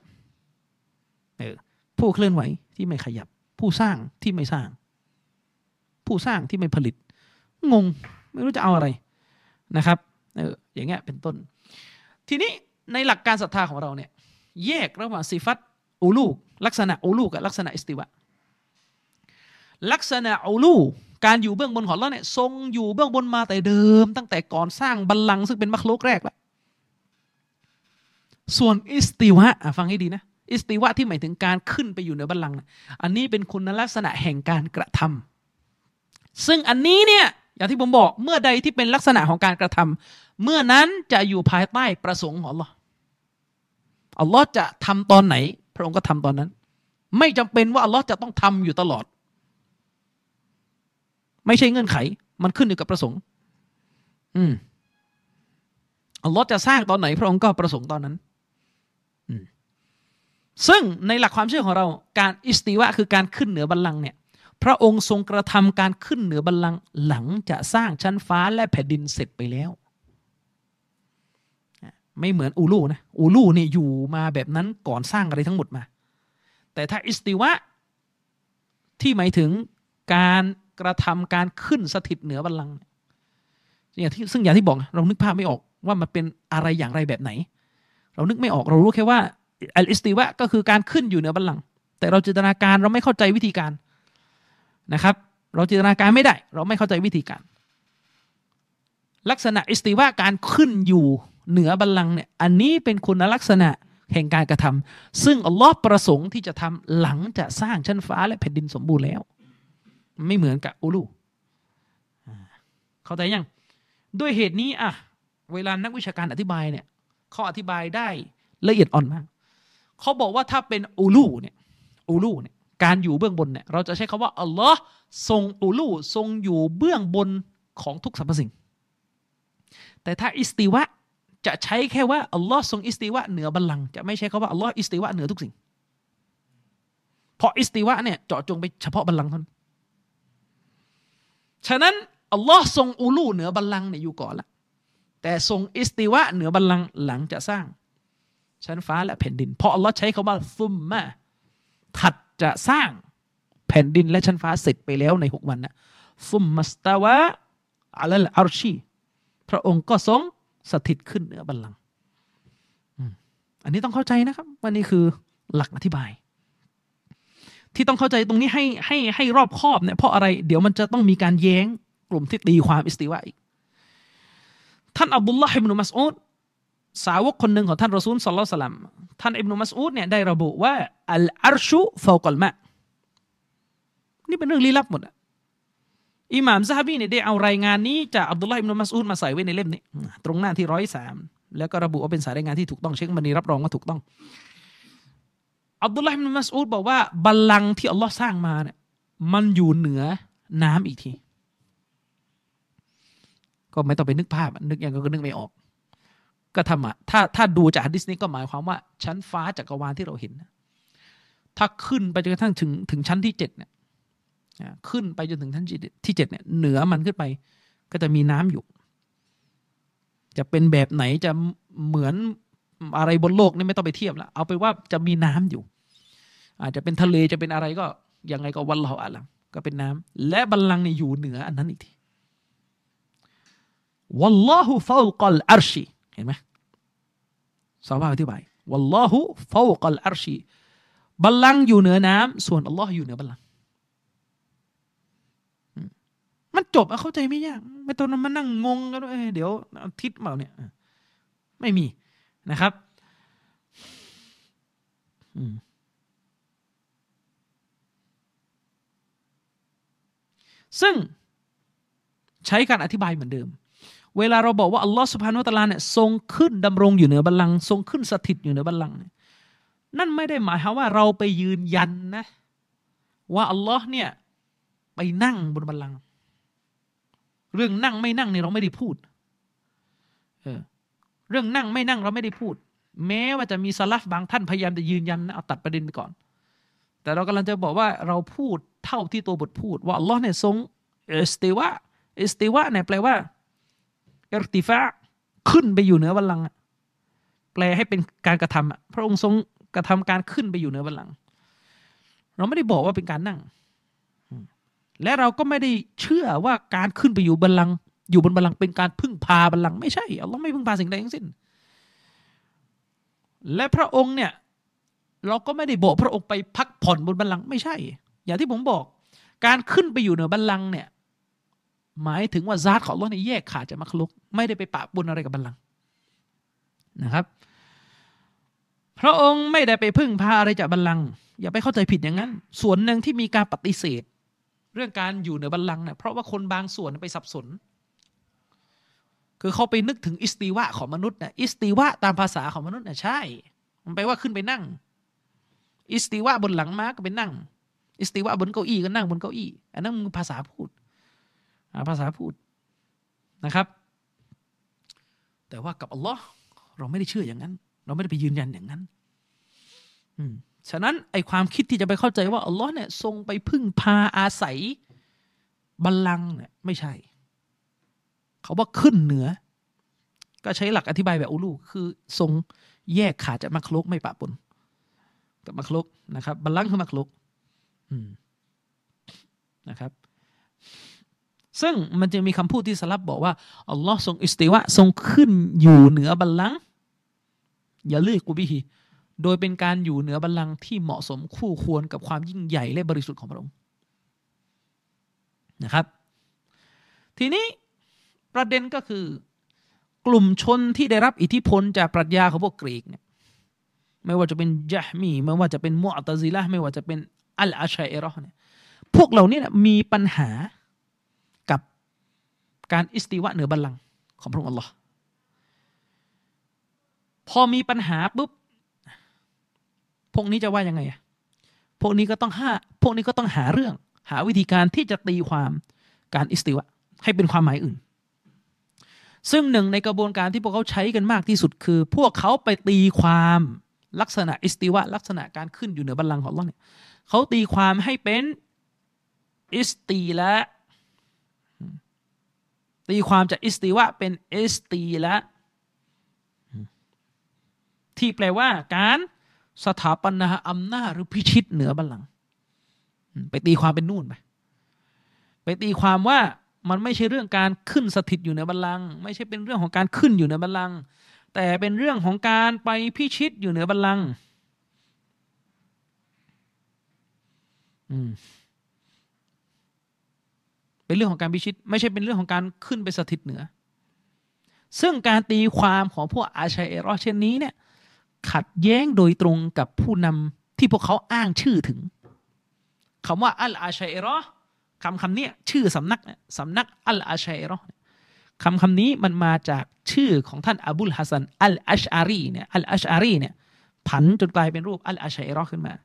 ผู้เคลื่อนไหวที่ไม่ขยับผู้สร้างที่ไม่สร้างผู้สร้างที่ไม่ผลิตงงไม่รู้จะเอาอะไรนะครับอย่างเงี้ยเป็นต้นทีนี้ในหลักการศรัทธาของเราเนี่ยแยกระหว่างซิฟัตอูลูลักษณะอูลูกับลักษณะอิสติวะลักษณะอูลูการอยู่เบื้องบนของอัลเลาะห์เนี่ยทรงอยู่เบื้องบนมาแต่เดิมตั้งแต่ก่อนสร้างบัลลังก์ซึ่งเป็นมักลุกแรกแล้วส่วนอิสติวะฟังให้ดีนะอิสติวะที่หมายถึงการขึ้นไปอยู่เหนือบัลลังก์อันนี้เป็นคุณลักษณะแห่งการกระทำซึ่งอันนี้เนี่ยอย่างที่ผมบอกเมื่อใดที่เป็นลักษณะของการกระทำเมื่อนั้นจะอยู่ภายใต้ประสงค์ของอัลลอฮ์อัลลอฮ์จะทำตอนไหนพระองค์ก็ทำตอนนั้นไม่จำเป็นว่าอัลลอฮ์จะต้องทำอยู่ตลอดไม่ใช่เงื่อนไขมันขึ้นอยู่กับประสงค์อัลลอฮ์จะสร้างตอนไหนพระองค์ก็ประสงค์ตอนนั้นซึ่งในหลักความเชื่อของเราการอิสติวะคือการขึ้นเหนือบัลลังก์เนี่ยพระองค์ทรงกระทำการขึ้นเหนือบัลลังก์หลังจะสร้างชั้นฟ้าและแผ่นดินเสร็จไปแล้วไม่เหมือนอูลูนะอูลูเนี่ยอยู่มาแบบนั้นก่อนสร้างอะไรทั้งหมดมาแต่ถ้าอิสติวะที่หมายถึงการกระทำการขึ้นสถิตเหนือบัลลังก์ซึ่งอย่างที่บอกเรานึกภาพไม่ออกว่ามันเป็นอะไรอย่างไรแบบไหนเรานึกไม่ออกเรารู้แค่ว่าอัลอิสติวะก็คือการขึ้นอยู่เหนือบัลลังก์แต่เราจินตนาการเราไม่เข้าใจวิธีการนะครับเราจินตนาการไม่ได้เราไม่เข้าใจวิธีการลักษณะอิสติวะการขึ้นอยู่เหนือบัลลังก์เนี่ยอันนี้เป็นคุณลักษณะแห่งการกระทำซึ่งอัลลอฮ์ประสงค์ที่จะทำหลังจะสร้างชั้นฟ้าและแผ่นดินสมบูรณ์แล้วไม่เหมือนกับอูลูเข้าใจยังด้วยเหตุนี้เวลานักวิชาการอธิบายเนี่ยเขาอธิบายได้ละเอียดอ่อนมากเขาบอกว่าถ้าเป็นอูลูเนี่ยการอยู่เบื้องบนเนี่ยเราจะใช้คำว่าอัลลอฮ์ทรงอูลูทรงอยู่เบื้องบนของทุกสรรพสิ่งแต่ถ้าอิสติวะจะใช้แค่ว่าอัลลอฮ์ทรงอิสติวะเหนือบัลลังก์จะไม่ใช่คำว่าอัลลอฮ์อิสติวะเหนือทุกสิ่งเพราะอิสติวะเนี่ยเจาะจงไปเฉพาะบัลลังก์เท่านั้นฉะนั้นอัลลอฮ์ทรงอูลูเหนือบัลลังก์เนี่ยอยู่ก่อนละแต่ทรงอิสติวะเหนือบัลลังก์หลังจะสร้างชั้นฟ้าและแผ่นดินเพราะอัลลอฮ์ใช้คำว่าซุมมะถัดจะสร้างแผ่นดินและชั้นฟ้าเสร็จไปแล้วใน6 วันนะซุมมัสตาวะอะลัลอัรชีพระองค์ก็ทรงสถิตขึ้นเหนือบัลลังก์อันนี้ต้องเข้าใจนะครับว่านี่คือหลักอธิบายที่ต้องเข้าใจตรงนี้ให้รอบคอบเนี่ยเพราะอะไรเดี๋ยวมันจะต้องมีการแย้งกลุ่มที่ตีความอิสติวะอีกท่านอับดุลลาห์อิบนุมัสอูดสาวกคนหนึ่งของท่านรอซูลศ็อลลัลลอฮุอะลัยฮิวะซัลลัมท่านอิบนุมัสอูดเนี่ยได้ระบุว่าอัลอัรชุฟาวกัลมะนี่เป็นเรื่องลี้ลับหมดอิหม่ามซะฮาบีเนี่ยได้เอารายงานนี้จากอับดุลลาห์อิบนุมัสอูดมาใส่ไว้ในเล่มนี้ตรงหน้าที่103แล้วก็ระบุว่าเป็นสายรายงานที่ถูกต้องเช็คบัญชีรับรองว่าถูกต้องอับดุลลาห์อิบนุมัสอูดบอกว่าบัลลังก์ที่อัลลอฮ์สร้างมาเนี่ยมันอยู่เหนือน้ำอีกทีก็ไม่ต้องไปนึกภาพนึกยังก็นึกไม่ออกก็ทำถ้าดูจากหะดีษนี้ก็หมายความว่าชั้นฟ้าจักรวาลที่เราเห็นถ้าขึ้นไปจนกระทั่งถึงชั้นที่7เนี่ยขึ้นไปจนถึงชั้นที่7เนี่ยเหนือมันขึ้นไปก็จะมีน้ำอยู่จะเป็นแบบไหนจะเหมือนอะไรบนโลกนี่ไม่ต้องไปเทียบแล้วเอาไปว่าจะมีน้ำอยู่อาจจะเป็นทะเลจะเป็นอะไรก็ยังไงก็วัลลอฮุอาลัมก็เป็นน้ำและบัลลังก์เนี่ยอยู่เหนืออันนั้นอีกทีวัลลอฮุฟาวกัลอัรชีเห็นไหมซอฮาบะห์อธิบายวัลลอฮุฟาวกัลอัรชีบัลลังก์อยู่เหนือน้ำส่วนอัลลอฮ์อยู่เหนือบัลลังก์มันจบเข้าใจไม่ยากไม่ต้องมานั่งงงกันด้วยเดี๋ยวทิศเปล่าเนี่ยไม่มีนะครับซึ่งใช้การอธิบายเหมือนเดิมเวลาเราบอกว่าอัลลอฮ์ซุบฮานะฮูวะตะอาลาเนี่ยทรงขึ้นดำรงอยู่เหนือบัลลังก์ทรงขึ้นสถิตอยู่เหนือบัลลังก์นั่นไม่ได้หมายความว่าเราไปยืนยันนะว่าอัลลอฮ์เนี่ยไปนั่งบนบัลลังก์เรื่องนั่งไม่นั่งเนี่ยเราไม่ได้พูดเรื่องนั่งไม่นั่งเราไม่ได้พูดแม้ว่าจะมีซะลัฟบางท่านพยายามจะยืนยันนะเอาตัดประเด็นไปก่อนแต่เรากำลังจะบอกว่าเราพูดเท่าที่ตัวบทพูดว่าอัลลอฮ์เนี่ยทรงอิสติวะเนี่ยแปลว่าอิรติฟาขึ้นไปอยู่เหนือบัลลังก์แปลให้เป็นการกระทำพระองค์ทรงกระทำการขึ้นไปอยู่เหนือบัลลังก์เราไม่ได้บอกว่าเป็นการนั่งและเราก็ไม่ได้เชื่อว่าการขึ้นไปอยู่บัลลังก์อยู่บนบัลลังก์เป็นการพึ่งพาบัลลังก์ไม่ใช่อัลลอฮ์ไม่พึ่งพาสิ่งใดทั้งสิ้นและพระองค์เนี่ยเราก็ไม่ได้บอกพระองค์ไปพักผ่อนบนบัลลังก์ไม่ใช่อย่างที่ผมบอกการขึ้นไปอยู่เหนือบัลลังก์เนี่ยหมายถึงว่าซาตของอัลลอฮ์เนี่ยแยกขาดจากมักลุกไม่ได้ไปปะปนอะไรกับบัลลังก์นะครับพระองค์ไม่ได้ไปพึ่งพาอะไรจากบัลลังก์อย่าไปเข้าใจผิดอย่างนั้นส่วนหนึ่งที่มีการปฏิเสธเรื่องการอยู่เหนือบัลลังก์เนี่ยเพราะว่าคนบางส่วนไปสับสนคือเขาไปนึกถึงอิสติวะของมนุษย์นะอิสติวะตามภาษาของมนุษย์นะใช่มันแปลว่าขึ้นไปนั่งอิสติวะบนหลังม้าก็ไปนั่งอิสติวะบนเก้าอี้ก็นั่งบนเก้าอี้อันนั้นมันภาษาพูดนะครับแต่ว่ากับอัลลอฮ์เราไม่ได้เชื่ออย่างนั้นเราไม่ได้ไปยืนยันอย่างนั้นฉะนั้นไอความคิดที่จะไปเข้าใจว่าอัลลอฮ์เนี่ยทรงไปพึ่งพาอาศัยบัลลังก์เนี่ยไม่ใช่เขาว่าขึ้นเหนือก็ใช้หลักอธิบายแบบอูลูคือทรงแยกขาดจากมักลุกไม่ปะปนกับมักลุกนะครับบัลลังก์คือมักลุกนะครับซึ่งมันจะมีคำพูดที่สลับบอกว่าอัลลอฮ์ทรงอิสติวะทรงขึ้นอยู่เหนือบัลลังก์อย่าเลิกกูบิฮิโดยเป็นการอยู่เหนือบัลลังก์ที่เหมาะสมคู่ควรกับความยิ่งใหญ่และบริสุทธิ์ของพระองค์นะครับทีนี้ประเด็นก็คือกลุ่มชนที่ได้รับอิทธิพลจากปรัชญาของพวกกรีกเนี่ยไม่ว่าจะเป็นญะฮ์มีไม่ว่าจะเป็นมุอ์ตะซิละห์ไม่ว่าจะเป็นอัลอาชัยเราะห์เนี่ยพวกเหล่านี้มีปัญหากับการอิสติวะเหนือบัลลังก์ของพระองค์อัลลอฮ์พอมีปัญหาปุ๊บพวกนี้จะว่ายังไงพวกนี้ก็ต้องหาเรื่องหาวิธีการที่จะตีความการอิสติวะให้เป็นความหมายอื่นซึ่งหนึ่งในกระบวนการที่พวกเขาใช้กันมากที่สุดคือพวกเขาไปตีความลักษณะอิสติวะลักษณะการขึ้นอยู่เหนือบัลลังก์ของอัลเลาะห์เนี่ยเขาตีความให้เป็นอิสติละตีความจากอิสติวะเป็นอิสติละที่แปลว่าการสถาปนาอำนาจหรือพิชิตเหนือบัลลังก์ไปตีความเป็นนู่นไปตีความว่ามันไม่ใช่เรื่องการขึ้นสถิตอยู่เหนือบัลลังก์ไม่ใช่เป็นเรื่องของการขึ้นอยู่เหนือบัลลังก์แต่เป็นเรื่องของการไปพิชิตอยู่เหนือบัลลังก์เป็นเรื่องของการพิชิตไม่ใช่เป็นเรื่องของการขึ้นไปสถิตเหนือซึ่งการตีความของพวกอาชัยเราะห์เช่นนี้เนี่ยขัดแย้งโดยตรงกับผู้นำที่พวกเขาอ้างชื่อถึงคำว่าอัลอาชัยเราะห์คำนี้ชื่อสำนักอัลอาชัยเราะห์คำนี้มันมาจากชื่อของท่านอบุลฮัสซันอัลอัชอารีเนี่ยอัลอัชอารีเนี่ยผันจนกลายเป็นรูปอัลอาชัยรอขึ้นมา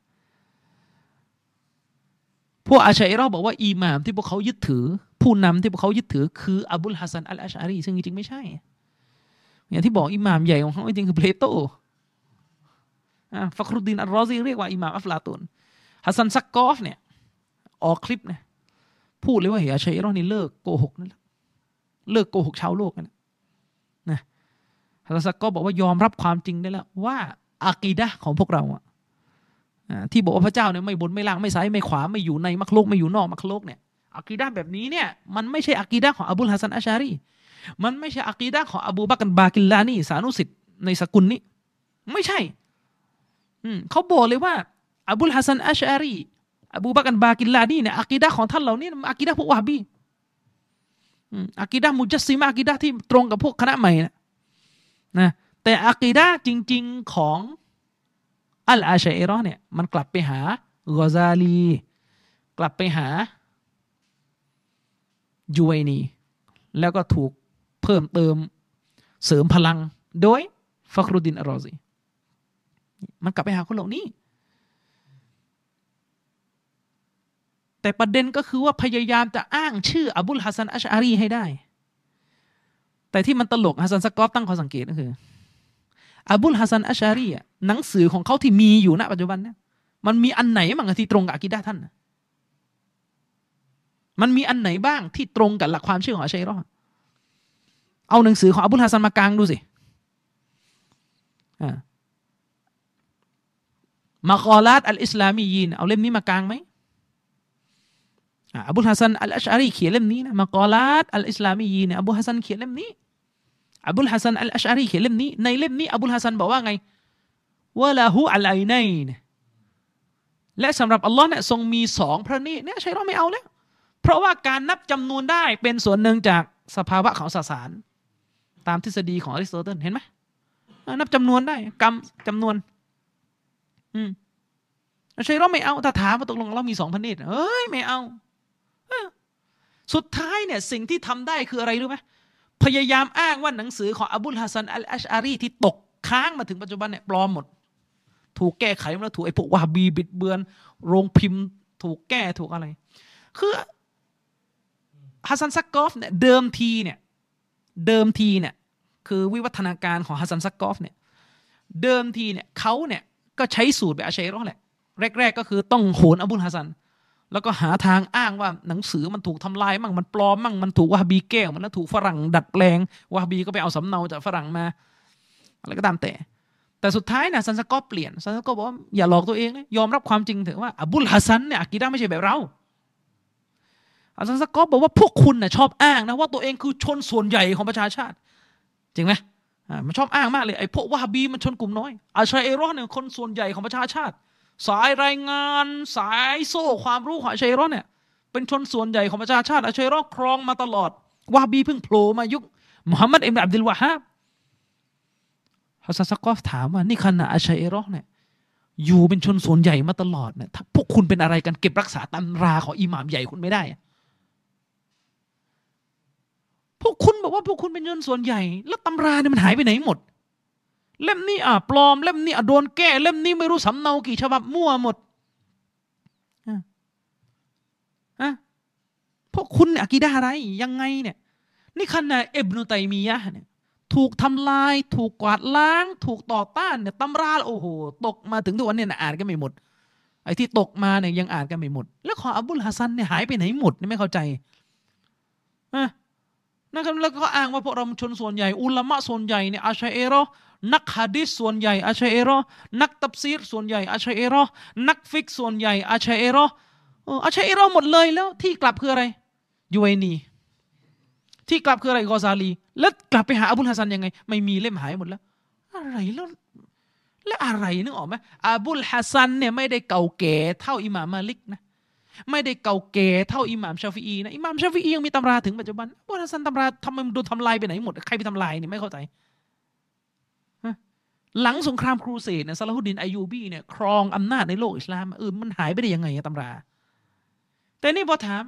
พวกอาชัยรอบอกว่าอิหม่ามที่พวกเขายึดถือผู้นำที่พวกเขายึดถือคืออบุลฮัสซันอัลอาชอารีซึ่งจริงๆไม่ใช่อย่างที่บอกอิหม่ามใหญ่ของเขาจริงๆคือเพลโตฟักรุดดีนอัลรอซีเรียกว่าอิหม่ามอัฟลาตุนฮัสซันซักกอฟเนี่ยออกคลิปนะพูดเลยว่าอาชัยรอนี่เลิกโกหกนั่นแหละเลิกโกหกชาวโลกนะฮัสซันซักกอฟบอกว่ายอมรับความจริงได้แล้วว่าอากีดะห์ของพวกเราที่บอกว่าพระเจ้าเนี่ยไม่บนไม่ล่างไม่ซ้ายไม่ขวาไม่อยู่ในมักโลกไม่อยู่นอกมักโลกเนี่ยอากีดะห์แบบนี้เนี่ยมันไม่ใช่อากีดะห์ของอบุลฮัสซันอัชอารีมันไม่ใช่อากีดะห์ของอบูบักรบากิลลานีสานุสิทธิ์ในสกุลนี้ไม่ใช่เขาบอกเลยว่าอบุลฮัสซันอัชอารีอบูบักรบากิลลานีเนี่ยอากีดะห์ของท่านเหล่านี้อากีดะห์พวกวะฮาบีอากีดะห์มุจัสซิมะอากีดะห์ที่ตรงกับพวกคณะใหม่นะแต่อากีดะห์จริงๆของอัลอาชัยรอเนี่ยมันกลับไปหากอซาลีกลับไปหายูไวนีแล้วก็ถูกเพิ่มเติมเสริมพลังโดยฟักรุดดินอัลรอซีมันกลับไปหาคนเหล่านี้แต่ประเด็นก็คือว่าพยายามจะอ้างชื่ออบุลฮัสซันอัชอารีให้ได้แต่ที่มันตลกฮัสซันซักกอฟตั้งข้อสังเกตก็คืออบุลฮัสซันอัชอารีหนังสือของเขาที่มีอยู่ณปัจจุบันเนี่ยมันมีอันไหนบ้างที่ตรงกับอะกีดะห์ท่านมันมีอันไหนบ้างที่ตรงกับหลักความเชื่อของอัชอะรีเราะห์เอาหนังสือของอบุลฮัสซันมากางดูสิมะกอลาตอัลอิสลามียีนเอาเล่มนี้มากางไหมอบุลฮัสซันอัลอัชอารีเขียนเล่มนี้นะมะกอลาตอัลอิสลามียีนอบุลฮัสซันเขียนเล่มนี้อบุลฮัสซันอัลอัชอารีเขียนเล่มนี้ในเล่มนี้อบุลฮัสซันบอกว่าไงวะลาหูอัลไอนัยนและสำหรับอัลลอฮ์เนี่ยทรงมีสองพระเนตรเนี่ยใช่เราไม่เอาแล้วเพราะว่าการนับจำนวนได้เป็นส่วนหนึ่งจากสภาวะของสสารตามทฤษฎีของอริสโตเติลเห็นไหมนับจำนวนได้กรรมจำนวนใช่เราไม่เอาถ้าถามว่าตกลงเรามีสองพระเนตรเอ้ยไม่เอาสุดท้ายเนี่ยสิ่งที่ทำได้คืออะไรรู้ไหมพยายามอ้างว่าหนังสือของอบุลฮัสซันอัลอัชอารีที่ตกค้างมาถึงปัจจุบันเนี่ยปลอมหมดถูกแก้ไขมาแล้วถูกไอ้พวกวะฮาบีบิดเบือนโรงพิมพ์ถูกแก้ถูกอะไรคือฮัสซันซักกอฟเนี่ยเดิมทีเนี่ยคือวิวัฒนาการของฮัสซันซักกอฟเนี่ยเดิมทีเนี่ยเขาเนี่ยก็ใช้สูตรแบบอาชัยรอห์แหละแรกๆก็คือต้องโหนอบุลฮัสซันแล้วก็หาทางอ้างว่าหนังสือมันถูกทำลายมั่งมันปลอมมั่งมันถูกวะฮาบีแก้มันแล้วถูกฝรั่งดัดแปลงวะฮาบีก็ไปเอาสำเนาจากฝรั่งมาอะไรก็ตามแต่สุดท้ายนะซันซักกอฟเปลี่ยนซันซักกอฟบอกว่าอย่าหลอกตัวเองนะยอมรับความจริงเถอะว่าอบุลฮัสซันเนี่ยอะกีดะห์ไม่ใช่แบบเราซันซักกอฟบอกว่าพวกคุณน่ะชอบอ้างนะว่าตัวเองคือชนส่วนใหญ่ของประชาชาติจริงไหมมันชอบอ้างมากเลยไอ้พวกวะฮาบีมันชนกลุ่มน้อยอาชัยรอห์เนี่ยคนส่วนใหญ่ของประชาชาติสายรายงานสายโซ่ความรู้ของอาชัยรอห์เนี่ยเป็นชนส่วนใหญ่ของประชาชาติอาชัยรอห์ครองมาตลอดวะฮาบีเพิ่งโผล่มายุคมุฮัมมัดอิบนุอับดุลวะฮาบฮัสซันซักกอฟถามว่านี่ขณะอาชัยรอห์เนี่ยอยู่เป็นชนส่วนใหญ่มาตลอดเนี่ยพวกคุณเป็นอะไรกันเก็บรักษาตำราของอิหม่ามใหญ่คุณไม่ได้พวกคุณบอกว่าพวกคุณเป็นชนส่วนใหญ่แล้วตำราเนี่ยมันหายไปไหนหมดเล่มนี้ปลอมเล่มนี้โดนแก้เล่มนี้ไม่รู้สำเนากี่ฉบับมั่วหมดพวกคุณอะกีดะห์อะไรยังไงเนี่ยนี่ขณะอิบนุตัยมียะห์เนี่ยถูกทำลายถูกกวาดล้างถูกต่อต้านเนี่ยตำราโอ้โหตกมาถึงทุกวันเนี่ยอ่านกันไม่หมดไอ้ที่ตกมาเนี่ยยังอ่านกันไม่หมดแล้วของอบุลฮัสซันเนี่ยหายไปไหนหมดนี่ไม่เข้าใจนะครับแล้วก็อ้างว่าพวกเราชนส่วนใหญ่อุลามะส่วนใหญ่เนี่ยอาชัยรอห์นักหะดีษส่วนใหญ่อาชัยรอห์นักตัฟซีรส่วนใหญ่อาชัยรอห์นักฟิกส่วนใหญ่อาชัยรอห์อาชัยรอห์หมดเลยแล้วที่กลับคืออะไรยูไอนีที่กลับคืออะไรกอซาลีแล้วกลับไปหาอบุลฮัสซันยังไงไม่มีเล่มหายหมดแล้วอะไรแล้วอะไรนึกออกไหมอบุลฮัสซันเนี่ยไม่ได้เก่าแก่เท่าอิหม่ามมาลิกนะไม่ได้เก่าแก่เท่าอิหม่ามชาฟิอีนะอิหม่ามชาฟิอียังมีตำราถึงปัจจุบันอบุลฮัสซันตำราทำไมมันโดนทำลายไปไหนหมดใครไปทำลายนี่ไม่เข้าใจหลังสงครามครูเสดเนี่ยซาลาฮุดดินอัยยูบีเนี่ยครองอำนาจในโลกอิสลามมันหายไปได้ยังไงตำราแต่นี่พอถาม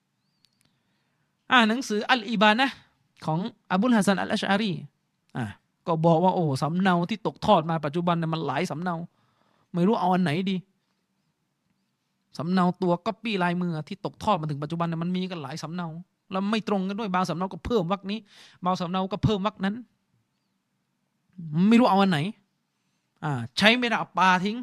หนังสืออัลอิบานะห์ของอบุลฮัสซันอัลอัชอารีก็บอกว่าโอ้สำเนาที่ตกทอดมาปัจจุบันเนี่ยมันหลายสำเนาไม่รู้เอาอันไหนดีสำเนาตัวก๊อปปี้ลายมือที่ตกทอดมาถึงปัจจุบันเนี่ยมันมีกันหลายสำเนาแล้วไม่ตรงกันด้วยบางสำเนาก็เพิ่มวรรคนี้บางสำเนาก็เพิ่มวรรคนั้นไม่รู้เอาอันไหนใช้ไม่ได้เอาปาทิ้ง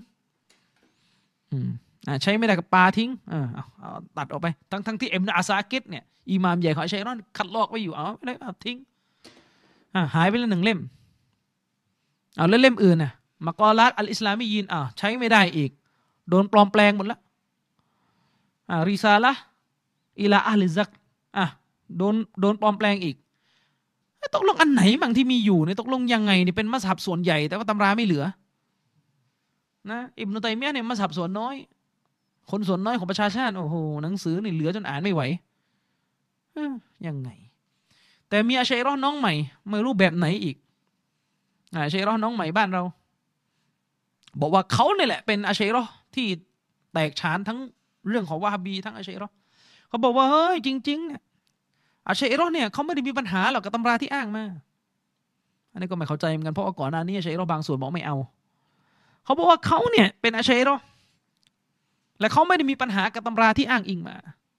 ใช้ไม่ได้กับปาทิ้งเอาตัดออกไปทั้งที่อิบนุอาซากิรเนี่ยอิหม่ามใหญ่ของอัชชัยรอคัดลอกไว้อยู่ไม่ได้เอาทิ้งหายไปแล้ว1 เล่มแล้วเล่มอื่นน่ะมะกอลาตอัลอิสลามียีนใช้ไม่ได้อีกโดนปลอมแปลงหมดแล้วริซาละห์อิลาอะห์ลิซักโดนปลอมแปลงอีกตกลงอันไหนบางที่มีอยู่เนี่ยตกลงยังไงนี่เป็นมัซฮับส่วนใหญ่แต่ว่าตำราไม่เหลือนะอิบนุตัยมียะห์เนี่ยมัซฮับส่วนน้อยคนส่วนน้อยของประชาชาติโอ้โหหนังสือนี่เหลือจนอ่านไม่ไหวยังไงแต่มีอัชชัยรอน้องใหม่ไม่รู้แบบไหนอีกอัชชัยรอน้องใหม่บ้านเราบอกว่าเขาเนี่ยแหละเป็นอัชชัยรอที่แตกฉานทั้งเรื่องของวะฮาบีทั้งอัชชัยรอเขาบอกว่าเฮ้ยจริงๆเนี่ยอัชชัยรอเนี่ยเขาไม่ได้มีปัญหาหรอกกับตำราที่อ้างมาอันนี้ก็ไม่เข้าใจเหมือนกันเพราะว่าก่อนหน้านี้อัชชัยรอบางส่วนบอกไม่เอาเขาบอกว่าเขาเนี่ยเป็นอัชชัยรอและเขาไม่ได้มีปัญหากับตำราที่อ้างอิงมา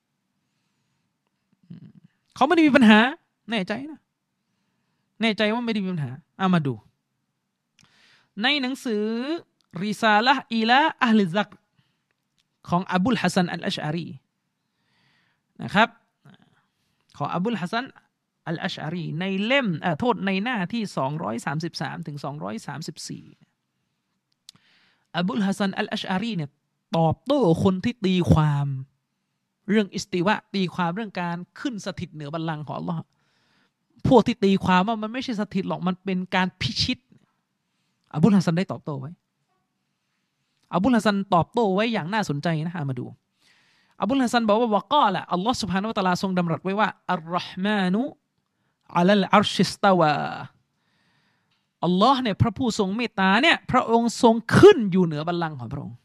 เขาไม่ได้มีปัญหาแน่ใจนะแน่ใจว่าไม่ได้มีปัญหามาดูในหนังสือริซาละห์อิลาอะห์ลิซักของอบุลฮัสซันอัลอัชอารีนะครับของอบุลฮัสซันอัลอัชอารีในเล่มโทษในหน้าที่233ถึง234อบุลฮัสซันอัลอัชอารีเนี่ยตอบโต้คนที่ตีความเรื่องอิสติวะตีความเรื่องการขึ้นสถิตเหนือบัลลังก์ของอัลเลาะห์พวกที่ตีความว่ามันไม่ใช่สถิตหรอกมันเป็นการพิชิตอบุลฮัสซันได้ตอบโต้ไว้อบุลฮัสซันตอบโต้ไว้อย่างน่าสนใจนะมาดูอบุลฮัสซันบอกว่าวะกอละอัลลอฮฺซุบฮานะฮูวะตะอาลาทรงดำรัสไว้ว่าอัรเราะห์มานุอะลัลอัรชิสตาวาอัลลอฮ์เนี่ยพระผู้ทรงเมตตาเนี่ยพระองค์ทรงขึ้นอยู่เหนือบัลลังก์ของพระองค์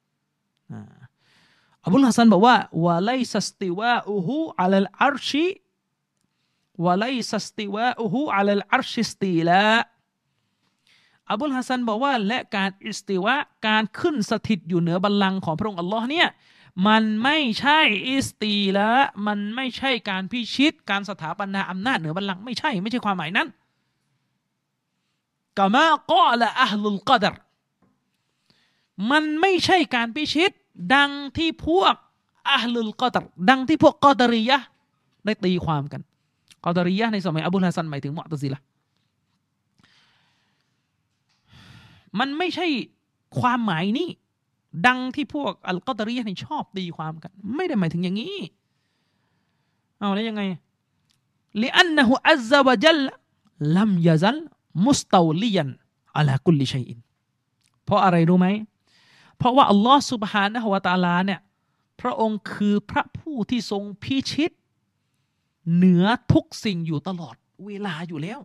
อบุลฮัสซันบอกว่าวะไลซัสติวาอูฮูอะลัลอัรชิวะไลซัสติวาอูฮูอะลัลอัรชิสติลาอบุลฮัสซันบอกว่าและการอิสติวะการขึ้นสถิตอยู่เหนือบัลลังก์ของพระองค์อัลลอฮ์เนี่ยมันไม่ใช่อิสติละมันไม่ใช่การพิชิตการสถาปนาอำนาจเหนือบัลลังก์ไม่ใช่ความหมายนั้นกะมากอละอะห์ลุลกอดรมันไม่ใช่การพิชิตดังที่พวกอะห์ลุลกอดรดังที่พวกกอดารียะห์ได้ตีความกันกอดารียะห์ในสมัยอบุลฮัสซันหมายถึงมุอ์ตะซิละห์มันไม่ใช่ความหมายนี้ดังที่พวกอัลกอดารียะห์ชอบตีความกันไม่ได้หมายถึงอย่างนี้แล้วยังไงลิอันนะฮูอัซซะวะญัลลัมยะซัลมุสตาวลิยันอะลากุลลิชัยอินเพราะอะไรรู้ไหมเพราะว่าอัลลอฮฺซุบฮานะฮูวะตะอาลาเนี่ยพระองค์คือพระผู้ที่ทรงพิชิตเหนือทุกสิ่งอยู่ตลอดเวลาอยู่แล้ว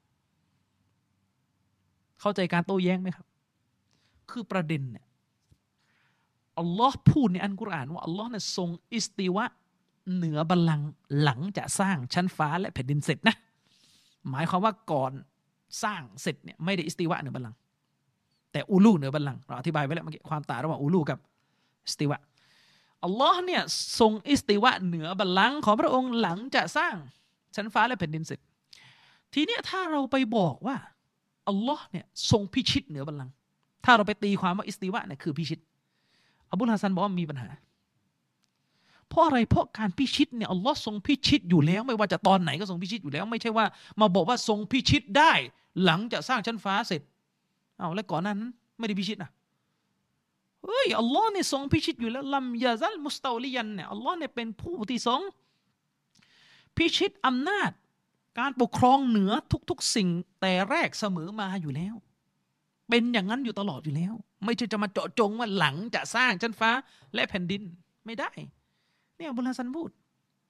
เข้าใจการโต้แย้งไหมครับคือประเด็นเนี่ยอัลลอฮ์พูดในอัลกุรอานว่าอัลลอฮ์เนี่ยทรงอิสติวะเหนือบัลลังก์หลังจะสร้างชั้นฟ้าและแผ่นดินเสร็จนะหมายความว่าก่อนสร้างเสร็จเนี่ยไม่ได้อิสติวะเหนือบัลลังก์แต่อูลูเหนือบัลลังก์เราอธิบายไว้แล้วเมื่อกี้ความต่างระหว่างอูลูกับอิสติวะอัลลอฮ์เนี่ยทรงอิสติวะเหนือบัลลังก์ของพระองค์หลังจะสร้างชั้นฟ้าและแผ่นดินเสร็จทีนี้ถ้าเราไปบอกว่าอัลลอฮ์เนี่ยทรงพิชิตเหนือบัลลังก์ถ้าเราไปตีความว่าอิสติวะเนี่ยคือพิชิตอบุลฮัสซันบอกว่ามีปัญหาเพราะอะไรเพราะการพิชิตเนี่ยอัลลอฮ์ทรงพิชิตอยู่แล้วไม่ว่าจะตอนไหนก็ทรงพิชิตอยู่แล้วไม่ใช่ว่ามาบอกว่าทรงพิชิตได้หลังจากสร้างชั้นฟ้าเสร็จแล้วก่อนนั้นไม่ได้พิชิตนะเฮ้ยอัลลอฮ์เนี่ยทรงพิชิตอยู่แล้วลัมยะซัลมุสตาวลิยันเนี่ยอัลลอฮ์เนี่ยเป็นผู้ที่ทรงพิชิตอำนาจการปกครองเหนือทุกๆสิ่งแต่แรกเสมอมาอยู่แล้วเป็นอย่างนั้นอยู่ตลอดอยู่แล้วไม่ใช่จะมาเจาะจงว่าหลังจะสร้างชั้นฟ้าและแผ่นดินไม่ได้นี่อับุลฮัสซันพูด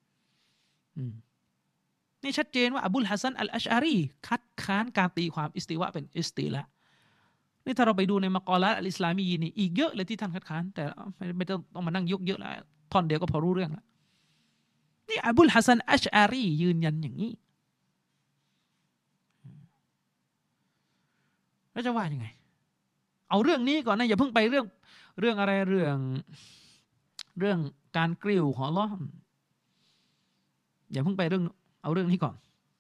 นี่ชัดเจนว่าอบุลฮัสซันอัลอัชอารีคัดค้านการตีความอิสติวะเป็นอิสติละนี่ถ้าเราไปดูในมะกอลาตอัลอิสลามีนี่อีกเยอะเลยที่ท่านคัดค้านแต่ไม่ต้องมานั่งยกเยอะแล้วท่อนเดียวก็พอรู้เรื่องแล้วนี่อบุลฮัสซันอัชอารียืนยันอย่างนี้แล้วจะว่ายังไงเอาเรื่องนี้ก่อนนะอย่าเพิ่งไปเรื่องอะไรเรื่องการกริ้วของอัลเลาะห์อย่าเพิ่งไปเอาเรื่องนี้ก่อน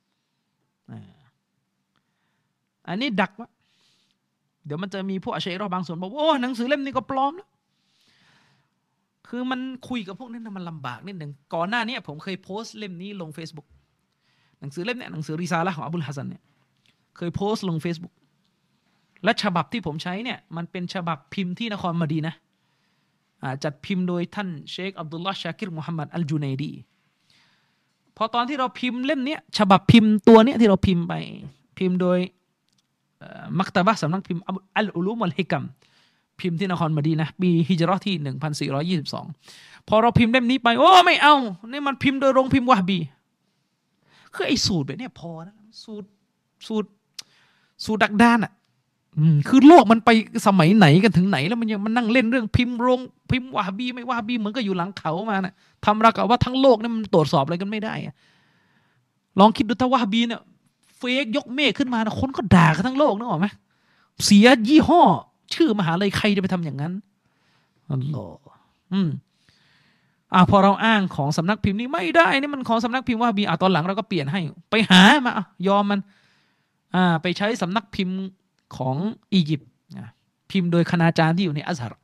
อันนี้ดักว่าเดี๋ยวมันจะมีพวกอัชอะรีบางส่วนบอกโอ้หนังสือเล่มนี้ก็ปลอมแล้วคือมันคุยกับพวกนั้นมันลำบากนิดหนึ่งก่อนหน้านี้ผมเคยโพสต์เล่มนี้ลง Facebook หนังสือเล่มนี้หนังสือริซาละห์ของอับุลฮัสซันเนี่ยเคยโพสต์ลง Facebook และฉบับที่ผมใช้เนี่ยมันเป็นฉบับพิมพ์ที่นครมะดีนะห์จัดพิมพ์โดยท่านเชคอับดุลลอฮ์ชากิรมุฮัมมัดอัลจูนัยดีพอตอนที่เราพิมพ์เล่มนี้ฉบับพิมพ์ตัวนี้ที่เราพิมพ์ไปพิมพ์โดยมักตะบะห์สำนักพิมพ์อัลอุลูมวัลฮิกัมพิมพ์ที่นครมะดีนะห์ปีฮิจเราะห์ที่1422พอเราพิมพ์เล่มนี้ไปโอ้ไม่เอานี่มันพิมพ์โดยโรงพิมพ์วะฮ์บีคือไอ้สูตรแบบนี้พอนะสูตรดักดานอ่ะคือโลกมันไปสมัยไหนกันถึงไหนแล้วมันยังมันนั่งเล่นเรื่องพิมพ์โรงพิมพ์วะฮ์บีไม่วะฮ์บีเหมือนก็อยู่หลังเขามานะทำราวกับว่าทั้งโลกนี่มันตรวจสอบอะไรกันไม่ได้ลองคิดดูถ้าวะฮ์บีเนี่ยเฟกยกเมฆขึ้นมานะคนก็ด่ากันทั้งโลกนึกออกไหมเสียยี่ห้อชื่อมหาลัยใครจะไปทำอย่างนั้นอัลลอฮ์พอเราอ้างของสำนักพิมพ์นี้ไม่ได้นี่มันของสำนักพิมพ์วะฮ์บีตอนหลังเราก็เปลี่ยนให้ไปหามายอมมันไปใช้สำนักพิมพ์ของอียิปต์พิมพ์โดยคณาจารย์ที่อยู่ในอัซฮาร์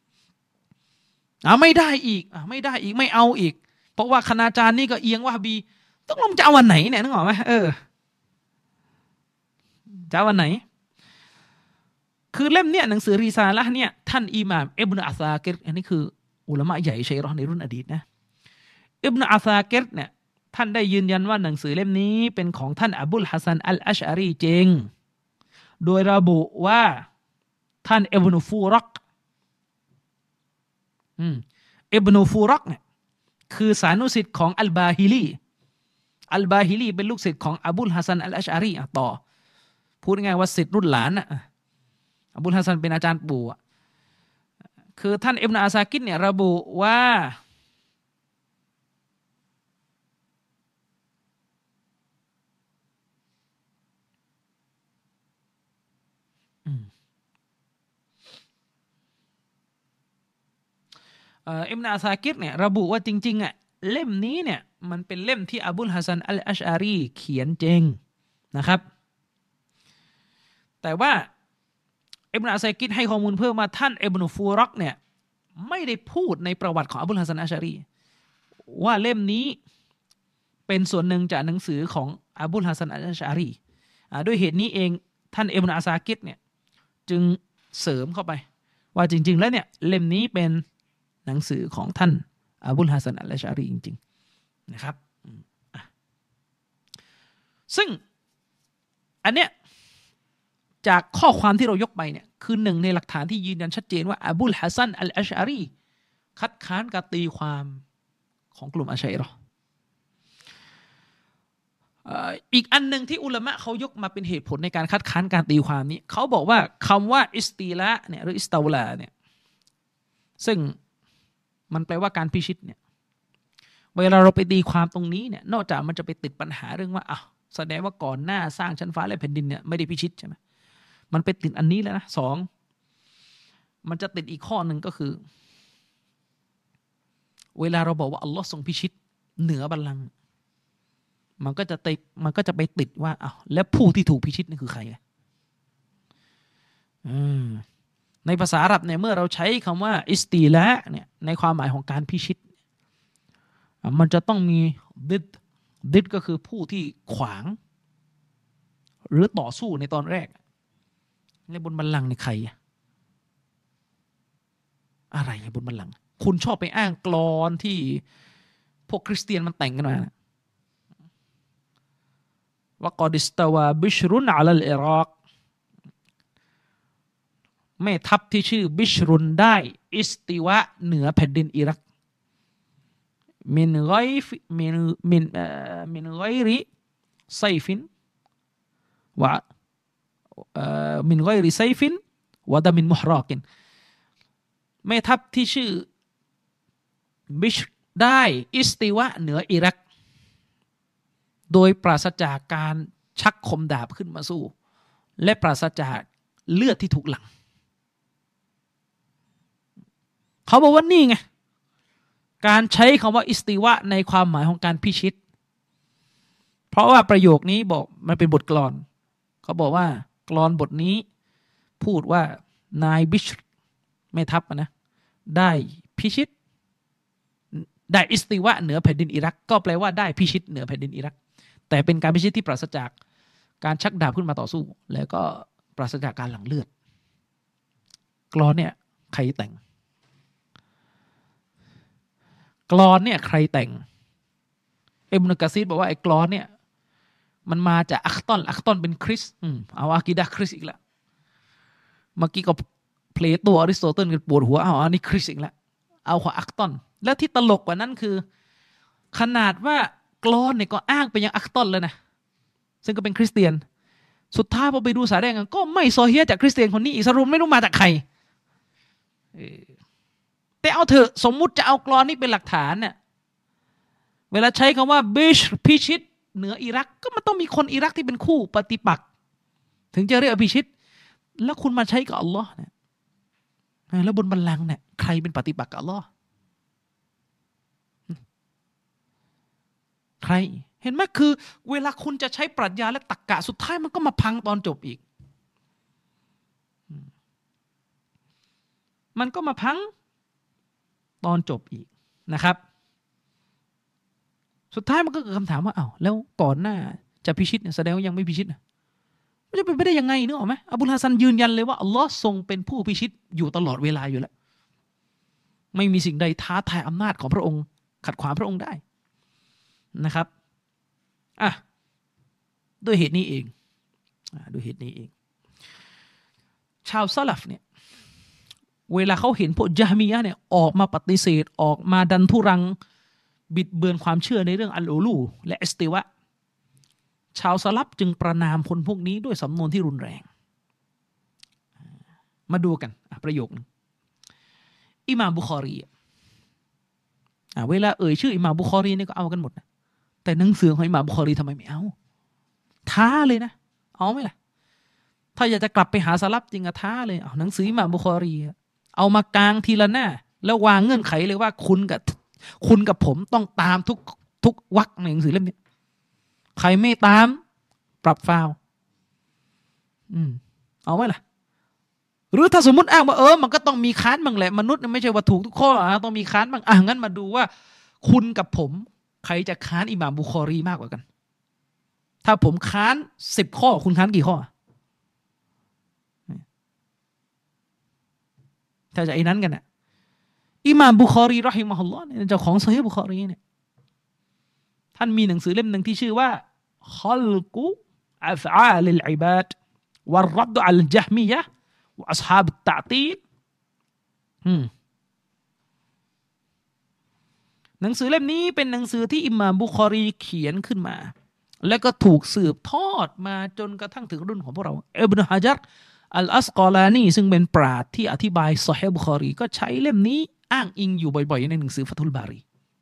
ไม่ได้อีกไม่เอาอีกเพราะว่าคณาจารย์นี่ก็เอียงวะฮ์บีต้องลงจะเอาวันไหนเนี่ยนึกออกไหมจะเอาวันไหนคือเล่มเนี้ยหนังสือริซาละห์เนี่ยท่านอิหม่ามอิบนุอัสซากิรอันนี้คืออุลามะใหญ่ชัยเราะห์ในรุ่นอดีตนะอิบนุอัสซากิรเนี่ยท่านได้ยืนยันว่าหนังสือเล่มนี้เป็นของท่านอบุลฮัสซันอัลอัชอารีจริงโดยระบุว่าท่านอิบนุฟูรักอิบนุฟูรักเนี่ยคือสานุสิทธิ์ของอัลบาฮิลีเป็นลูกศิษย์ของอบุลฮัสซันอัลอัชอารีต่อพูดง่ายว่าศิษย์รุ่นหลานอบุลฮัสซันเป็นอาจารย์ปู่คือท่านอิบนุอัสซากิรเนี่ยระบุว่าอิบนุอัสซากิรเนี่ยระบุว่าจริงๆเล่มนี้เนี่ยมันเป็นเล่มที่อบุลฮัสซันอัลอัชอารีเขียนจริงนะครับแต่ว่าอิบนุอัสซากิรให้ข้อมูลเพิ่มมาท่านอิบนุฟูรักเนี่ยไม่ได้พูดในประวัติของอบุลฮัสซันอัชอารีว่าเล่มนี้เป็นส่วนหนึ่งจากหนังสือของอบุลฮัสซันอัชอารีด้วยเหตุนี้เองท่านอิบนุอัสซากิรเนี่ยจึงเสริมเข้าไปว่าจริงๆแล้วเนี่ยเล่มนี้เป็นหนังสือของท่านอบุลฮัสซันอัชอารีจริงๆนะครับซึ่งอันเนี้ยจากข้อความที่เรายกไปเนี่ยคือหนึ่งในหลักฐานที่ยืนยันชัดเจนว่าอบุลฮัสซันอัลอัชอารีคัดค้านการตีความของกลุ่มอัชอะรีเราะห์อีกอันหนึ่งที่อุลามะเขายกมาเป็นเหตุผลในการคัดค้านการตีความนี้เขาบอกว่าคำว่าอิสติลาเนี่ยหรืออิสตาวลาเนี่ยซึ่งมันแปลว่าการพิชิตเนี่ยเวลาเราไปตีความตรงนี้เนี่ยนอกจากมันจะไปติดปัญหาเรื่องว่าแสดงว่าก่อนหน้าสร้างชั้นฟ้าและแผ่นดินเนี่ยไม่ได้พิชิตใช่ไหมมันไปติดอันนี้แล้วนะ2มันจะติดอีกข้อหนึ่งก็คือเวลาเราบอกว่าอัลลอฮ์ทรงพิชิตเหนือบัลลังก์มันก็จะไปติดว่าแล้วผู้ที่ถูกพิชิตนี่คือใครในภาษาอาหรับเนี่ยเมื่อเราใช้คำว่าอิสติละเนี่ยในความหมายของการพิชิตมันจะต้องมีดิดก็คือผู้ที่ขวางหรือต่อสู้ในตอนแรกในบนบัลลังก์ในใครอะไรบนบัลลังก์คุณชอบไปอ้างกลอนที่พวกคริสเตียนมันแต่งกันมาว่ากอดิสตาวาบิชรุนอะลัลอิรักแม่ทัพที่ชื่อบิชรุนได้อิสติวะเหนือแผ่นดินอิรักมินไกริไซฟินวะมินไกริไซฟินวะดะมินมุฮรอกินแม่ทัพที่ชื่อบิชได้อิสติวะเหนืออิรักโดยปราศจากการชักคมดาบขึ้นมาสู้และปราศจากเลือดที่ถูกหลั่งเขาบอกว่านี่ไงการใช้คำว่าอิสติวะในความหมายของการพิชิตเพราะว่าประโยคนี้บอกมันเป็นบทกลอนเขาบอกว่ากลอนบทนี้พูดว่านายบิชรแม่ทัพนะได้พิชิตได้อิสติวะเหนือแผ่นดินอิรักก็แปลว่าได้พิชิตเหนือแผ่นดินอิรักแต่เป็นการพิชิตที่ปราศจากการชักดาบขึ้นมาต่อสู้แล้วก็ปราศจากการหลั่งเลือดกลอนเนี่ยใครแต่งกลอนเนี่ยใครแต่งอิบนุกะซีรบอกว่าไอ้กลอนเนี่ยมันมาจากอัคตอนเป็นคริสเอาอากีดะห์คริสอีกแล้วเมื่อกี้ก็เพลโตอริสโตเติลกันปวดหัวเอาอันนี้คริสอีกแล้วเอาของอัคตอนแล้วที่ตลกกว่านั้นคือขนาดว่ากลอนเนี่ยก็อ้างไปยังอัคตอนแล้วนะซึ่งก็เป็นคริสเตียนสุดท้ายพอไปดูสายแดงก็ไม่ซอฮีฮ์จากคริสเตียนคนนี้อีกสรุปไม่รู้มาจากใครแต่เอาเถอะสมมุติจะเอากลอนนี้เป็นหลักฐานเนี่ยเวลาใช้คำว่าบิชพิชิตเหนืออิรักก็มันต้องมีคนอิรักที่เป็นคู่ปฏิปักษ์ถึงจะเรียกพิชิตแล้วคุณมาใช้กับอัลลอฮ์เนี่ยแล้วบนบัลลังก์เนี่ยใครเป็นปฏิปักษ์กับอัลลอฮ์ใครเห็นไหมคือเวลาคุณจะใช้ปรัชญาและตรรกะสุดท้ายมันก็มาพังตอนจบอีกมันก็มาพังตอนจบอีกนะครับสุดท้ายมันก็เกิดคำถามว่าอ้าวแล้วก่อนหน้าจะพิชิตเนี่ยแสดงว่ายังไม่พิชิตนะมันจะเป็นไปได้ยังไงนึกออกไหมอบูลฮาซันยืนยันเลยว่าอัลลอฮ์ทรงเป็นผู้พิชิตอยู่ตลอดเวลาอยู่แล้วไม่มีสิ่งใดท้าทายอำนาจของพระองค์ขัดขวางพระองค์ได้นะครับด้วยเหตุนี้เองด้วยเหตุนี้เองชาวซะลัฟเนี่ยเวลาเขาเห็นพวกญะฮ์มียะห์เนี่ยออกมาปฏิเสธออกมาดันทุรังบิดเบือนความเชื่อในเรื่องอัลอูลูและอิสติวะชาวซะลัฟจึงประนามคนพวกนี้ด้วยสำนวนที่รุนแรงมาดูกันประโยคนึงอิหม่ามบุคอรีเวลาเอ่ยชื่ออิหม่ามบุคอรีนี่ก็เอากันหมดนะแต่หนังสือของอิหม่ามบุคอรีทำไมไม่เอาท้าเลยนะเอาไหมล่ะถ้าอยากจะกลับไปหาซะลัฟจริงอะท้าเลยเอาหนังสืออิหม่ามบุคอรีเอามากางทีละหน้าแล้ววางเงื่อนไขเลยว่าคุณกับผมต้องตามทุกวรรคในหนังสือเล่มนี้ใครไม่ตามปรับฟาวเอาไหมล่ะหรือถ้าสมมติอ้างว่ามันก็ต้องมีค้านบ้างแหละมนุษย์ไม่ใช่ว่าถูกทุกข้อต้องมีค้านบ้างงั้นมาดูว่าคุณกับผมใครจะค้านอิหม่ามบุคอรีมากกว่ากันถ้าผมค้าน10 ข้อคุณค้านกี่ข้อถ้าจะไอ้นั้นกันน่ะอิหม่ามบุคอรีเราะฮิมะฮุลลอฮ์เนี่ยเจ้าของซอฮีฮ์บุคอรีเนี่ยท่านมีหนังสือเล่มนึงที่ชื่อว่าคัลกุอัฟอาลิลอิบาดวัรรัดอัลญะฮ์มียะห์วะอัศฮาบุตตะตีลหนังสือเล่มนี้เป็นหนังสือที่อิหม่ามบุคอรีเขียนขึ้นมาแล้วก็ถูกสืบทอดมาจนกระทั่งถึงรุ่นของพวกเราอิบนุฮะญัรอัลอัสกอลานีซึ่งเป็นปราชญ์ที่อธิบายซอฮีฮ์บุคอรีก็ใช้เล่มนี้อ้างอิงอยู่บ่อยๆในหนังสือฟัตุลบารี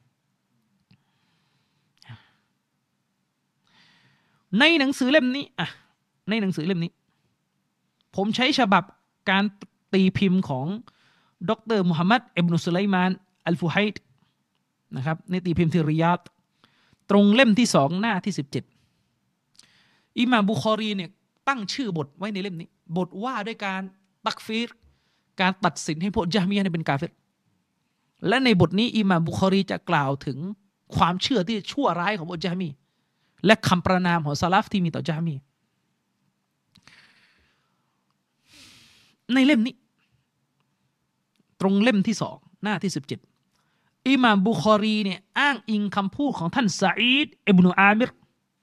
ในหนังสือเล่มนี้ผมใช้ฉบับการตีพิมพ์ของดร.มุฮัมมัดอิบนุสุไลมานอัลฟุไฮด์นะครับในตีพิมพ์ที่ริยาดตรงเล่มที่2หน้าที่17อิหม่ามบุคอรีเนี่ยตั้งชื่อบทไว้ในเล่มนี้บทว่าด้วยการตักฟีรการตัดสินให้พวกญะฮ์มียะห์เป็นกาเฟรและในบทนี้อิหม่ามบุคอรีจะกล่าวถึงความเชื่อที่ชั่วร้ายของพวกญะฮ์มีและคำประนามของซะลัฟที่มีต่อญะฮ์มีในเล่มนี้ตรงเล่มที่2หน้าที่17อิหม่ามบุคอรีเนี่ยอ้างอิงคำพูดของท่านซะอีดอิบนุอามิร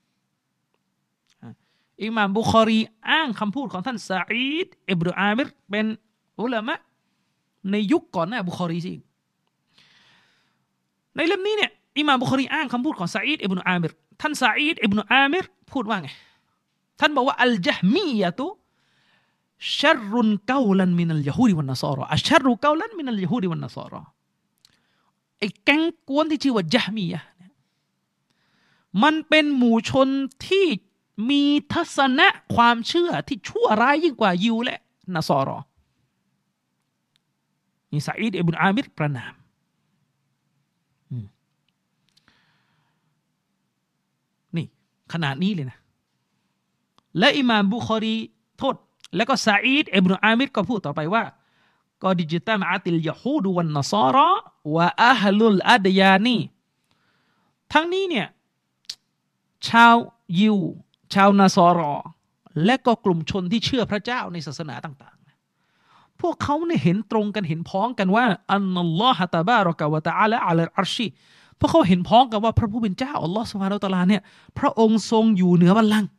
อิหม่ามบุคอรีอ้างคำพูดของท่านซะอีดอิบนุอามิรเป็นอุลามะในยุคก่อนหน้าบุคอรีสิในเล่มนี้เนี่ยอิหม่ามบุคอรีอ้างคำพูดของซะอีดอิบนุอามิรท่านซะอีดอิบนุอามิรพูดว่าไงท่านบอกว่าอัลญะฮ์มียะตุชัรรุนกาวลันมินัลยะฮูดีวันนศอรออัชชัรรุกาวลันมินัลยะฮูดีวันนศอรอไอ้แก๊งกวนที่ชื่อว่าญะฮ์มียะห์มันเป็นหมู่ชนที่มีทัศนะความเชื่อที่ชั่วร้ายยิ่งกว่ายิวและนะซอรอนี่ซะอีดอิบนุอามิรประนามนี่ขนาดนี้เลยนะและอิหม่ามบุคอรีโทษแล้วก็ซะอีดอิบนุอามิรก็พูดต่อไปว่ากอดิจตะมะอะติลยะฮูดวันนศาระวะอะฮลุลอัดยานีทั้งนี้เนี่ยชาวยิวชาวนาซอรอและก็กลุ่มชนที่เชื่อพระเจ้าในศาสนาต่างๆพวกเขาเนี่ยเห็นตรงกันเห็นพ้องกันว่าอันนัลลอฮะตะบารอกะวะตะอาลาอะลัลอัรชีพวกเขาเห็นพ้องกันว่าพระผู้เป็นเจ้าอัลลอฮฺซุบฮานะฮูวะตะอาลาเนี่ยพระองค์ทรงอยู่เหนือบัลลังก์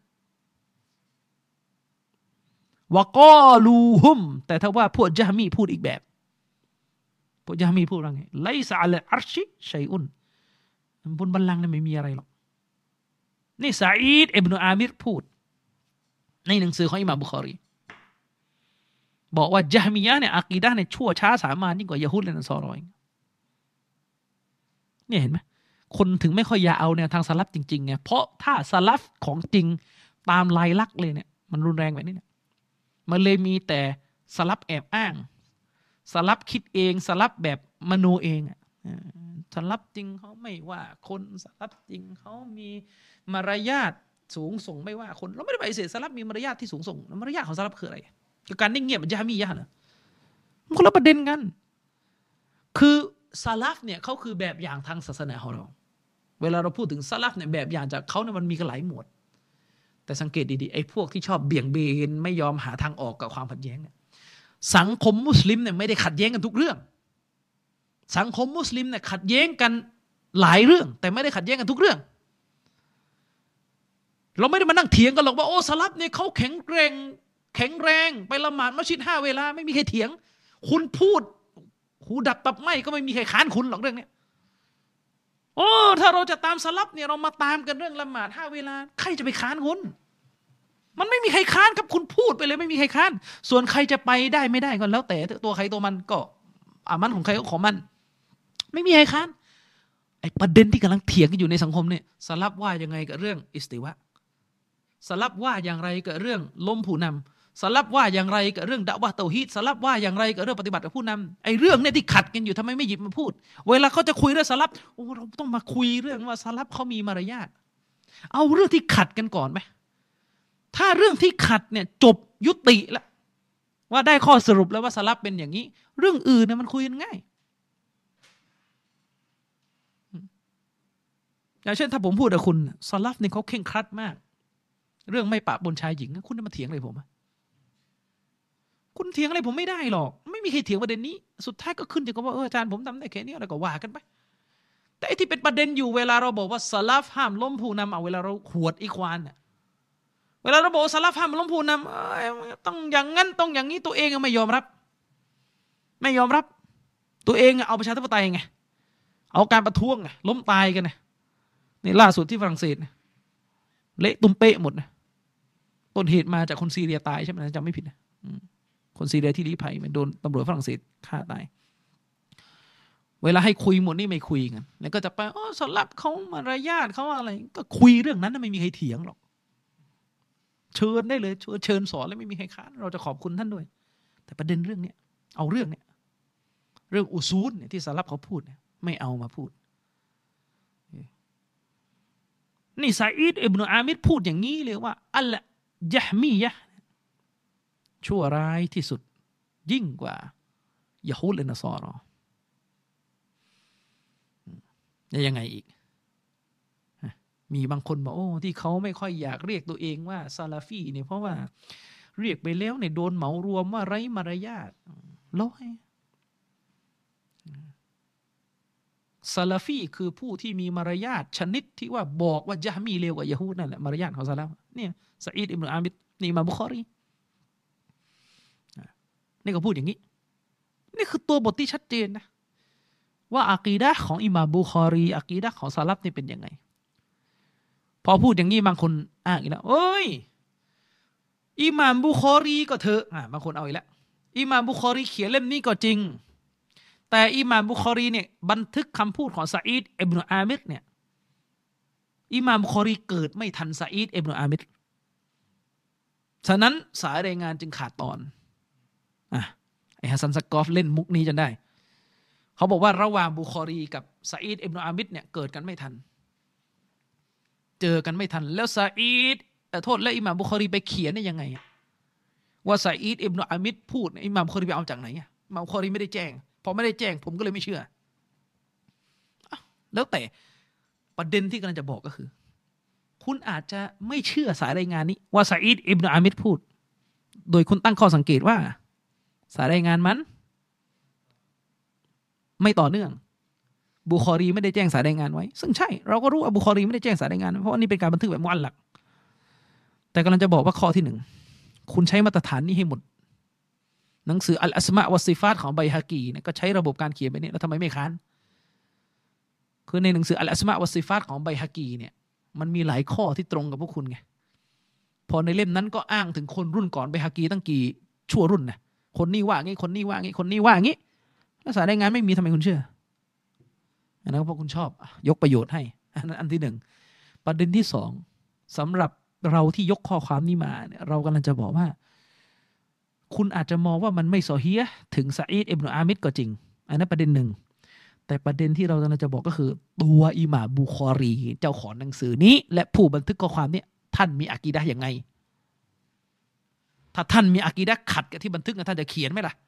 วะกอลูฮุมแต่ถ้าว่าพวกญะฮ์มีพูดอีกแบบพวกญะฮ์มีพูดว่าไงไลซะอะลัลอัรชีชัยอุนบนบัลลังก์นั้นไม่มีอะไรหรอกนี่ซะอีดอิบนุอามิรพูดในหนังสือของอิหม่ามบุคอรีบอกว่าญะฮ์มียะห์เนี่ยอะกีดะห์เนี่ยชั่วช้าสามานยิ่งกว่ายะฮูดและนัสรอเนี่ยเห็นไหมคนถึงไม่ค่อยอยากเอาแนวทางสลับจริงๆไงเพราะถ้าสลับของจริงตามลายลักษณ์เลยเนี่ยมันรุนแรงแบบนี้เนี่ยมันเลยมีแต่สลับแอบอ้างสลับคิดเองสลับแบบมโนเองสลับจริงเขาไม่ว่าคนสลับจริงเขามีมารยาทสูงส่งไม่ว่าคนเราไม่ได้ปฏิเสธสลับมีมารยาทที่สูงส่งมารยาทของสลับคืออะไรคือการนิ่งเงียบมันจะมียะเหรอมันคนละประเด็นกันคือสลับเนี่ยเขาคือแบบอย่างทางศาสนาของเราเวลาเราพูดถึงสลับเนี่ยแบบอย่างจากเขาเนี่ยมันมีกันหลายหมวดแต่สังเกตดีๆไอ้พวกที่ชอบเบี่ยงเบนไม่ยอมหาทางออกกับความขัดแย้งเนี่ยสังคมมุสลิมเนี่ยไม่ได้ขัดแย้งกันทุกเรื่องสังคมมุสลิมเนี่ยขัดแย้งกันหลายเรื่องแต่ไม่ได้ขัดแย้งกันทุกเรื่องเราไม่ได้มานั่งเถียงกันหรอกว่าโอ้สลับเนี่ยเขาแข็งแรงไปละหมาดมัสยิด5 เวลาไม่มีใครเถียงคุณพูดหูดับตับไหมก็ไม่มีใครค้านคุณหรอกเรื่องนี้โอ้ถ้าเราจะตามสลับเนี่ยเรามาตามกันเรื่องละหมาด5 เวลาใครจะไปค้านคุณมันไม่มีใครค้านครับคุณพูดไปเลยไม่มีใครค้านส่วนใครจะไปได้ไม่ได้ก็แล้วแต่ตัวใครตัวมันก็อามันของใครก็ของมันไม่มีใครค้านไอ้ประเด็นที่กำลังเถียงกันอยู่ในสังคมเนี่ยสลับว่ายังไงกับเรื่องอิสติวะสลับว่าอย่างไรกับเรื่องล้มผู้นำสลับว่าอย่างไรกับเรื่องดะวะห์เตาฮีดสลับว่าอย่างไรกับเรื่องปฏิบัติกับผู้นำไอ้เรื่องเนี่ยที่ขัดกันอยู่ทำไมไม่หยิบมาพูดเวลาเขาจะคุยเรื่องสลับโอ้เราต้องมาคุยเรื่องว่าสลับเขามีมารยาทเอาเรื่องที่ขัดกันก่อนไหมถ้าเรื่องที่ขัดเนี่ยจบยุติแล้วว่าได้ข้อสรุปแล้วว่าสลับเป็นอย่างนี้เรื่องอื่นเนี่ยมันคุยกันง่ายอย่างเช่นถ้าผมพูดกับคุณสลับเนี่ยเขาเคร่งครัดมากเรื่องไม่ปะปนชายหญิงคุณจะมาเถียงอะไรผมคุณเถียงอะไรผมไม่ได้หรอกไม่มีใครเถียงประเด็นนี้สุดท้ายก็ขึ้นอยู่กับว่าอาจารย์ผมทำได้แค่นี้อะไรก็ว่ากันไปแต่ไอ้ที่เป็นประเด็นอยู่เวลาเราบอกว่าสลับห้ามล้มผู้นำเอาเวลาเราขวดอีควานเนี่ยเวลาเราบอกสลับห้ามล้มผู้นำต้องอย่างนั้นต้องอย่างนี้ตัวเองไม่ยอมรับตัวเองเอาประชาธิปไตยไงเอาการประท้วงไงล้มตายกันนี่ล่าสุดที่ฝรั่งเศสเละตุ้มเป๊ะหมดนะต้นเหตุมาจากคนซีเรียตายใช่ไหมจำไม่ผิดนะคนซีเรียที่ลี้ภัยมันโดนตำรวจฝรั่งเศสฆ่าตายเวลาให้คุยหมดนี่ไม่คุยกันแล้วก็จะไปสลับเขามารยาทเขาอะไรก็คุยเรื่องนั้นไม่มีใครเถียงหรอกเชิญได้เลยเชิญสอนแล้วไม่มีใครค้านเราจะขอบคุณท่านด้วยแต่ประเด็นเรื่องนี้เอาเรื่องเนี้ยเรื่องอุซูลเนี่ยที่สลับเขาพูดเนี่ยไม่เอามาพูดนี่ซะอีดอิบนุอามิรพูดอย่างนี้เลยว่าอัลยะฮ์มียะห์ชั่วร้ายที่สุดยิ่งกว่ายะฮูดและนัสรอยังไงอีกมีบางคนบอกโอ้ที่เขาไม่ค่อยอยากเรียกตัวเองว่าซาลาฟีเนี่ยเพราะว่าเรียกไปแล้วเนี่ยโดนเหมารวมว่าไร้มารยาทร้อยซาลาฟีคือผู้ที่มีมารยาทชนิดที่ว่าบอกว่ายะฮ์มีเลวกว่ายะฮูดนั่นแหละมารยาทของซาลาฟเนี่ยซะอีดอิบนุอามิรนี่มาบุคอรีนี่ก็พูดอย่างนี้นี่คือตัวบทที่ชัดเจนนะว่าอะกีดะห์ของอิหม่ามบุคอรีอะกีดะห์ของซาลาฟนี่เป็นยังไงพอพูดอย่างนี้บางคนอ้างอีกแล้วโอ้ยอิหม่ามบุคอรีก็เถอะบางคนเอาอีกแล้วอิหม่ามบุคอรีเขียนเล่มนี้ก็จริงแต่อิหม่ามบุคอรีเนี่ยบันทึกคำพูดของซะอีดอิบนุอามิรเนี่ยอิหม่ามบุคอรีเกิดไม่ทันซะอีดอิบนุอามิรฉะนั้นสายรายงานจึงขาดตอนไอ้ฮัสซันซักกอฟเล่นมุกนี้จนได้เขาบอกว่าระหว่างบุคอรีกับซาอีดอิบนุอามิดเนี่ยเกิดกันไม่ทันเจอกันไม่ทันแล้วซาอีดโทษแล้วอิหม่ามบุคอรีไปเขียนได้ยังไงว่าซาอีดอิบนุอามิดพูดอิหม่ามบุคอรีไปเอาจากไหนอิหม่ามบุคอรีไม่ได้แจ้งพอไม่ได้แจ้งผมก็เลยไม่เชื่อแล้วแต่ประเด็นที่กำลังจะบอกก็คือคุณอาจจะไม่เชื่อสายรายงานนี้ว่าซาอีดอิบนุอามิดพูดโดยคุณตั้งข้อสังเกตว่าสายรายงานมันไม่ต่อเนื่องบุคอรีไม่ได้แจ้งสายรายงานไว้ซึ่งใช่เราก็รู้ว่าบุคอรีไม่ได้แจ้งสายรายงานเพราะว่านี่เป็นการบันทึกแบบมุอัลลักแต่กำลังจะบอกว่าข้อที่หนึ่งคุณใช้มาตรฐานนี้ให้หมดหนังสืออัลอัสมาวัสซิฟาตของไบฮะกีเนี่ยก็ใช้ระบบการเขียนแบบนี้แล้วทำไมไม่ค้านคือในหนังสืออัลอัสมาวัสซิฟาตของไบฮะกีเนี่ยมันมีหลายข้อที่ตรงกับพวกคุณไงพอในเล่มนั้นก็อ้างถึงคนรุ่นก่อนไบฮะกีตั้งกี่ชั่วรุ่นนะคนนี้ว่างี้คนนี้ว่างี้คนนี้ว่างี้แล้วสายรายงานไม่มีทำไมคุณเชื่ออันนั้นเพราะคุณชอบยกประโยชน์ให้อันนั้นอันที่หนึ่งประเด็นที่สองสำหรับเราที่ยกข้อความนี้มาเนี่ยเรากำลังจะบอกว่าคุณอาจจะมองว่ามันไม่ซอฮีฮ์ถึงซะอีดอิบนุอามิดก็จริงอันนั้นประเด็นหนึ่งแต่ประเด็นที่เรากำลังจะบอกก็คือตัวอิหม่ามบุคอรีเจ้าของหนังสือนี้และผู้บันทึกข้อความนี้ท่านมีอะกีดะห์ยังไงถ้าท่านมีอะกีดะห์ขัดกับที่บันทึกท่านจะเขียนไหมล่ะ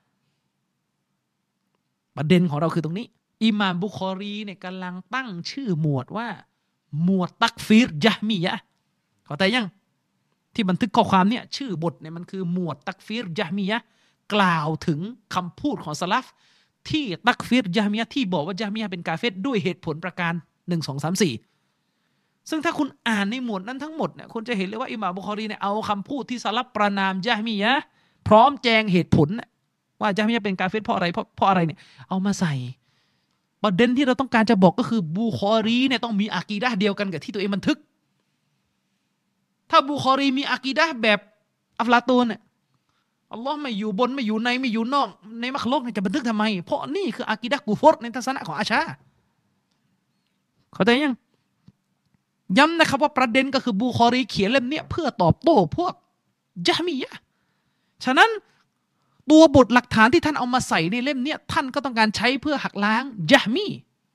ประเด็นของเราคือตรงนี้อิหม่ามบุคอรีเนี่ยกำลังตั้งชื่อหมวดว่าหมวดตักฟีรยะมียะห์เข้าใจยังที่บันทึกข้อความเนี่ยชื่อบทเนี่ยมันคือหมวดตักฟีรยะมียะห์กล่าวถึงคำพูดของซะลัฟที่ตักฟีรยะมียะห์ที่บอกว่ายะมียะห์เป็นกาเฟรด้วยเหตุผลประการ1 2 3 4ซึ่งถ้าคุณอ่านในหมวดนั้นทั้งหมดเนี่ยคุณจะเห็นเลยว่าอิหม่ามบุคอรีเนี่ยเอาคำพูดที่ซะลัฟประนามยะมียะห์พร้อมแจงเหตุผลว่ายะมียะห์เป็นกาเฟรเพราะอะไรเพราะอะไรเนี่ยเอามาใส่ประเด็นที่เราต้องการจะบอกก็คือบุคอรีเนี่ยต้องมีอะกีดะห์เดียวกันกับที่ตัวเองบันทึกถ้าบุคอรีมีอะกีดะห์แบบอัฟลาตูนเนี่ยอัลลอฮ์ไม่อยู่บนไม่อยู่ในไม่อยู่นอกในมักลุกเนี่ยจะบันทึกทำไมเพราะนี่คืออะกีดะห์กุฟรในทัศนะของอาชาเข้าใจยังย้ำนะครับว่าประเด็นก็คือบุคอรีเขียนเล่มนี้เพื่อตอบโต้พวกยะมียะห์ฉะนั้นตัวบทหลักฐานที่ท่านเอามาใส่ในเล่มนี้ท่านก็ต้องการใช้เพื่อหักล้างยะมี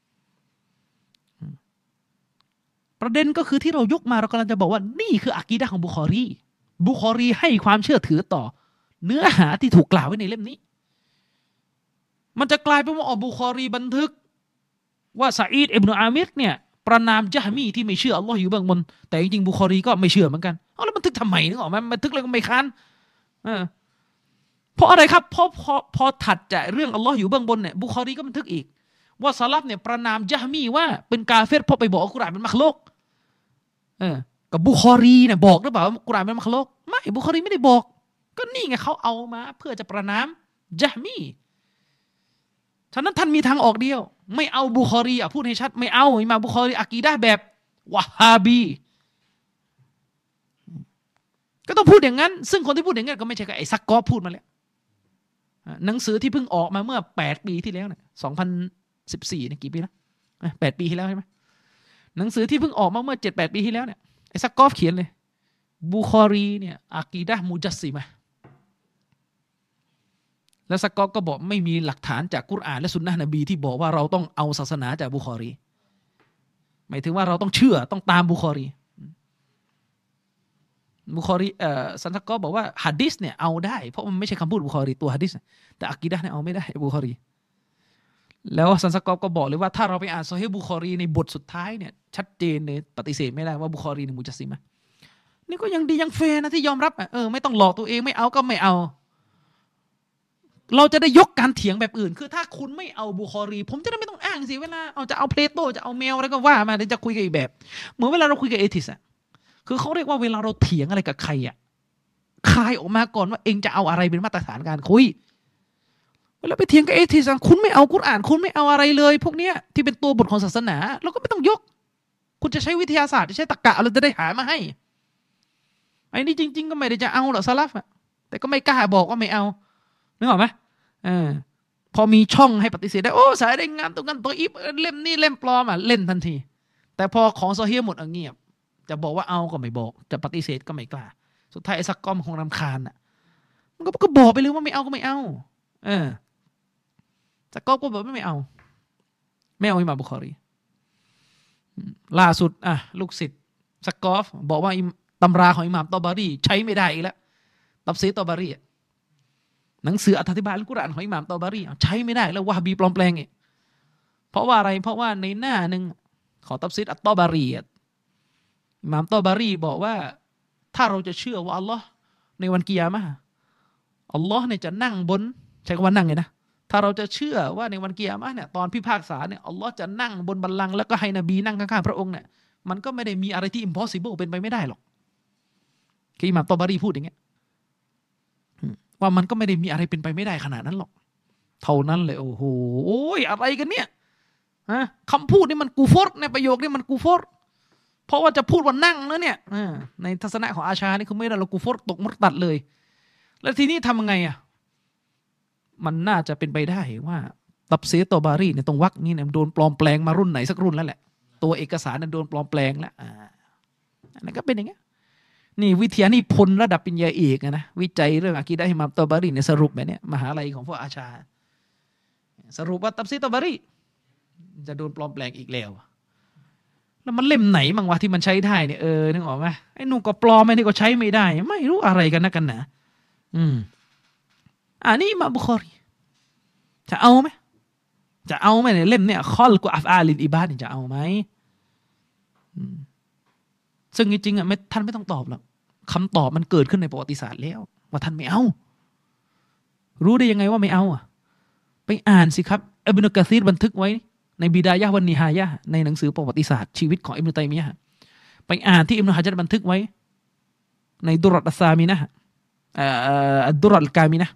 ประเด็นก็คือที่เรายกมาเรากำลังจะบอกว่านี่คืออะกีดะห์ของบุคอรีให้ความเชื่อถือต่อเนื้อหาที่ถูกกล่าวไว้ในเล่มนี้มันจะกลายเป็นว่าบุคอรีบันทึกว่าซะอีดอิบนุอามิรเนี่ยประนามยะมีที่ไม่เชื่ออัลลอฮ์อยู่เบื้องบนแต่จริงๆบุคอรีก็ไม่เชื่อเหมือนกันเอาแล้วบันทึกทำไมนึกออกไหมบันทึกแล้วก็ไม่ค้านเพราะอะไรครับพอถัดจากเรื่องอัลลอฮ์อยู่เบื้องบนเนี่ยบุคอรีก็บันทึกอีกว่าซะลัฟเนี่ยประนามยะมีว่าเป็นกาเฟรเพราะไปบอกอัลกุรอานเป็นมักลุกกับบุคอรีเนี่ยบอกหรือเปล่าว่ากุรอานเป็นมักลุกไม่บุคอรีไม่ได้บอกก็นี่ไงเขาเอามาเพื่อจะประนามยะมีฉะนั้นท่านมีทางออกเดียวไม่เอาบุคอรีพูดให้ชัดไม่เอาอิหม่ามบุคอรีอะกีดะห์แบบวะฮาบีก็ต้องพูดอย่างนั้นซึ่งคนที่พูดอย่างนั้นก็ไม่ใช่ไอ้ซักกอฟพูดมาแล้วหนังสือที่เพิ่งออกมาเมื่อ8 ปีที่แล้วเนี่ย2014เนี่ยกี่ปีแล้ว8 ปีที่แล้วใช่ไหมหนังสือที่เพิ่งออกมาเมื่อ7-8 ปีที่แล้วเนี่ยไอ้ซักกอฟเขียนเลยบุคอรีเนี่ยอะกีดะห์มุจัสซิมะห์แล้วซักกอฟก็บอกไม่มีหลักฐานจากกุรอานและสุนนะห์นบีที่บอกว่าเราต้องเอาศาสนาจากบุคอรีหมายถึงว่าเราต้องเชื่อต้องตามบุคอรีซันซักกอฟบอกว่าหะดีษเนี่ยเอาได้เพราะมันไม่ใช่คำพูดบุคอรีตัวหะดีษแต่อะกีดะห์เนี่ยเอาไม่ได้บุคอรีแล้วซันซักกอฟก็บอกเลยว่าถ้าเราไปอ่านซอฮีฮ์บุคอรีในบทสุดท้ายเนี่ยชัดเจนเลยปฏิเสธไม่ได้ว่าบุคอรีเนี่ยมุจัสซิมะห์นี่ก็ยังดียังแฟร์นะที่ยอมรับไม่ต้องหลอกตัวเองไม่เอาก็ไม่เอาเราจะได้ยกการเถียงแบบอื่นคือถ้าคุณไม่เอาบุคอรีผมจะได้ไม่ต้องอ้างสิเวลาเอาจะเอาเพลโตจะเอาแมวอะไรก็ว่ามาเดี๋ยวจะคุยกันอีกแบบเหมือนเวลาเราคุยกับเอทิสคือเขาเรียกว่าเวลาเราเถียงอะไรกับใครคายออกมาก่อนว่าเองจะเอาอะไรเป็นมาตรฐานการคุยเวลาไปเถียงกับเอทิสคุณไม่เอากุรอานคุณไม่เอาอะไรเลยพวกเนี้ยที่เป็นตัวบทของศาสนาเราก็ไม่ต้องยกคุณจะใช้วิทยาศาสตร์จะใช้ตรรกะเราจะได้หามาให้ไอ้นี่จริงๆก็ไม่ได้จะเอาหรอกซะลัฟแต่ก็ไม่กล้าบอกว่าไม่เอานึกออกไหมพอมีช่องให้ปฏิเสธได้โอ้สายรายงานตรงนั้นตัวอีฟเล่มนี้เล่มปลอมเล่นทันทีแต่พอของซอฮีฮ์หมดเงียบจะบอกว่าเอาก็ไม่บอกจะปฏิเสธก็ไม่กล้าสุดท้ายไอ้ซักกอมคงรำคาญมันก็บอกไปเลยว่าไม่เอาก็ไม่เอาแต่ก็บอกไม่เอาอิหม่ามบุคอรีล่าสุดลูกศิษย์สกอฟบอกว่าตำราของอิหม่ามตอบารีใช้ไม่ได้อีกแล้วตัฟซีรตอบารีหนังสืออธิบายอัลกุรอานของอิหม่ามตอบารีใช้ไม่ได้แล้ววะฮาบีปลอมแปลงอีกเพราะว่าอะไรเพราะว่าในหน้าหนึ่งของตัฟซีรอัตตอบารีอิหม่ามตอบารีบอกว่าถ้าเราจะเชื่อว่าอัลลอฮ์ในวันกิยามะห์อัลลอฮ์เนี่ยจะนั่งบนใช้คำว่านั่งไงนะถ้าเราจะเชื่อว่าในวันกิยามะห์เนี่ยตอนพิพากษาเนี่ยอัลลอฮ์จะนั่งบนบัลลังก์แล้วก็ให้นบีนั่งข้างๆพระองค์เนี่ยมันก็ไม่ได้มีอะไรที่ impossible เป็นไปไม่ได้หรอกที่อิหม่ามตอบารีพูดอย่างเงี้ยว่ามันก็ไม่ได้มีอะไรเป็นไปไม่ได้ขนาดนั้นหรอกเท่านั้นเลยโอ้โหอะไรกันเนี่ยคำพูดนี่มันกูฟรในประโยคนี่มันกูฟรเพราะว่าจะพูดว่านั่งนะเนี่ยในทัศนะของอาชานี่คือไม่ได้เรากูฟรตกมุรตัดเลยแล้วทีนี้ทำยังไงมันน่าจะเป็นไปได้ว่าตัฟซีรตอบารีเนี่ยตรงวรรคนี้เนี่ยโดนปลอมแปลงมารุ่นไหนสักรุ่นแล้วแหละตัวเอกสารนั้นโดนปลอมแปลงแล้วอันนั้นก็เป็นอย่างเงี้ยนี่วิทยานิพนธ์ระดับปริญญาเอกนะวิจัยเรื่องอะกีดะห์อิหม่ามตอบารีเนี่ยสรุปแบบเนี้ยมหาลัยของพวกอาชาสรุปว่าตัฟซีรตอบารีจะโดนปลอมแปลงอีกแล้วมันเล่มไหนบ้างวะที่มันใช้ได้เนี่ยนึกออกไหมไอ้นู่นก็ปลอมไอ้นี่ก็ใช้ไม่ได้ไม่รู้อะไรกันนะกันนะนี่มาบุคอรีจะเอาไหมเนี่ยเล่มเนี่ยคอลกุอัฟอาลินอิบาดจะเอาไหมซึ่งจริงๆท่านไม่ต้องตอบหรอกคำตอบมันเกิดขึ้นในประวัติศาสตร์แล้วว่าท่านไม่เอารู้ได้ยังไงว่าไม่เอาไปอ่านสิครับอิบนุกะซีรบันทึกไว้ในบิดายะฮ์วันนิฮายะฮ์ในหนังสือประวัติศาสตร์ชีวิตของอิบนุตัยมียะห์ไปอ่านที่อิบนุฮะญัรบันทึกไว้ในดุรัตอัสซามินะห์อัดดุรัตอัลกามินะห์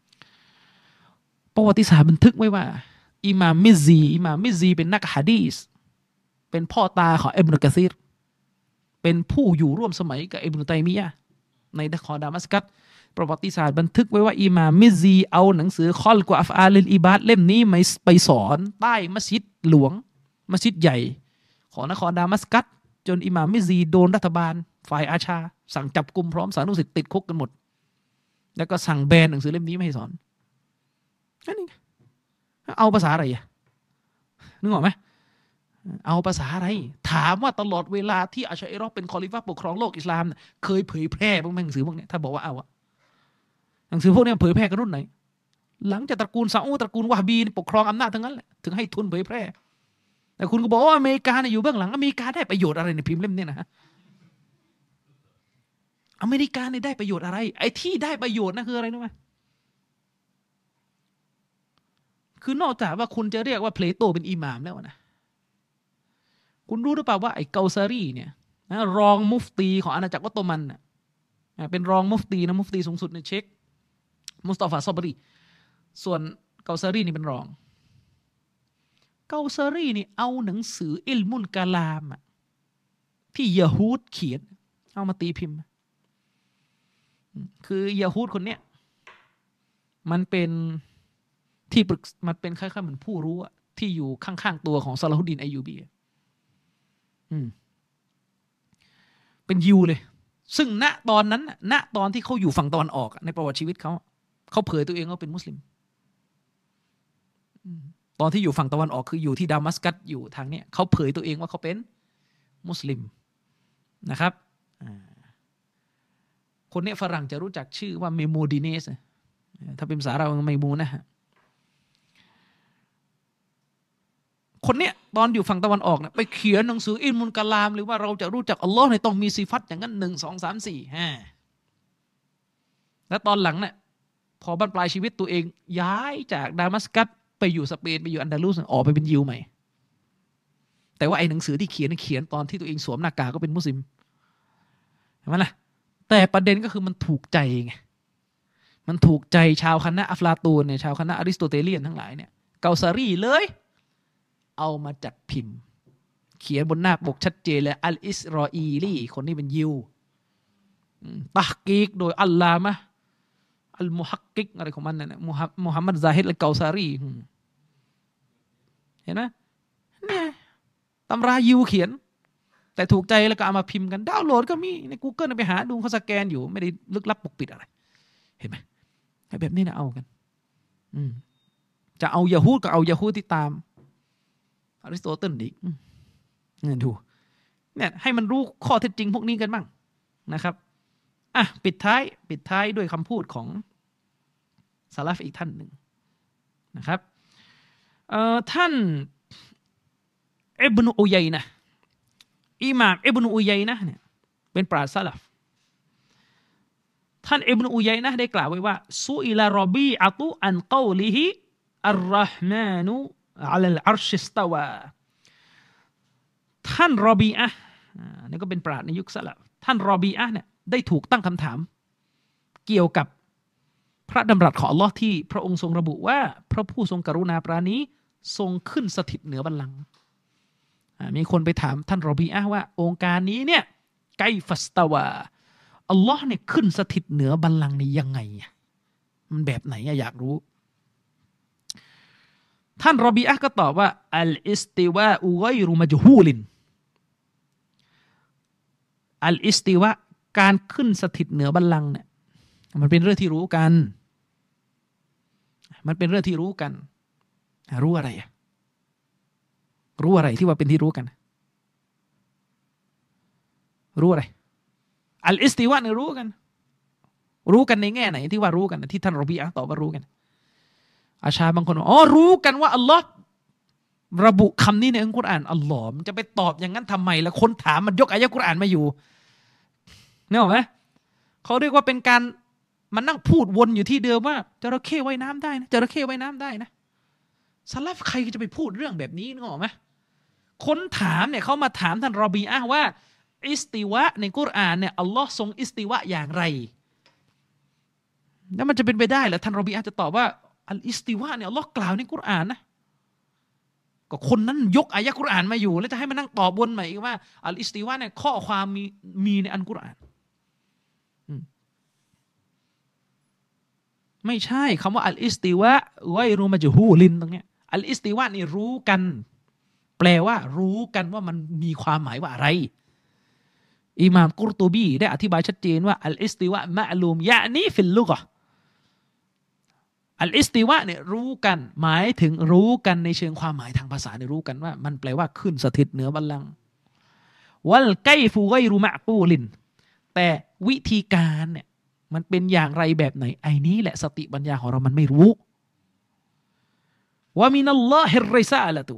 ประวัติศาสตร์บันทึกไว้ว่าอิหม่ามมิซีเป็นนักหะดีษเป็นพ่อตาของอิบนุกะซีรเป็นผู้อยู่ร่วมสมัยกับอิบนุตัยมียะห์ในนครดามัสกัสประวัติศาสตร์บันทึกไว้ว่าอิหม่ามมิซีเอาหนังสือคอลกุอัฟอาลินอิบาดเล่มนี้ไปสอนใต้มัสยิดหลวงมัสยิดใหญ่ของนครดามัสกัสจนอิหม่ามมิซีโดนรัฐบาลฝ่ายอาชาสั่งจับกุมพร้อมสานุสิทธิ์ติดคุกกันหมดแล้วก็สั่งแบนหนังสือเล่มนี้ไม่ให้สอนนั่นเองเอาภาษาอะไรนึกออกไหมเอาภาษาอะไรถามว่าตลอดเวลาที่อัชอะอิเราะห์เป็นคอลิฟะห์ปกครองโลกอิสลามเคยเผยแพร่บ้างไหมหนังสือพวกนี้ถ้าบอกว่าเอาหนังสือพวกนี้เผยแพร่กันรุ่นไหนหลังจากตระกูลซาอุดตระกูลวะฮ์บีปกครองอำนาจทั้งนั้นแหละถึงให้ทุนเผยแพร่แต่คุณก็บอกว่าอเมริกาเนี่ยอยู่เบื้องหลังอเมริกาได้ประโยชน์อะไรในพิมพ์เล่มนี้นะอเมริกาเนี่ยได้ประโยชน์อะไรไอ้ที่ได้ประโยชน์นั่นคืออะไรรู้ไหมคือนอกจากว่าคุณจะเรียกว่าเพลโตเป็นอิหม่ามแล้วนะคุณรู้หรือเปล่าว่าไอ้เกาซารีเนี่ยรองมุฟตีของอาณาจักรออตโตมันเป็นรองมุฟตีนะมุฟตีสูงสุดในเช็กมุสตาฟาซอบรีส่วนเกาซารีนี่เป็นรองเกาซารีนี่เอาหนังสืออิลมุลกะลามที่ยะฮูดเขียนเอามาตีพิมพ์คือยะฮูดคนเนี้ยมันเป็นที่มันเป็นคล้ายๆเหมือนผู้รู้ที่อยู่ข้างๆตัวของซาลาฮุดดีนอัยยูบีเป็นยิวเลยซึ่งณตอนนั้นณตอนที่เขาอยู่ฝั่งตะวันออกในประวัติชีวิตเขาเผยตัวเองว่าเป็นมุสลิมตอนที่อยู่ฝั่งตะวันออกคืออยู่ที่ดามัสกัสอยู่ทางเนี้ยเขาเผยตัวเองว่าเขาเป็นมุสลิมนะครับคนนี้ฝรั่งจะรู้จักชื่อว่าเมโมดิเนสถ้าเป็นภาษาเราเมโมนะฮะคนเนี้ยตอนอยู่ฝั่งตะวันออกเนี่ยไปเขียนหนังสืออิลมุลกะลามหรือว่าเราจะรู้จักอัลลอฮ์เนี่ยต้องมีซิฟัตอย่างนั้น1 2 3 4แล้วตอนหลังเนี่ยพอบั้นปลายชีวิตตัวเองย้ายจากดามัสกัสไปอยู่สเปนไปอยู่อันดาลุสออกไปเป็นยิวใหม่แต่ว่าไอ้หนังสือที่เขียนตอนที่ตัวเองสวมหน้ากากก็เป็นมุสลิมเห็นไหมล่ะแต่ประเด็นก็คือมันถูกใจไงมันถูกใจชาวคณะอัฟลาตูนเนี่ยชาวคณะอริสโตเตเลียนทั้งหลายเนี่ยเกาซารีเลยเอามาจัดพิมพ์เขียนบนหน้าปกชัดเจนเลยอัลอิสรออีลีคนนี้เป็นยิวตะกีกโดยอัลลามะอัลมุฮักกิกอะไรของมันเนี่ยมุฮัมมัดซาฮิดอัลเกาซารีเห็นไหมเนี่ยตำรายิวเขียนแต่ถูกใจแล้วก็เอามาพิมพ์กันดาวน์โหลดก็มีใน Google ไปหาดูเขาสแกนอยู่ไม่ได้ลึกลับปกปิดอะไรเห็นไหมแบบนี้นะเอากันจะเอายะฮูดก็เอายะฮูดที่ตามอริสโตเติลอีกเนี่ยดูเนี่ยให้มันรู้ข้อเท็จจริงพวกนี้กันบ้างนะครับปิดท้ายด้วยคำพูดของซาลาฟอีกท่านหนึ่งนะครับท่านอิบนุอุยัยนะห์อิหม่ามอิบนุอุยัยนะห์เนี่ยเป็นปราชญ์ซาลาฟท่านอิบนุอุยัยนะห์ได้กล่าวไว้ว่าซุอิลารอบีอะตุอันกอลิฮิอัรเราะห์มานุอะลัลอัรชิสตาวาท่านรอบีอะห์นี่ก็เป็นปราชญ์ในยุคซาลาฟท่านรอบีอะห์เนี่ยได้ถูกตั้งคำถามเกี่ยวกับพระดำรัสของอัลเลาะห์ที่พระองค์ทรงระบุว่าพระผู้ทรงกรุณาปราณีทรงขึ้นสถิตเหนือบัลลังก์มีคนไปถามท่านรอบีอะห์ว่าองค์การนี้เนี่ยไกฟัสตาวาอัลลอฮ์เนี่ยขึ้นสถิตเหนือบัลลังก์นี้ยังไงมันแบบไหนอยากรู้ท่านรอบีอะห์ก็ตอบว่าอัลอิสติวาอุฆอยรุมัจฮูลินอัลอิสติวาการขึ้นสถิตเหนือบัลลังก์เนี่ยมันเป็นเรื่องที่รู้กันรู้อะไรรู้อะไรที่ว่าเป็นที่รู้กันรู้อะไรอัลอิสติวะเนี่ยรู้กันในแง่ไหนที่ว่ารู้กันที่ท่านรอบีอะห์ตอบว่ารู้กันอาชาบางคนรู้กันว่าอัลลอฮ์ระบุคำนี้ในอัลกุรอานอัลลอฮ์มันจะไปตอบอย่างนั้นทำไมแล้วคนถามมันยกอายะห์กุรอานมาอยู่เนี่ยหรอไหมเขาเรียกว่าเป็นการมันนั่งพูดวนอยู่ที่เดิมว่าจระเข้ว่ายน้ำได้นะจระเข้ว่ายน้ำได้นะซะลัฟใครจะไปพูดเรื่องแบบนี้นึกออกไหมคนถามเนี่ยเขามาถามท่านรอบีอะห์ว่าอิสติวะในกุรอานเนี่ยอัลลอฮ์ทรงอิสติวะอย่างไรแล้วมันจะเป็นไปได้เหรอท่านรอบีอะห์จะตอบว่าอัลอิสติวะเนี่ยอัลลอฮ์กล่าวในกุรอานนะก็คนนั้นยกอายะห์กุรอานมาอยู่แล้วจะให้มานั่งตอบวนใหม่อีกว่าอัลอิสติวะเนี่ยข้อความมีในอัลกุรอานไม่ใช่คำว่าอัลอิสติวะไวรุมัจฮูลินตรงเนี้ยอัลอิสติวะนี่รู้กันแปลว่ารู้กันว่ามันมีความหมายว่าอะไรอิหม่ามกุรตุบีได้อธิบายชัดเจนว่าอัลอิสติวะมะลูมยะนีฟิลลุกะห์อัลอิสติวะเนี่ยรู้กันหมายถึงรู้กันในเชิงความหมายทางภาษาเนี่ยรู้กันว่ามันแปลว่าขึ้นสถิตเหนือบัลลังก์วัลไกฟุไกรุมะกูลินแต่วิธีการเนี่ยมันเป็นอย่างไรแบบไหนไอ้นี้แหละสติปัญญาของเรามันไม่รู้วะมินัลลอฮิรริซาละตุ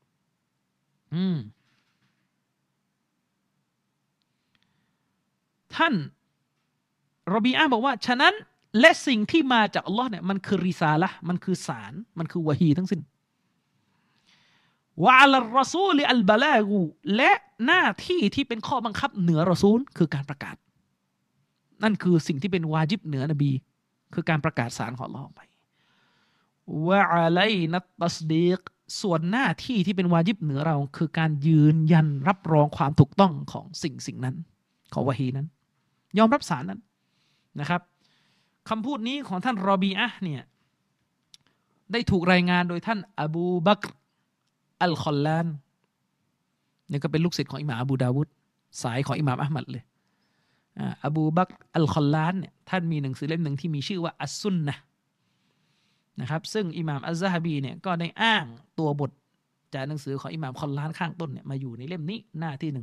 ท่านรอบีอะห์บอกว่าฉะนั้นและสิ่งที่มาจากอัลลอฮ์เนี่ยมันคือริซาละห์มันคือสารมันคือวะฮีทั้งสิ้นวะอะลัรรอซูลิอัลบะลากูและหน้าที่ที่เป็นข้อบังคับเหนือรอซูลคือการประกาศนั่นคือสิ่งที่เป็นวาญิบเหนือนบีคือการประกาศสารของอัลลอฮ์ออกไปวะอะลัยนัตตัสดีกส่วนหน้าที่ที่เป็นวาญิบเหนือเราคือการยืนยันรับรองความถูกต้องของสิ่งนั้นของวะฮีนั้นยอมรับสารนั้นนะครับคำพูดนี้ของท่านรอบีอะห์เนี่ยได้ถูกรายงานโดยท่านอบูบักรอัลคอลลานนี่ก็เป็นลูกศิษย์ของอิหม่ามอบูดาวุดสายของอิหม่ามอะห์มัดเลยอบูบักรอัลคอลลานเนี่ยท่านมีหนังสือเล่มหนึ่งที่มีชื่อว่าอัสซุนนะห์นะครับซึ่งอิหม่ามอัซซะฮะบีเนี่ยก็ได้อ้างตัวบทจากหนังสือของอิหม่ามคอลลานข้างต้นเนี่ยมาอยู่ในเล่มนี้หน้าที่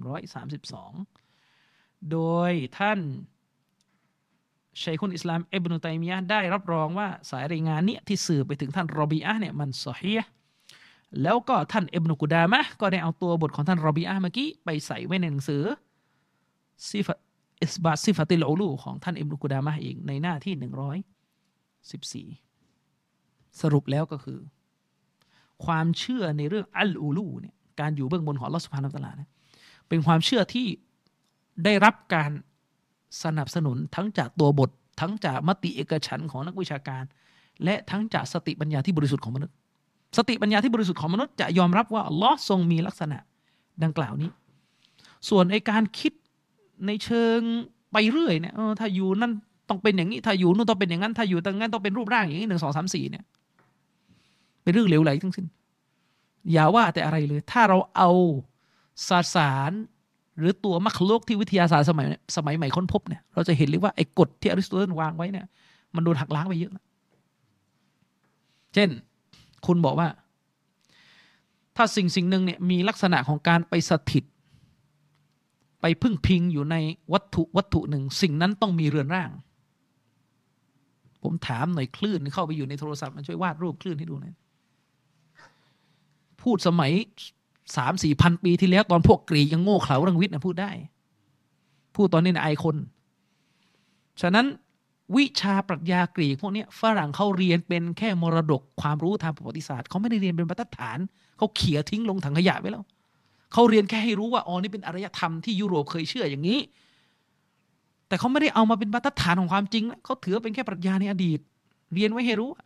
132โดยท่านชัยคุลอิสลามอิบนุตัยมียะห์ได้รับรองว่าสายรายงานนี้ที่สื่อไปถึงท่านรอบีอะห์เนี่ยมันซอฮีฮ์แล้วก็ท่านอิบนุกุดามะห์ก็ได้เอาตัวบทของท่านรอบีอะห์เมื่อกี้ไปใส่ไว้ในหนังสือซิฟะอิสบาตซิฟะติลอูลูของท่านอิบนุกุดามะห์เองในหน้าที่114สรุปแล้วก็คือความเชื่อในเรื่องอัลอูลูเนี่ยการอยู่เบื้องบนของอัลเลาะห์ซุบฮานะฮูวะตะอาลาเนี่ยเป็นความเชื่อที่ได้รับการสนับสนุนทั้งจากตัวบททั้งจากมติเอกฉันท์ของนักวิชาการและทั้งจากสติปัญญาที่บริสุทธิ์ของมนุษย์สติปัญญาที่บริสุทธิ์ของมนุษย์จะยอมรับว่าอัลลอฮ์ทรงมีลักษณะดังกล่าวนี้ส่วนไอ้การคิดในเชิงไปเรื่อยเนี่ยถ้าอยู่นั่นต้องเป็นอย่างนี้ถ้าอยู่นู่นต้องเป็นอย่างนั้นถ้าอยู่ตรงนั้นต้องเป็นรูปร่างอย่างนี้1 2 3 4เนี่ยเป็นเรื่องเหลวไหลทั้งสิ้นอย่าว่าแต่อะไรเลยถ้าเราเอาสสารหรือตัวมัคลุกที่วิทยาศาสตร์สมัยใหม่ค้นพบเนี่ยเราจะเห็นเลยว่าไอ้กฎที่อริสโตเติลวางไว้เนี่ยมันโดนหักล้างไปเยอะแล้วเช่นคุณบอกว่าถ้าสิ่งหนึ่งเนี่ยมีลักษณะของการไปสถิตไปพึ่งพิงอยู่ในวัตถุหนึ่งสิ่งนั้นต้องมีเรือนร่างผมถามหน่อยคลื่นเข้าไปอยู่ในโทรศัพท์มันช่วยวาดรูปคลื่นให้ดูหน่อยพูดสมัย3-4 พันปีที่แล้วตอนพวกกรีกยังโง่เขลาเรื่องวิทย์นะพูดได้พูดตอนนี้นะไอคนฉะนั้นวิชาปรัชญากรีกพวกนี้ฝรั่งเขาเรียนเป็นแค่มรดกความรู้ทางประวัติศาสตร์เขาไม่ได้เรียนเป็นบรรทัดฐานเขาเขี่ยทิ้งลงถังขยะไปแล้วเขาเรียนแค่ให้รู้ว่าอ๋อนี่เป็นอารยธรรมที่ยุโรปเคยเชื่ออย่างนี้แต่เขาไม่ได้เอามาเป็นบรรทัดฐานของความจริงเขาถือเป็นแค่ปรัชญาในอดีตเรียนไว้ให้รู้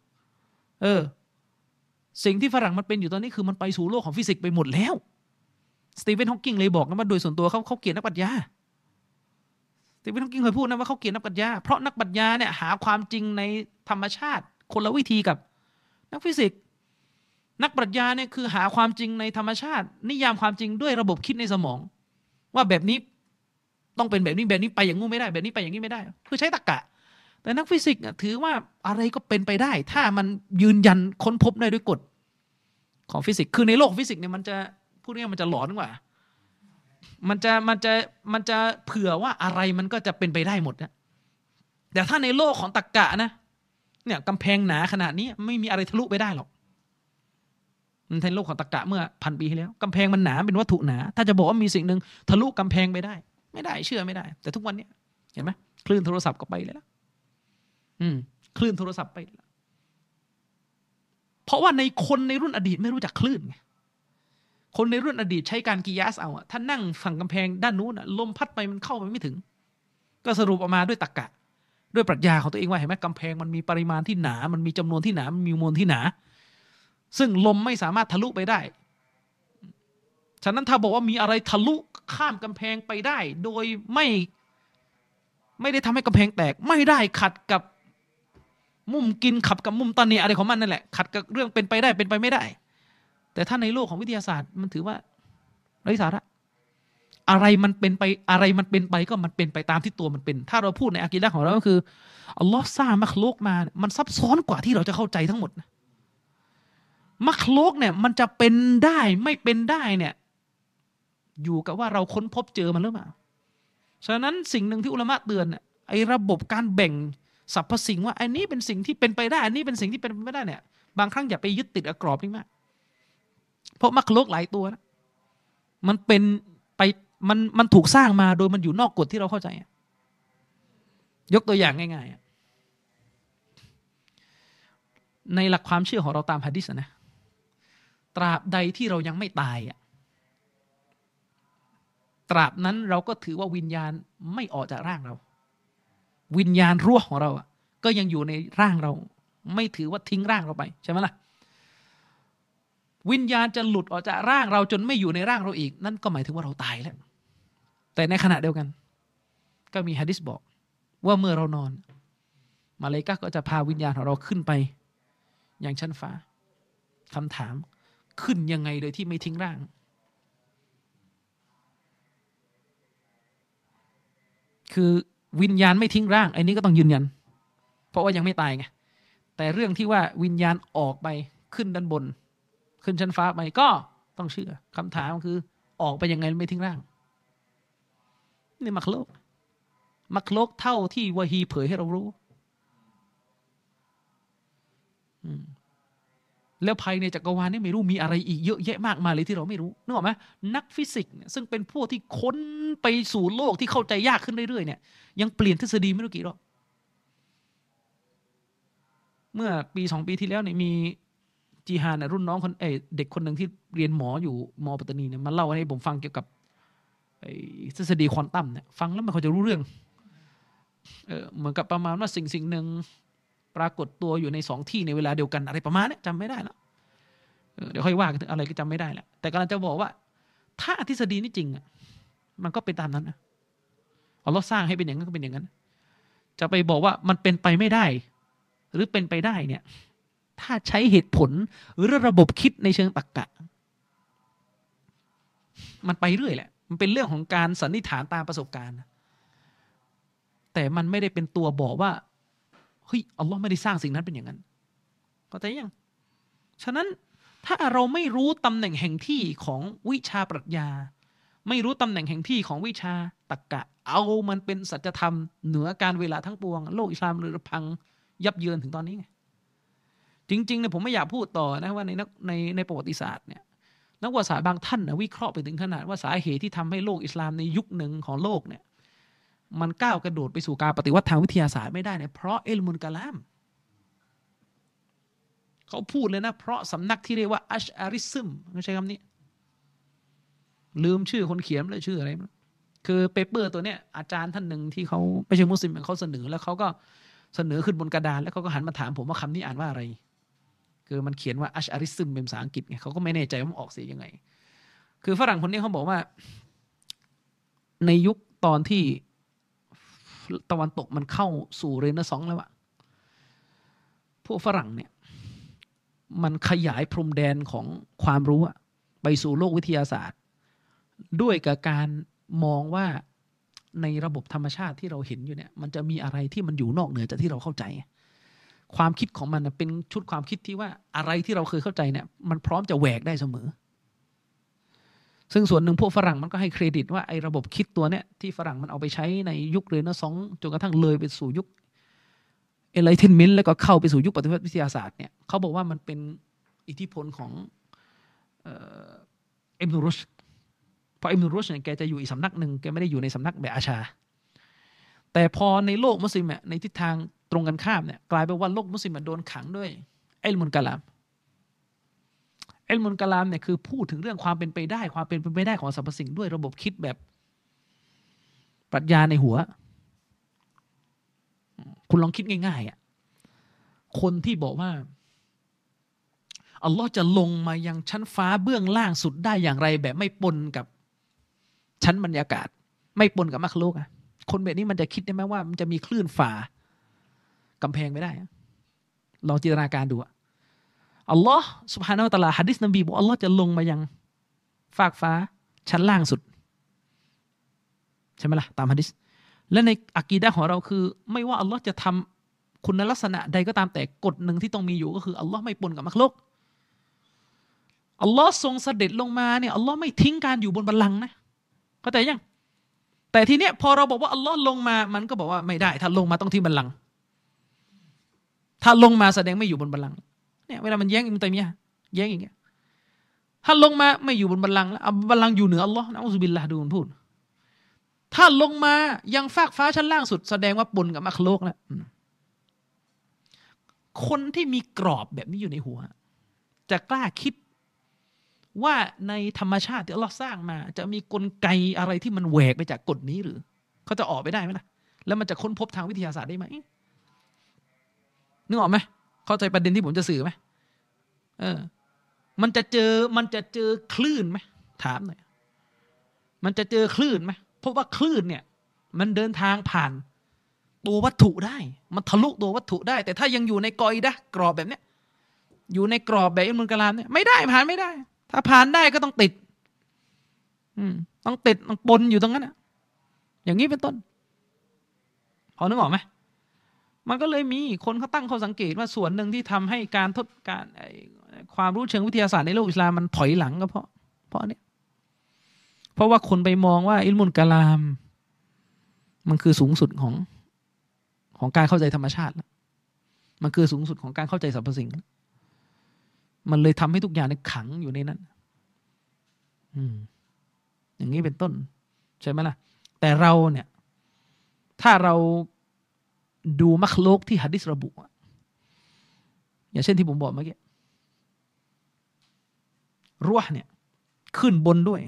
สิ่งที่ฝรั่งมันเป็นอยู่ตอนนี้คือมันไปสู่โลกของฟิสิกส์ไปหมดแล้วสตีเฟนฮอว์กิงเลยบอกนะว่าโดยส่วนตัวเขาเกลียดนักปรัชญาสตีเฟนฮอว์กิงเคยพูดนะว่าเขาเกลียดนักปรัชญาเพราะนักปรัชญาเนี่ยหาความจริงในธรรมชาติคนละวิธีกับนักฟิสิกส์นักปรัชญาเนี่ยคือหาความจริงในธรรมชาตินิยามความจริงด้วยระบบคิดในสมองว่าแบบนี้ต้องเป็นแบบนี้แบบนี้ไปอย่างงูไม่ได้แบบนี้ไปอย่างนี้ไม่ได้คือใช้ตรรกะแต่นักฟิสิกส์ถือว่าอะไรก็เป็นไปได้ถ้ามันยืนยันค้นพบได้ด้วยกฎของฟิสิกส์คือในโลกฟิสิกส์เนี่ยมันจะพูดง่ายๆมันจะหลอนกว่ามันจะเผื่อว่าอะไรมันก็จะเป็นไปได้หมดนะแต่ถ้าในโลกของตรรกะนะเนี่ยกำแพงหนาขนาดนี้ไม่มีอะไรทะลุไปได้หรอกมันในโลกของตรรกะเมื่อ1,000 ปีที่แล้วกำแพงมันหนาเป็นวัตถุหนาถ้าจะบอกว่ามีสิ่งหนึ่งทะลุกำแพงไปได้ไม่ได้เชื่อไม่ได้แต่ทุกวันนี้เห็นไหมคลื่นโทรศัพท์ก็ไปเลยละคลื่นโทรศัพท์ไปแล้วเพราะว่าในคนในรุ่นอดีตไม่รู้จักคลื่นไงคนในรุ่นอดีตใช้การกิยาสเอาท่านนั่งฝั่งกำแพงด้านนู้นลมพัดไปมันเข้าไปไม่ถึงก็สรุปออกมาด้วยตรรกะด้วยปรัชญาของตัวเองว่าเห็นไหมกำแพงมันมีปริมาณที่หนามันมีจำนวนที่หนามันมีมวลที่หนาซึ่งลมไม่สามารถทะลุไปได้ฉะนั้นถ้าบอกว่ามีอะไรทะลุข้ามกำแพงไปได้โดยไม่ได้ทำให้กำแพงแตกไม่ได้ขัดกับมุมกินขับกับมุมตอนนี้อะไรของมันนั่นแหละขัดกับเรื่องเป็นไปได้เป็นไปไม่ได้แต่ถ้าในโลกของวิทยาศาสตร์มันถือว่าไร้สาระอะไรมันเป็นไปก็มันเป็นไปตามที่ตัวมันเป็นถ้าเราพูดในอากีดะห์ของเราก็คืออัลลอฮ์สร้างมัคลุกมามันซับซ้อนกว่าที่เราจะเข้าใจทั้งหมดนะมัคลุกเนี่ยมันจะเป็นได้ไม่เป็นได้เนี่ยอยู่กับว่าเราค้นพบเจอมันหรือเปล่าฉะนั้นสิ่งหนึ่งที่อุลามะเตือนเนี่ยไอ้ระบบการแบ่งสรรพสิ่งว่าอันนี้เป็นสิ่งที่เป็นไปได้อันนี้เป็นสิ่งที่เป็นไปไม่ได้เนี่ยบางครั้งอย่าไปยึดติดกับกรอบนี้มากเพราะมักลุกหลายตัวนะมันเป็นไปมันถูกสร้างมาโดยมันอยู่นอกกฎที่เราเข้าใจยกตัวอย่างง่ายๆในหลักความเชื่อของเราตามหะดีษนะตราบใดที่เรายังไม่ตายตราบนั้นเราก็ถือว่าวิญญาณไม่ออกจากร่างเราวิญญาณรั่วของเราก็ยังอยู่ในร่างเราไม่ถือว่าทิ้งร่างเราไปใช่ไหมล่ะวิญญาณจะหลุดออกจากร่างเราจนไม่อยู่ในร่างเราอีกนั่นก็หมายถึงว่าเราตายแล้วแต่ในขณะเดียวกันก็มีหะดีษบอกว่าเมื่อเรานอนมาเลาอิกะฮ์ก็จะพาวิญญาณของเราขึ้นไปยังชั้นฟ้าคำถามขึ้นยังไงโดยที่ไม่ทิ้งร่างคือวิญญาณไม่ทิ้งร่างไอ้นี้ก็ต้องยืนยันเพราะว่ายังไม่ตายไงแต่เรื่องที่ว่าวิญญาณออกไปขึ้นด้านบนขึ้นชั้นฟ้าไปก็ต้องเชื่อคำถามคือออกไปยังไงไม่ทิ้งร่างนี่มักลุกเท่าที่วะฮีเผยให้เรารู้แล้วภายในจักรวาลนี่ไม่รู้มีอะไรอีกเยอะแยะมากมายเลยที่เราไม่รู้นึกออกไหมนักฟิสิกส์ซึ่งเป็นพวกที่ค้นไปสู่โลกที่เข้าใจยากขึ้นเรื่อยๆเนี่ยยังเปลี่ยนทฤษฎีไม่รู้กี่รอบเมื่อปี2 ปีที่แล้วเนี่ยมีจีฮานรุ่นน้องคนเด็กคนหนึ่งที่เรียนหมออยู่มปัตตานีเนี่ยมาเล่าให้ผมฟังเกี่ยวกับทฤษฎีควอนตัมเนี่ยฟังแล้วไม่ค่อยจะรู้เรื่องเหมือนกับประมาณว่าสิ่งหนึ่งปรากฏตัวอยู่ใน2 ที่ในเวลาเดียวกันอะไรประมาณนี้จำไม่ได้แล้วเดี๋ยวค่อยว่ากันอะไรก็จำไม่ได้แหละแต่กำลังจะบอกว่าถ้าทฤษฎีนี้จริงมันก็เป็นตามนั้นนะอัลเลาะห์สร้างให้เป็นอย่างนั้นก็เป็นอย่างนั้นจะไปบอกว่ามันเป็นไปไม่ได้หรือเป็นไปได้เนี่ยถ้าใช้เหตุผลหรือระบบคิดในเชิงตรรกะมันไปเรื่อยแหละมันเป็นเรื่องของการสันนิษฐานตามประสบการณ์แต่มันไม่ได้เป็นตัวบอกว่าเฮ้ยอัลเลาะห์ไม่ได้สร้างสิ่งนั้นเป็นอย่างนั้นเข้าใจยังฉะนั้นถ้าเราไม่รู้ตำแหน่งแห่งที่ของวิชาปรัชญาไม่รู้ตำแหน่งแห่งที่ของวิชาตรรกะเอามันเป็นสัจธรรมเหนือการเวลาทั้งปวงโลกอิสลามเลยพังยับเยินถึงตอนนี้ไงจริงๆเนี่ยผมไม่อยากพูดต่อนะว่าในประวัติศาสตร์เนี่ยนักวิทยาศาสตร์บางท่านนะวิเคราะห์ไปถึงขนาดว่าสาเหตุที่ทำให้โลกอิสลามในยุคหนึ่งของโลกเนี่ยมันก้าวกระโดดไปสู่การปฏิวัติทางวิทยาศาสตร์ไม่ได้เนี่ยเพราะอิลมุลกะลามเขาพูดเลยนะเพราะสำนักที่เรียกว่าอัชอาริซึมไม่ใช่คำนี้ลืมชื่อคนเขียนเลยชื่ออะไรคือเปเปอร์ตัวเนี้ยอาจารย์ท่านหนึ่งที่เขาไม่ใช่มุสลิมเขาเสนอแล้วเขาก็เสนอขึ้นบนกระดานแล้วเขาก็หันมาถามผมว่าคำนี้อ่านว่าอะไรคือมันเขียนว่าอัชอาริซึมเป็นภาษาอังกฤษไงเขาก็ไม่แน่ใจว่ามันออกเสียงยังไงคือฝรั่งคนนี้เขาบอกว่าในยุคตอนที่ตะวันตกมันเข้าสู่เรเนซองส์แล้วอะพวกฝรั่งเนี่ยมันขยายพรมแดนของความรู้ไปสู่โลกวิทยาศาสตร์ด้วยกับการมองว่าในระบบธรรมชาติที่เราเห็นอยู่เนี่ยมันจะมีอะไรที่มันอยู่นอกเหนือจากที่เราเข้าใจความคิดของมันเป็นชุดความคิดที่ว่าอะไรที่เราเคยเข้าใจเนี่ยมันพร้อมจะแหวกได้เสมอซึ่งส่วนหนึ่งพวกฝรั่งมันก็ให้เครดิตว่าไอ้ระบบคิดตัวเนี้ยที่ฝรั่งมันเอาไปใช้ในยุคเรเนซองส์จนกระทั่งเลยไปสู่ยุคเอไลเทนเมนต์แล้วก็เข้าไปสู่ยุคปฏิวัติวิทยาศาสตร์เนี่ยเขาบอกว่ามันเป็นอิทธิพลของอิบนุรุชด์เพราะอิบนุรุชด์เนี่ยแกจะอยู่อีกสำนักหนึ่งแกไม่ได้อยู่ในสำนักแบบอาชาแต่พอในโลกมุสลิมในทิศทางตรงกันข้ามเนี่ยกลายเป็นว่าโลกมุสลิมโดนขังด้วยอิลมุลกะลามอิลมุลกะลามเนี่ยคือพูดถึงเรื่องความเป็นไปได้ความเป็นไปไม่ได้ของสรรพสิ่งด้วยระบบคิดแบบปรัชญาในหัวคุณลองคิดง่ายๆคนที่บอกว่าอัลลอฮ์จะลงมายังชั้นฟ้าเบื้องล่างสุดได้อย่างไรแบบไม่ปนกับชั้นบรรยากาศไม่ปนกับมักลุกคนแบบนี้มันจะคิดได้ไหมว่ามันจะมีคลื่นฝ่ากำแพงไม่ได้ลองจินตนาการดูอัลลอฮ์ซุบฮานะฮูวะตะอาลาหะดีษนบีบอกอัลลอฮ์จะลงมายังฟากฟ้าชั้นล่างสุดใช่ไหมล่ะตามหะดีษและในอะกีดะห์ของเราคือไม่ว่าอัลลอฮ์จะทำคุณลักษณะใดก็ตามแต่กฎหนึ่งที่ต้องมีอยู่ก็คืออัลลอฮ์ไม่ปนกับมักลุกอัลลอฮ์ทรงเสด็จลงมาเนี่ยอัลลอฮ์ไม่ทิ้งการอยู่บนบัลลังก์นะเข้าใจยังแต่ทีเนี้ยพอเราบอกว่าอัลลอฮ์ลงมามันก็บอกว่าไม่ได้ถ้าลงมาต้องที่บัลลังก์ถ้าลงมาแสดงไม่อยู่บนบัลลังก์เนี่ยเวลามันแย้งอิบนุตัยมียะห์แย้งอย่างเงี้ยถ้าลงมาไม่อยู่บนบัลลังก์แล้วบัลลังก์อยู่เหนืออัลลอฮ์นะอูซุบิลลาห์ดูมันพูดถ้าลงมายังฟากฟ้าชั้นล่างสุดแสดงว่าปนกับมักลุกแล้วคนที่มีกรอบแบบนี้อยู่ในหัวจะกล้าคิดว่าในธรรมชาติที่อัลเลาะห์สร้างมาจะมีกลไกอะไรที่มันแหวกไปจากกฎนี้หรือเขาจะออกไปได้ไหมล่ะแล้วมันจะค้นพบทางวิทยาศาสตร์ได้ไหมนึกออกไหมเข้าใจประเด็นที่ผมจะสื่อไหมมันจะเจอคลื่นไหมถามหน่อยมันจะเจอคลื่นไหมเพราะว่าคลื่นเนี่ยมันเดินทางผ่านตัววัตถุได้มันทะลุตัววัตถุได้แต่ถ้ายังอยู่ในกอยดะกรอบแบบเนี้ยอยู่ในกรอบแบบอิลมุลกะลามเนี่ยไม่ได้ผ่านไม่ได้ถ้าผ่านได้ก็ต้องติดต้องติดต้องปนอยู่ตรงนั้นนะอย่างนี้เป็นต้นพอนึกออกไหมมันก็เลยมีคนเขาตั้งข้อสังเกตว่าส่วนหนึ่งที่ทำให้การความรู้เชิงวิทยาศาสตร์ในโลกอิสลามมันถอยหลังก็เพราะเนี่ยเพราะว่าคนไปมองว่าอิลมุลกะลามมันคือสูงสุดของการเข้าใจธรรมชาติแล้วมันคือสูงสุดของการเข้าใจสรรพสิ่งมันเลยทำให้ทุกอย่างเนี่ยขังอยู่ในนั้นอย่างนี้เป็นต้นใช่ไหมล่ะแต่เราเนี่ยถ้าเราดูมักลุกที่หะดีษระบุอย่างเช่นที่ผมบอกเมื่อกี้รูห์เนี่ยขึ้นบนด้วย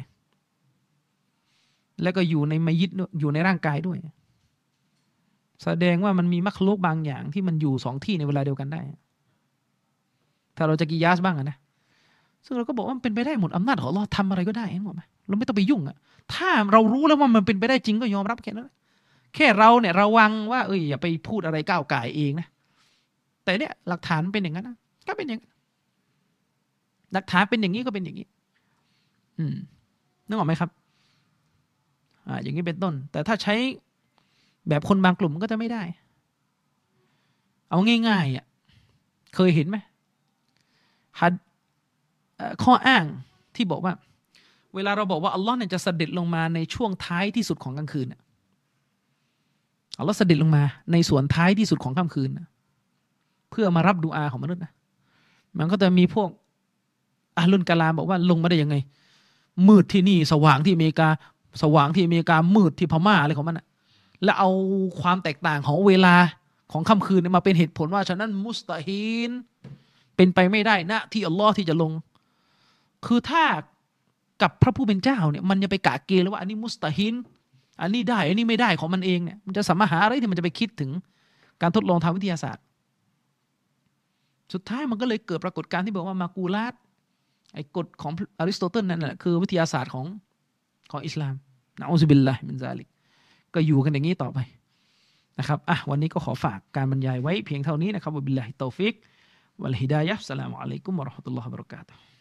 แล้วก็อยู่ในมัยยิตอยู่ในร่างกายด้วยแสดงว่ามันมีมักลุกบางอย่างที่มันอยู่สองที่ในเวลาเดียวกันได้ถ้าเราจะกิยาสบ้างนะซึ่งเราก็บอกว่ามันเป็นไปได้หมดอำนาจของอัลเลาะห์ทำอะไรก็ได้เห็นไหมเราไม่ต้องไปยุ่งถ้าเรารู้แล้วว่ามันเป็นไปได้จริงก็ยอมรับแค่นั้นแค่เราเนี่ยระวังว่าอย่าไปพูดอะไรก้าวก่ายเองนะแต่เนี่ยหลักฐานเป็นอย่างนั้นนะก็เป็นอย่างนั้นหลักฐานเป็นอย่างนี้ก็เป็นอย่างนี้นึกออกไหมครับอย่างนี้เป็นต้นแต่ถ้าใช้แบบคนบางกลุ่มก็จะไม่ได้เอาง่ายๆเคยเห็นไหมข้ออ้างที่บอกว่าเวลาเราบอกว่าอัลลอฮ์เนี่ยจะเสด็จลงมาในช่วงท้ายที่สุดของกลางคืนอัลลอฮ์เสด็จลงมาในส่วนท้ายที่สุดของค่ำคืนเพื่อมารับดุอาของมนุษย์มันก็จะมีพวกอะลุนกะลามบอกว่าลงมาได้ยังไงมืดที่นี่สว่างที่อเมริกาสว่างที่อเมริกามืดที่พม่าอะไรของมันแล้วเอาความแตกต่างของเวลาของค่ำคืนมาเป็นเหตุผลว่าฉะนั้นมุสตะฮีนเป็นไปไม่ได้นะที่อัลลอฮ์ที่จะลงคือถ้ากับพระผู้เป็นเจ้าเนี่ยมันจะไปกะเกณฑ์เลยว่าอันนี้มุสตะฮีนอันนี้ได้อันนี้ไม่ได้ของมันเองเนี่ยมันจะสัมมาหาอะไรที่มันจะไปคิดถึงการทดลองทางวิทยาศาสตร์สุดท้ายมันก็เลยเกิดปรากฏการณ์ที่บอกว่ามากูลาตไอ้กฎของอริสโตเติลนั่นแหละคือวิทยาศาสตร์ของอิสลามนะอูซุบิลลาฮิมินซาลิกก็อยู่กันอย่างนี้ต่อไปนะครับวันนี้ก็ขอฝากการบรรยายไว้เพียงเท่านี้นะครับวะบิลลาฮิตตอฟิกวัลฮิดายะฮ์อัสสลามุอะลัยกุมวะเราะห์มะตุลลอฮิวะบะเราะกาตุฮ์